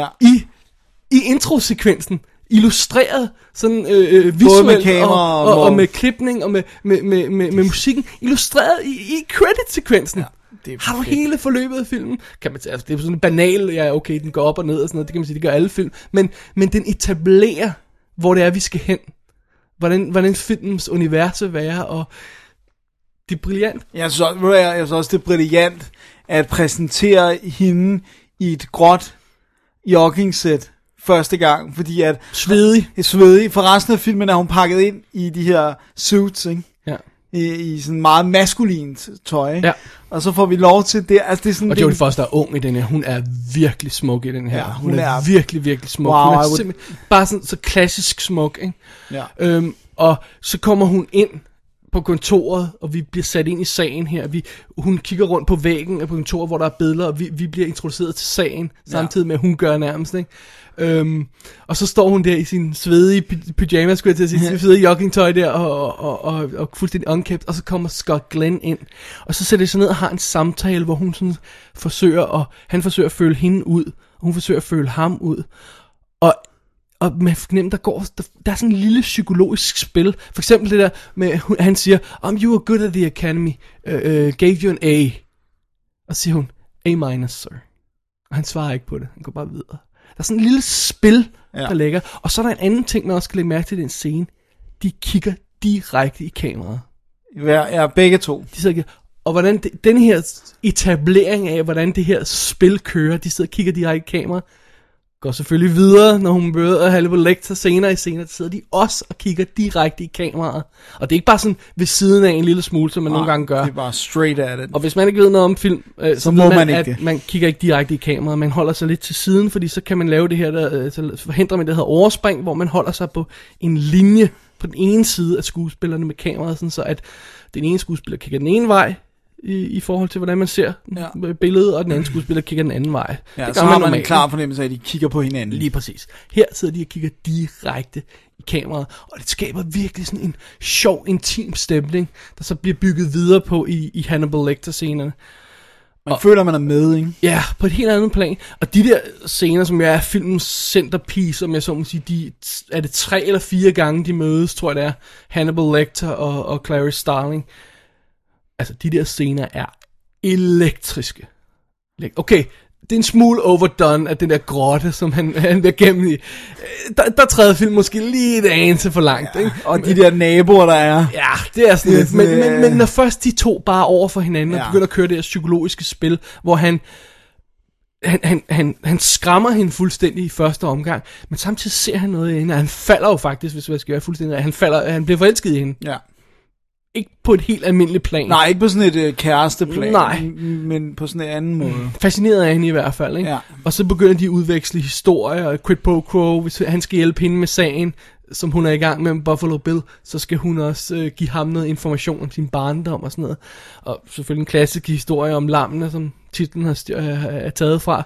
i introsekvensen, illustreret sådan visuelt med og med klipning og med musikken, illustreret i credit-sekvensen. Ja, har du hele forløbet af filmen? Kan man sige, altså, det er sådan en banal, okay, den går op og ned og sådan noget, det kan man sige, det gør alle film, men den etablerer, hvor det er, vi skal hen. Hvordan filmens univers vil være, og det er brilliant. Jeg synes også, det er brilliant at præsentere hende i et gråt joggingsæt første gang, fordi at... Svedig. For resten af filmen er hun pakket ind i de her suits, ikke? Ja. I sådan meget maskulint tøj, ikke? Ja. Og så får vi lov til det. Altså, det er sådan, og Jodie Foster er ung i den her. Hun er virkelig smuk i den her. Ja, hun er virkelig, virkelig smuk. Wow, hun er simpelthen bare sådan så klassisk smuk, ikke? Ja. Og så kommer hun ind på kontoret, og vi bliver sat ind i sagen her. Hun kigger rundt på væggen af kontoret, hvor der er billeder, og vi bliver introduceret til sagen, samtidig med, at hun gør nærmest, ikke? Og så står hun der i sin svedige pyjamas, skulle jeg til at sige, svedige joggingtøj der, og fuldstændig unkæbt, og så kommer Scott Glenn ind, og så sætter de sig ned og har en samtale, hvor hun sådan han forsøger at føle hende ud, og hun forsøger at føle ham ud, og man fornemmer, der er sådan en lille psykologisk spil. For eksempel det der med, han siger, you were good at the academy, gave you an A. Og så siger hun, A-, sir. Og han svarer ikke på det, han går bare videre. Der er sådan en lille spil, der ligger. Og så er der en anden ting, man også skal lægge mærke til i den scene. De kigger direkte i kameraet. Ja, begge to. Og hvordan den her etablering af, hvordan det her spil kører, de sidder og kigger direkte i kameraet, går selvfølgelig videre, når hun møder Hannibal Lecter senere i scenen, så sidder de også og kigger direkte i kameraet. Og det er ikke bare sådan ved siden af en lille smule, som man nogle gange gør. Det er bare straight at it. Og hvis man ikke ved noget om film, så må ved man ikke at man kigger ikke direkte i kameraet. Man holder sig lidt til siden, fordi så kan man lave det her, så forhindrer man det hedder overspring, hvor man holder sig på en linje på den ene side af skuespillerne med kameraet, sådan så at den ene skuespiller kigger den ene vej, i forhold til, hvordan man ser billedet, og den anden skuespiller kigger den anden vej. Ja, så har man en klar fornemmelse af, at de kigger på hinanden. Lige præcis. Her sidder de og kigger direkte i kameraet, og det skaber virkelig sådan en sjov, intim stemning, der så bliver bygget videre på i Hannibal Lecter-scenerne. Man føler, man er med, ikke? Ja, på et helt andet plan. Og de der scener, som jo er filmens centerpiece, som jeg så må sige, er det 3 eller 4 gange, de mødes, tror jeg det er, Hannibal Lecter og Clarice Starling. Altså, de der scener er elektriske. Okay, det er en smule overdone af den der grotte, som han bliver gennem i. Der træder film måske lige et anelse for langt, ikke? Og de der naboer, der er. Ja, det er sådan lidt. Men når først de to bare over for hinanden og begynder at køre det her psykologiske spil, hvor han skræmmer hende fuldstændig i første omgang, men samtidig ser han noget i hende, og han falder jo faktisk, hvis jeg skal være fuldstændig, han bliver forelsket i hende. Ja. Ikke på et helt almindeligt plan. Nej, ikke på sådan et kæresteplan. Nej. Men på sådan en anden måde. Fascineret af hende i hvert fald, ikke? Ja. Og så begynder de at udveksle historier, og quid pro quo, hvis han skal hjælpe hende med sagen, som hun er i gang med Buffalo Bill, så skal hun også give ham noget information om sin barndom og sådan noget. Og selvfølgelig en klassisk historie om lammene, som titlen er taget fra.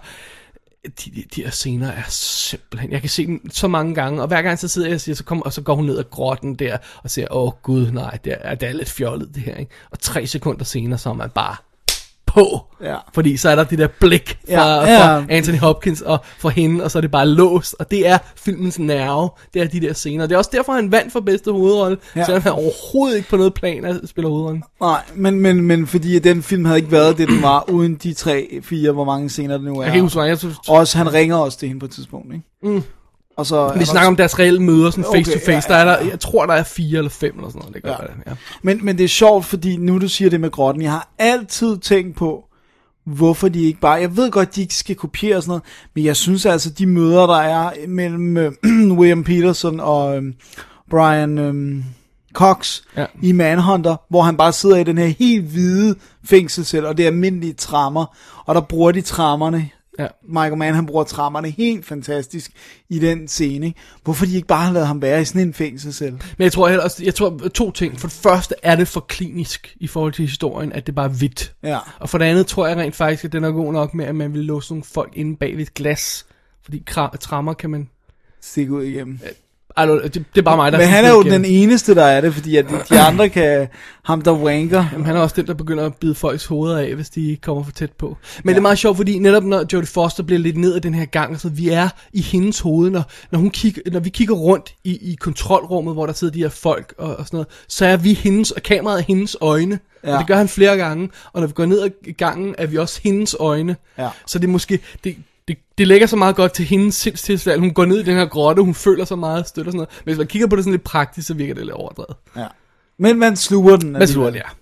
De her scener er simpelthen, jeg kan se dem så mange gange, og hver gang så sidder jeg og siger, så går hun ned ad grotten der, og siger, gud, nej, det er lidt fjollet det her, ikke? Og 3 sekunder senere, så er man bare på, fordi så er der det der blik fra Anthony Hopkins og for hende, og så er det bare låst, og det er filmens nerve, det er de der scener. Det er også derfor, han vandt for bedste hovedrolle, selvom han overhovedet ikke på noget plan at spille hovedrollen. Nej, men fordi den film havde ikke været det, den var, uden de 3-4, hvor mange scener det nu er. Jeg kan huske, også, han ringer også til hende på et tidspunkt, ikke? Mm. Og så vi snakker om deres reelle møder, sådan face to face, der er der, jeg tror der er 4 eller 5 eller sådan noget, det gør det. Ja. Men det er sjovt, fordi nu du siger det med grotten, jeg har altid tænkt på, hvorfor de ikke bare, jeg ved godt, de ikke skal kopiere og sådan noget, men jeg synes altså, de møder, der er mellem William Peterson og Brian Cox i Manhunter, hvor han bare sidder i den her helt hvide fængselscelle, og det er almindelige trammer, og der bruger de trammerne. Ja. Michael Mann, han bruger trammerne helt fantastisk i den scene, ikke? Hvorfor de ikke bare har lavet ham være i sådan en fængselscelle? Men jeg tror 2 ting. For det første er det for klinisk i forhold til historien, at det bare er hvidt. Ja. Og for det andet tror jeg rent faktisk, at den er god nok med, at man vil låse nogle folk inde bag ved et glas. Fordi trammer kan man stikke ud igennem. Det er bare mig, der... Men han er jo den eneste, der er det, fordi at de andre kan... Ham, der wanker. Jamen, han er også den, der begynder at bide folks hoveder af, hvis de kommer for tæt på. Men det er meget sjovt, fordi netop når Jodie Foster bliver lidt ned ad den her gang, så vi er i hendes hoved, når vi kigger rundt i kontrolrummet, hvor der sidder de her folk og sådan noget, så er vi hendes, og kameraet er hendes øjne. Ja. Og det gør han flere gange. Og når vi går ned ad gangen, er vi også hendes øjne. Ja. Så det er måske... Det lægger så meget godt til hendes sindstilstand. Hun går ned i den her grotte, hun føler så meget støtte og sådan noget. Men hvis man kigger på det sådan lidt praktisk, så virker det lidt overdrevet. Ja. Men man sluger den. Man sluger den, ja.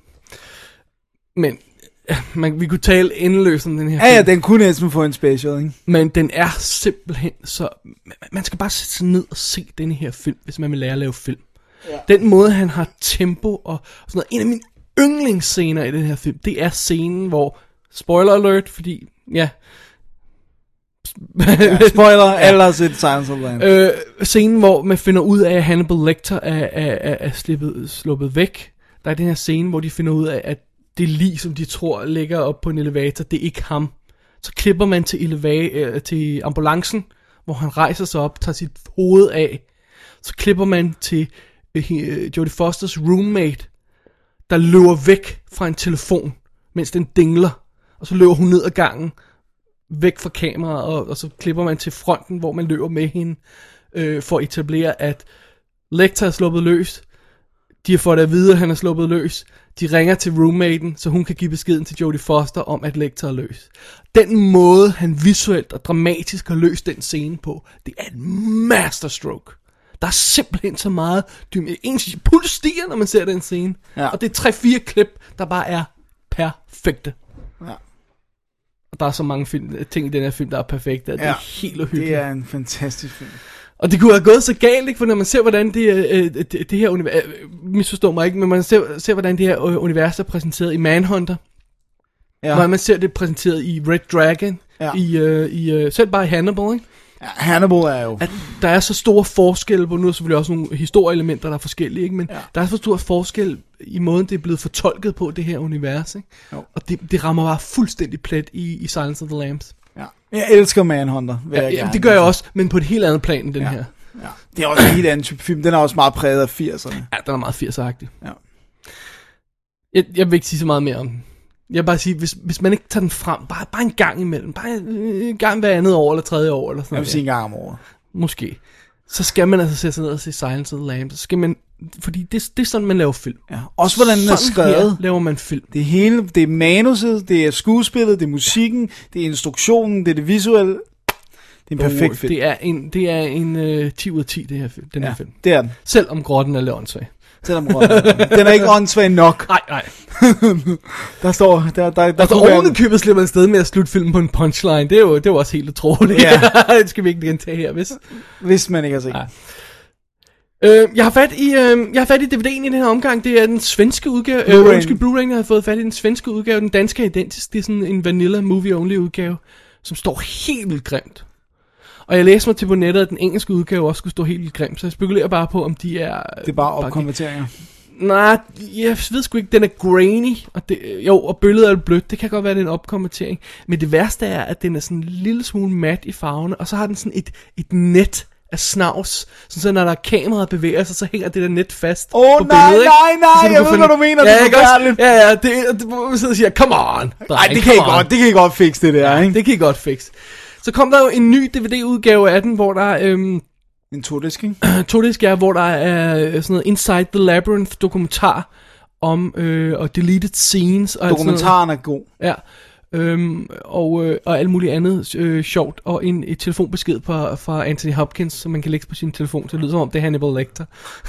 Men vi kunne tale endeløst om den her film. Ja, den kunne næsten få en special, ikke? Men den er simpelthen så... Man skal bare sætte sig ned og se denne her film, hvis man vil lære at lave film. Ja. Den måde, han har tempo og sådan noget. En af mine yndlingsscener i den her film, det er scenen, hvor... Spoiler alert, fordi... Ja... spoiler, alle har set Silence of the Lambs. Scenen, hvor man finder ud af, at Hannibal Lecter er sluppet væk. Der er den her scene, hvor de finder ud af, at det lig, som de tror ligger op på en elevator, det er ikke ham. Så klipper man til ambulancen, hvor han rejser sig op, tager sit hoved af. Så klipper man til Jodie Fosters roommate, der løber væk fra en telefon, mens den dingler. Og så løber hun ned ad gangen, væk fra kameraet, og så klipper man til fronten, hvor man løber med hende, for at etablere, at Lecter er sluppet løs. De har fået at vide, at han er sluppet løs. De ringer til roommaten, så hun kan give beskeden til Jodie Foster om, at Lecter er løs. Den måde, han visuelt og dramatisk har løst den scene på, det er en masterstroke. Der er simpelthen så meget ens puls stiger, når man ser den scene. Ja. Og det er 3-4 klip, der bare er perfekte. Ja. Og der er så mange ting i den her film, der er perfekte, at det er helt uhyggeligt. Det er en fantastisk film. Og det kunne have gået så galt, ikke? For når man ser, hvordan det her univers... misforstår mig ikke, men man ser, hvordan det her univers er præsenteret i Manhunter. Ja. Hvor man ser det præsenteret i Red Dragon. Ja. Selv bare i Hannibal, ikke? Hannibal er jo... At der er så store forskelle på, nu er selvfølgelig også nogle historieelementer, der er forskellige, ikke? Men der er så stor forskel i måden, det er blevet fortolket på, det her univers, ikke? Og det rammer bare fuldstændig plet i Silence of the Lambs. Ja. Jeg elsker Manhunter. Det gør jeg også, men på et helt andet plan end den her. Ja. Det er også en helt anden type film. Den er også meget præget af 80'erne. Ja, den er meget 80'er-agtig. Ja. Jeg vil ikke sige så meget mere om den. Jeg vil bare sige, hvis man ikke tager den frem, bare en gang imellem, bare en gang hver andet år eller tredje år eller sådan noget. Jeg vil sige en gang om året. Måske. Så skal man altså sætte sig ned og se Silence of the Lambs. Så skal man, fordi det er sådan, man laver film. Ja. Også hvordan den er skrevet. Laver man film. Det hele, det er manuset, det er skuespillet, det er musikken, det er instruktionen, det er det visuelle. Det er en perfekt film. Det er en 10 ud af 10, den her film. Det er den. Selvom grotten er lidt åndssvag. Den er ikke åndssvag nok. Nej. Der står... Der ovenikøbet slipper man sted med at slutte filmen på en punchline. Det er jo også helt utroligt. Ja. Det skal vi ikke gentage her, hvis man ikke har set. Jeg har fat i DVD'en i den her omgang. Det er den svenske udgave. Blu-ray, jeg har fået fat i den svenske udgave. Den danske er identisk. Det er sådan en vanilla movie-only udgave, som står helt vildt grimt. Og jeg læste mig til på nettet, at den engelske udgave også skulle stå helt vildt grimt. Så jeg spekulerer bare på, om de er... Det er bare opkonverteringer. Nej, jeg ved sgu ikke. Den er grainy. Og billedet er blødt. Det kan godt være, det er en opkonvertering. Men det værste er, at den er sådan en lille smule mat i farverne. Og så har den sådan et net af snavs. Så når der er kameraet bevæger sig, så hænger det der net fast på billedet. Nej, jeg ved, hvad du mener. Ja, det er forfærdeligt. Ja, det så siger, come on. Nej, det kan I godt fikse det der, ikke? Det kan I godt fikse. Så kom der jo en ny DVD-udgave af den, hvor der er... en todisk, ikke? Todisk, ja, hvor der er sådan noget Inside the Labyrinth dokumentar om og deleted scenes. Og dokumentaren er god. Ja, og alt muligt andet sjovt. Og et telefonbesked fra Anthony Hopkins, som man kan lægge på sin telefon, så det lyder som om det er Hannibal Lecter.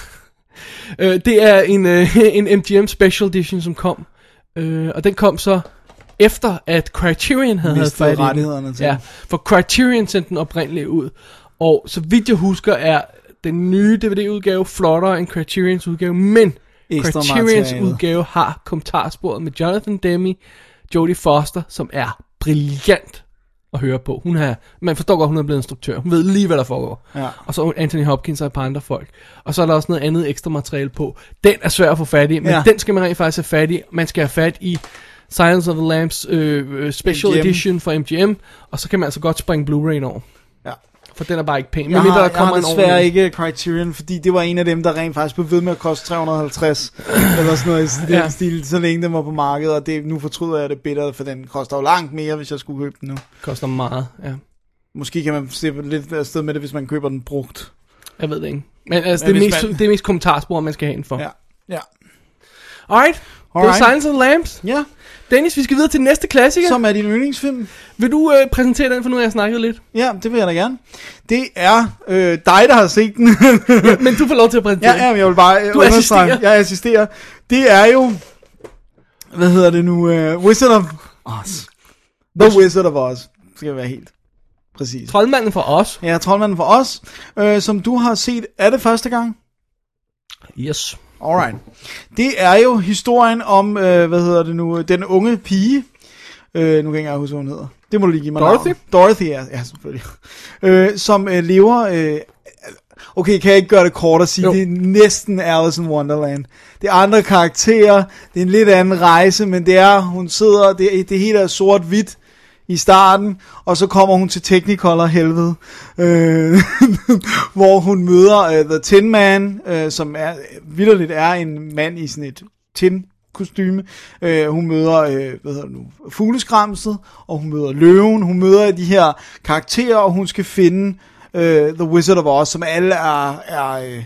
Det er en MGM Special Edition, som kom. Og den kom så... efter at Criterion havde fat i rettighederne til. Ja, for Criterion sendte den oprindeligt ud. Og så vidt jeg husker, er den nye DVD-udgave flottere end Criterions udgave, men Criterions udgave har kommentarsporet med Jonathan Demme, Jodie Foster, som er brilliant at høre på. Man forstår godt, hun er blevet instruktør. Hun ved lige, hvad der foregår. Ja. Og så Anthony Hopkins og et par andre folk. Og så er der også noget andet ekstra materiale på. Den er svær at få fat i, men den skal man rent faktisk have fat i. Man skal have fat i Silence of the Lambs Special MGM. Edition for MGM, og så kan man altså godt springe Blu-ray over. Ja. For den er bare ikke pæn. Jeg har desværre ikke Criterion, fordi det var en af dem, der rent faktisk blev ved med at koste 350 eller sådan noget i den stil, så længe den var på markedet, og nu fortryder jeg det bittert, for den koster jo langt mere, hvis jeg skulle købe den nu. Koster meget, ja. Måske kan man slippe lidt afsted med det, hvis man køber den brugt. Jeg ved det ikke. Men altså, det er mest kommentarspor, man skal have den for. Ja. Alright. Det var Silence of the Lambs. Ja. Dennis, vi skal videre til den næste klassiker. Som er din yndlingsfilm. Vil du præsentere den, for nu har jeg snakket lidt? Ja, det vil jeg da gerne. Det er dig, der har set den. Ja, men du får lov til at præsentere den. Ja, jeg vil bare assisterer. Jeg assisterer. Det er jo, hvad hedder det nu? Wizard of Oz. The Wizard of Oz. Skal jeg være helt præcis. Troldmanden for Oz. Ja, Troldmanden for Oz. Som du har set. Er det første gang? Yes. Alright. Det er jo historien om, den unge pige. Nu kan jeg ikke engang huske, hvad hun hedder. Det må du lige give mig. Dorothy, ja selvfølgelig. Som lever... okay, kan jeg ikke gøre det kort at sige, det er næsten Alice in Wonderland. Det er andre karakterer, det er en lidt anden rejse, men det er, hun sidder, det hele er sort-hvidt i starten, og så kommer hun til Technicolor helvede, hvor hun møder The Tin Man, som er vitterligt er en mand i sådan et tin-kostyme. Hun møder fugleskramset, og hun møder løven, hun møder de her karakterer, og hun skal finde The Wizard of Oz, som alle er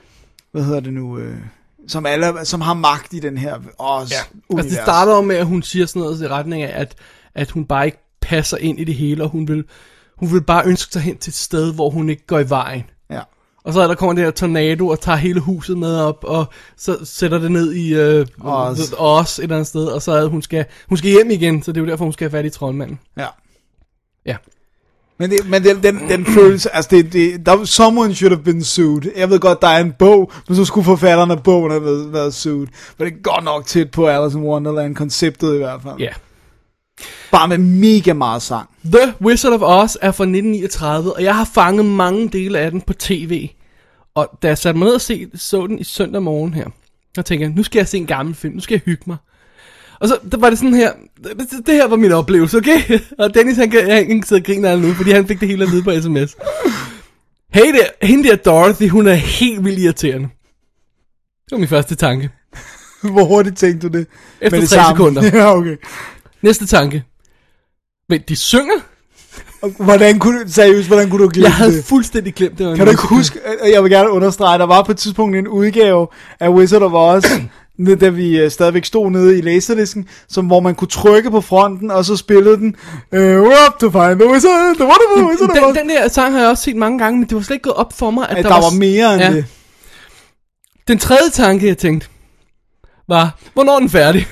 som har magt i den her Oz-univers. Altså det starter med, at hun siger sådan noget i retning af, at hun bare ikke passer ind i det hele, og hun vil bare ønske sig hen til et sted, hvor hun ikke går i vejen. Ja. Og så er der kommer det her tornado, og tager hele huset med op, og så sætter det ned i Oz et eller andet sted, og så er hun skal hjem igen, så det er jo derfor, hun skal have fat i troldmanden. Ja. Ja. Men den følelse, altså someone should have been sued. Jeg ved godt, der er en bog, men så skulle forfatteren af bogen have været sued. Men det er godt nok tæt på Alice in Wonderland konceptet i hvert fald. Ja. Bare med mega meget sang. The Wizard of Oz er fra 1939, og jeg har fanget mange dele af den på tv. Og da jeg satte mig ned og så den i søndag morgen her, så tænkte jeg, nu skal jeg se en gammel film, nu skal jeg hygge mig. Og så der var det sådan her, det her var min oplevelse, okay? Og Dennis, han kan sidde og grine af nu, fordi han fik det hele at vide på sms. Hey der, hende der Dorothy, hun er helt vildt irriterende. Det var min første tanke. Hvor hurtigt tænkte du det? Efter 3 sekunder. Ja, okay. Næste tanke. Men de synger? Hvordan kunne du glemme det? Jeg havde fuldstændig glemt det. Kan du ikke huske, jeg vil gerne understrege, der var på et tidspunkt en udgave af Wizard of Oz, da vi stadigvæk stod nede i laserdisken, hvor man kunne trykke på fronten, og så spillede den Up to find the wizard, the wonderful wizard of Oz. Den der sang har jeg også set mange gange, men det var slet ikke gået op for mig, at der var mere end det. Den tredje tanke, jeg tænkte, var, hvornår er den færdig?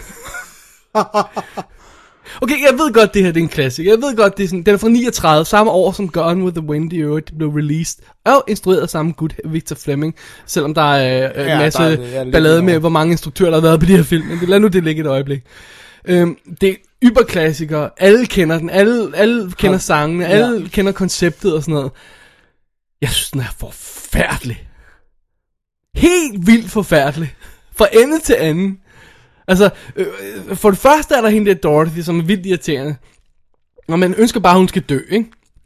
Okay, jeg ved godt, det her det er en klassiker. Jeg ved godt, det er sådan, den er fra 39, samme år som Gone with the Wind i øvrigt blev released. Og instrueret af samme gut, Victor Fleming. Selvom der er en masse ballade med, hvor mange instruktører der har været på de her film. Men lad nu det ligge et øjeblik. Det er yberklassikere. Alle kender den. Alle kender sangene. Alle kender konceptet og sådan noget. Jeg synes, den er forfærdelig. Helt vildt forfærdelig. Fra ende til anden. Altså, for det første er der hende der Dorothy, som er vildt irriterende. Og man ønsker bare, at hun skal dø, ikke?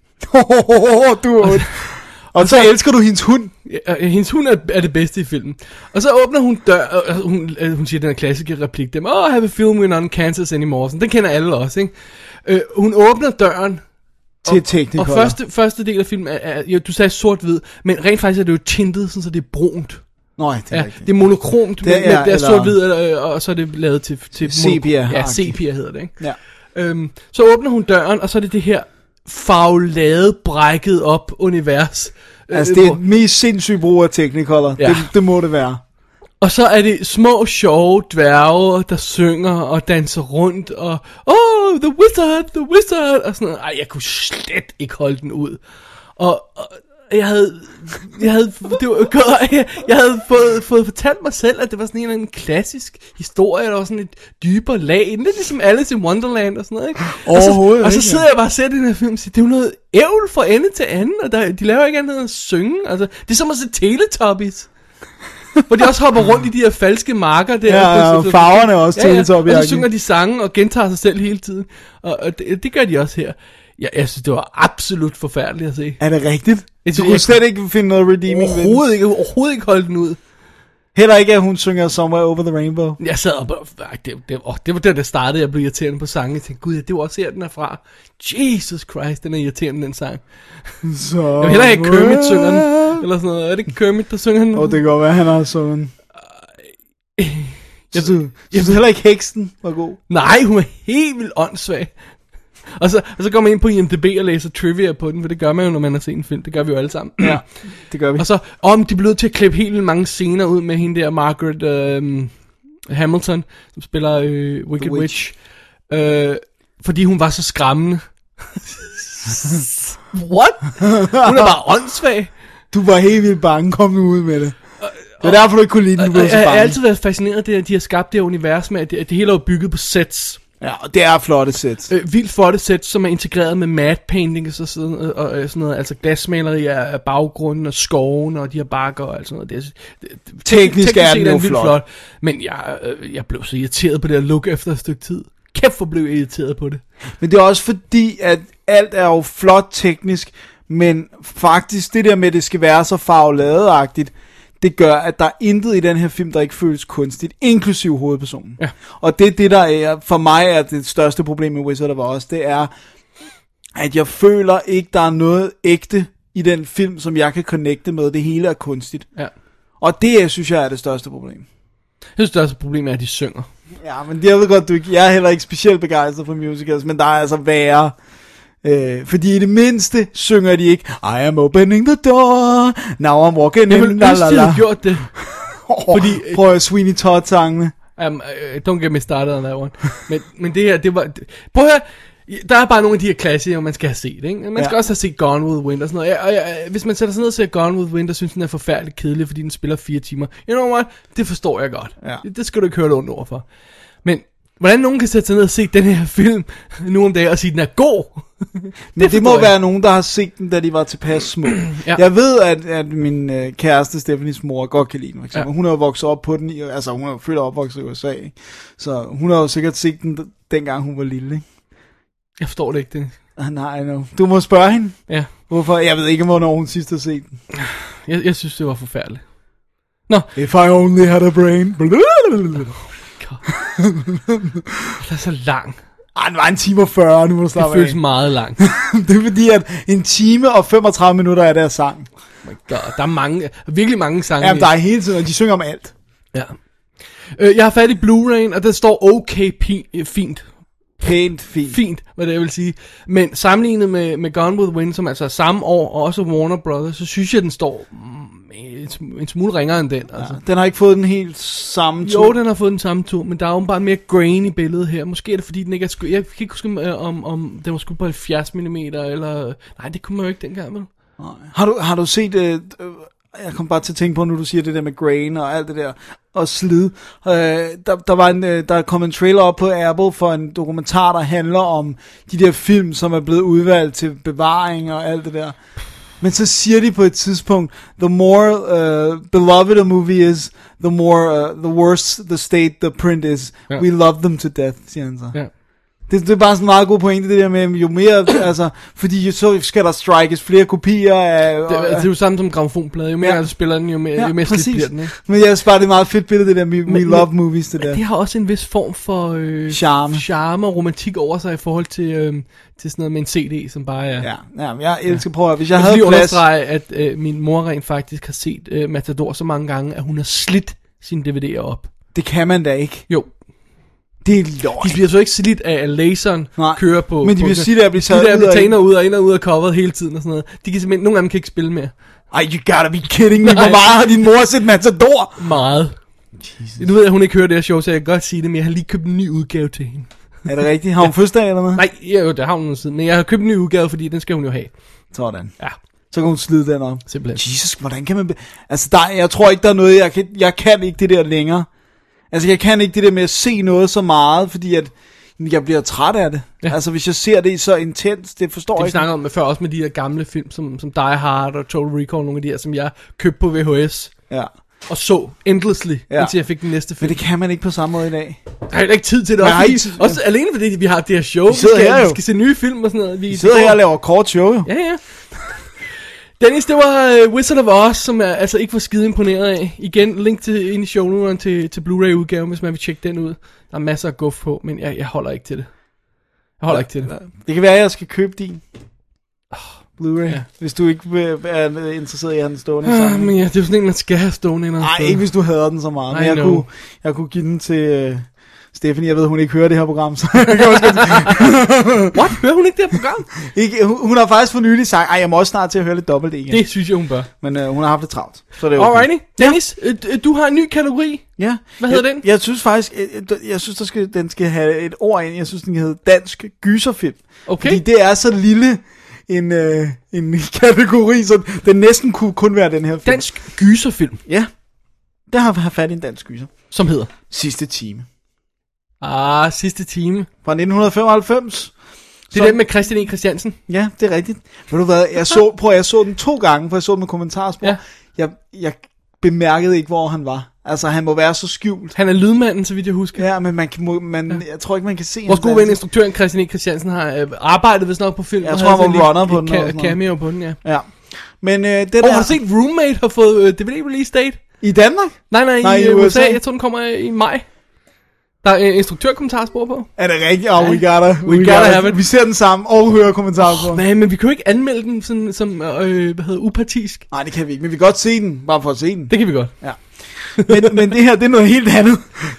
Og så elsker du hendes hund. Hendes hund er det bedste i filmen. Og så åbner hun dør, hun siger den her klassiske replik, dem, have a film we're not in Kansas anymore. Den kender alle også, ikke? Hun åbner døren. Til Technicolor. Og første del af filmen er du sagde sort-hvid, men rent faktisk er det jo tintet, sådan så det er brunt. Nej, det er det er monokromt, det er sort-hvid, og så er det lavet til sepia. Ja, sepia hedder det, ikke? Ja. Så åbner hun døren, og så er det her farvelade, brækket op univers. Altså, det er et mest sindssygt brug af Technicolor. Ja. Det må det være. Og så er det små, sjove dværge, der synger og danser rundt, og the wizard, og sådan noget. Ej, jeg kunne slet ikke holde den ud. Og jeg havde fået fortalt mig selv, at det var sådan en eller anden klassisk historie, der var sådan et dybere lag. Lidt ligesom Alice in Wonderland og sådan noget, ikke? Og så sidder jeg bare og ser den her film og siger, det er jo noget ævl fra ende til anden, og de laver ikke andet end at synge. Altså, det er som at se Teletubbies. Hvor de også hopper rundt i de her falske marker der. Ja, og farverne er også Teletubbies. Og så synger de sange og gentager sig selv hele tiden. Og det gør de også her. Jeg synes, det var absolut forfærdeligt at se. Er det rigtigt? Du kunne slet ikke finde noget redeeming ved den? Overhovedet ikke holde den ud. Heller ikke, at hun synger Somewhere Over the Rainbow? Jeg sad og det var der, det startede, jeg blev irriterende på sangen. Jeg tænkte, gud, det var også her, den er fra. Jesus Christ, den er irriterende, den sang. Jeg vil heller ikke Kermit synger den. Eller sådan noget. Er det ikke Kermit, der synger den? Det kan godt være, han har sunget. Jeg synes heller ikke, heksen var god. Nej, hun er helt vildt åndssvag. Og så går man ind på IMDb og læser trivia på den, for det gør man jo, når man har set en film. Det gør vi jo alle sammen. Ja, det gør vi. Og så, de blev nødt til at klippe helt vildt mange scener ud med hende der, Margaret Hamilton, som spiller Wicked Witch. Fordi hun var så skræmmende. What? Hun er bare åndssvag. Du var helt vildt bange, kom nu ud med det. Det er derfor, du ikke kunne lide den, du blev så bange. Jeg har altid været fascineret af, at de har skabt det her univers med, at det hele er bygget på sets. Ja, og det er flotte sets. Vildt flotte sets, som er integreret med matte paintings og sådan noget, altså glasmaleri af baggrunden og skoven og de her bakker og alt sådan noget. Teknisk er den jo flot. Men jeg blev så irriteret på det at look efter et stykke tid. Kæft, hvor blev jeg irriteret på det. Men det er også fordi, at alt er jo flot teknisk, men faktisk det der med, at det skal være så farveladeagtigt, det gør, at der er intet i den her film, der ikke føles kunstigt, inklusiv hovedpersonen. Ja. Og det er det, der er, for mig er det største problem med Wizard of Oz, det er, at jeg føler ikke, der er noget ægte i den film, som jeg kan connecte med. Det hele er kunstigt. Ja. Og det, synes jeg, er det største problem. Jeg synes, det største problem er, at de synger. Ja, men jeg ved godt, jeg er heller ikke specielt begejstret for musicals, men der er altså værre. Fordi i det mindste synger de ikke I am opening the door, now I'm walking in, la la la. Jeg gjort det. Fordi, prøv at Sweeney Todd-sangene. Don't get me started on that one. men det her, det var... Prøv at høre, der er bare nogle af de her klassikere, man skal have set, ikke? Man skal også have set Gone with the Wind og sådan noget. Hvis man sætter sig ned og ser Gone with the Wind, og synes, den er forfærdeligt kedelig, fordi den spiller 4 timer. You know what? Det forstår jeg godt. Ja. Det skal du ikke høre det ondt ord for. Men Hvordan nogen kan sætte sig ned og se den her film nu om dagen og sige, den er god. det må være nogen, der har set den, da de var tilpas små. Ja. Jeg ved, at min kæreste Stephanies mor godt kan lide den, for eksempel. Ja. Hun er jo vokset op på den, altså hun er jo født og opvokset i USA, ikke? Så hun har jo sikkert set den, dengang hun var lille, ikke? Jeg forstår det ikke, det. Nej, no. Du må spørge hende. Ja. Hvorfor? Jeg ved ikke, hvornår hun sidst har set den. Jeg synes, det var forfærdeligt. Nå. If I only had a brain. Det er så lang. Den var 1 time og 40, nu må du slappe af. Det føles meget lang. Det er fordi, at 1 time og 35 minutter er der sang. Oh my God, der er virkelig mange sange. Jamen, der er hele tiden, og de synger om alt. Ja. Jeg har fat i Blu-ray'en, og der står okay fint. Pænt fint. Fint, hvad det jeg vil sige. Men sammenlignet med Gone with the Wind, som altså er samme år, og også Warner Brothers, så synes jeg, den står en smule ringere end den. Altså. Ja, den har ikke fået den helt samme tur. Jo, den har fået den samme tur, men der er jo bare mere grain i billedet her. Måske er det fordi, den ikke er jeg kan ikke huske, om den var sgu på 70 mm, eller... Nej, det kunne man jo ikke dengang, vel? Har du set... jeg kom bare til at tænke på, nu du siger det der med grain og alt det der, og slid. Der kom en trailer op på Apple for en dokumentar, der handler om de der film, som er blevet udvalgt til bevaring og alt det der. Men så siger de på et tidspunkt, the more beloved a movie is, the more the worse the state the print is. Yeah. We love them to death, siger han så. Yeah. Det er bare sådan en meget god pointe, det der med, jo mere, altså, fordi så skal der strikes flere kopier af... Det er jo samme som grammofonplade, jo mere du spiller den, jo mere slidt bliver den, ikke? Men jeg synes bare, det er meget fedt billede, det der, we love movies, det der. Det har også en vis form for charme og romantik over sig i forhold til sådan noget med en CD, som bare er... Ja, jeg elsker prøve, hvis jeg havde plads... understrege, at min mor rent faktisk har set Matador så mange gange, at hun har slidt sine DVD'er op. Det kan man da ikke. Jo. Det er lort. De bliver så ikke slidt af, at laseren kører på... Men de bliver slidt af at blive taget ud og ind og ud af coveret hele tiden og sådan noget. De kan simpelthen... Nogle af dem kan ikke spille mere. You gotta be kidding me. Hvor meget har din mor set Matador? Meget. Jesus. Nu ved jeg, at hun ikke hører det her show, så jeg kan godt sige det, men jeg har lige købt en ny udgave til hende. Er det rigtigt? Har hun fødselsdag eller noget? Nej, jo, det har hun noget siden. Men jeg har købt en ny udgave, fordi den skal hun jo have. Sådan. Ja. Så kan hun slide den op. Simpelthen. Jesus, hvordan kan man... Altså, jeg tror ikke, der er noget... Jeg kan ikke det der længere. Altså, jeg kan ikke det der med at se noget så meget, fordi at jeg bliver træt af det. Ja. Altså, hvis jeg ser det så intens, det forstår jeg ikke. Det vi snakker om før, også med de der gamle film, som Die Hard og Total Recall, nogle af de her, som jeg købte på VHS. Ja. Og så endlessly, indtil jeg fik den næste film. Men det kan man ikke på samme måde i dag. Jeg har ikke tid til det. Også alene fordi vi har det her show. Vi skal se nye film og sådan noget. Vi sidder her og laver kort show, jo. Ja. Dennis, det var Wizard of Oz, som jeg altså ikke var skide imponeret af. Igen, link til ind i shownoteren til Blu-ray-udgaven, hvis man vil tjekke den ud. Der er masser af guf på, men jeg holder ikke til det. Det kan være, at jeg skal købe din Blu-ray, hvis du ikke er interesseret i at have den stående sammen. Men ja, det er jo sådan en, man skal have stående. Nej, ikke hvis du hader den så meget. Men jeg kunne give den til... Stephanie, jeg ved, hun ikke hører det her program, så What? Hører hun ikke det her program? Ikke, hun har faktisk for nylig sagt, jeg må også snart til at høre lidt dobbelt igen. Det synes jeg, hun bør. Men hun har haft det travlt, så det er okay. Alrighty. Dennis, du har en ny kategori. Ja. Hvad hedder den? Jeg synes faktisk, den skal have et ord ind. Jeg synes, den kan hedde dansk gyserfilm. Okay. Fordi det er så lille en kategori, så den næsten kunne kun være den her film. Dansk gyserfilm? Ja. Der har fat i en dansk gyser. Som hedder? Sidste time. Sidste time. Fra 1995. Det er den med Christian E. Christiansen. Ja, det er rigtigt. Ved du hvad, jeg så den 2 gange, for jeg så den med kommentarspor. Ja. Jeg bemærkede ikke, hvor han var. Altså, han må være så skjult. Han er lydmanden, så vidt jeg husker. Ja, men jeg tror ikke, man kan se vores gode ven, instruktøren Christian E. Christiansen, har arbejdet vist nok på filmen. Jeg tror, han var runner på den. Cameo på den, ja. Men har du set Roommate har fået DVD release date? I Danmark? Nej, i USA. Jeg tror, den kommer i maj. Der er instruktørkommentarspor på. Er det rigtigt? We gotta have it. Vi ser den sammen og hører kommentarspor. Nej, men vi kan jo ikke anmelde den sådan, som upartisk. Nej, det kan vi ikke, men vi kan godt se den, bare for at se den. Det kan vi godt. Ja. men det her, det er noget helt andet.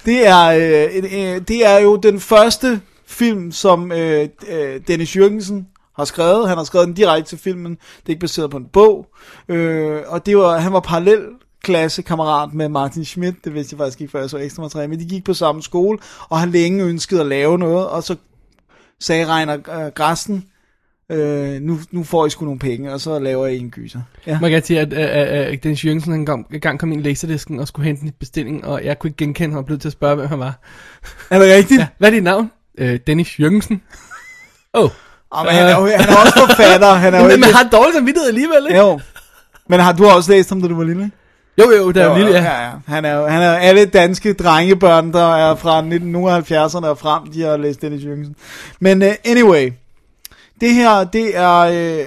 Det er jo den første film, som Dennis Jürgensen har skrevet. Han har skrevet den direkte til filmen. Det er ikke baseret på en bog. Og han var parallel klassekammerat med Martin Schmidt, det vidste jeg faktisk ikke, før jeg så Ekstra Materiale, men de gik på samme skole, og har længe ønsket at lave noget, og så sagde Reiner Grasten, Nu får I sgu nogle penge, og så laver I en gyser. Ja. Man kan sige, at Dennis Jørgensen engang kom ind i laserdisken og skulle hente en bestilling, og jeg kunne ikke genkende ham og blev til at spørge, hvem han var. Er det rigtigt? Ja. Hvad er dit navn? Dennis Jørgensen. Men han er også forfatter. Men har dårlig samvittighed alligevel, ikke? Jo. Men du har også læst ham, da du var lille, ikke? Jo, der er lille, ja. Han er alle danske drengebørn, der er fra 1970'erne og frem, de har læst Dennis Jørgensen. Men anyway, det her, det er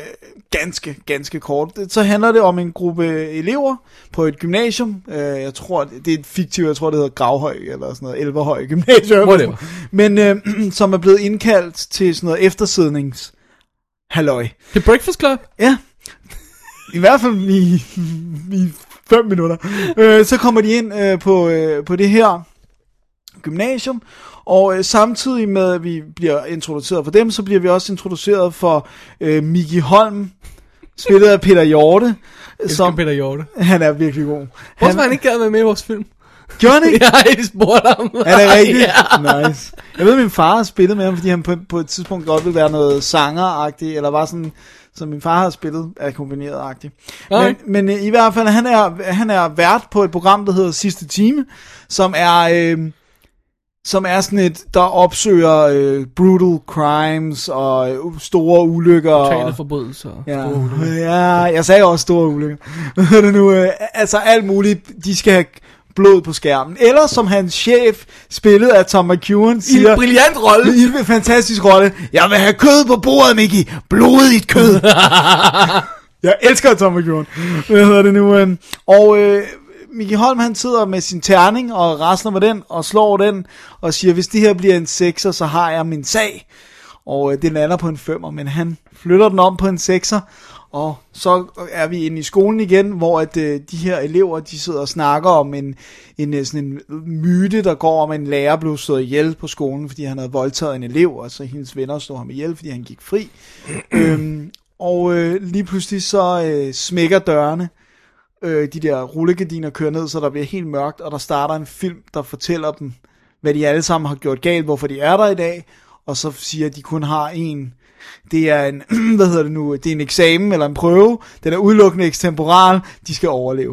ganske kort. Så handler det om en gruppe elever på et gymnasium. Jeg tror, det er et fiktivt, jeg tror, det hedder Gravhøj, eller sådan noget, Elverhøj Gymnasium. Men som er blevet indkaldt til sådan noget eftersidningshalløj. The Breakfast Club? Ja. I hvert fald i 5 minutter. Så kommer de ind på det her gymnasium, og samtidig med, at vi bliver introduceret for dem, så bliver vi også introduceret for Mickey Holm, spillet af Peter Hjorte. Som Peter Hjorte. Han er virkelig god. Hvorfor har han ikke gad være med i vores film? Gjorde han ikke? Jeg har spurgt ham. Er det rigtigt? Ja. Nice. Jeg ved, at min far har spillet med ham, fordi han på et tidspunkt godt ville være noget sanger-agtigt, eller var sådan, som min far har spillet, akkompagneret-agtigt. Okay. Men i hvert fald, han er vært på et program, der hedder Sidste Time, som er sådan et, der opsøger brutal crimes og store ulykker. Totale forbrydelser. Ja, jeg sagde også store ulykker. Altså alt muligt, de skal have blod på skærmen. Eller som hans chef, spillet af Tom McEwan, siger... I en brilliant rolle. I en fantastisk rolle. Jeg vil have kød på bordet, Mickey. Blodigt kød. Jeg elsker Tom McEwan. Hvad hedder det nu? Mickey Holm, han sidder med sin terning og rasler med den og slår den og siger, hvis det her bliver en 6'er, så har jeg min sag. Og det lander på en 5'er, men han flytter den om på en 6'er. Og så er vi inde i skolen igen, hvor at de her elever, de sidder og snakker om sådan en myte, der går om, en lærer blev slået ihjel på skolen, fordi han havde voldtaget en elev, og så hendes venner slog ham ihjel, fordi han gik fri. Lige pludselig så smækker dørene. De der rullegardiner kører ned, så der bliver helt mørkt, og der starter en film, der fortæller dem, hvad de alle sammen har gjort galt, hvorfor de er der i dag, og så siger, at de kun har en. Det er en, det er en eksamen eller en prøve, den er udelukkende extemporal, de skal overleve.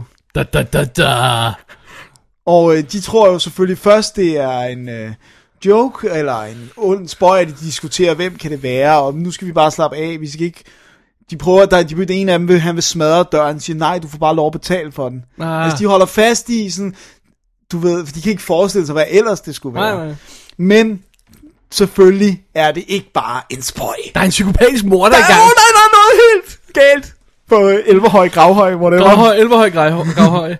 Og de tror jo selvfølgelig først, det er en joke, eller en ond spøj, at de diskuterer, hvem kan det være, og nu skal vi bare slappe af, vi skal ikke... De prøver, den ene af dem, han vil smadre døren, siger, nej, du får bare lov at betale for den. Altså, de holder fast i sådan, du ved, for de kan ikke forestille sig, hvad ellers det skulle være. Nej. Men, selvfølgelig er det ikke bare en spøj. Der er en psykopatisk morder i gang. Der er noget helt galt på Elverhøj, Gravhøj, hvor det var. Elverhøj, Gravhøj.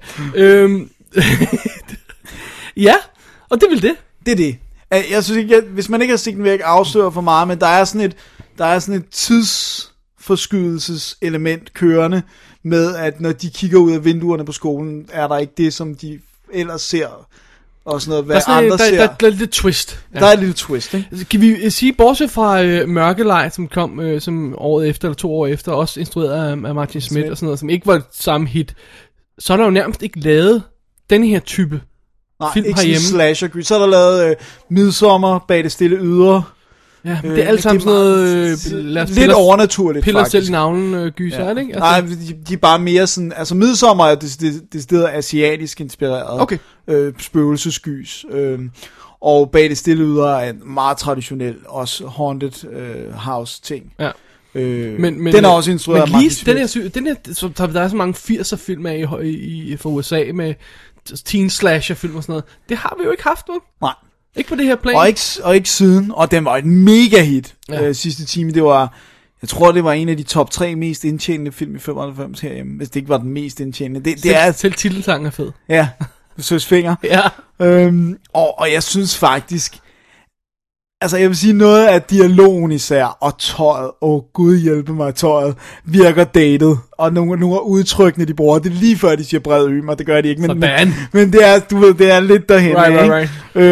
Ja, og det er vel det. Det er det. Jeg synes ikke, hvis man ikke har set den, vil jeg ikke afsløre for meget, men der er sådan et tidsforskydelseselement kørende med, at når de kigger ud af vinduerne på skolen, er der ikke det, som de ellers ser, og sådan noget, hvad andre ser. Der er et lille twist. Ja. Der er et lille twist, ikke? Kan vi sige, bortset fra Mørkelej, som kom som året efter, eller 2 år efter, også instrueret af Martin Smith og sådan noget, som ikke var et samme hit, så er der jo nærmest ikke lavet denne her type film ikke herhjemme. Slasher. Så er der lavet Midsommer, Bag det stille ydre. Ja, det er alt sammen sådan noget... lidt overnaturligt, piller faktisk. Selv navnen gyser, er det ikke? Altså, nej, de er bare mere sådan... Altså, Midsommer er det sted asiatisk inspireret. Okay. Spøgelsesgys. Og Bag det stille ydre er en meget traditionel, også haunted house ting. Ja. Men den er også instrueret af Martin Smith. Den her, der er så mange 80'er film af fra USA med teen slasher film og sådan noget. Det har vi jo ikke haft nu. Nej. Ikke på det her plan. Og ikke siden. Og den var et mega hit. Sidste time. Det var, jeg tror det var en af de top 3 mest indtjenende film i 95 herhjemme. Hvis det ikke var den mest indtjenende. Det er selv titelsangen er fed. Ja. Søs Finger. Ja. Og jeg synes faktisk, altså jeg vil sige noget af dialogen især, og tøjet, gud hjælpe mig, tøjet virker dated, og nogle af udtrykkene de bruger, det er lige før de siger bred ymer, det gør de ikke, men det er, du ved, det er lidt derhen, right.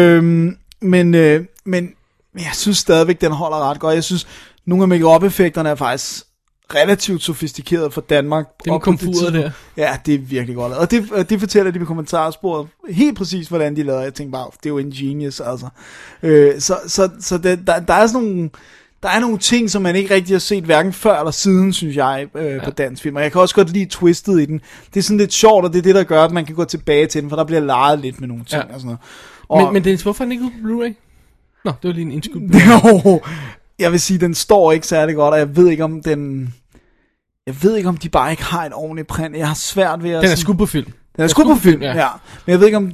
Men jeg synes stadigvæk den holder ret godt. Jeg synes nogle af make-up-effekterne er faktisk relativt sofistikeret for Danmark. Det er komfuret der. Ja, det er virkelig godt. Og det fortæller de på kommentarsporet helt præcis, hvordan de lavede. Jeg tænkte bare, det er jo ingenious, altså. Så der er sådan nogle... der er nogle ting, som man ikke rigtig har set hverken før eller siden, synes jeg, på dansk film. Og jeg kan også godt lide twistet i den. Det er sådan lidt sjovt, og det er det, der gør, at man kan gå tilbage til den, for der bliver leget lidt med nogle ting og sådan noget. Og, men Dennis, hvorfor er den ikke ude på Blu-ray? Nå, det var lige en indskud. Jeg vil sige, den står ikke særlig godt, og jeg ved ikke, om den... Jeg ved ikke, om de bare ikke har et ordentligt print. Jeg har svært ved at... Den er skudt på film. Den er skudt på film, ja. Men jeg ved ikke, om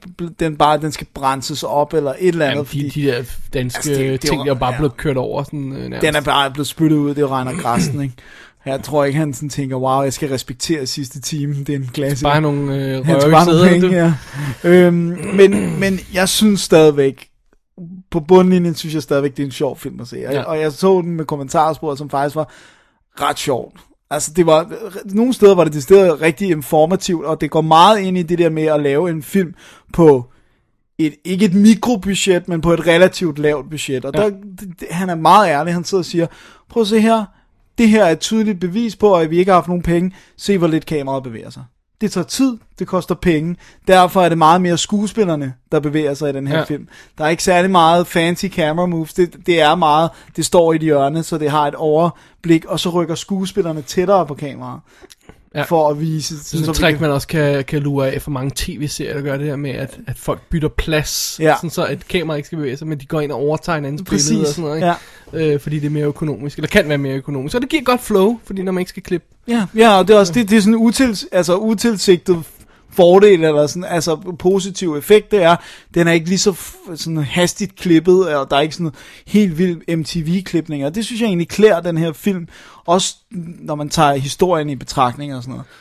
den skal brænses op, eller et eller andet. Jamen, fordi de der danske ting, der er bare blevet kørt over. Sådan, den er bare blevet spyttet ud, det regner græsten, ikke? Jeg tror ikke, han sådan tænker, wow, jeg skal respektere sidste time. Det er en klasse. Bare nogle røve sæder. Men jeg synes stadigvæk, på bundlinjen synes jeg stadigvæk, det er en sjov film at se. Ja. Og jeg så den med kommentarspor, som faktisk var ret sjovt. Altså det var, nogle steder var det decideret rigtig informativt, og det går meget ind i det der med at lave en film på ikke et mikrobudget, men på et relativt lavt budget. Og han er meget ærlig, han sidder og siger, prøv at se her, det her er et tydeligt bevis på, at vi ikke har haft nogen penge. Se hvor lidt kameraet bevæger sig. Det tager tid, det koster penge. Derfor er det meget mere skuespillerne, der bevæger sig i den her film. Der er ikke særlig meget fancy camera moves. Det er meget, det står i et hjørne, så det har et overblik, og så rykker skuespillerne tættere på kameraet. For at vise... Sådan et trick, man også kan lure af for mange tv-serier, der gør det her med, at folk bytter plads, sådan så et kamera ikke skal bevæge sig, men de går ind og overtager en anden billede og sådan noget, ikke? Fordi det er mere økonomisk, eller kan være mere økonomisk. Så det giver godt flow, fordi når man ikke skal klippe. Ja, og det er også det er sådan utilsigtet fordel, eller sådan, altså positiv effekt, det er, den er ikke lige så sådan hastigt klippet, og der er ikke sådan helt vild MTV-klipninger. Det synes jeg egentlig klæder den her film, også når man tager historien i betragtning og sådan noget.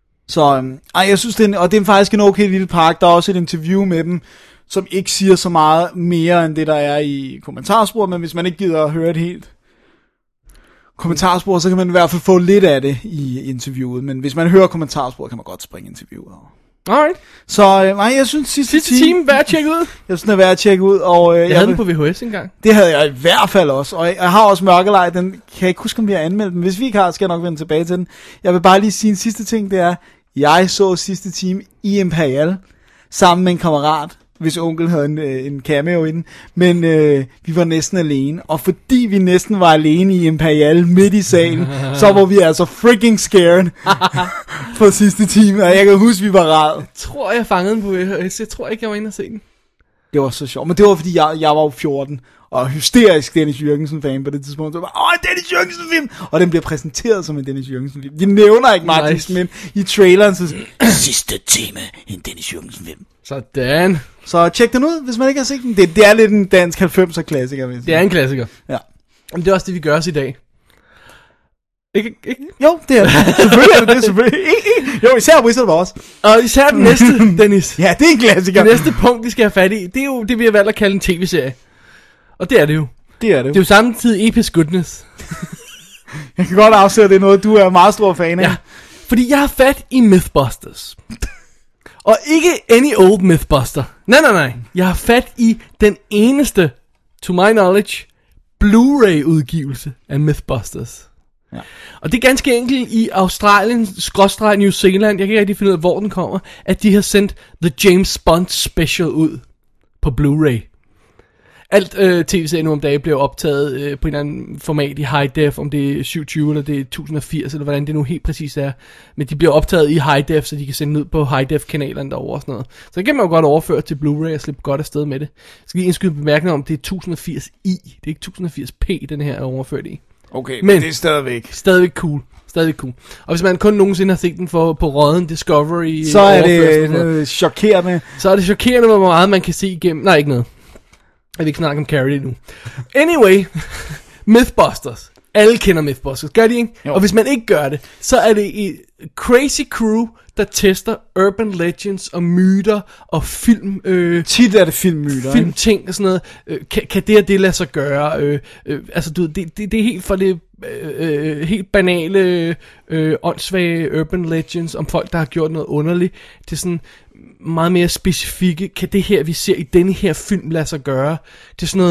Så jeg synes, det er faktisk en okay lille park. Der er også et interview med dem, som ikke siger så meget mere, end det der er i kommentarsporet, men hvis man ikke gider at høre et helt kommentarspor, så kan man i hvert fald få lidt af det i interviewet, men hvis man hører kommentarsporet, kan man godt springe interviewet over. Alright. Så jeg synes sidste time værd at tjekke ud. Jeg synes, den er værd at tjekke ud. Og, jeg havde den på VHS engang. Det havde jeg i hvert fald også. Og jeg har også Mørkelej. Den kan jeg ikke huske, om vi har anmeldt den. Hvis vi ikke har, skal jeg nok vende tilbage til den. Jeg vil bare lige sige en sidste ting. Det er, jeg så sidste time i Imperial sammen med en kammerat, hvis onkel havde en cameo i den. Men vi var næsten alene. Og fordi vi næsten var alene i Imperial midt i salen, så var vi altså freaking scared for sidste time. Og jeg kan huske, vi var ræd. Jeg tror, jeg fangede den på VHS. Jeg tror ikke, jeg var inde og se den. Det var så sjovt. Men det var, fordi jeg var jo 14. Og hysterisk Dennis Jürgensen-fan på det tidspunkt. Så var Dennis Jürgensen-film! Og den bliver præsenteret som en Dennis Jürgensen-film. De nævner ikke Martin, men i traileren så sidste time en Dennis Jürgensen-film. Sådan. Så tjek den ud, hvis man ikke har set den. Det er lidt en dansk 90'er klassiker. Det er en klassiker. Ja. Men det er også det, vi gør os i dag. Ikke? Jo, det er det. Selvfølgelig er det selvfølgelig. Jo, især Wizard of Oz. Og især den næste, Dennis. Ja, det er en klassiker. Det næste punkt, vi skal have fat i, det er jo det, vi har valgt at kalde en tv-serie. Og det er det jo. Det er det. Det er jo samtidig episk goodness. Jeg kan godt afsløre, at det er noget, du er meget stor fan af. Ja, fordi jeg har fat i Mythbusters. Og ikke any old Mythbuster. Nej. Jeg har fat i den eneste, to my knowledge, Blu-ray udgivelse af Mythbusters. Ja. Og det er ganske enkelt i Australien, New Zealand, jeg kan ikke rigtig finde ud af, hvor den kommer, at de har sendt The James Bond Special ud på Blu-ray. Alt tv-serien nu om dagen bliver optaget på en eller anden format i high def, om det er 720 eller det er 1080, eller hvordan det nu helt præcis er. Men de bliver optaget i high def, så de kan sende ud på high def kanalerne derovre og sådan noget. Så det kan man jo godt overføre til Blu-ray og slippe godt afsted med det. Så skal I indskyde bemærkning om, det er 1080i. Det er ikke 1080p, den her er overført i. Okay, men det er stadigvæk cool. Og hvis man kun nogensinde har set den på Råden Discovery, så er det chokerende. Så er det chokerende, hvor meget man kan se igennem. Nej, ikke noget. Jeg vil ikke snakke om Carrie nu. Anyway, Mythbusters. Alle kender Mythbusters, gør de ikke? Jo. Og hvis man ikke gør det, så er det et crazy crew, der tester urban legends og myter og film. Tit er det filmmyter. Filmting og sådan noget. Kan det og det lade sig gøre? Altså, det er helt for det helt banale, åndssvage urban legends om folk, der har gjort noget underligt. Det er sådan meget mere specifikke. Kan det her, vi ser i denne her film, lade sig gøre? Det er sådan noget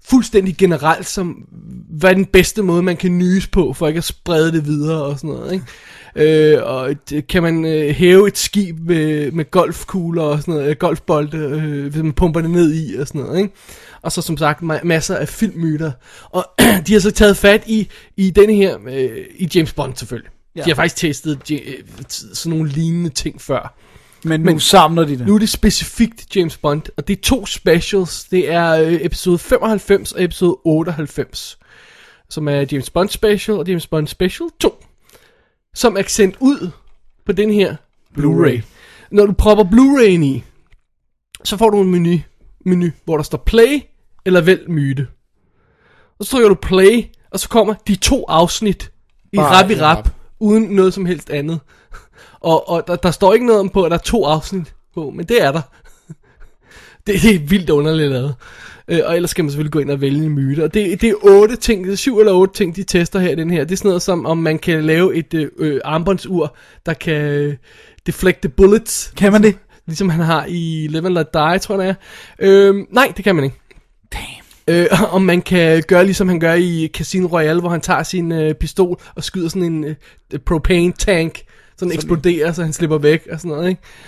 fuldstændig generelt, som hvad er den bedste måde, man kan nyse på, for ikke at sprede det videre og sådan noget, ikke? Og kan man hæve et skib med golfkugler og sådan noget, golfbolde, hvis man pumper det ned i og sådan noget, ikke? Og så som sagt masser af filmmyter. Og de har så taget fat i denne her, i James Bond selvfølgelig. Ja. De har faktisk testet sådan nogle lignende ting før. Men nu samler de det. Nu er det specifikt James Bond, og det er 2 specials. Det er episode 95 og episode 98, som er James Bond Special og James Bond Special 2, som er sendt ud på den her Blu-ray. Når du propper Blu-ray'en i, så får du en menu, hvor der står play eller vælg myte. Og så trykker du play, og så kommer de 2 afsnit i rap, uden noget som helst andet. Og der står ikke noget om på, at der er 2 afsnit på, men det er der. det er vildt underligt lavet. Og ellers skal man selvfølgelig gå ind og vælge en myte. Og det er 8 ting, det er 7 eller 8 ting, de tester her i den her. Det er sådan noget som, om man kan lave et armbåndsur, der kan deflecte bullets. Kan man det? Ligesom han har i Live and Let Die, tror jeg det er. Nej, det kan man ikke. Om man kan gøre ligesom han gør i Casino Royale, hvor han tager sin pistol og skyder sådan en propane tank, så den eksploderer, så han slipper væk og sådan noget,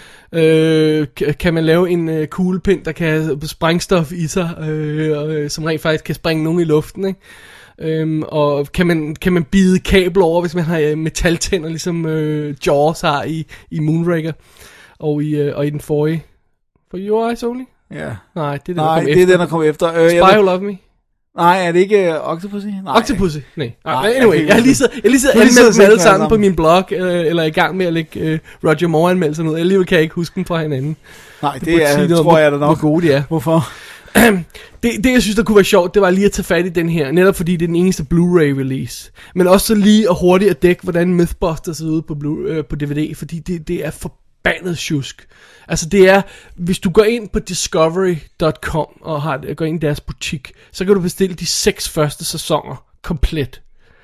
ikke? Kan man lave en kuglepind, der kan have sprængstof i sig, som rent faktisk kan springe nogen i luften, ikke? Og kan man bide kabel over, hvis man har metaltænder, ligesom Jaws har i Moonraker og i den forrige. For Your Eyes Only? Ja. Nej, det er den, der kom efter. Spy Who Loved Me? Nej, er det ikke Octopussy? Nej. Octopussy? Nej. Anyway, jeg har lige siddet anmeldt dem alle sammen på min blog, eller i gang med at lægge Roger Moore anmeldelser ud. Alligevel kan jeg ikke huske dem fra hinanden. Nej, det tror jeg da nok. Hvor gode de er. Hvorfor? Det jeg synes der kunne være sjovt, det var lige at tage fat i den her, netop fordi det er den eneste Blu-ray release. Men også så lige og hurtigt at dække, hvordan Mythbusters ser ud på DVD, fordi det er forbandet sjusk. Altså det er, hvis du går ind på Discovery.com og går ind i deres butik, så kan du bestille de 6 første sæsoner komplet.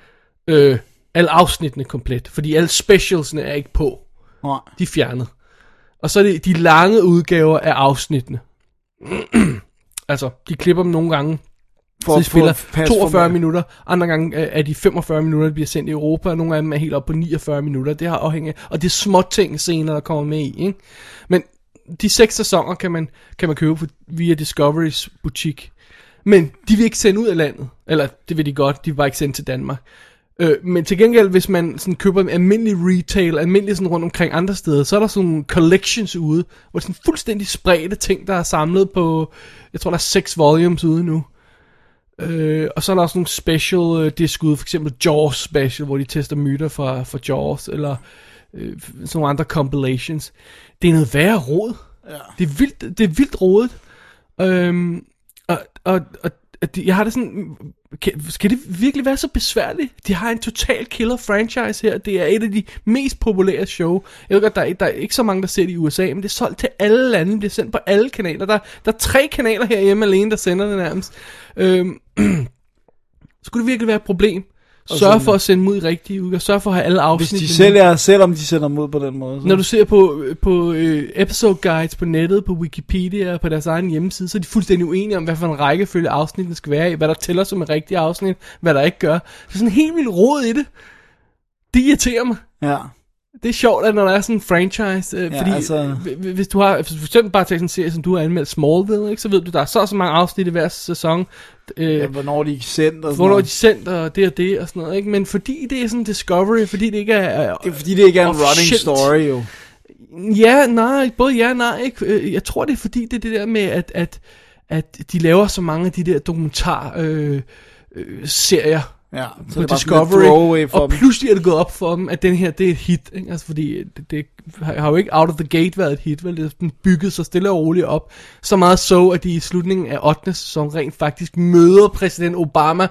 Alle afsnittene komplet, fordi alle specialsene er ikke på. De er fjernet. Og så er det de lange udgaver af afsnittene. Altså, de klipper dem nogle gange, så de spiller 42 minutter. Andre gange er de 45 minutter, der bliver sendt i Europa, og nogle af dem er helt op på 49 minutter. Det har afhængig af, og det er små ting scener, der kommer med i, ikke? Men de 6 sæsoner kan man købe via Discoverys butik. Men de vil ikke sende ud af landet. Eller det vil de godt, de vil bare ikke sende til Danmark. Men til gengæld, hvis man sådan køber en almindelig retail, almindelig sådan rundt omkring andre steder, så er der sådan collections ude, hvor det er sådan fuldstændig spredte ting, der er samlet på, jeg tror der er 6 volumes ude nu. Og så er der også nogle special disc ude, for eksempel Jaws special, hvor de tester myter fra Jaws, eller sådan nogle andre compilations. Det er noget værre rod. Ja. Det er vildt rodet. Jeg har det sådan, skal det virkelig være så besværligt? De har en total killer franchise her. Det er et af de mest populære show. Jeg ved godt, der er ikke så mange, der ser det i USA, men det er solgt til alle lande. Det bliver sendt på alle kanaler. Der er 3 kanaler herhjemme alene, der sender det nærmest. Skulle det virkelig være et problem? Sørg for at sende dem ud i rigtige uger. Sørg for at have alle afsnit. Hvis de selvom de sender dem ud på den måde. Så. Når du ser på episode guides på nettet, på Wikipedia og på deres egen hjemmeside, så er de fuldstændig uenige om, hvad for en rækkefølge afsnitten skal være i, hvad der tæller som et rigtigt afsnit, hvad der ikke gør. Det er sådan en helt vildt rod i det. Det irriterer mig. Ja. Det er sjovt, at når der er sådan en franchise, fordi hvis du har, for eksempel bare taget en serie, som du har anmeldt, Smallville, ikke, så ved du, der er så mange afsnit i hver sæson. Hvornår de er sendt og det og sådan noget, ikke? Men fordi det er sådan Discovery, fordi det ikke er... det er fordi det ikke er en running story, jo. Ja, nej, både ja og nej, ikke? Jeg tror, det er fordi det er det der med, at de laver så mange af de der dokumentar serier, ja, på Discovery, og pludselig er det gået op for dem, at den her, det er et hit, ikke? Altså fordi det har jo ikke out of the gate været et hit, vel? Det er bygget så stille og roligt op, så meget så, at de i slutningen af 8. sæson rent faktisk møder præsident Obama.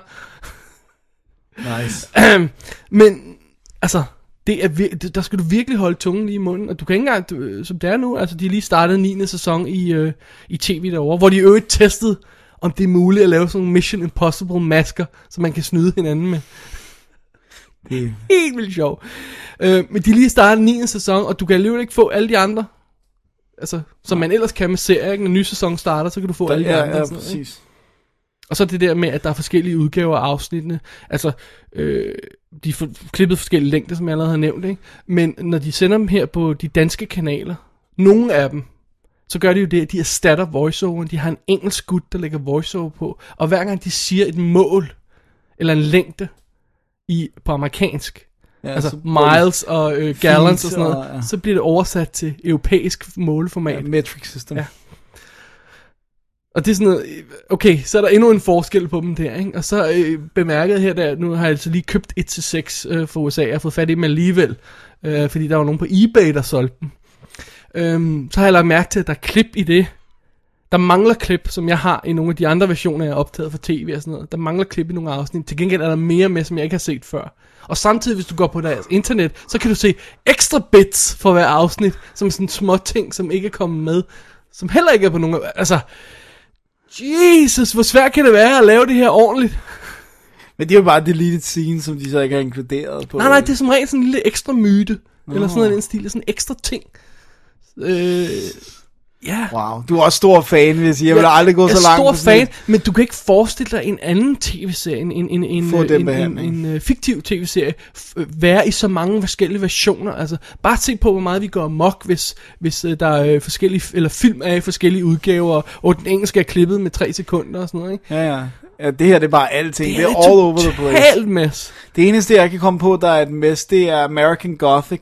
Nice. Men, altså, der skal du virkelig holde tungen lige i munden, og du kan ikke engang, som det er nu, altså de lige startede 9. sæson i tv derovre, hvor de øvrigt testede, om det er muligt at lave sådan nogle Mission Impossible masker, så man kan snyde hinanden med. Det er helt vildt sjovt. Men de lige startede 9. sæson, og du kan alligevel ikke få alle de andre. Altså, som man ellers kan med serier, ikke? Når ny sæson starter, så kan du få alle de andre. Ja, præcis. Og så det der med, at der er forskellige udgaver af afsnittene. Altså, de er klippet forskellige længder, som jeg allerede har nævnt, ikke? Men når de sender dem her på de danske kanaler, nogle af dem, så gør de jo det, at de erstatter voiceoveren. De har en engelsk gut, der lægger voiceover på. Og hver gang de siger et mål, eller en længde, på amerikansk, ja, altså miles og gallons og sådan noget, ja. Så bliver det oversat til europæisk måleformat. Ja, metric system. Ja. Og det er sådan noget, okay, så er der endnu en forskel på dem der, ikke? Og så bemærket her, der, nu har jeg altså lige købt 1-6 for USA, jeg har fået fat i dem alligevel, fordi der var nogen på eBay, der solgte dem. Så har jeg lagt mærke til, at der er klip i det. Der mangler klip, som jeg har i nogle af de andre versioner, jeg har optaget for tv og sådan noget. Der mangler klip i nogle afsnit. Til gengæld er der mere med, som jeg ikke har set før. Og samtidig, hvis du går på deres internet, så kan du se ekstra bits for hver afsnit, som sådan små ting, som ikke er kommet med, som heller ikke er på nogen. Altså, Jesus, hvor svært kan det være at lave det her ordentligt? Men det er jo bare deleted scene, som de så ikke har inkluderet på. Nej, det er som regel sådan en lille ekstra myte. Eller sådan en stil, sådan en ekstra ting. Ja. Wow, du er også stor fan, vil jeg sige. Jeg vil aldrig gå så langt. Jeg er stor fan, men du kan ikke forestille dig en anden tv-serie, en fiktiv tv-serie, være i så mange forskellige versioner. Altså, bare se på, hvor meget vi går amok, hvis der er forskellige, eller film er i forskellige udgaver, og den engelske er klippet med 3 sekunder og sådan noget, ikke? Ja. Ja, det her, det er bare alting. Det er all over the place. Totalt mess. Det eneste, jeg kan komme på, der er et mess, det er American Gothic,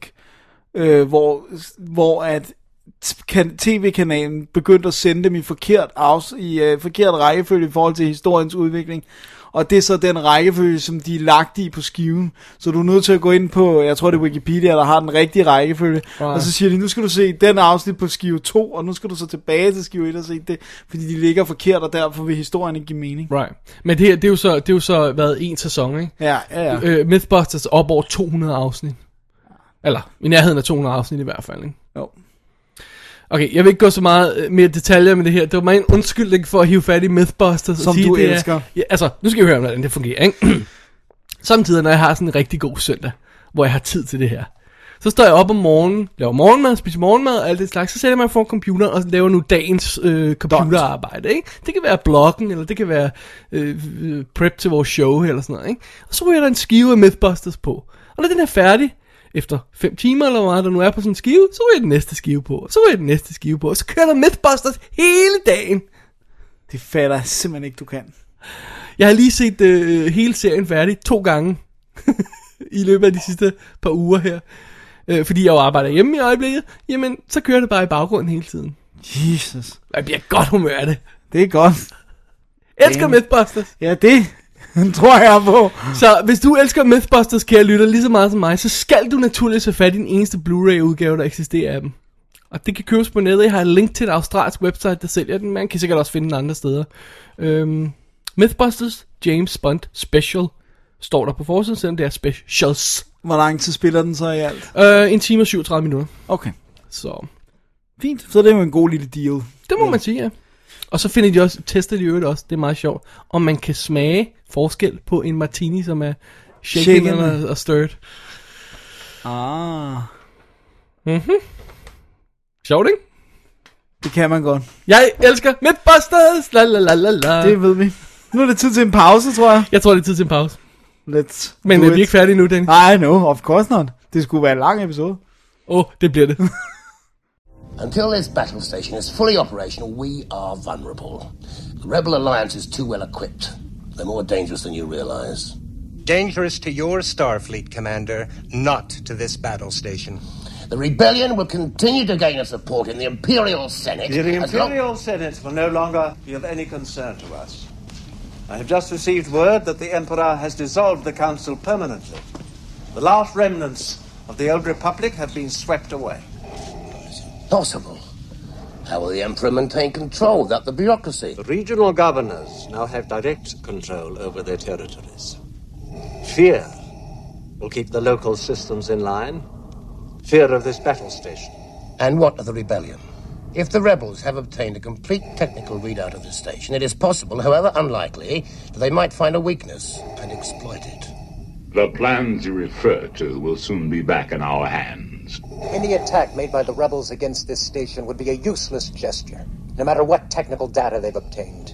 hvor at tv-kanalen begyndte at sende dem i forkert rækkefølge i forhold til historiens udvikling. Og det er så den rækkefølge, som de er lagt i på skiven. Så du er nødt til at gå ind på, jeg tror det er Wikipedia, der har den rigtige rækkefølge. Right. Og så siger de, nu skal du se den afsnit på skive 2, og nu skal du så tilbage til skive 1 og se det, fordi de ligger forkert, og derfor vil historien ikke give mening. Right. Men det her, det er jo så været en sæson, ikke? Ja. Mythbusters op over 200 afsnit. Eller i nærheden af 200 afsnit i hvert fald, ikke? Jo. Okay, jeg vil ikke gå så meget mere detaljer med det her. Det var mig en undskyldning for at hive fat i Mythbusters. Som du elsker. Ja, altså, nu skal vi høre, hvordan det fungerer, ikke? Samtidig, når jeg har sådan en rigtig god søndag, hvor jeg har tid til det her, så står jeg op om morgenen, laver morgenmad, spiser morgenmad og alt det slags, så sætter jeg mig foran computeren og laver nu dagens computerarbejde, ikke? Det kan være bloggen, eller det kan være prep til vores show, eller sådan noget, ikke? Og så ryger der en skive af Mythbusters på. Og når den er færdig, efter 5 timer eller hvad der nu er på sådan en skive, så ryger den næste skive på, og så ryger den næste skive på, og så kører der Mythbusters hele dagen. Det fatter jeg simpelthen ikke, du kan. Jeg har lige set hele serien færdig 2 gange i løbet af de sidste par uger her. Fordi jeg jo arbejder hjemme i øjeblikket, jamen så kører det bare i baggrunden hele tiden. Jesus. Jeg bliver godt humør af det. Det er godt. Elsker Mythbusters. Ja, det tror jeg på. Så hvis du elsker Mythbusters, kære lytter, lige så meget som mig, så skal du naturligvis have fat i den eneste Blu-ray udgave, der eksisterer af dem. Og det kan købes på nettet. Jeg har et link til et australsk website, der sælger den. Man kan sikkert også finde den andre steder. Mythbusters James Bond Special står der på forsiden, selvom det er specials. Hvor lang tid spiller den så i alt? 1 time og 37 minutter. Okay. Så fint, så det er jo en god lille deal. Det må man sige, ja. Og så finder de også, tester de jo også, det er meget sjovt, om man kan smage forskel på en martini, som er shaken eller stirred. Sjovt, ikke? Det kan man godt. Jeg elsker Mythbusters, la la la la la. Det ved vi. Nu er det tid til en pause, tror jeg. Jeg tror, det er tid til en pause. Men er vi ikke færdige nu, Dennis? Nej, no, of course not. Det skulle være en lang episode. Det bliver det. Until this battle station is fully operational, we are vulnerable. The Rebel Alliance is too well equipped. They're more dangerous than you realize. Dangerous to your Starfleet, Commander, not to this battle station. The rebellion will continue to gain a support in the Imperial Senate. The Imperial Senate will no longer be of any concern to us. I have just received word that the Emperor has dissolved the Council permanently. The last remnants of the old Republic have been swept away. Possible. How will the Emperor maintain control without the bureaucracy? The regional governors now have direct control over their territories. Fear will keep the local systems in line. Fear of this battle station. And what of the rebellion? If the rebels have obtained a complete technical readout of the station, it is possible, however unlikely, that they might find a weakness and exploit it. The plans you refer to will soon be back in our hands. Any attack made by the rebels against this station would be a useless gesture, no matter what technical data they've obtained.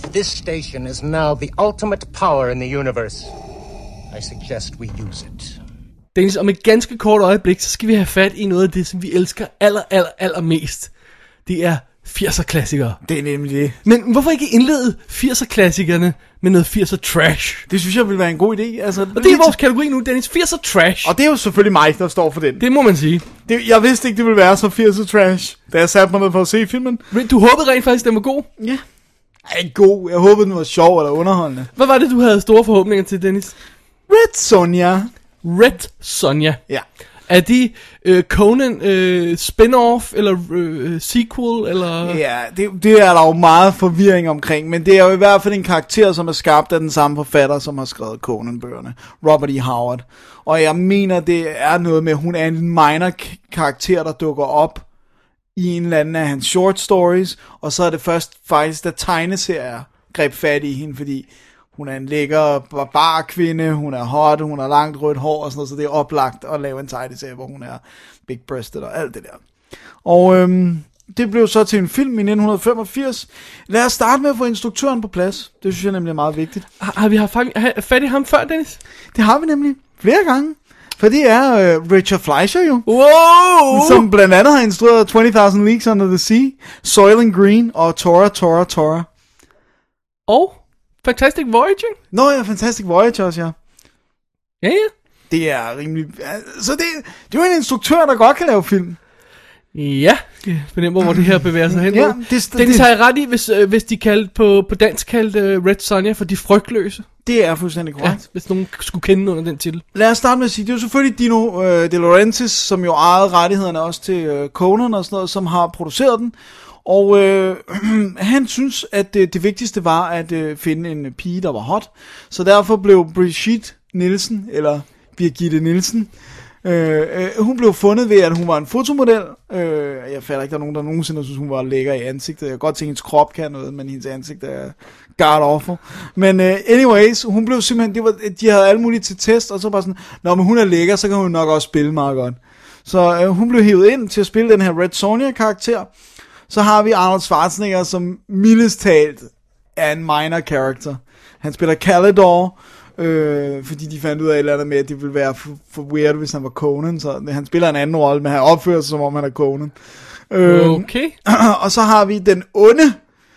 This station is now the ultimate power in the universe. I suggest we use it. Dennis, om et ganske kort øjeblik, så skal vi have fat i noget af det, som vi elsker allermest. Det er 80'er-klassikere. Det er nemlig det. Men hvorfor ikke indlede 80'er-klassikerne med noget 80'er trash? Det synes jeg ville være en god idé. Altså, og det er vores kategori nu, Dennis. 80'er trash. Og det er jo selvfølgelig mig, der står for den. Det må man sige. Jeg vidste ikke, det ville være så 80'er trash, da jeg satte mig ned for at se filmen. Du håbede rent faktisk, den var god? Ja. Ej, god. Jeg håbede, den var sjov eller underholdende. Hvad var det, du havde store forhåbninger til, Dennis? Red Sonja. Red Sonja. Ja. Er de Conan spin-off, eller sequel, eller? Ja, det er der jo meget forvirring omkring, men det er jo i hvert fald en karakter, som er skabt af den samme forfatter, som har skrevet Conan-bøgerne, Robert E. Howard. Og jeg mener, det er noget med, at hun er en minor karakter, der dukker op i en eller anden af hans short stories, og så er det først faktisk, da tegneserier greb fat i hende, fordi hun er en lækker barbarkvinde, hun er hot, hun har langt rødt hår og sådan noget, så det er oplagt at lave en tegneserie, hvor hun er big-breasted og alt det der. Og det blev så til en film i 1985. Lad os starte med at få instruktøren på plads. Det synes jeg nemlig er meget vigtigt. Har vi haft fat i ham før, Dennis? Det har vi nemlig flere gange. For det er Richard Fleischer jo. Wow! Som blandt andet har instrueret 20.000 Leagues Under the Sea, Soylent Green og Tora. Og Fantastic Voyaging? Nå ja, Fantastic Voyage også, ja. Ja. Det er rimelig... Så det er jo en instruktør, der godt kan lave film. Ja, jeg fornemmer, hvor det her bevæger sig hen. Ja, det tager jeg ret i, hvis de kaldte på dansk kaldte Red Sonja for De Frygtløse. Det er fuldstændig korrekt. Ja, hvis nogen skulle kende under den titel. Lad os starte med at sige, det er jo selvfølgelig Dino De Laurentiis, som jo ejede rettighederne også til Conan og sådan noget, som har produceret den. Og han synes, at det vigtigste var at finde en pige, der var hot. Så derfor blev Brigitte Nielsen, eller Birgitte Nielsen, hun blev fundet ved, at hun var en fotomodel. Jeg fatter ikke, der er nogen, der nogensinde synes, hun var lækker i ansigtet. Jeg kan godt tænke, hendes krop kan noget, men hendes ansigt er god awful. Men anyways, hun blev simpelthen, de havde alle mulige til test, og så bare sådan, når hun er lækker, så kan hun nok også spille meget godt. Så hun blev hivet ind til at spille den her Red Sonja-karakter. Så har vi Arnold Schwarzenegger, som mildest talt er en minor character. Han spiller Calidor, fordi de fandt ud af et eller andet med, at det ville være for weird, hvis han var Conan. Så han spiller en anden rolle, men han opfører sig, som om han er Conan. Okay. Og så har vi den onde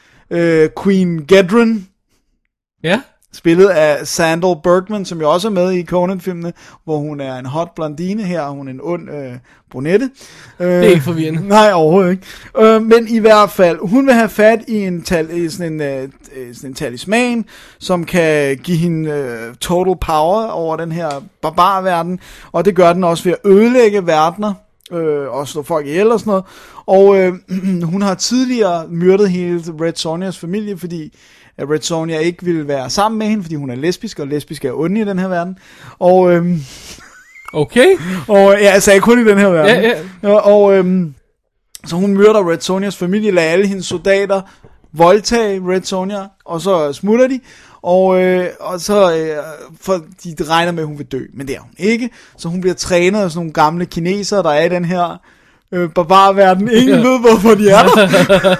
Queen Gedren. Ja. Spillet af Sandal Bergman, som jo også er med i Conan-filmene, hvor hun er en hot blondine her, og hun er en ond brunette. Det er ikke forvirrende. Nej, overhovedet ikke. Men i hvert fald, hun vil have fat i sådan en talisman, som kan give hende total power over den her barbarverden, og det gør den også ved at ødelægge verdener, og slå folk ihjel og sådan noget. Og hun har tidligere myrdet hele Red Sonjas familie, fordi at Red Sonja ikke ville være sammen med hende, fordi hun er lesbisk, og lesbisk er onde i den her verden. Og okay. Og ja, jeg sagde kun i den her verden. Ja. Og så hun myrder Red Sonjas familie, lader alle hendes soldater voldtage Red Sonja, og så smutter de. Og så for de regner med, at hun vil dø, men det er hun ikke. Så hun bliver trænet af sådan nogle gamle kinesere, der er i den her barbarverden. Ingen ved, hvorfor de er der.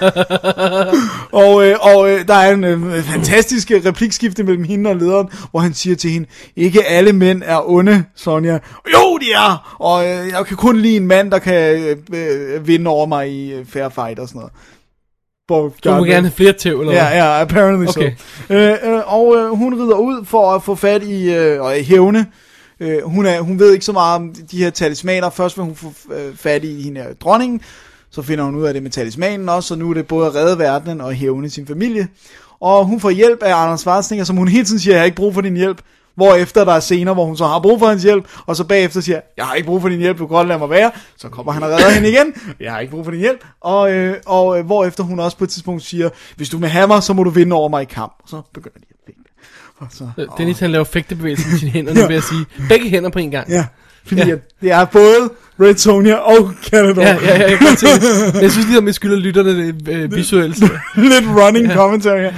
og der er en fantastisk replikskifte mellem hende og lederen, hvor han siger til hende, ikke alle mænd er onde, Sonja. Jo, de er! Og jeg kan kun lide en mand, der kan vinde over mig i fair fight og sådan noget. Du må gerne have flere tæv, eller hvad? Ja, apparently okay. Og hun rider ud for at få fat i hævne. Hun ved ikke så meget om de her talismaner. Først vil hun få fat i hende her dronningen. Så finder hun ud af det med talismanen også. Så nu er det både at redde verdenen og hævne sin familie. Og hun får hjælp af Arnold Schwarzenegger, som hun hele tiden siger, jeg har ikke brug for din hjælp. Hvorefter der er scener, hvor hun så har brug for hans hjælp. Og så bagefter siger, jeg har ikke brug for din hjælp, du kan godt lade mig være. Så kommer han og redder hende igen. Jeg har ikke brug for din hjælp. Og hvorefter hun også på et tidspunkt siger, hvis du vil have mig, så må du vinde over mig i kamp. Og så begynder de at fægte. Dennis han laver fægtebevægelser med sine hænder, nu vil jeg sige. Begge hænder på en gang. Ja, fordi det er både Red Sonja og Calidor. Ja, jeg kan se det. Men jeg synes lige, at vi skylder lytterne det visuelt. Lidt running commentary her.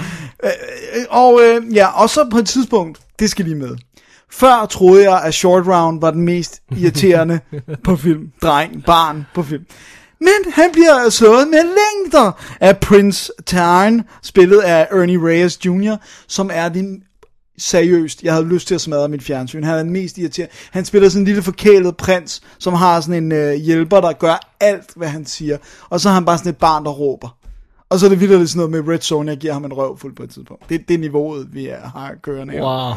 Og så på et tidspunkt, det skal lige med. Før troede jeg, at Short Round var den mest irriterende på film. Dreng, barn på film. Men han bliver slået med længder af Prince Tarn, spillet af Ernie Reyes Jr., som er din... Seriøst, jeg havde lyst til at smadre mit fjernsyn. Han er den mest irriterende. Han spiller sådan en lille forkælet prins, som har sådan en hjælper, der gør alt, hvad han siger. Og så har han bare sådan et barn, der råber. Og så er det vildt sådan noget med Red Sonja giver ham en røvfuld på et tidspunkt. Det er niveauet, vi har kørende her. Wow.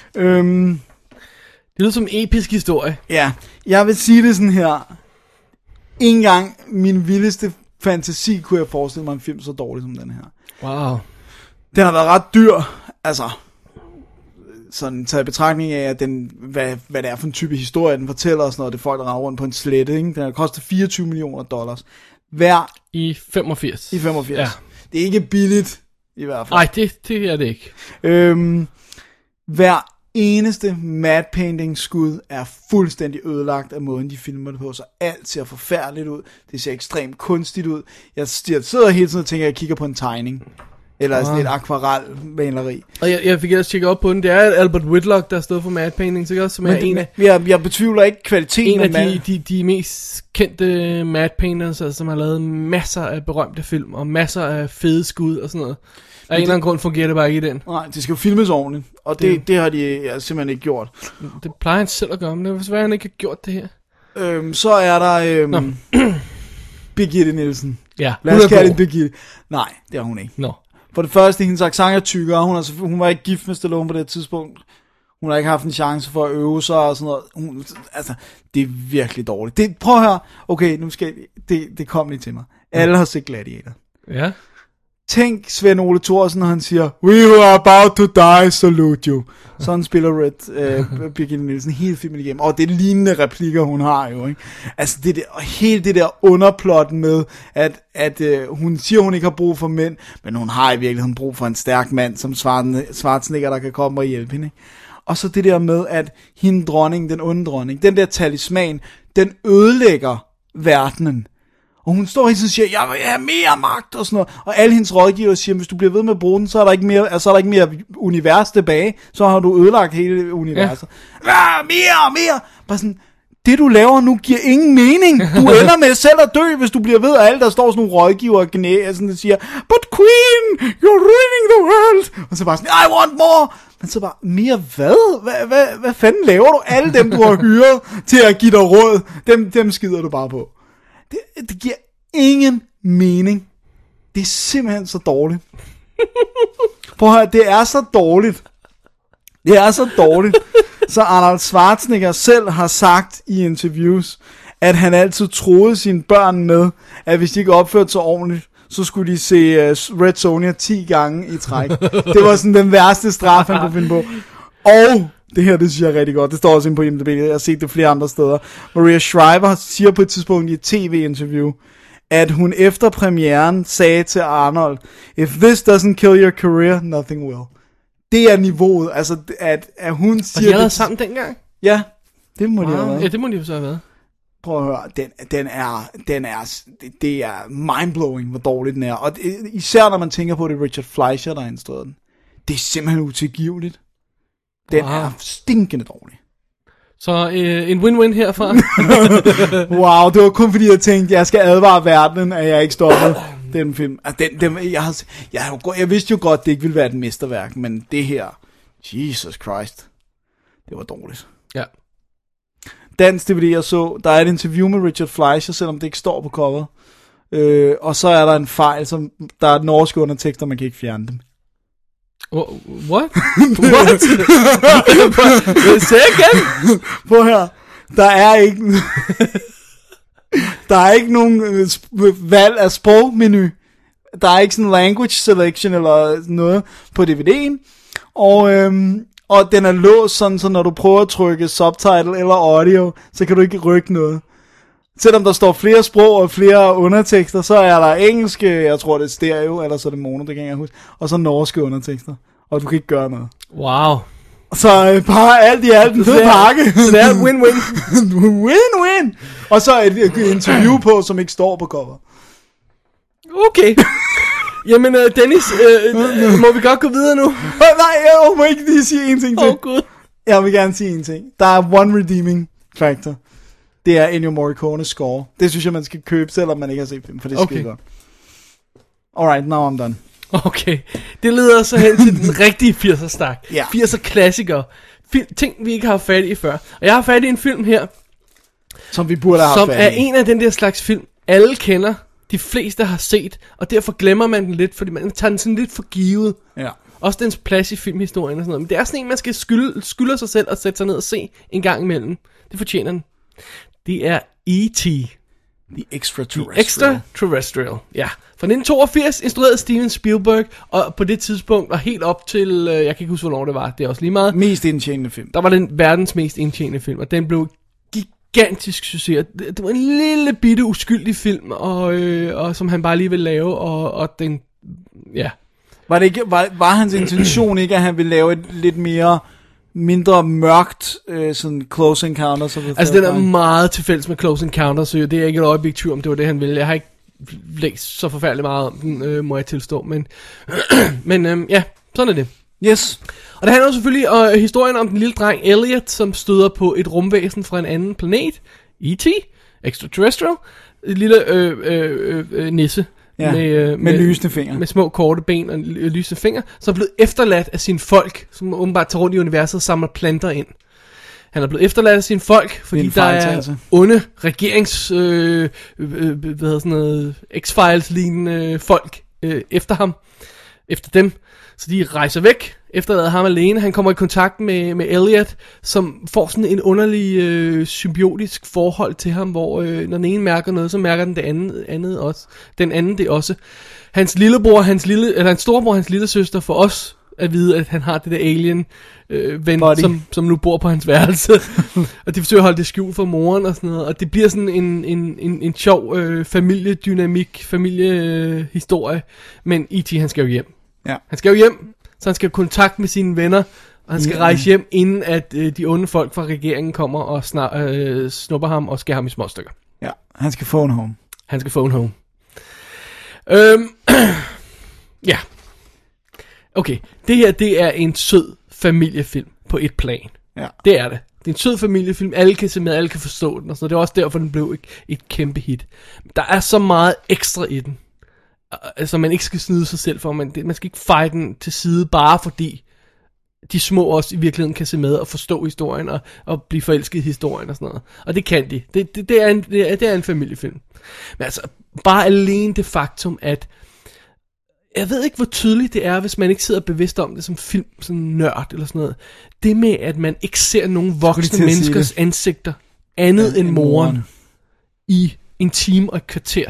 Det lyder som en episk historie. Ja, jeg vil sige det sådan her. En gang min vildeste fantasi kunne jeg forestille mig en film så dårlig som den her. Wow. Den har været ret dyr, altså... Sådan taget i betragtning af, at den, hvad det er for en type historie, den fortæller os noget, det er folk, der rager rundt på en slette, ikke? Den har kostet $24 million. Hver... I 85. I 85. Ja. Det er ikke billigt, i hvert fald. Nej, det er det ikke. Hver eneste matte painting skud er fuldstændig ødelagt af måden, de filmer det på, så alt ser forfærdeligt ud. Det ser ekstremt kunstigt ud. Jeg sidder hele tiden og tænker, at jeg kigger på en tegning. Eller sådan et akvarelmaleri. Og jeg fik ellers tjekket op på den. Det er Albert Whitlock, der stod for matte paintings, ikke også? Som er en af... Jeg betvivler ikke kvaliteten af de mest kendte matte painters, altså, som har lavet masser af berømte film, og masser af fede skud og sådan noget. Af en eller anden grund fungerer det bare ikke i den. Nej, det skal jo filmes ordentligt, og det har de simpelthen ikke gjort. Det plejer han selv at gøre, men det er svært, han ikke har gjort det her. Så er der Birgitte Nielsen. Ja, lad os kalde det Birgitte. Nej, det er hun ikke. Nå. For det første, hendes accent er tykkere. Hun var ikke gift med Stallone på det tidspunkt. Hun har ikke haft en chance for at øve sig og sådan noget. Altså, det er virkelig dårligt. Prøv at høre. Okay, nu skal det kom lige til mig. Alle har set Gladiator. Ja. Tænk Svend Ole Thorsen, når han siger, "We were about to die, salute you." Sådan spiller Birgitte Nielsen hele filmen igennem. Og det er lignende replikker, hun har jo, ikke? Altså, hele det der underplot med, at hun siger, hun ikke har brug for mænd, men hun har i virkeligheden brug for en stærk mand, som Schwarzenegger, der kan komme og hjælpe hende, ikke? Og så det der med, at hende dronning, den onde dronning, den der talisman, den ødelægger verdenen. Og hun står hele tiden og siger, jeg vil have mere magt og sådan noget. Og alle hendes rådgiver siger, hvis du bliver ved med at bruge den, så er der ikke mere univers tilbage. Så har du ødelagt hele universet. Ja. Mere. Bare sådan, det du laver nu giver ingen mening. Du ender med selv at dø, hvis du bliver ved, og alle der står sådan nogle rådgiver og gnæger, sådan der siger, but queen, you're ruining the world. Og så bare sådan, I want more. Men så bare, mere hvad? Hvad fanden laver du? Alle dem, du har hyret til at give dig råd, dem skider du bare på. Det giver ingen mening. Det er simpelthen så dårligt. Prøv at høre, det er så dårligt. Det er så dårligt. Så Arnold Schwarzenegger selv har sagt i interviews, at han altid troede sine børn med, at hvis de ikke opførte sig ordentligt, så skulle de se Red Sonja 10 gange i træk. Det var sådan den værste straf, han kunne finde på. Og det her, det synes jeg er rigtig godt. Det står også inde på IMDb. Jeg har set det flere andre steder. Maria Shriver siger på et tidspunkt i et tv-interview, at hun efter premieren sagde til Arnold, if this doesn't kill your career, nothing will. Det er niveauet. Altså, at hun siger... Og de havde sammen dengang? Ja, det må de have været. Ja, det må de jo så have været. Prøv at høre, det er mindblowing, hvor dårligt den er. Og især når man tænker på, det er Richard Fleischer, der har instrueret den. Det er simpelthen utilgiveligt. Den er stinkende dårlig. Så en win-win herfra. Wow, det var kun fordi jeg tænkte, jeg skal advare verdenen, at jeg ikke stoppede den film. Altså, jeg vidste jo godt, det ikke ville være et mesterværk, men det her, Jesus Christ, det var dårligt. Ja. Dansk DVD jeg så, der er et interview med Richard Fleischer, selvom det ikke står på coveret. Og så er der en fejl, som der er norske undertekster, man kan ikke fjerne dem. What? What? Say again? Prøv her. Der er ikke nogen valg af sprogmenu. Der er ikke sådan language selection eller noget på DVD'en. Og den er låst sådan, så når du prøver at trykke subtitle eller audio, så kan du ikke rykke noget. Selvom der står flere sprog og flere undertekster, så er der engelske, jeg tror det er stereo, eller så er det mono, det kan jeg huske, og så norske undertekster. Og du kan ikke gøre noget. Wow. Så bare alt i alt en fed pakke. Så det er win-win. Win-win. Og så et interview på, som ikke står på cover. Okay. Jamen Dennis, må vi godt gå videre nu? Nej, jeg må ikke lige sige en ting til. Gud. Jeg vil gerne sige en ting. Der er one redeeming factor. det er Ennio Morricones score. Det synes jeg, man skal købe, selvom man ikke har set film, for det er skide godt. Alright, now I'm done. Okay, det leder så hen til den rigtige 80'er-stak. 80'er-klassikere. Ting, vi ikke har fat i før. Og jeg har fat i en film her, som vi burde have haft som er en af den der slags film, alle kender, de fleste har set, og derfor glemmer man den lidt, fordi man tager den sådan lidt for givet. Ja. Også dens plads i filmhistorien og sådan noget. Men det er sådan en, man skal skylde sig selv og sætte sig ned og se en gang imellem. Det fortjener den. Det er E.T. The Extraterrestrial. The Extraterrestrial, ja. Fra 1982 instruerede Steven Spielberg, og på det tidspunkt, og helt op til, jeg kan ikke huske, hvornår det var, det er også lige meget. Mest indtjenende film. Der var den verdens mest indtjenende film, og den blev gigantisk succes. Det var en lille bitte uskyldig film, og som han bare lige ville lave, og den, ja. Var hans intention ikke, at han ville lave et lidt mindre mørkt sådan Close Encounters? Altså den er meget til fælles med Close Encounters, så det er ikke et øjeblik tvivl om, det var det han ville. Jeg har ikke læst så forfærdeligt meget om den, må jeg tilstå, men ja, sådan er det. Yes. Og det handler jo selvfølgelig om historien om den lille dreng Elliot, som støder på et rumvæsen fra en anden planet, E.T., Extraterrestrial, et lille nisse. Ja, med lysende fingre. Med små korte ben og lysende fingre, som er blevet efterladt af sine folk, som åbenbart tager rundt i universet og samler planter ind. Han er blevet efterladt af sine folk, fordi der er onde X-Files-lignende folk efter ham, efter dem. Så de rejser væk, efterlader ham alene. Han kommer i kontakt med Elliot, som får sådan en underlig symbiotisk forhold til ham, hvor når den ene mærker noget, så mærker den det andet også. Den anden det også. Hans lillebror, hans storebror, hans lillesøster får også at vide, at han har det der alien ven, som nu bor på hans værelse. Og de forsøger at holde det skjult for moren og sådan noget. Og det bliver sådan en sjov familiedynamik, familiehistorie. Men E.T. han skal jo hjem. Ja. Han skal jo hjem, så han skal have kontakt med sine venner, og han skal rejse hjem, inden at de onde folk fra regeringen kommer og snupper ham og skærer ham i små stykker. Ja, han skal phone home. Han skal phone home. Ja. Okay, det her, det er en sød familiefilm på et plan. Ja. Det er det. Det er en sød familiefilm, alle kan se med, alle kan forstå den, og så det er også derfor, den blev et kæmpe hit. Der er så meget ekstra i den. Altså man ikke skal snyde sig selv for, man skal ikke feje den til side, bare fordi de små også i virkeligheden kan se med og forstå historien og blive forelsket i historien og sådan noget. Og det kan de. Det er en familiefilm. Men altså, bare alene det faktum, at jeg ved ikke, hvor tydeligt det er, hvis man ikke sidder bevidst om det som film, sådan nørd eller sådan noget. Det med, at man ikke ser nogen voksne menneskers ansigter andet end moren i en time og et kvarter.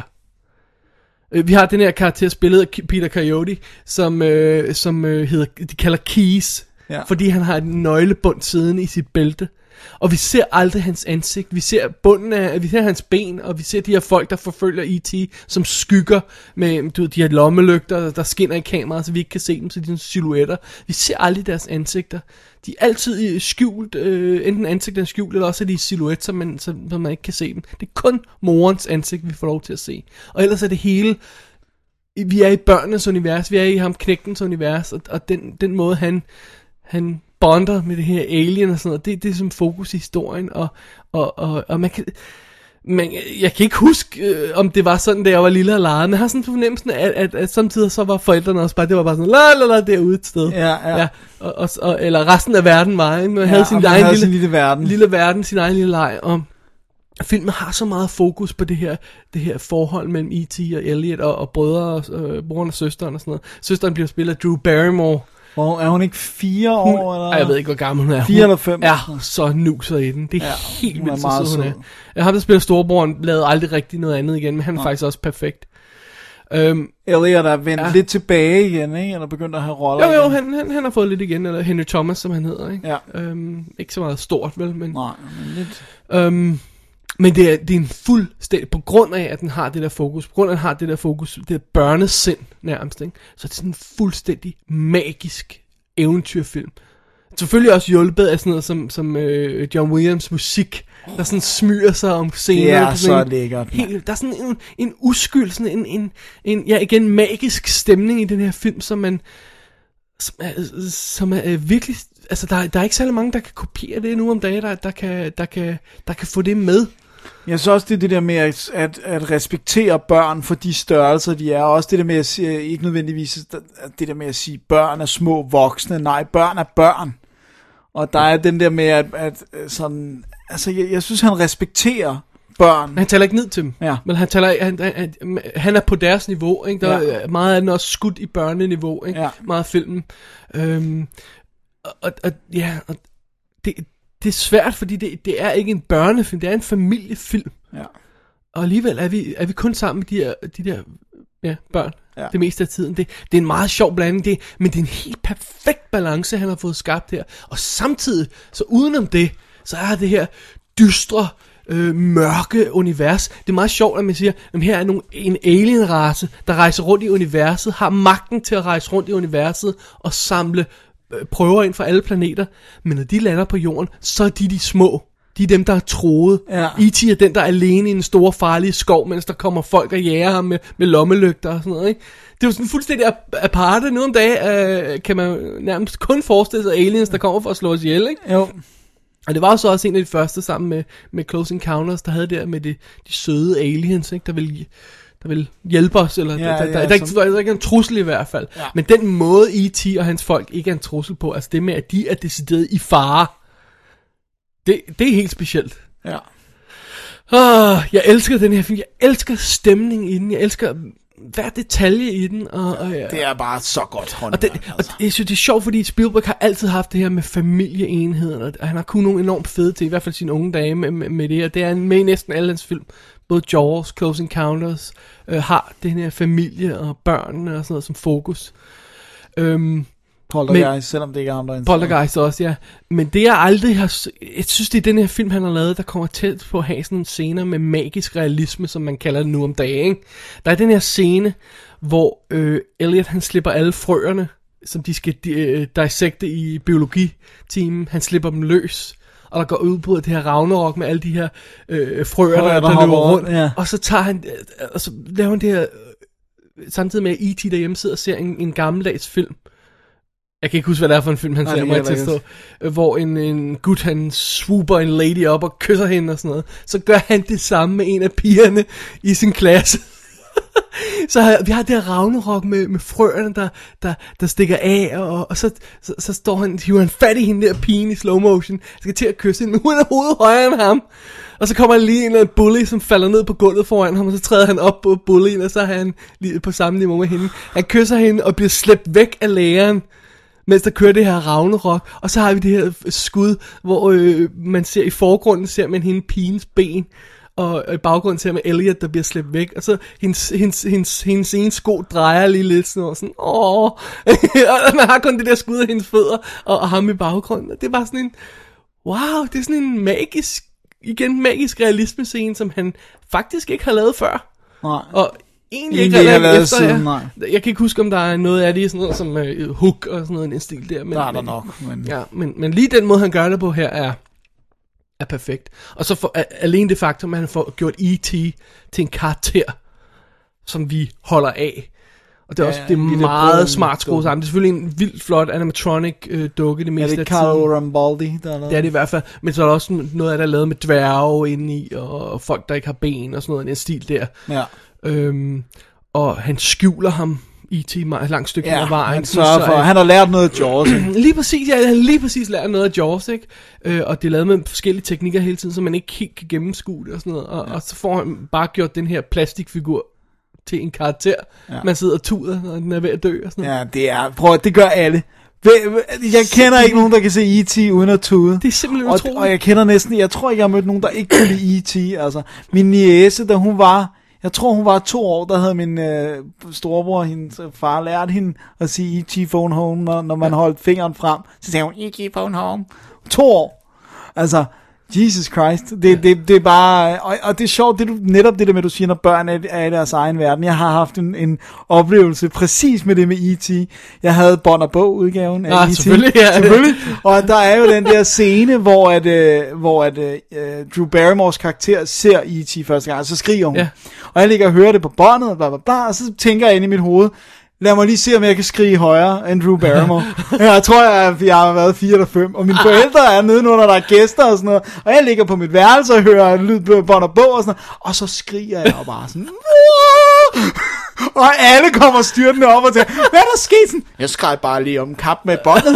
Vi har den her karakter spillet af Peter Coyote, som hedder, de kalder Keys, fordi han har en nøglebund siddende i sit bælte. Og vi ser aldrig hans ansigt. Vi ser bunden af, vi ser hans ben, og vi ser de her folk, der forfølger E.T., som skygger med de her lommelygter, der skinner i kameraet, så vi ikke kan se dem, så de er silhuetter. Vi ser aldrig deres ansigter. De er altid skjult, enten ansigtet er skjult, eller også er de silhuet, så man ikke kan se dem. Det er kun morens ansigt, vi får lov til at se. Og ellers er det hele, vi er i børnenes univers, vi er i ham knægtens univers, og den måde han bonder med det her alien og sådan noget, det er som fokus i historien, og man kan... Men jeg kan ikke huske, om det var sådan, da jeg var lille og legede, men jeg har sådan en fornemmelse at samtidig så var forældrene også bare, det var bare sådan, la derude et sted. Ja. Eller resten af verden var, ikke? Man havde sin egen lille verden, sin egen lille leg, og filmen har så meget fokus på det her forhold mellem E.T. og Elliot og broren og søsteren og sådan noget. Søsteren bliver spillet af Drew Barrymore. Er hun ikke 4 år? Eller? Jeg ved ikke, hvor gammel hun er. 4 eller 5? Er så nuser i den. Det er helt vildt, så sød hun er. Ham, der spiller storebroren, lavede aldrig rigtig noget andet igen, men han er faktisk også perfekt. Elliot er vendt lidt tilbage igen, ikke? Eller begyndt at have roller. Jo, han har fået lidt igen, eller Henry Thomas, som han hedder, ikke? Ja. Ikke så meget stort, vel? Men, nej, men lidt. Men det er en fuldstændig, på grund af, at den har det der fokus, på grund af, at den har det der fokus, det er børnesind nærmest, ikke? Så det er sådan en fuldstændig magisk eventyrfilm. Selvfølgelig også hjulpet af sådan noget som John Williams musik, der sådan smyger sig om scenen. Det er så lækkert. Der er sådan en uskyld, sådan en igen magisk stemning i den her film, som er virkelig, altså der er ikke særlig mange, der kan kopiere det nu om dagen, der kan få det med. Jeg synes også, det der med at respektere børn for de størrelser, de er. Også det der med at sige, ikke nødvendigvis det der med at sige, børn er små voksne. Nej, børn er børn. Og der er den der med, at sådan... Altså, jeg synes, han respekterer børn. Han taler ikke ned til dem. Ja. Men han er på deres niveau, ikke? Der er meget af den også skudt i børneniveau, ikke? Ja. Meget af filmen. Og det er svært, fordi det er ikke en børnefilm, det er en familiefilm. Ja. Og alligevel er vi kun sammen med de der børn. Ja. Det meste af tiden. Det er en meget sjov blanding, men det er en helt perfekt balance, han har fået skabt her. Og samtidig, så udenom det, så er det her dystre, mørke univers. Det er meget sjovt, at man siger, at her er en alienrace, der rejser rundt i universet, har magten til at rejse rundt i universet og samle prøver ind fra alle planeter. Men når de lander på jorden, så er de små. De er dem, der er troet. Ja. E.T. er den, der er alene i en stor farlige skov, mens der kommer folk og jager ham med lommelygter og sådan noget, ikke? Det er jo sådan fuldstændig aparte. Nu om dagen kan man nærmest kun forestille sig aliens, der kommer for at slå os ihjel, ikke? Jo. Og det var jo så også en af de første sammen med Close Encounters, der havde der med de søde aliens, ikke? Der vil hjælpe os, eller der er ikke en trussel i hvert fald. Ja. Men den måde E.T. og hans folk ikke er en trussel på, altså det med, at de er decideret i fare, det er helt specielt. Ja. Jeg elsker den her film. Jeg elsker stemningen i den. Jeg elsker hver detalje i den. Det er bare så godt håndværk. Og jeg synes, det er sjovt, fordi Spielberg har altid haft det her med familieenheden, og han har kun nogle enormt fede til, i hvert fald sine unge dage med det her. Det er med i næsten alle hans film. Både Jaws, Close Encounters har den her familie og børnene og sådan noget som fokus. Poltergeist, selvom det ikke er ham, der er Poltergeist også, ja. Men det jeg aldrig har... Jeg synes, det er den her film, han har lavet, der kommer tæt på at have sådan nogle scener med magisk realisme, som man kalder det nu om dagen, ikke? Der er den her scene, hvor Elliot, han slipper alle frøerne, som de skal dissekte i biologitimen. Han slipper dem løs, og der går udbrud af det her Ragnarok med alle de her frøer, der løber rundt. Ja. Og så tager han... og så laver han det her... samtidig med, at E.T. derhjemme sidder og ser en gammeldags film. Jeg kan ikke huske, hvad det er for en film, han ser mig til at stå. Hvor en gut, han swooper en lady op og kysser hende og sådan noget. Så gør han det samme med en af pigerne i sin klasse. Så vi har det her Ragnarok med frøerne, der stikker af, og så står han, hiver han fat i hende der pigen i slow motion, skal til at kysse hende, men hun er hovedet højere end ham. Og så kommer lige en eller anden bully, som falder ned på gulvet foran ham, og så træder han op på bullyen, og så er han lige på samme niveau med hende. Han kysser hende og bliver slæbt væk af læreren, mens der kører det her Ragnarok. Og så har vi det her skud, hvor man ser i forgrunden, ser man hende pigens ben, og i baggrunden ser man Elliot, der bliver slæbt væk, og så hendes ene sko drejer lige lidt sådan, og man har kun det der skud af hendes fødder, og ham i baggrunden, og det er bare sådan en, wow, det er sådan en magisk realisme-scene, som han faktisk ikke har lavet før. Nej. Og egentlig ikke har lavet efter, siden, jeg kan ikke huske, om der er noget af det, sådan noget som Hook og sådan noget, en stil der. Men, der er der nok. Men... Ja, men lige den måde, han gør det på her, er perfekt. Og så alene det faktum, at han får gjort E.T. til en karakter, som vi holder af. Og det er også det er meget smart skruet sammen. Det er selvfølgelig en vildt flot animatronic dukke, det meste af tiden. Ja, det er Carlo Rambaldi, der er lavet. Det er det i hvert fald. Men så er der også noget af det, der er lavet med dværge indeni, og folk, der ikke har ben, og sådan noget, en stil der. Ja. Og han skjuler ham E.T. et langt stykke af vejen. Han har lært noget af Jaws, ikke? Lige præcis, han har lige præcis lært noget af Jaws, ikke? Og det er lavet med forskellige teknikker hele tiden, så man ikke helt kan gennemskue det og sådan noget. Og så får han bare gjort den her plastikfigur til en karakter. Ja. Man sidder og tuder, når den er ved at dø og sådan noget. Ja, det gør alle. Jeg kender ikke nogen, der kan se E.T. uden at tude. Det er simpelthen utroligt. Og jeg kender næsten, jeg tror ikke, jeg har mødt nogen, der ikke kunne lide E.T. Altså, min niece, da hun var... Jeg tror, hun var 2 år, der havde min storebror, hendes far, lært hende at sige E.T. phone home, når man holdt fingeren frem. Så sagde hun, E.T. phone home. 2 år. Altså, Jesus Christ. Det er bare... Og det er sjovt, netop det der med, at du siger, når børn er i deres egen verden. Jeg har haft en oplevelse præcis med det med E.T. Jeg havde bånd og bog udgaven af E.T. Selvfølgelig. Og der er jo den der scene, hvor Drew Barrymores karakter ser E.T. første gang, og så skriger hun. Ja. Og jeg ligger og hører det på båndet, og så tænker jeg inde i mit hoved, Lad mig lige se, om jeg kan skrige højere end Drew Barrymore. Jeg tror, jeg har været 4 eller 5, og mine forældre er nedenunder, der er gæster og sådan noget, og jeg ligger på mit værelse og hører lyd, bånd og bog og sådan noget, og så skriger jeg jo bare sådan, og alle kommer styrtende op og siger, hvad er der sket? Sådan, jeg skreg bare lige om kap med båndet.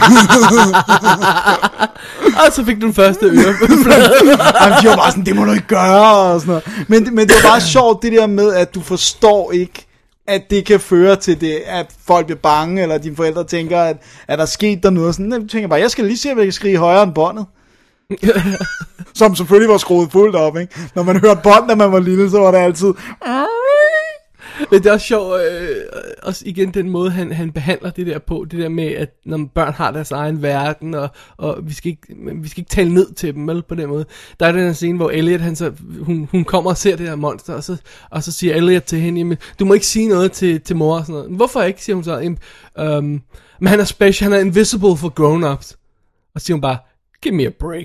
Og så fik du den første øreflade. De var bare sådan, det må du ikke gøre, og sådan noget. Men det var bare sjovt, det der med, at du forstår ikke, at det kan føre til det, at folk bliver bange, eller dine forældre tænker, at der er sket der noget, og sådan. Du tænker bare, jeg skal lige se, om jeg kan skrige højere end båndet. Som selvfølgelig var skruet fuldt op, ikke? Når man hørte bånd, da man var lille, så var det altid... Men det er også sjovt, også igen den måde, han behandler det der på, det der med, at når børn har deres egen verden, og vi skal ikke tale ned til dem, vel, på den måde. Der er den her scene, hvor Elliot, hun kommer og ser det her monster, og så siger Elliot til hende, jamen, du må ikke sige noget til mor og sådan noget. Hvorfor ikke, siger hun så. Men han er special, han er invisible for grown-ups. Og så siger hun bare, give me a break.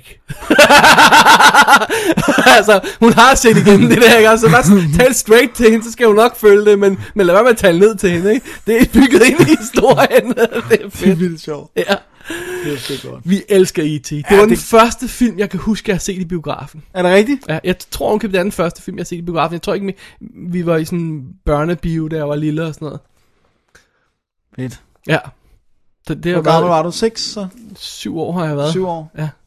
Altså, hun har set igennem det der, ikke? Altså, bare tale straight til hende, så skal hun nok følge det, men lad være med at tale ned til hende, ikke? Det er bygget ind i historien. Det er fedt. Det er vildt sjovt. Ja. Det er så godt. Vi elsker E.T. Det var den første film, jeg kan huske, jeg har set i biografen. Er det rigtigt? Ja, jeg tror, det er den første film, jeg har set i biografen. Jeg tror ikke, vi var i sådan en børnebio, da jeg var lille og sådan noget. Fedt. Ja. Det hvor gammel var du? 6? Så? 7 år har jeg været. 7 år? Ja.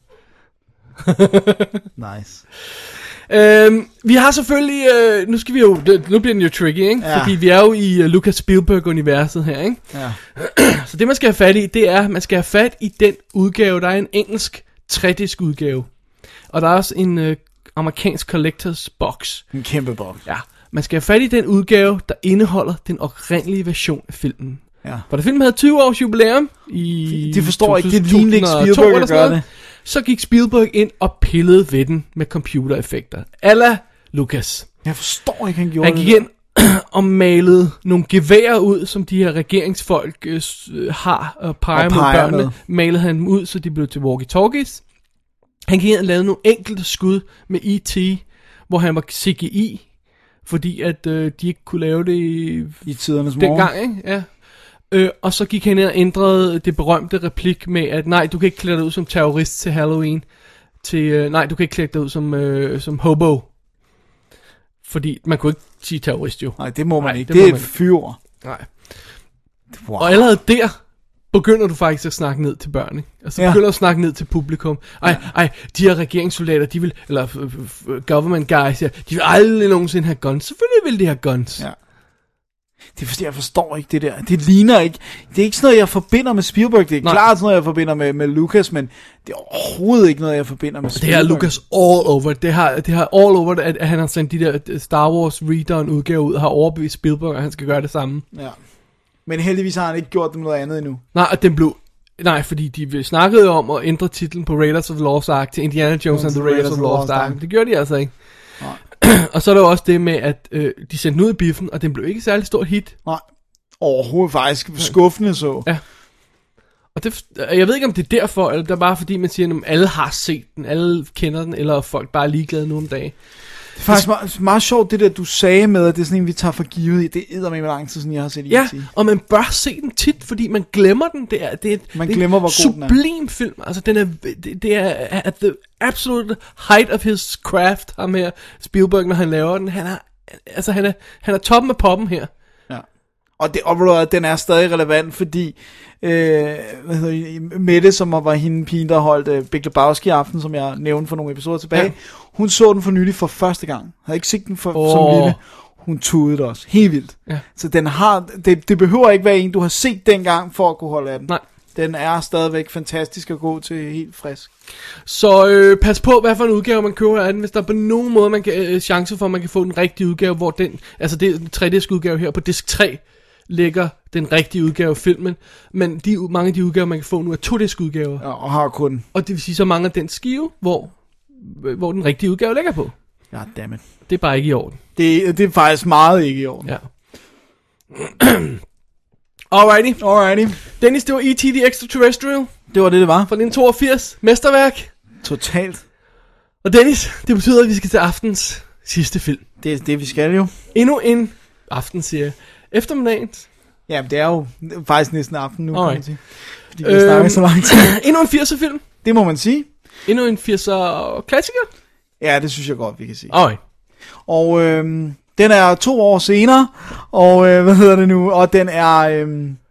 Nice. Vi har selvfølgelig, nu bliver den jo tricky, ikke? Ja. Fordi vi er jo i Lucas Spielberg-universet her, ikke? Ja. Så det man skal have fat i, det er, man skal have fat i den udgave, der er en engelsk 3-disk udgave. Og der er også en amerikansk collectors box. En kæmpe box. Ja, man skal have fat i den udgave, der indeholder den oprindelige version af filmen. Ja. For da filmen havde 20 års jubilæum i de forstår ikke, det lignede ikke Spielberg at gøre det. Så gik Spielberg ind og pillede ved den med computereffekter. A la Lucas. Jeg forstår ikke, han gjorde det. Han gik ind og malede nogle geværer ud, som de her regeringsfolk har og peger mod børnene. Malede han dem ud, så de blev til walkie-talkies. Han gik ind og lavede nogle enkelte skud med E.T., hvor han var CGI, fordi at de ikke kunne lave det i tidernes morgen. Dengang, ikke? Ja. Og så gik han ind og ændrede det berømte replik med, at nej, du kan ikke klæde dig ud som terrorist til Halloween. Nej, du kan ikke klæde dig ud som hobo. Fordi man kunne ikke sige terrorist jo. Nej, det må man ikke. Det er et fyr. Nej. Wow. Og allerede der begynder du faktisk at snakke ned til børn, ikke? Altså begynder at snakke ned til publikum. Ej, de her regeringssoldater, de vil, eller government guys, ja, de vil aldrig nogensinde have guns. Selvfølgelig vil de have guns. Ja. Det er fordi, jeg forstår ikke det der. Det ligner ikke. Det er ikke sådan noget, jeg forbinder med Spielberg. Det er klart sådan noget, jeg forbinder med Lucas, men det er overhovedet ikke noget, jeg forbinder med Spielberg. Det er Lucas all over. Det har all over, at han har sendt de der Star Wars Reader udgave ud, og har overbevist Spielberg, at han skal gøre det samme. Ja. Men heldigvis har han ikke gjort dem noget andet endnu. Nej, fordi de snakkede om at ændre titlen på Raiders of the Lost Ark til Indiana Jones and the Raiders of the Lost Ark. Det gjorde de altså ikke. Nej. Og så er der også det med, at de sendte den ud i biffen, og den blev ikke særlig stort hit. Nej, overhovedet faktisk skuffende så. Ja. Og jeg ved ikke, om det er derfor, eller det er bare fordi, man siger, at alle har set den, alle kender den, eller folk bare er ligeglade nu om dagen. Det er faktisk meget sjovt, det der, du sagde med, at det er sådan en, vi tager for givet. Det er med lang tid, sådan jeg har set E.T. Ja, og man bør se den tit, fordi man glemmer den. Det er glemmer, hvor god den er. Sublim film. Altså, det er at the absolute height of his craft, ham her, Spielberg, når han laver den. Han er toppen af poppen her. Ja. Og den er stadig relevant, fordi Mette, som var hende pigen, der holdt Big Lebowski aften, som jeg nævnte for nogle episoder tilbage, hun så den for nylig for første gang. Havde ikke set den som lille. Hun tudede også. Helt vildt. Ja. Så den har, det behøver ikke være en, du har set dengang, for at kunne holde af den. Nej. Den er stadigvæk fantastisk at gå til helt frisk. Så pas på, hvad for en udgave man køber af den. Hvis der er på nogen måde man kan, chance for, at man kan få den rigtige udgave, hvor den, altså det er 3-disk udgave her på disk 3, ligger den rigtige udgave af filmen. Men mange af de udgaver, man kan få nu, er 2-disk udgaver. Ja, og har kun. Og det vil sige, så mange af den skive, hvor den rigtige udgave ligger på. Ja, dammit. Det er bare ikke i orden. Det er faktisk meget ikke i orden. Ja. Alrighty. Dennis, det var E.T. the Extraterrestrial. Det var det var. Fra 1982. Mesterværk. Totalt. Og Dennis, det betyder, at vi skal til aftens sidste film. Det er det, vi skal jo. Endnu en aften, siger jeg. Eftermiddagens Ja, det er jo faktisk næsten aften nu, kan man sige. Fordi vi snakker så lang tid. Endnu en 80'er-film. Det må man sige. Endnu en 80'er-klassiker. Ja, det synes jeg godt, vi kan sige. Okay. Og den er 2 år senere, og hvad hedder det nu? Og den er...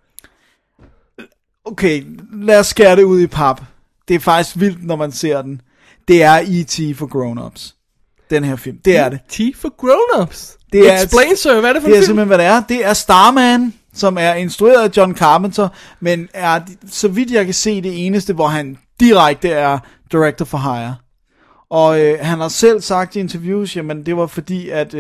okay, lad os skære det ud i pap. Det er faktisk vildt, når man ser den. Det er E.T. for grown-ups. Den her film. Det er det. E.T. for grown-ups? Det er Explain, sir. Hvad er det for en film? Det er simpelthen, hvad det er. Det er Starman, som er instrueret af John Carpenter, men er, så vidt jeg kan se, det eneste, hvor han direkte er director for hire. Og han har selv sagt i interviews, jamen det var fordi, at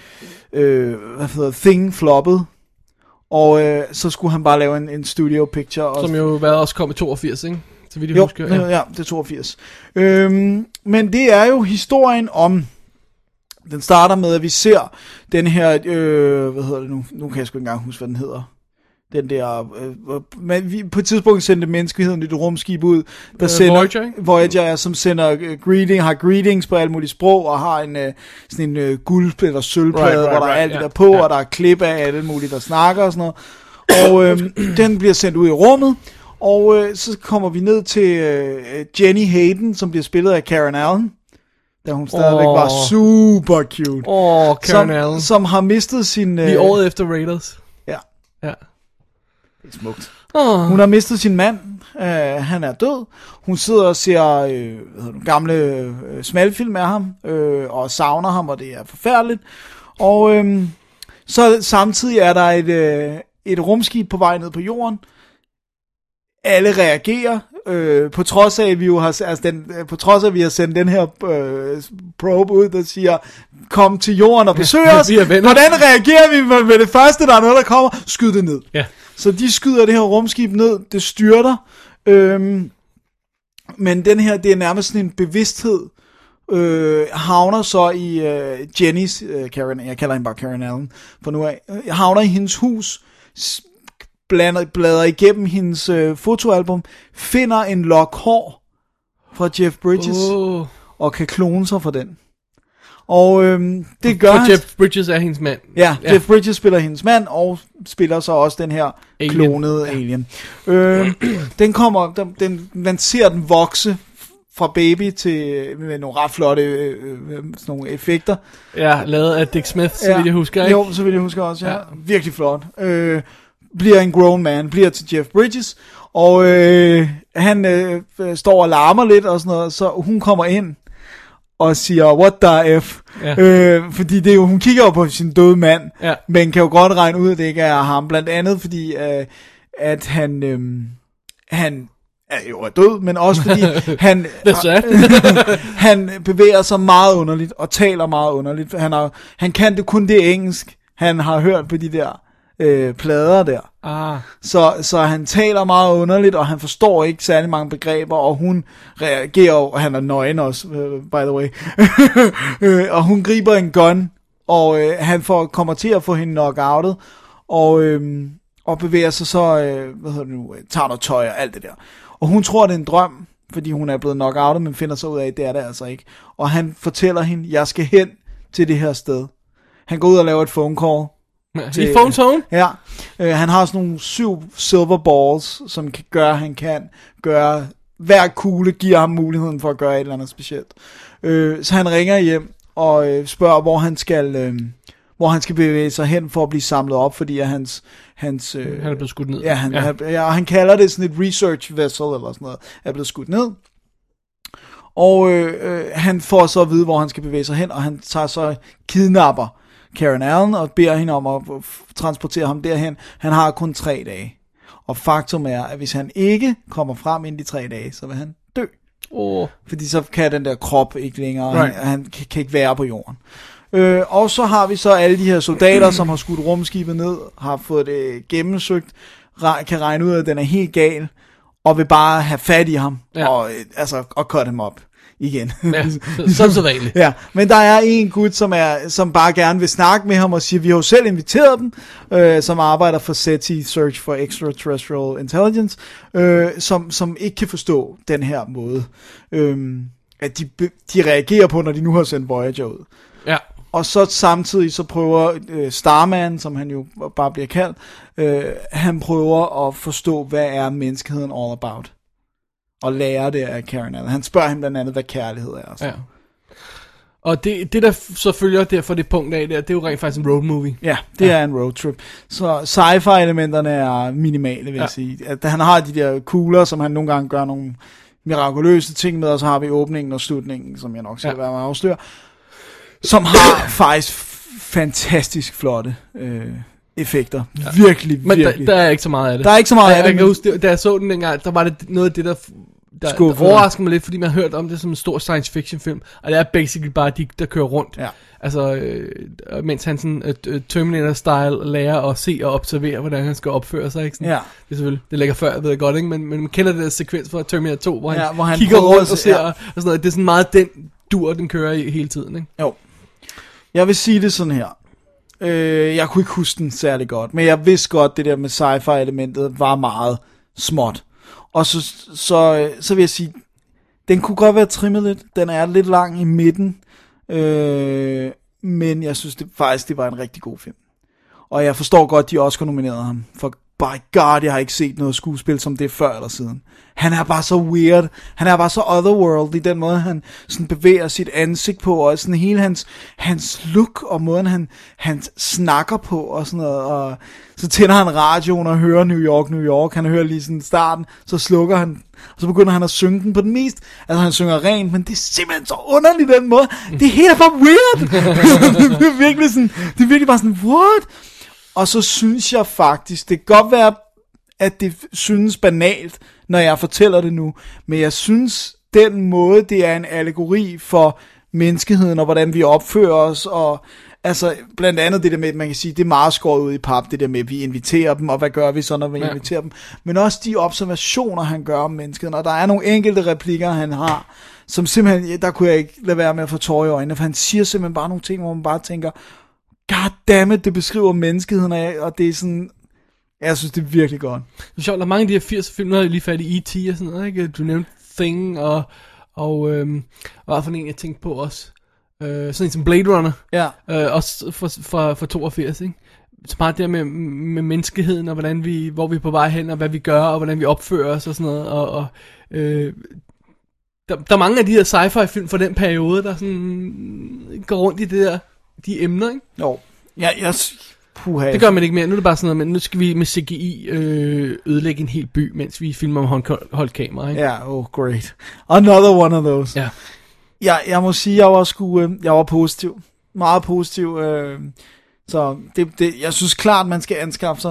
Thing floppede. Og så skulle han bare lave en studio picture. Som jo også kom i 82, ikke? Så vidt jeg husker. Ja, det er 82. Men det er jo historien om... Den starter med, at vi ser den her... hvad hedder det nu? Nu kan jeg sgu ikke engang huske, hvad den hedder. Den der... vi på et tidspunkt sendte menneskeheden et rumskib ud, der sender... Voyager, som sender har greetings på alle mulige sprog, og har sådan en guld- eller sølvplade, hvor der er alt det der på, og der er klip af alle mulige, der snakker og sådan noget. Og den bliver sendt ud i rummet, og så kommer vi ned til Jenny Hayden, som bliver spillet af Karen Allen, da hun stadigvæk var super cute. Karen Allen. Som har mistet sin... Lige året efter Raiders. Ja. Det er smukt. Hun har mistet sin mand. Han er død. Hun sidder og ser gamle smalfilm af ham, og savner ham, og det er forfærdeligt. Og så samtidig er der et rumskib på vej ned på jorden. Alle reagerer, på trods af at vi jo har vi har sendt den her probe ud, der siger, kom til jorden og besøg os. Hvordan reagerer vi med det første, der er noget, der kommer? Skyd det ned. Ja. Så de skyder det her rumskib ned, det styrter. Men den her, det er nærmest sådan en bevidsthed, havner så i Jennys, Karen, jeg kalder hende bare Karen Allen, for nu af, havner i hendes hus, bladrer igennem hendes fotoalbum, finder en lok hår fra Jeff Bridges, og kan klone sig for den. Og det gør han. Jeff Bridges er hendes mand. Ja, Jeff Bridges spiller hendes mand, og spiller så også den her klonede alien. Den kommer, man ser den vokse fra baby til med nogle ret flotte sådan nogle effekter. Ja, lavet af Dick Smith, så vil jeg huske, ikke? Jo, så vil jeg huske også, ja. Virkelig flot. Bliver en grown man, bliver til Jeff Bridges, og han står og larmer lidt og sådan noget, så hun kommer ind og siger, what the F? Ja. Fordi det er jo, hun kigger jo på sin døde mand, men kan jo godt regne ud, at det ikke er ham, blandt andet fordi, at han er jo død, men også fordi han bevæger sig meget underligt, og taler meget underligt. Han kan det kun det engelsk, han har hørt på de der plader der. Så han taler meget underligt, og han forstår ikke særlig mange begreber, og hun reagerer, og han er nøgen også, by the way. Og hun griber en gun, og han kommer til at få hende knockoutet, og bevæger sig så, tager noget tøj og alt det der. Og hun tror, det er en drøm, fordi hun er blevet knockoutet, men finder sig ud af, at det er det altså ikke. Og han fortæller hende, jeg skal hen til det her sted. Han går ud og laver et phone call. I phone tone? Ja. Han har sådan nogle 7 silver balls, som kan gøre, han kan gøre, hver kugle giver ham muligheden for at gøre et eller andet specielt. Så han ringer hjem og spørger, hvor han skal bevæge sig hen for at blive samlet op, fordi at han er blevet skudt ned. Ja, han kalder det sådan et research vessel eller sådan noget, er blevet skudt ned. Og han får så at vide, hvor han skal bevæge sig hen, og han tager så kidnapper Karen Allen og beder hende om at transportere ham derhen. Han har kun 3 dage. Og faktum er, at hvis han ikke kommer frem inden de 3 dage, så vil han dø. Fordi så kan den der krop ikke længere, han kan ikke være på jorden. Og så har vi så alle de her soldater, som har skudt rumskibet ned, har fået det gennemsøgt, kan regne ud af, at den er helt gal, og vil bare have fat i ham, og cut ham op igen. Ja, så vanligt. Ja, men der er en gut, som bare gerne vil snakke med ham og siger, vi har jo selv inviteret dem, som arbejder for SETI, Search for Extraterrestrial Intelligence, som ikke kan forstå den her måde, at de reagerer på, når de nu har sendt Voyager ud. Ja. Og så samtidig så prøver Starman, som han jo bare bliver kaldt, han prøver at forstå, hvad er menneskeheden all about. Og lære det af Karen Allen. Han spørger ham blandt andet, hvad kærlighed er. Så. Ja. Og det der så følger derfra det punkt af der, det er jo rent faktisk en road movie. Ja, det er en road trip. Så sci-fi elementerne er minimale, vil jeg sige. At han har de der kugler, som han nogle gange gør nogle mirakuløse ting med, og så har vi åbningen og slutningen, som jeg nok skal være med at afsløre, som har faktisk fantastisk flotte effekter. Virkelig. Men der er ikke så meget af det. Der er ikke så meget af det. Jeg kan huske, da jeg så den dengang, der var det noget af det, der overrasker mig lidt, fordi man har hørt om det som en stor science fiction film, og det er basically bare de, der kører rundt. Ja. Altså, mens han sådan Terminator-style lærer at se og observere, hvordan han skal opføre sig, ikke? Sådan, det er selvfølgelig, det ligger før, jeg ved godt, ikke? Men man kender det der sekvens fra Terminator 2, hvor han kigger rundt og ser, og sådan noget. Det er sådan meget den dur, den kører i hele tiden, ikke? Jo. Jeg vil sige det sådan her. Jeg kunne ikke huske den særlig godt, men jeg vidste godt, det der med sci-fi elementet var meget småt. Og så vil jeg sige, den kunne godt være trimmet lidt. Den er lidt lang i midten. Men jeg synes det var en rigtig god film. Og jeg forstår godt, de også nominerede ham. For by God, jeg har ikke set noget skuespil som det før eller siden. Han er bare så weird. Han er bare så otherworld i den måde, han sådan bevæger sit ansigt på, og sådan hele hans look, og måden han snakker på, og sådan noget. Og så tænder han radioen og hører New York, New York. Han hører lige sådan starten, så slukker han, og så begynder han at synge den på den mest. Altså han synger rent, men det er simpelthen så underligt den måde. Det er helt bare weird. Det er virkelig sådan, det er virkelig bare sådan, what? Og så synes jeg faktisk, det kan godt være, at det synes banalt, når jeg fortæller det nu, men jeg synes, den måde, det er en allegori for menneskeheden, og hvordan vi opfører os, og altså, blandt andet det der med, at man kan sige, det er meget skåret ud i pap, det der med, at vi inviterer dem, og hvad gør vi så, når vi inviterer dem, men også de observationer, han gør om menneskeheden, og der er nogle enkelte replikker, han har, som simpelthen, der kunne jeg ikke lade være med at få tårer i øjnene, for han siger simpelthen bare nogle ting, hvor man bare tænker, goddammit, det beskriver menneskeheden, og det er sådan, jeg synes, det er virkelig godt. Det er sjovt, der er mange af de her 80'er film, nu har jeg lige fat i E.T. og sådan noget, ikke? Du nævnte Thing, og hvad for en, jeg tænkte på også, sådan en som Blade Runner, også fra 82, ikke? Så bare det med menneskeheden, og hvordan hvor vi er på vej hen, og hvad vi gør, og hvordan vi opfører os, og sådan noget, og der er mange af de her sci-fi film fra den periode, der sådan går rundt i de emner, ikke? Jo. Puha. Det gør man ikke mere. Nu er det bare sådan noget, men nu skal vi med CGI ødelægge en hel by, mens vi filmer med håndholdt kamera, ikke? Ja, great. Another one of those. Ja. Jeg må sige, jeg var positiv. Meget positiv. Så jeg synes klart, man skal anskaffe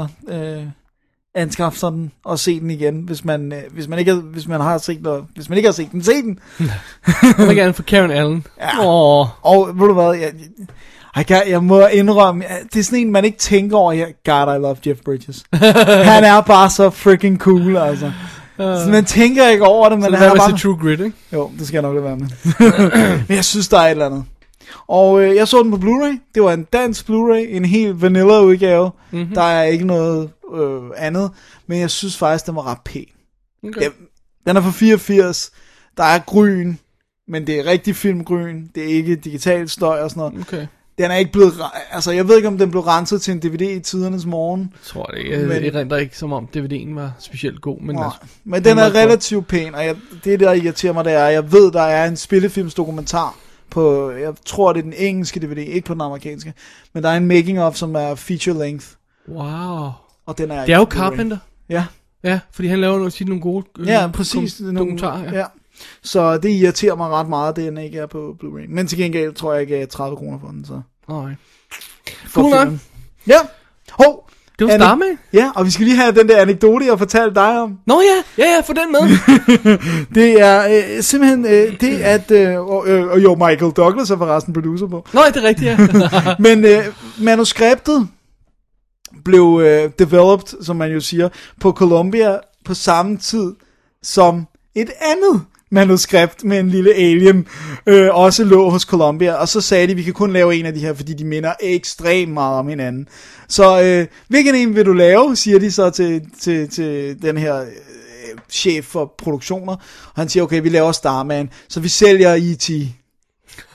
sig den og se den igen, hvis man ikke har set den, se den. Jeg vil gerne for Karen Allen. Ja. Og ved du hvad, jeg må indrømme, det er sådan en, man ikke tænker over. God, I love Jeff Bridges. Han er bare så freaking cool, altså. Så man tænker ikke over det, men han er bare... True Grit, ikke? Jo, det skal jeg nok lade være med. Men jeg synes, der er et eller andet. Og jeg så den på Blu-ray. Det var en dansk Blu-ray, en helt vanilla udgave. Mm-hmm. Der er ikke noget andet. Men jeg synes faktisk, den var ret pæn. Okay. Den er fra 84. Der er gryn, men det er rigtig filmgryn. Det er ikke digital støj og sådan noget. Okay. Den er ikke blevet... Altså, jeg ved ikke, om den blev renset til en DVD i tidernes morgen. Jeg tror det ikke. Jeg erindrer ikke, som om DVD'en var specielt god. Men den er relativt pæn, og det der irriterer mig, det er, jeg ved, der er en spillefilmsdokumentar på... Jeg tror, det er den engelske DVD, ikke på den amerikanske. Men der er en making-of, som er feature-length. Wow. Og den er... Det er jo Carpenter. Ja. Ja, fordi han laver nogle gode dokumentarer. Ja. Så det irriterer mig ret meget, at den ikke er på Blu-ray. Men til gengæld tror jeg ikke, 30 kroner for den. Så. Okay. Cool nok. Ja. Det var Starman. Ja, og vi skal lige have den der anekdote, jeg fortalte dig om. Nå ja, få den med. Det er simpelthen det, at... og Michael Douglas er forresten producer på. Nå, det er rigtigt, ja. Men manuskriptet blev developed, som man jo siger, på Columbia på samme tid som et andet manuskript med en lille alien også lå hos Columbia, og så sagde de, vi kan kun lave en af de her, fordi de minder ekstremt meget om hinanden. Så hvilken en vil du lave, siger de så til den her chef for produktioner, og han siger, okay, vi laver Starman, så vi sælger E.T.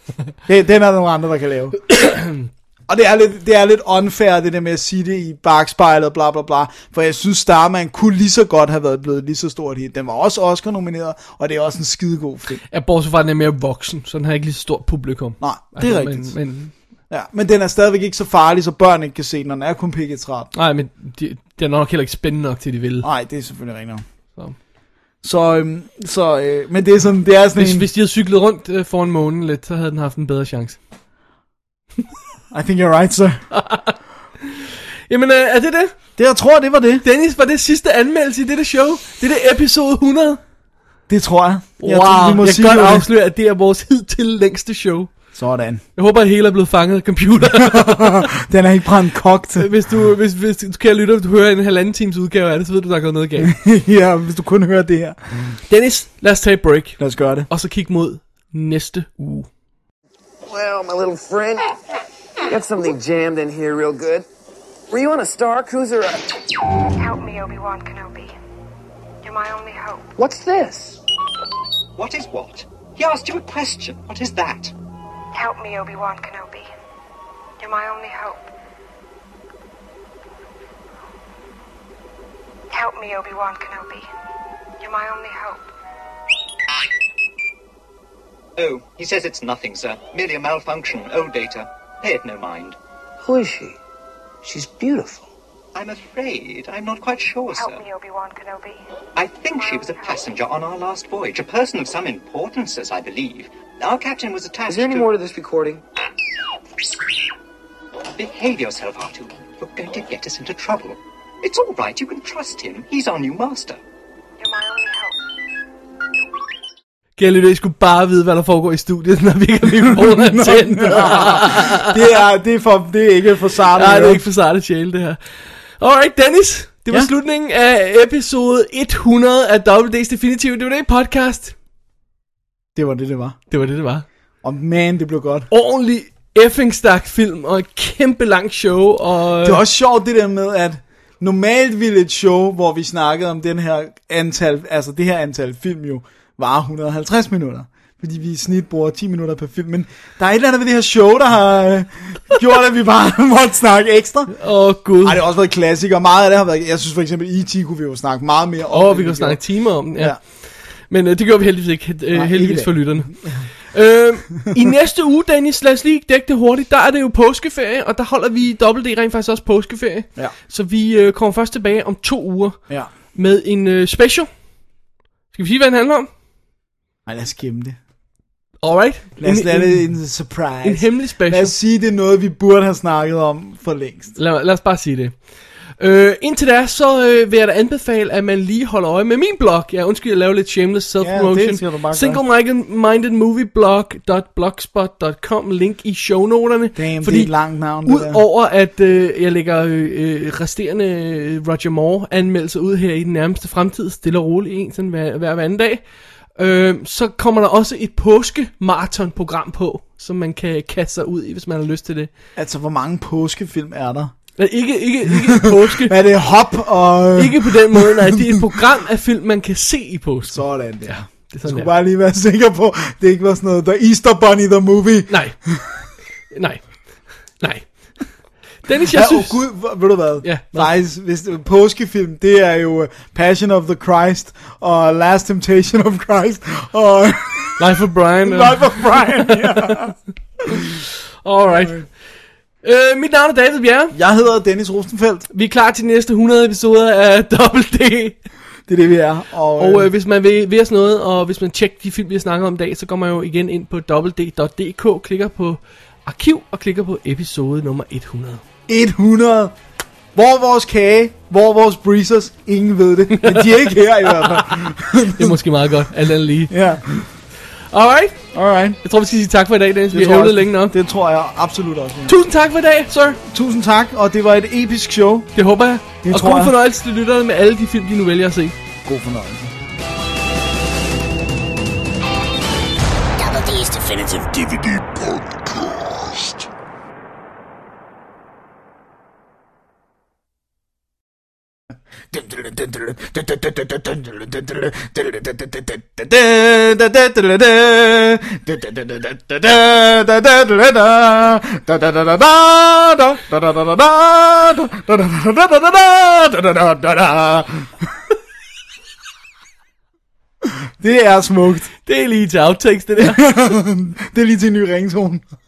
Den er nogle andre, der kan lave. Og det er lidt unfair, det der med at sige det i bagspejlet, bla bla bla. For jeg synes, Starman kunne lige så godt have været blevet lige så stort hit. Den var også Oscar-nomineret, og det er også en skidegod film. Jeg bortset fra, at den er mere voksen, så den har ikke lige så stort publikum. Nej, det er rigtigt. Men men den er stadigvæk ikke så farlig, så børn ikke kan se den, når den er kun PG-13. Nej, men det er nok heller ikke spændende nok til, de vil. Nej, det er selvfølgelig rigtigt. Men det er sådan, det er sådan hvis de havde cyklet rundt foran månen lidt, så havde den haft en bedre chance. I think you're right, sir. Jamen, er det det? Det, jeg tror, det var det. Dennis, var det sidste anmeldelse i dette show? Det er episode 100? Det tror jeg. Wow, jeg kan godt afsløre, at det er vores hidtil længste show. Sådan. Jeg håber, at hele er blevet fanget af computer. Den er ikke brændt kogt. Hvis du kan lytte, du hører en 1,5 times udgave af det, så ved du, der er gået noget galt. Ja, hvis du kun hører det her. Dennis, lad os tage et break. Lad os gøre det. Og så kigge mod næste uge. Well, my little friend, got something jammed in here real good. Were you on a Star Cruiser? Help me, Obi-Wan Kenobi. You're my only hope. What's this? What is what? He asked you a question. What is that? Help me, Obi-Wan Kenobi. You're my only hope. Help me, Obi-Wan Kenobi. You're my only hope. Oh, he says it's nothing, sir. Merely a malfunction. Old data. Pay it no mind. Who is she? She's beautiful. I'm afraid I'm not quite sure, sir. Help me, Obi-Wan Kenobi. I think she was a passenger on our last voyage. A person of some importance, as I believe. Our captain was attached Is there any more to this recording? Behave yourself, Artu. You're going to get us into trouble. It's all right. You can trust him. He's our new master. You're my only hope. Kære lytter, I skulle bare vide, hvad der foregår i studiet, når vi ikke har mikrofonen tændt. Det er ikke for sarte. Nej, det er ikke for sarte sjæle, det her. Alright, Dennis. Det var slutningen af episode 100 af WD's Definitive DVD podcast. Det var det, det var. Det var det, det var. Og man, det blev godt. Ordentlig effing stærk film, og et kæmpe langt show. Og det er også sjovt det der med, at normalt ville et show, hvor vi snakkede om det her antal film jo, var 150 minutter. Fordi vi i snit bruger 10 minutter per film. Men der er et eller andet ved det her show, der har gjort, at vi bare måtte snakke ekstra. Gud. Ej, det har også været klassiker. Meget af det har været... Jeg synes for eksempel, E.T. kunne vi jo snakke meget mere om. Vi kunne snakke timer om den, ja. Men det gjorde vi heldigvis ikke. Heldigvis for lytterne. I næste uge, Dennis, lad os lige dække det hurtigt. Der er det jo påskeferie, og der holder vi WD rent faktisk også påskeferie. Ja. Så vi kommer først tilbage om 2 uger med en special. Skal vi sige, hvad den handler om? Nej, lad os gemme det. Alright. Lad os lade det en surprise. En hemmelig special. Lad os sige, det er noget, vi burde have snakket om for længst. Lad os bare sige det. Indtil da, så vil jeg da anbefale, at man lige holder øje med min blog. Jeg undskyld at lave lidt shameless self-promotion. Singlemindedmovieblog.blogspot.com. Link i shownoterne. Damn, fordi det er et langt navn. Udover at jeg lægger resterende Roger Moore anmeldelser ud her i den nærmeste fremtid, stille og roligt en sådan hver anden dag, så kommer der også et påske-marathon-program på, som man kan kaste sig ud i, hvis man har lyst til det. Altså, hvor mange påskefilm er der? Ikke påske. Er det hop og... Ikke på den måde, nej. Det er et program af film, man kan se i påske. Sådan der. Ja, det skulle der. Bare lige være sikker på, det ikke var sådan noget, The Easter Bunny, the movie. Nej. Dennis, jeg synes... Gud, ved du hvad? Ja. Faktisk, hvis påskefilm, det er jo Passion of the Christ, og Last Temptation of Christ, og... Life of Brian. Life of Brian, ja. Alright. Mit navn er David Bjerre. Jeg hedder Dennis Rosenfeldt. Vi er klar til de næste 100 episoder af WD. Det er det, vi er. Og hvis man vil os noget, og hvis man tjekker de film, vi har snakket om i dag, så går man jo igen ind på www.dk, klikker på arkiv og klikker på episode nummer 100. 100! Hvor er vores kage? Hvor er vores breezers? Ingen ved det. Men de er ikke her i hvert fald. Det er måske meget godt, alt andet lige. Ja. Alright. Jeg tror, vi skal sige tak for i dag, Dennis. Vi har hævlet længe nok. Det tror jeg absolut også. Ja. Tusind tak for i dag, sir. Tusind tak, og det var et episk show. Det håber jeg. Og god fornøjelse til lytterne med alle de film, de nu vælger at se. God fornøjelse. WD's Definitive DVD Podcast. Det er smukt. Det er lige til outtakes, det der. Det er lige til en ny ringtone.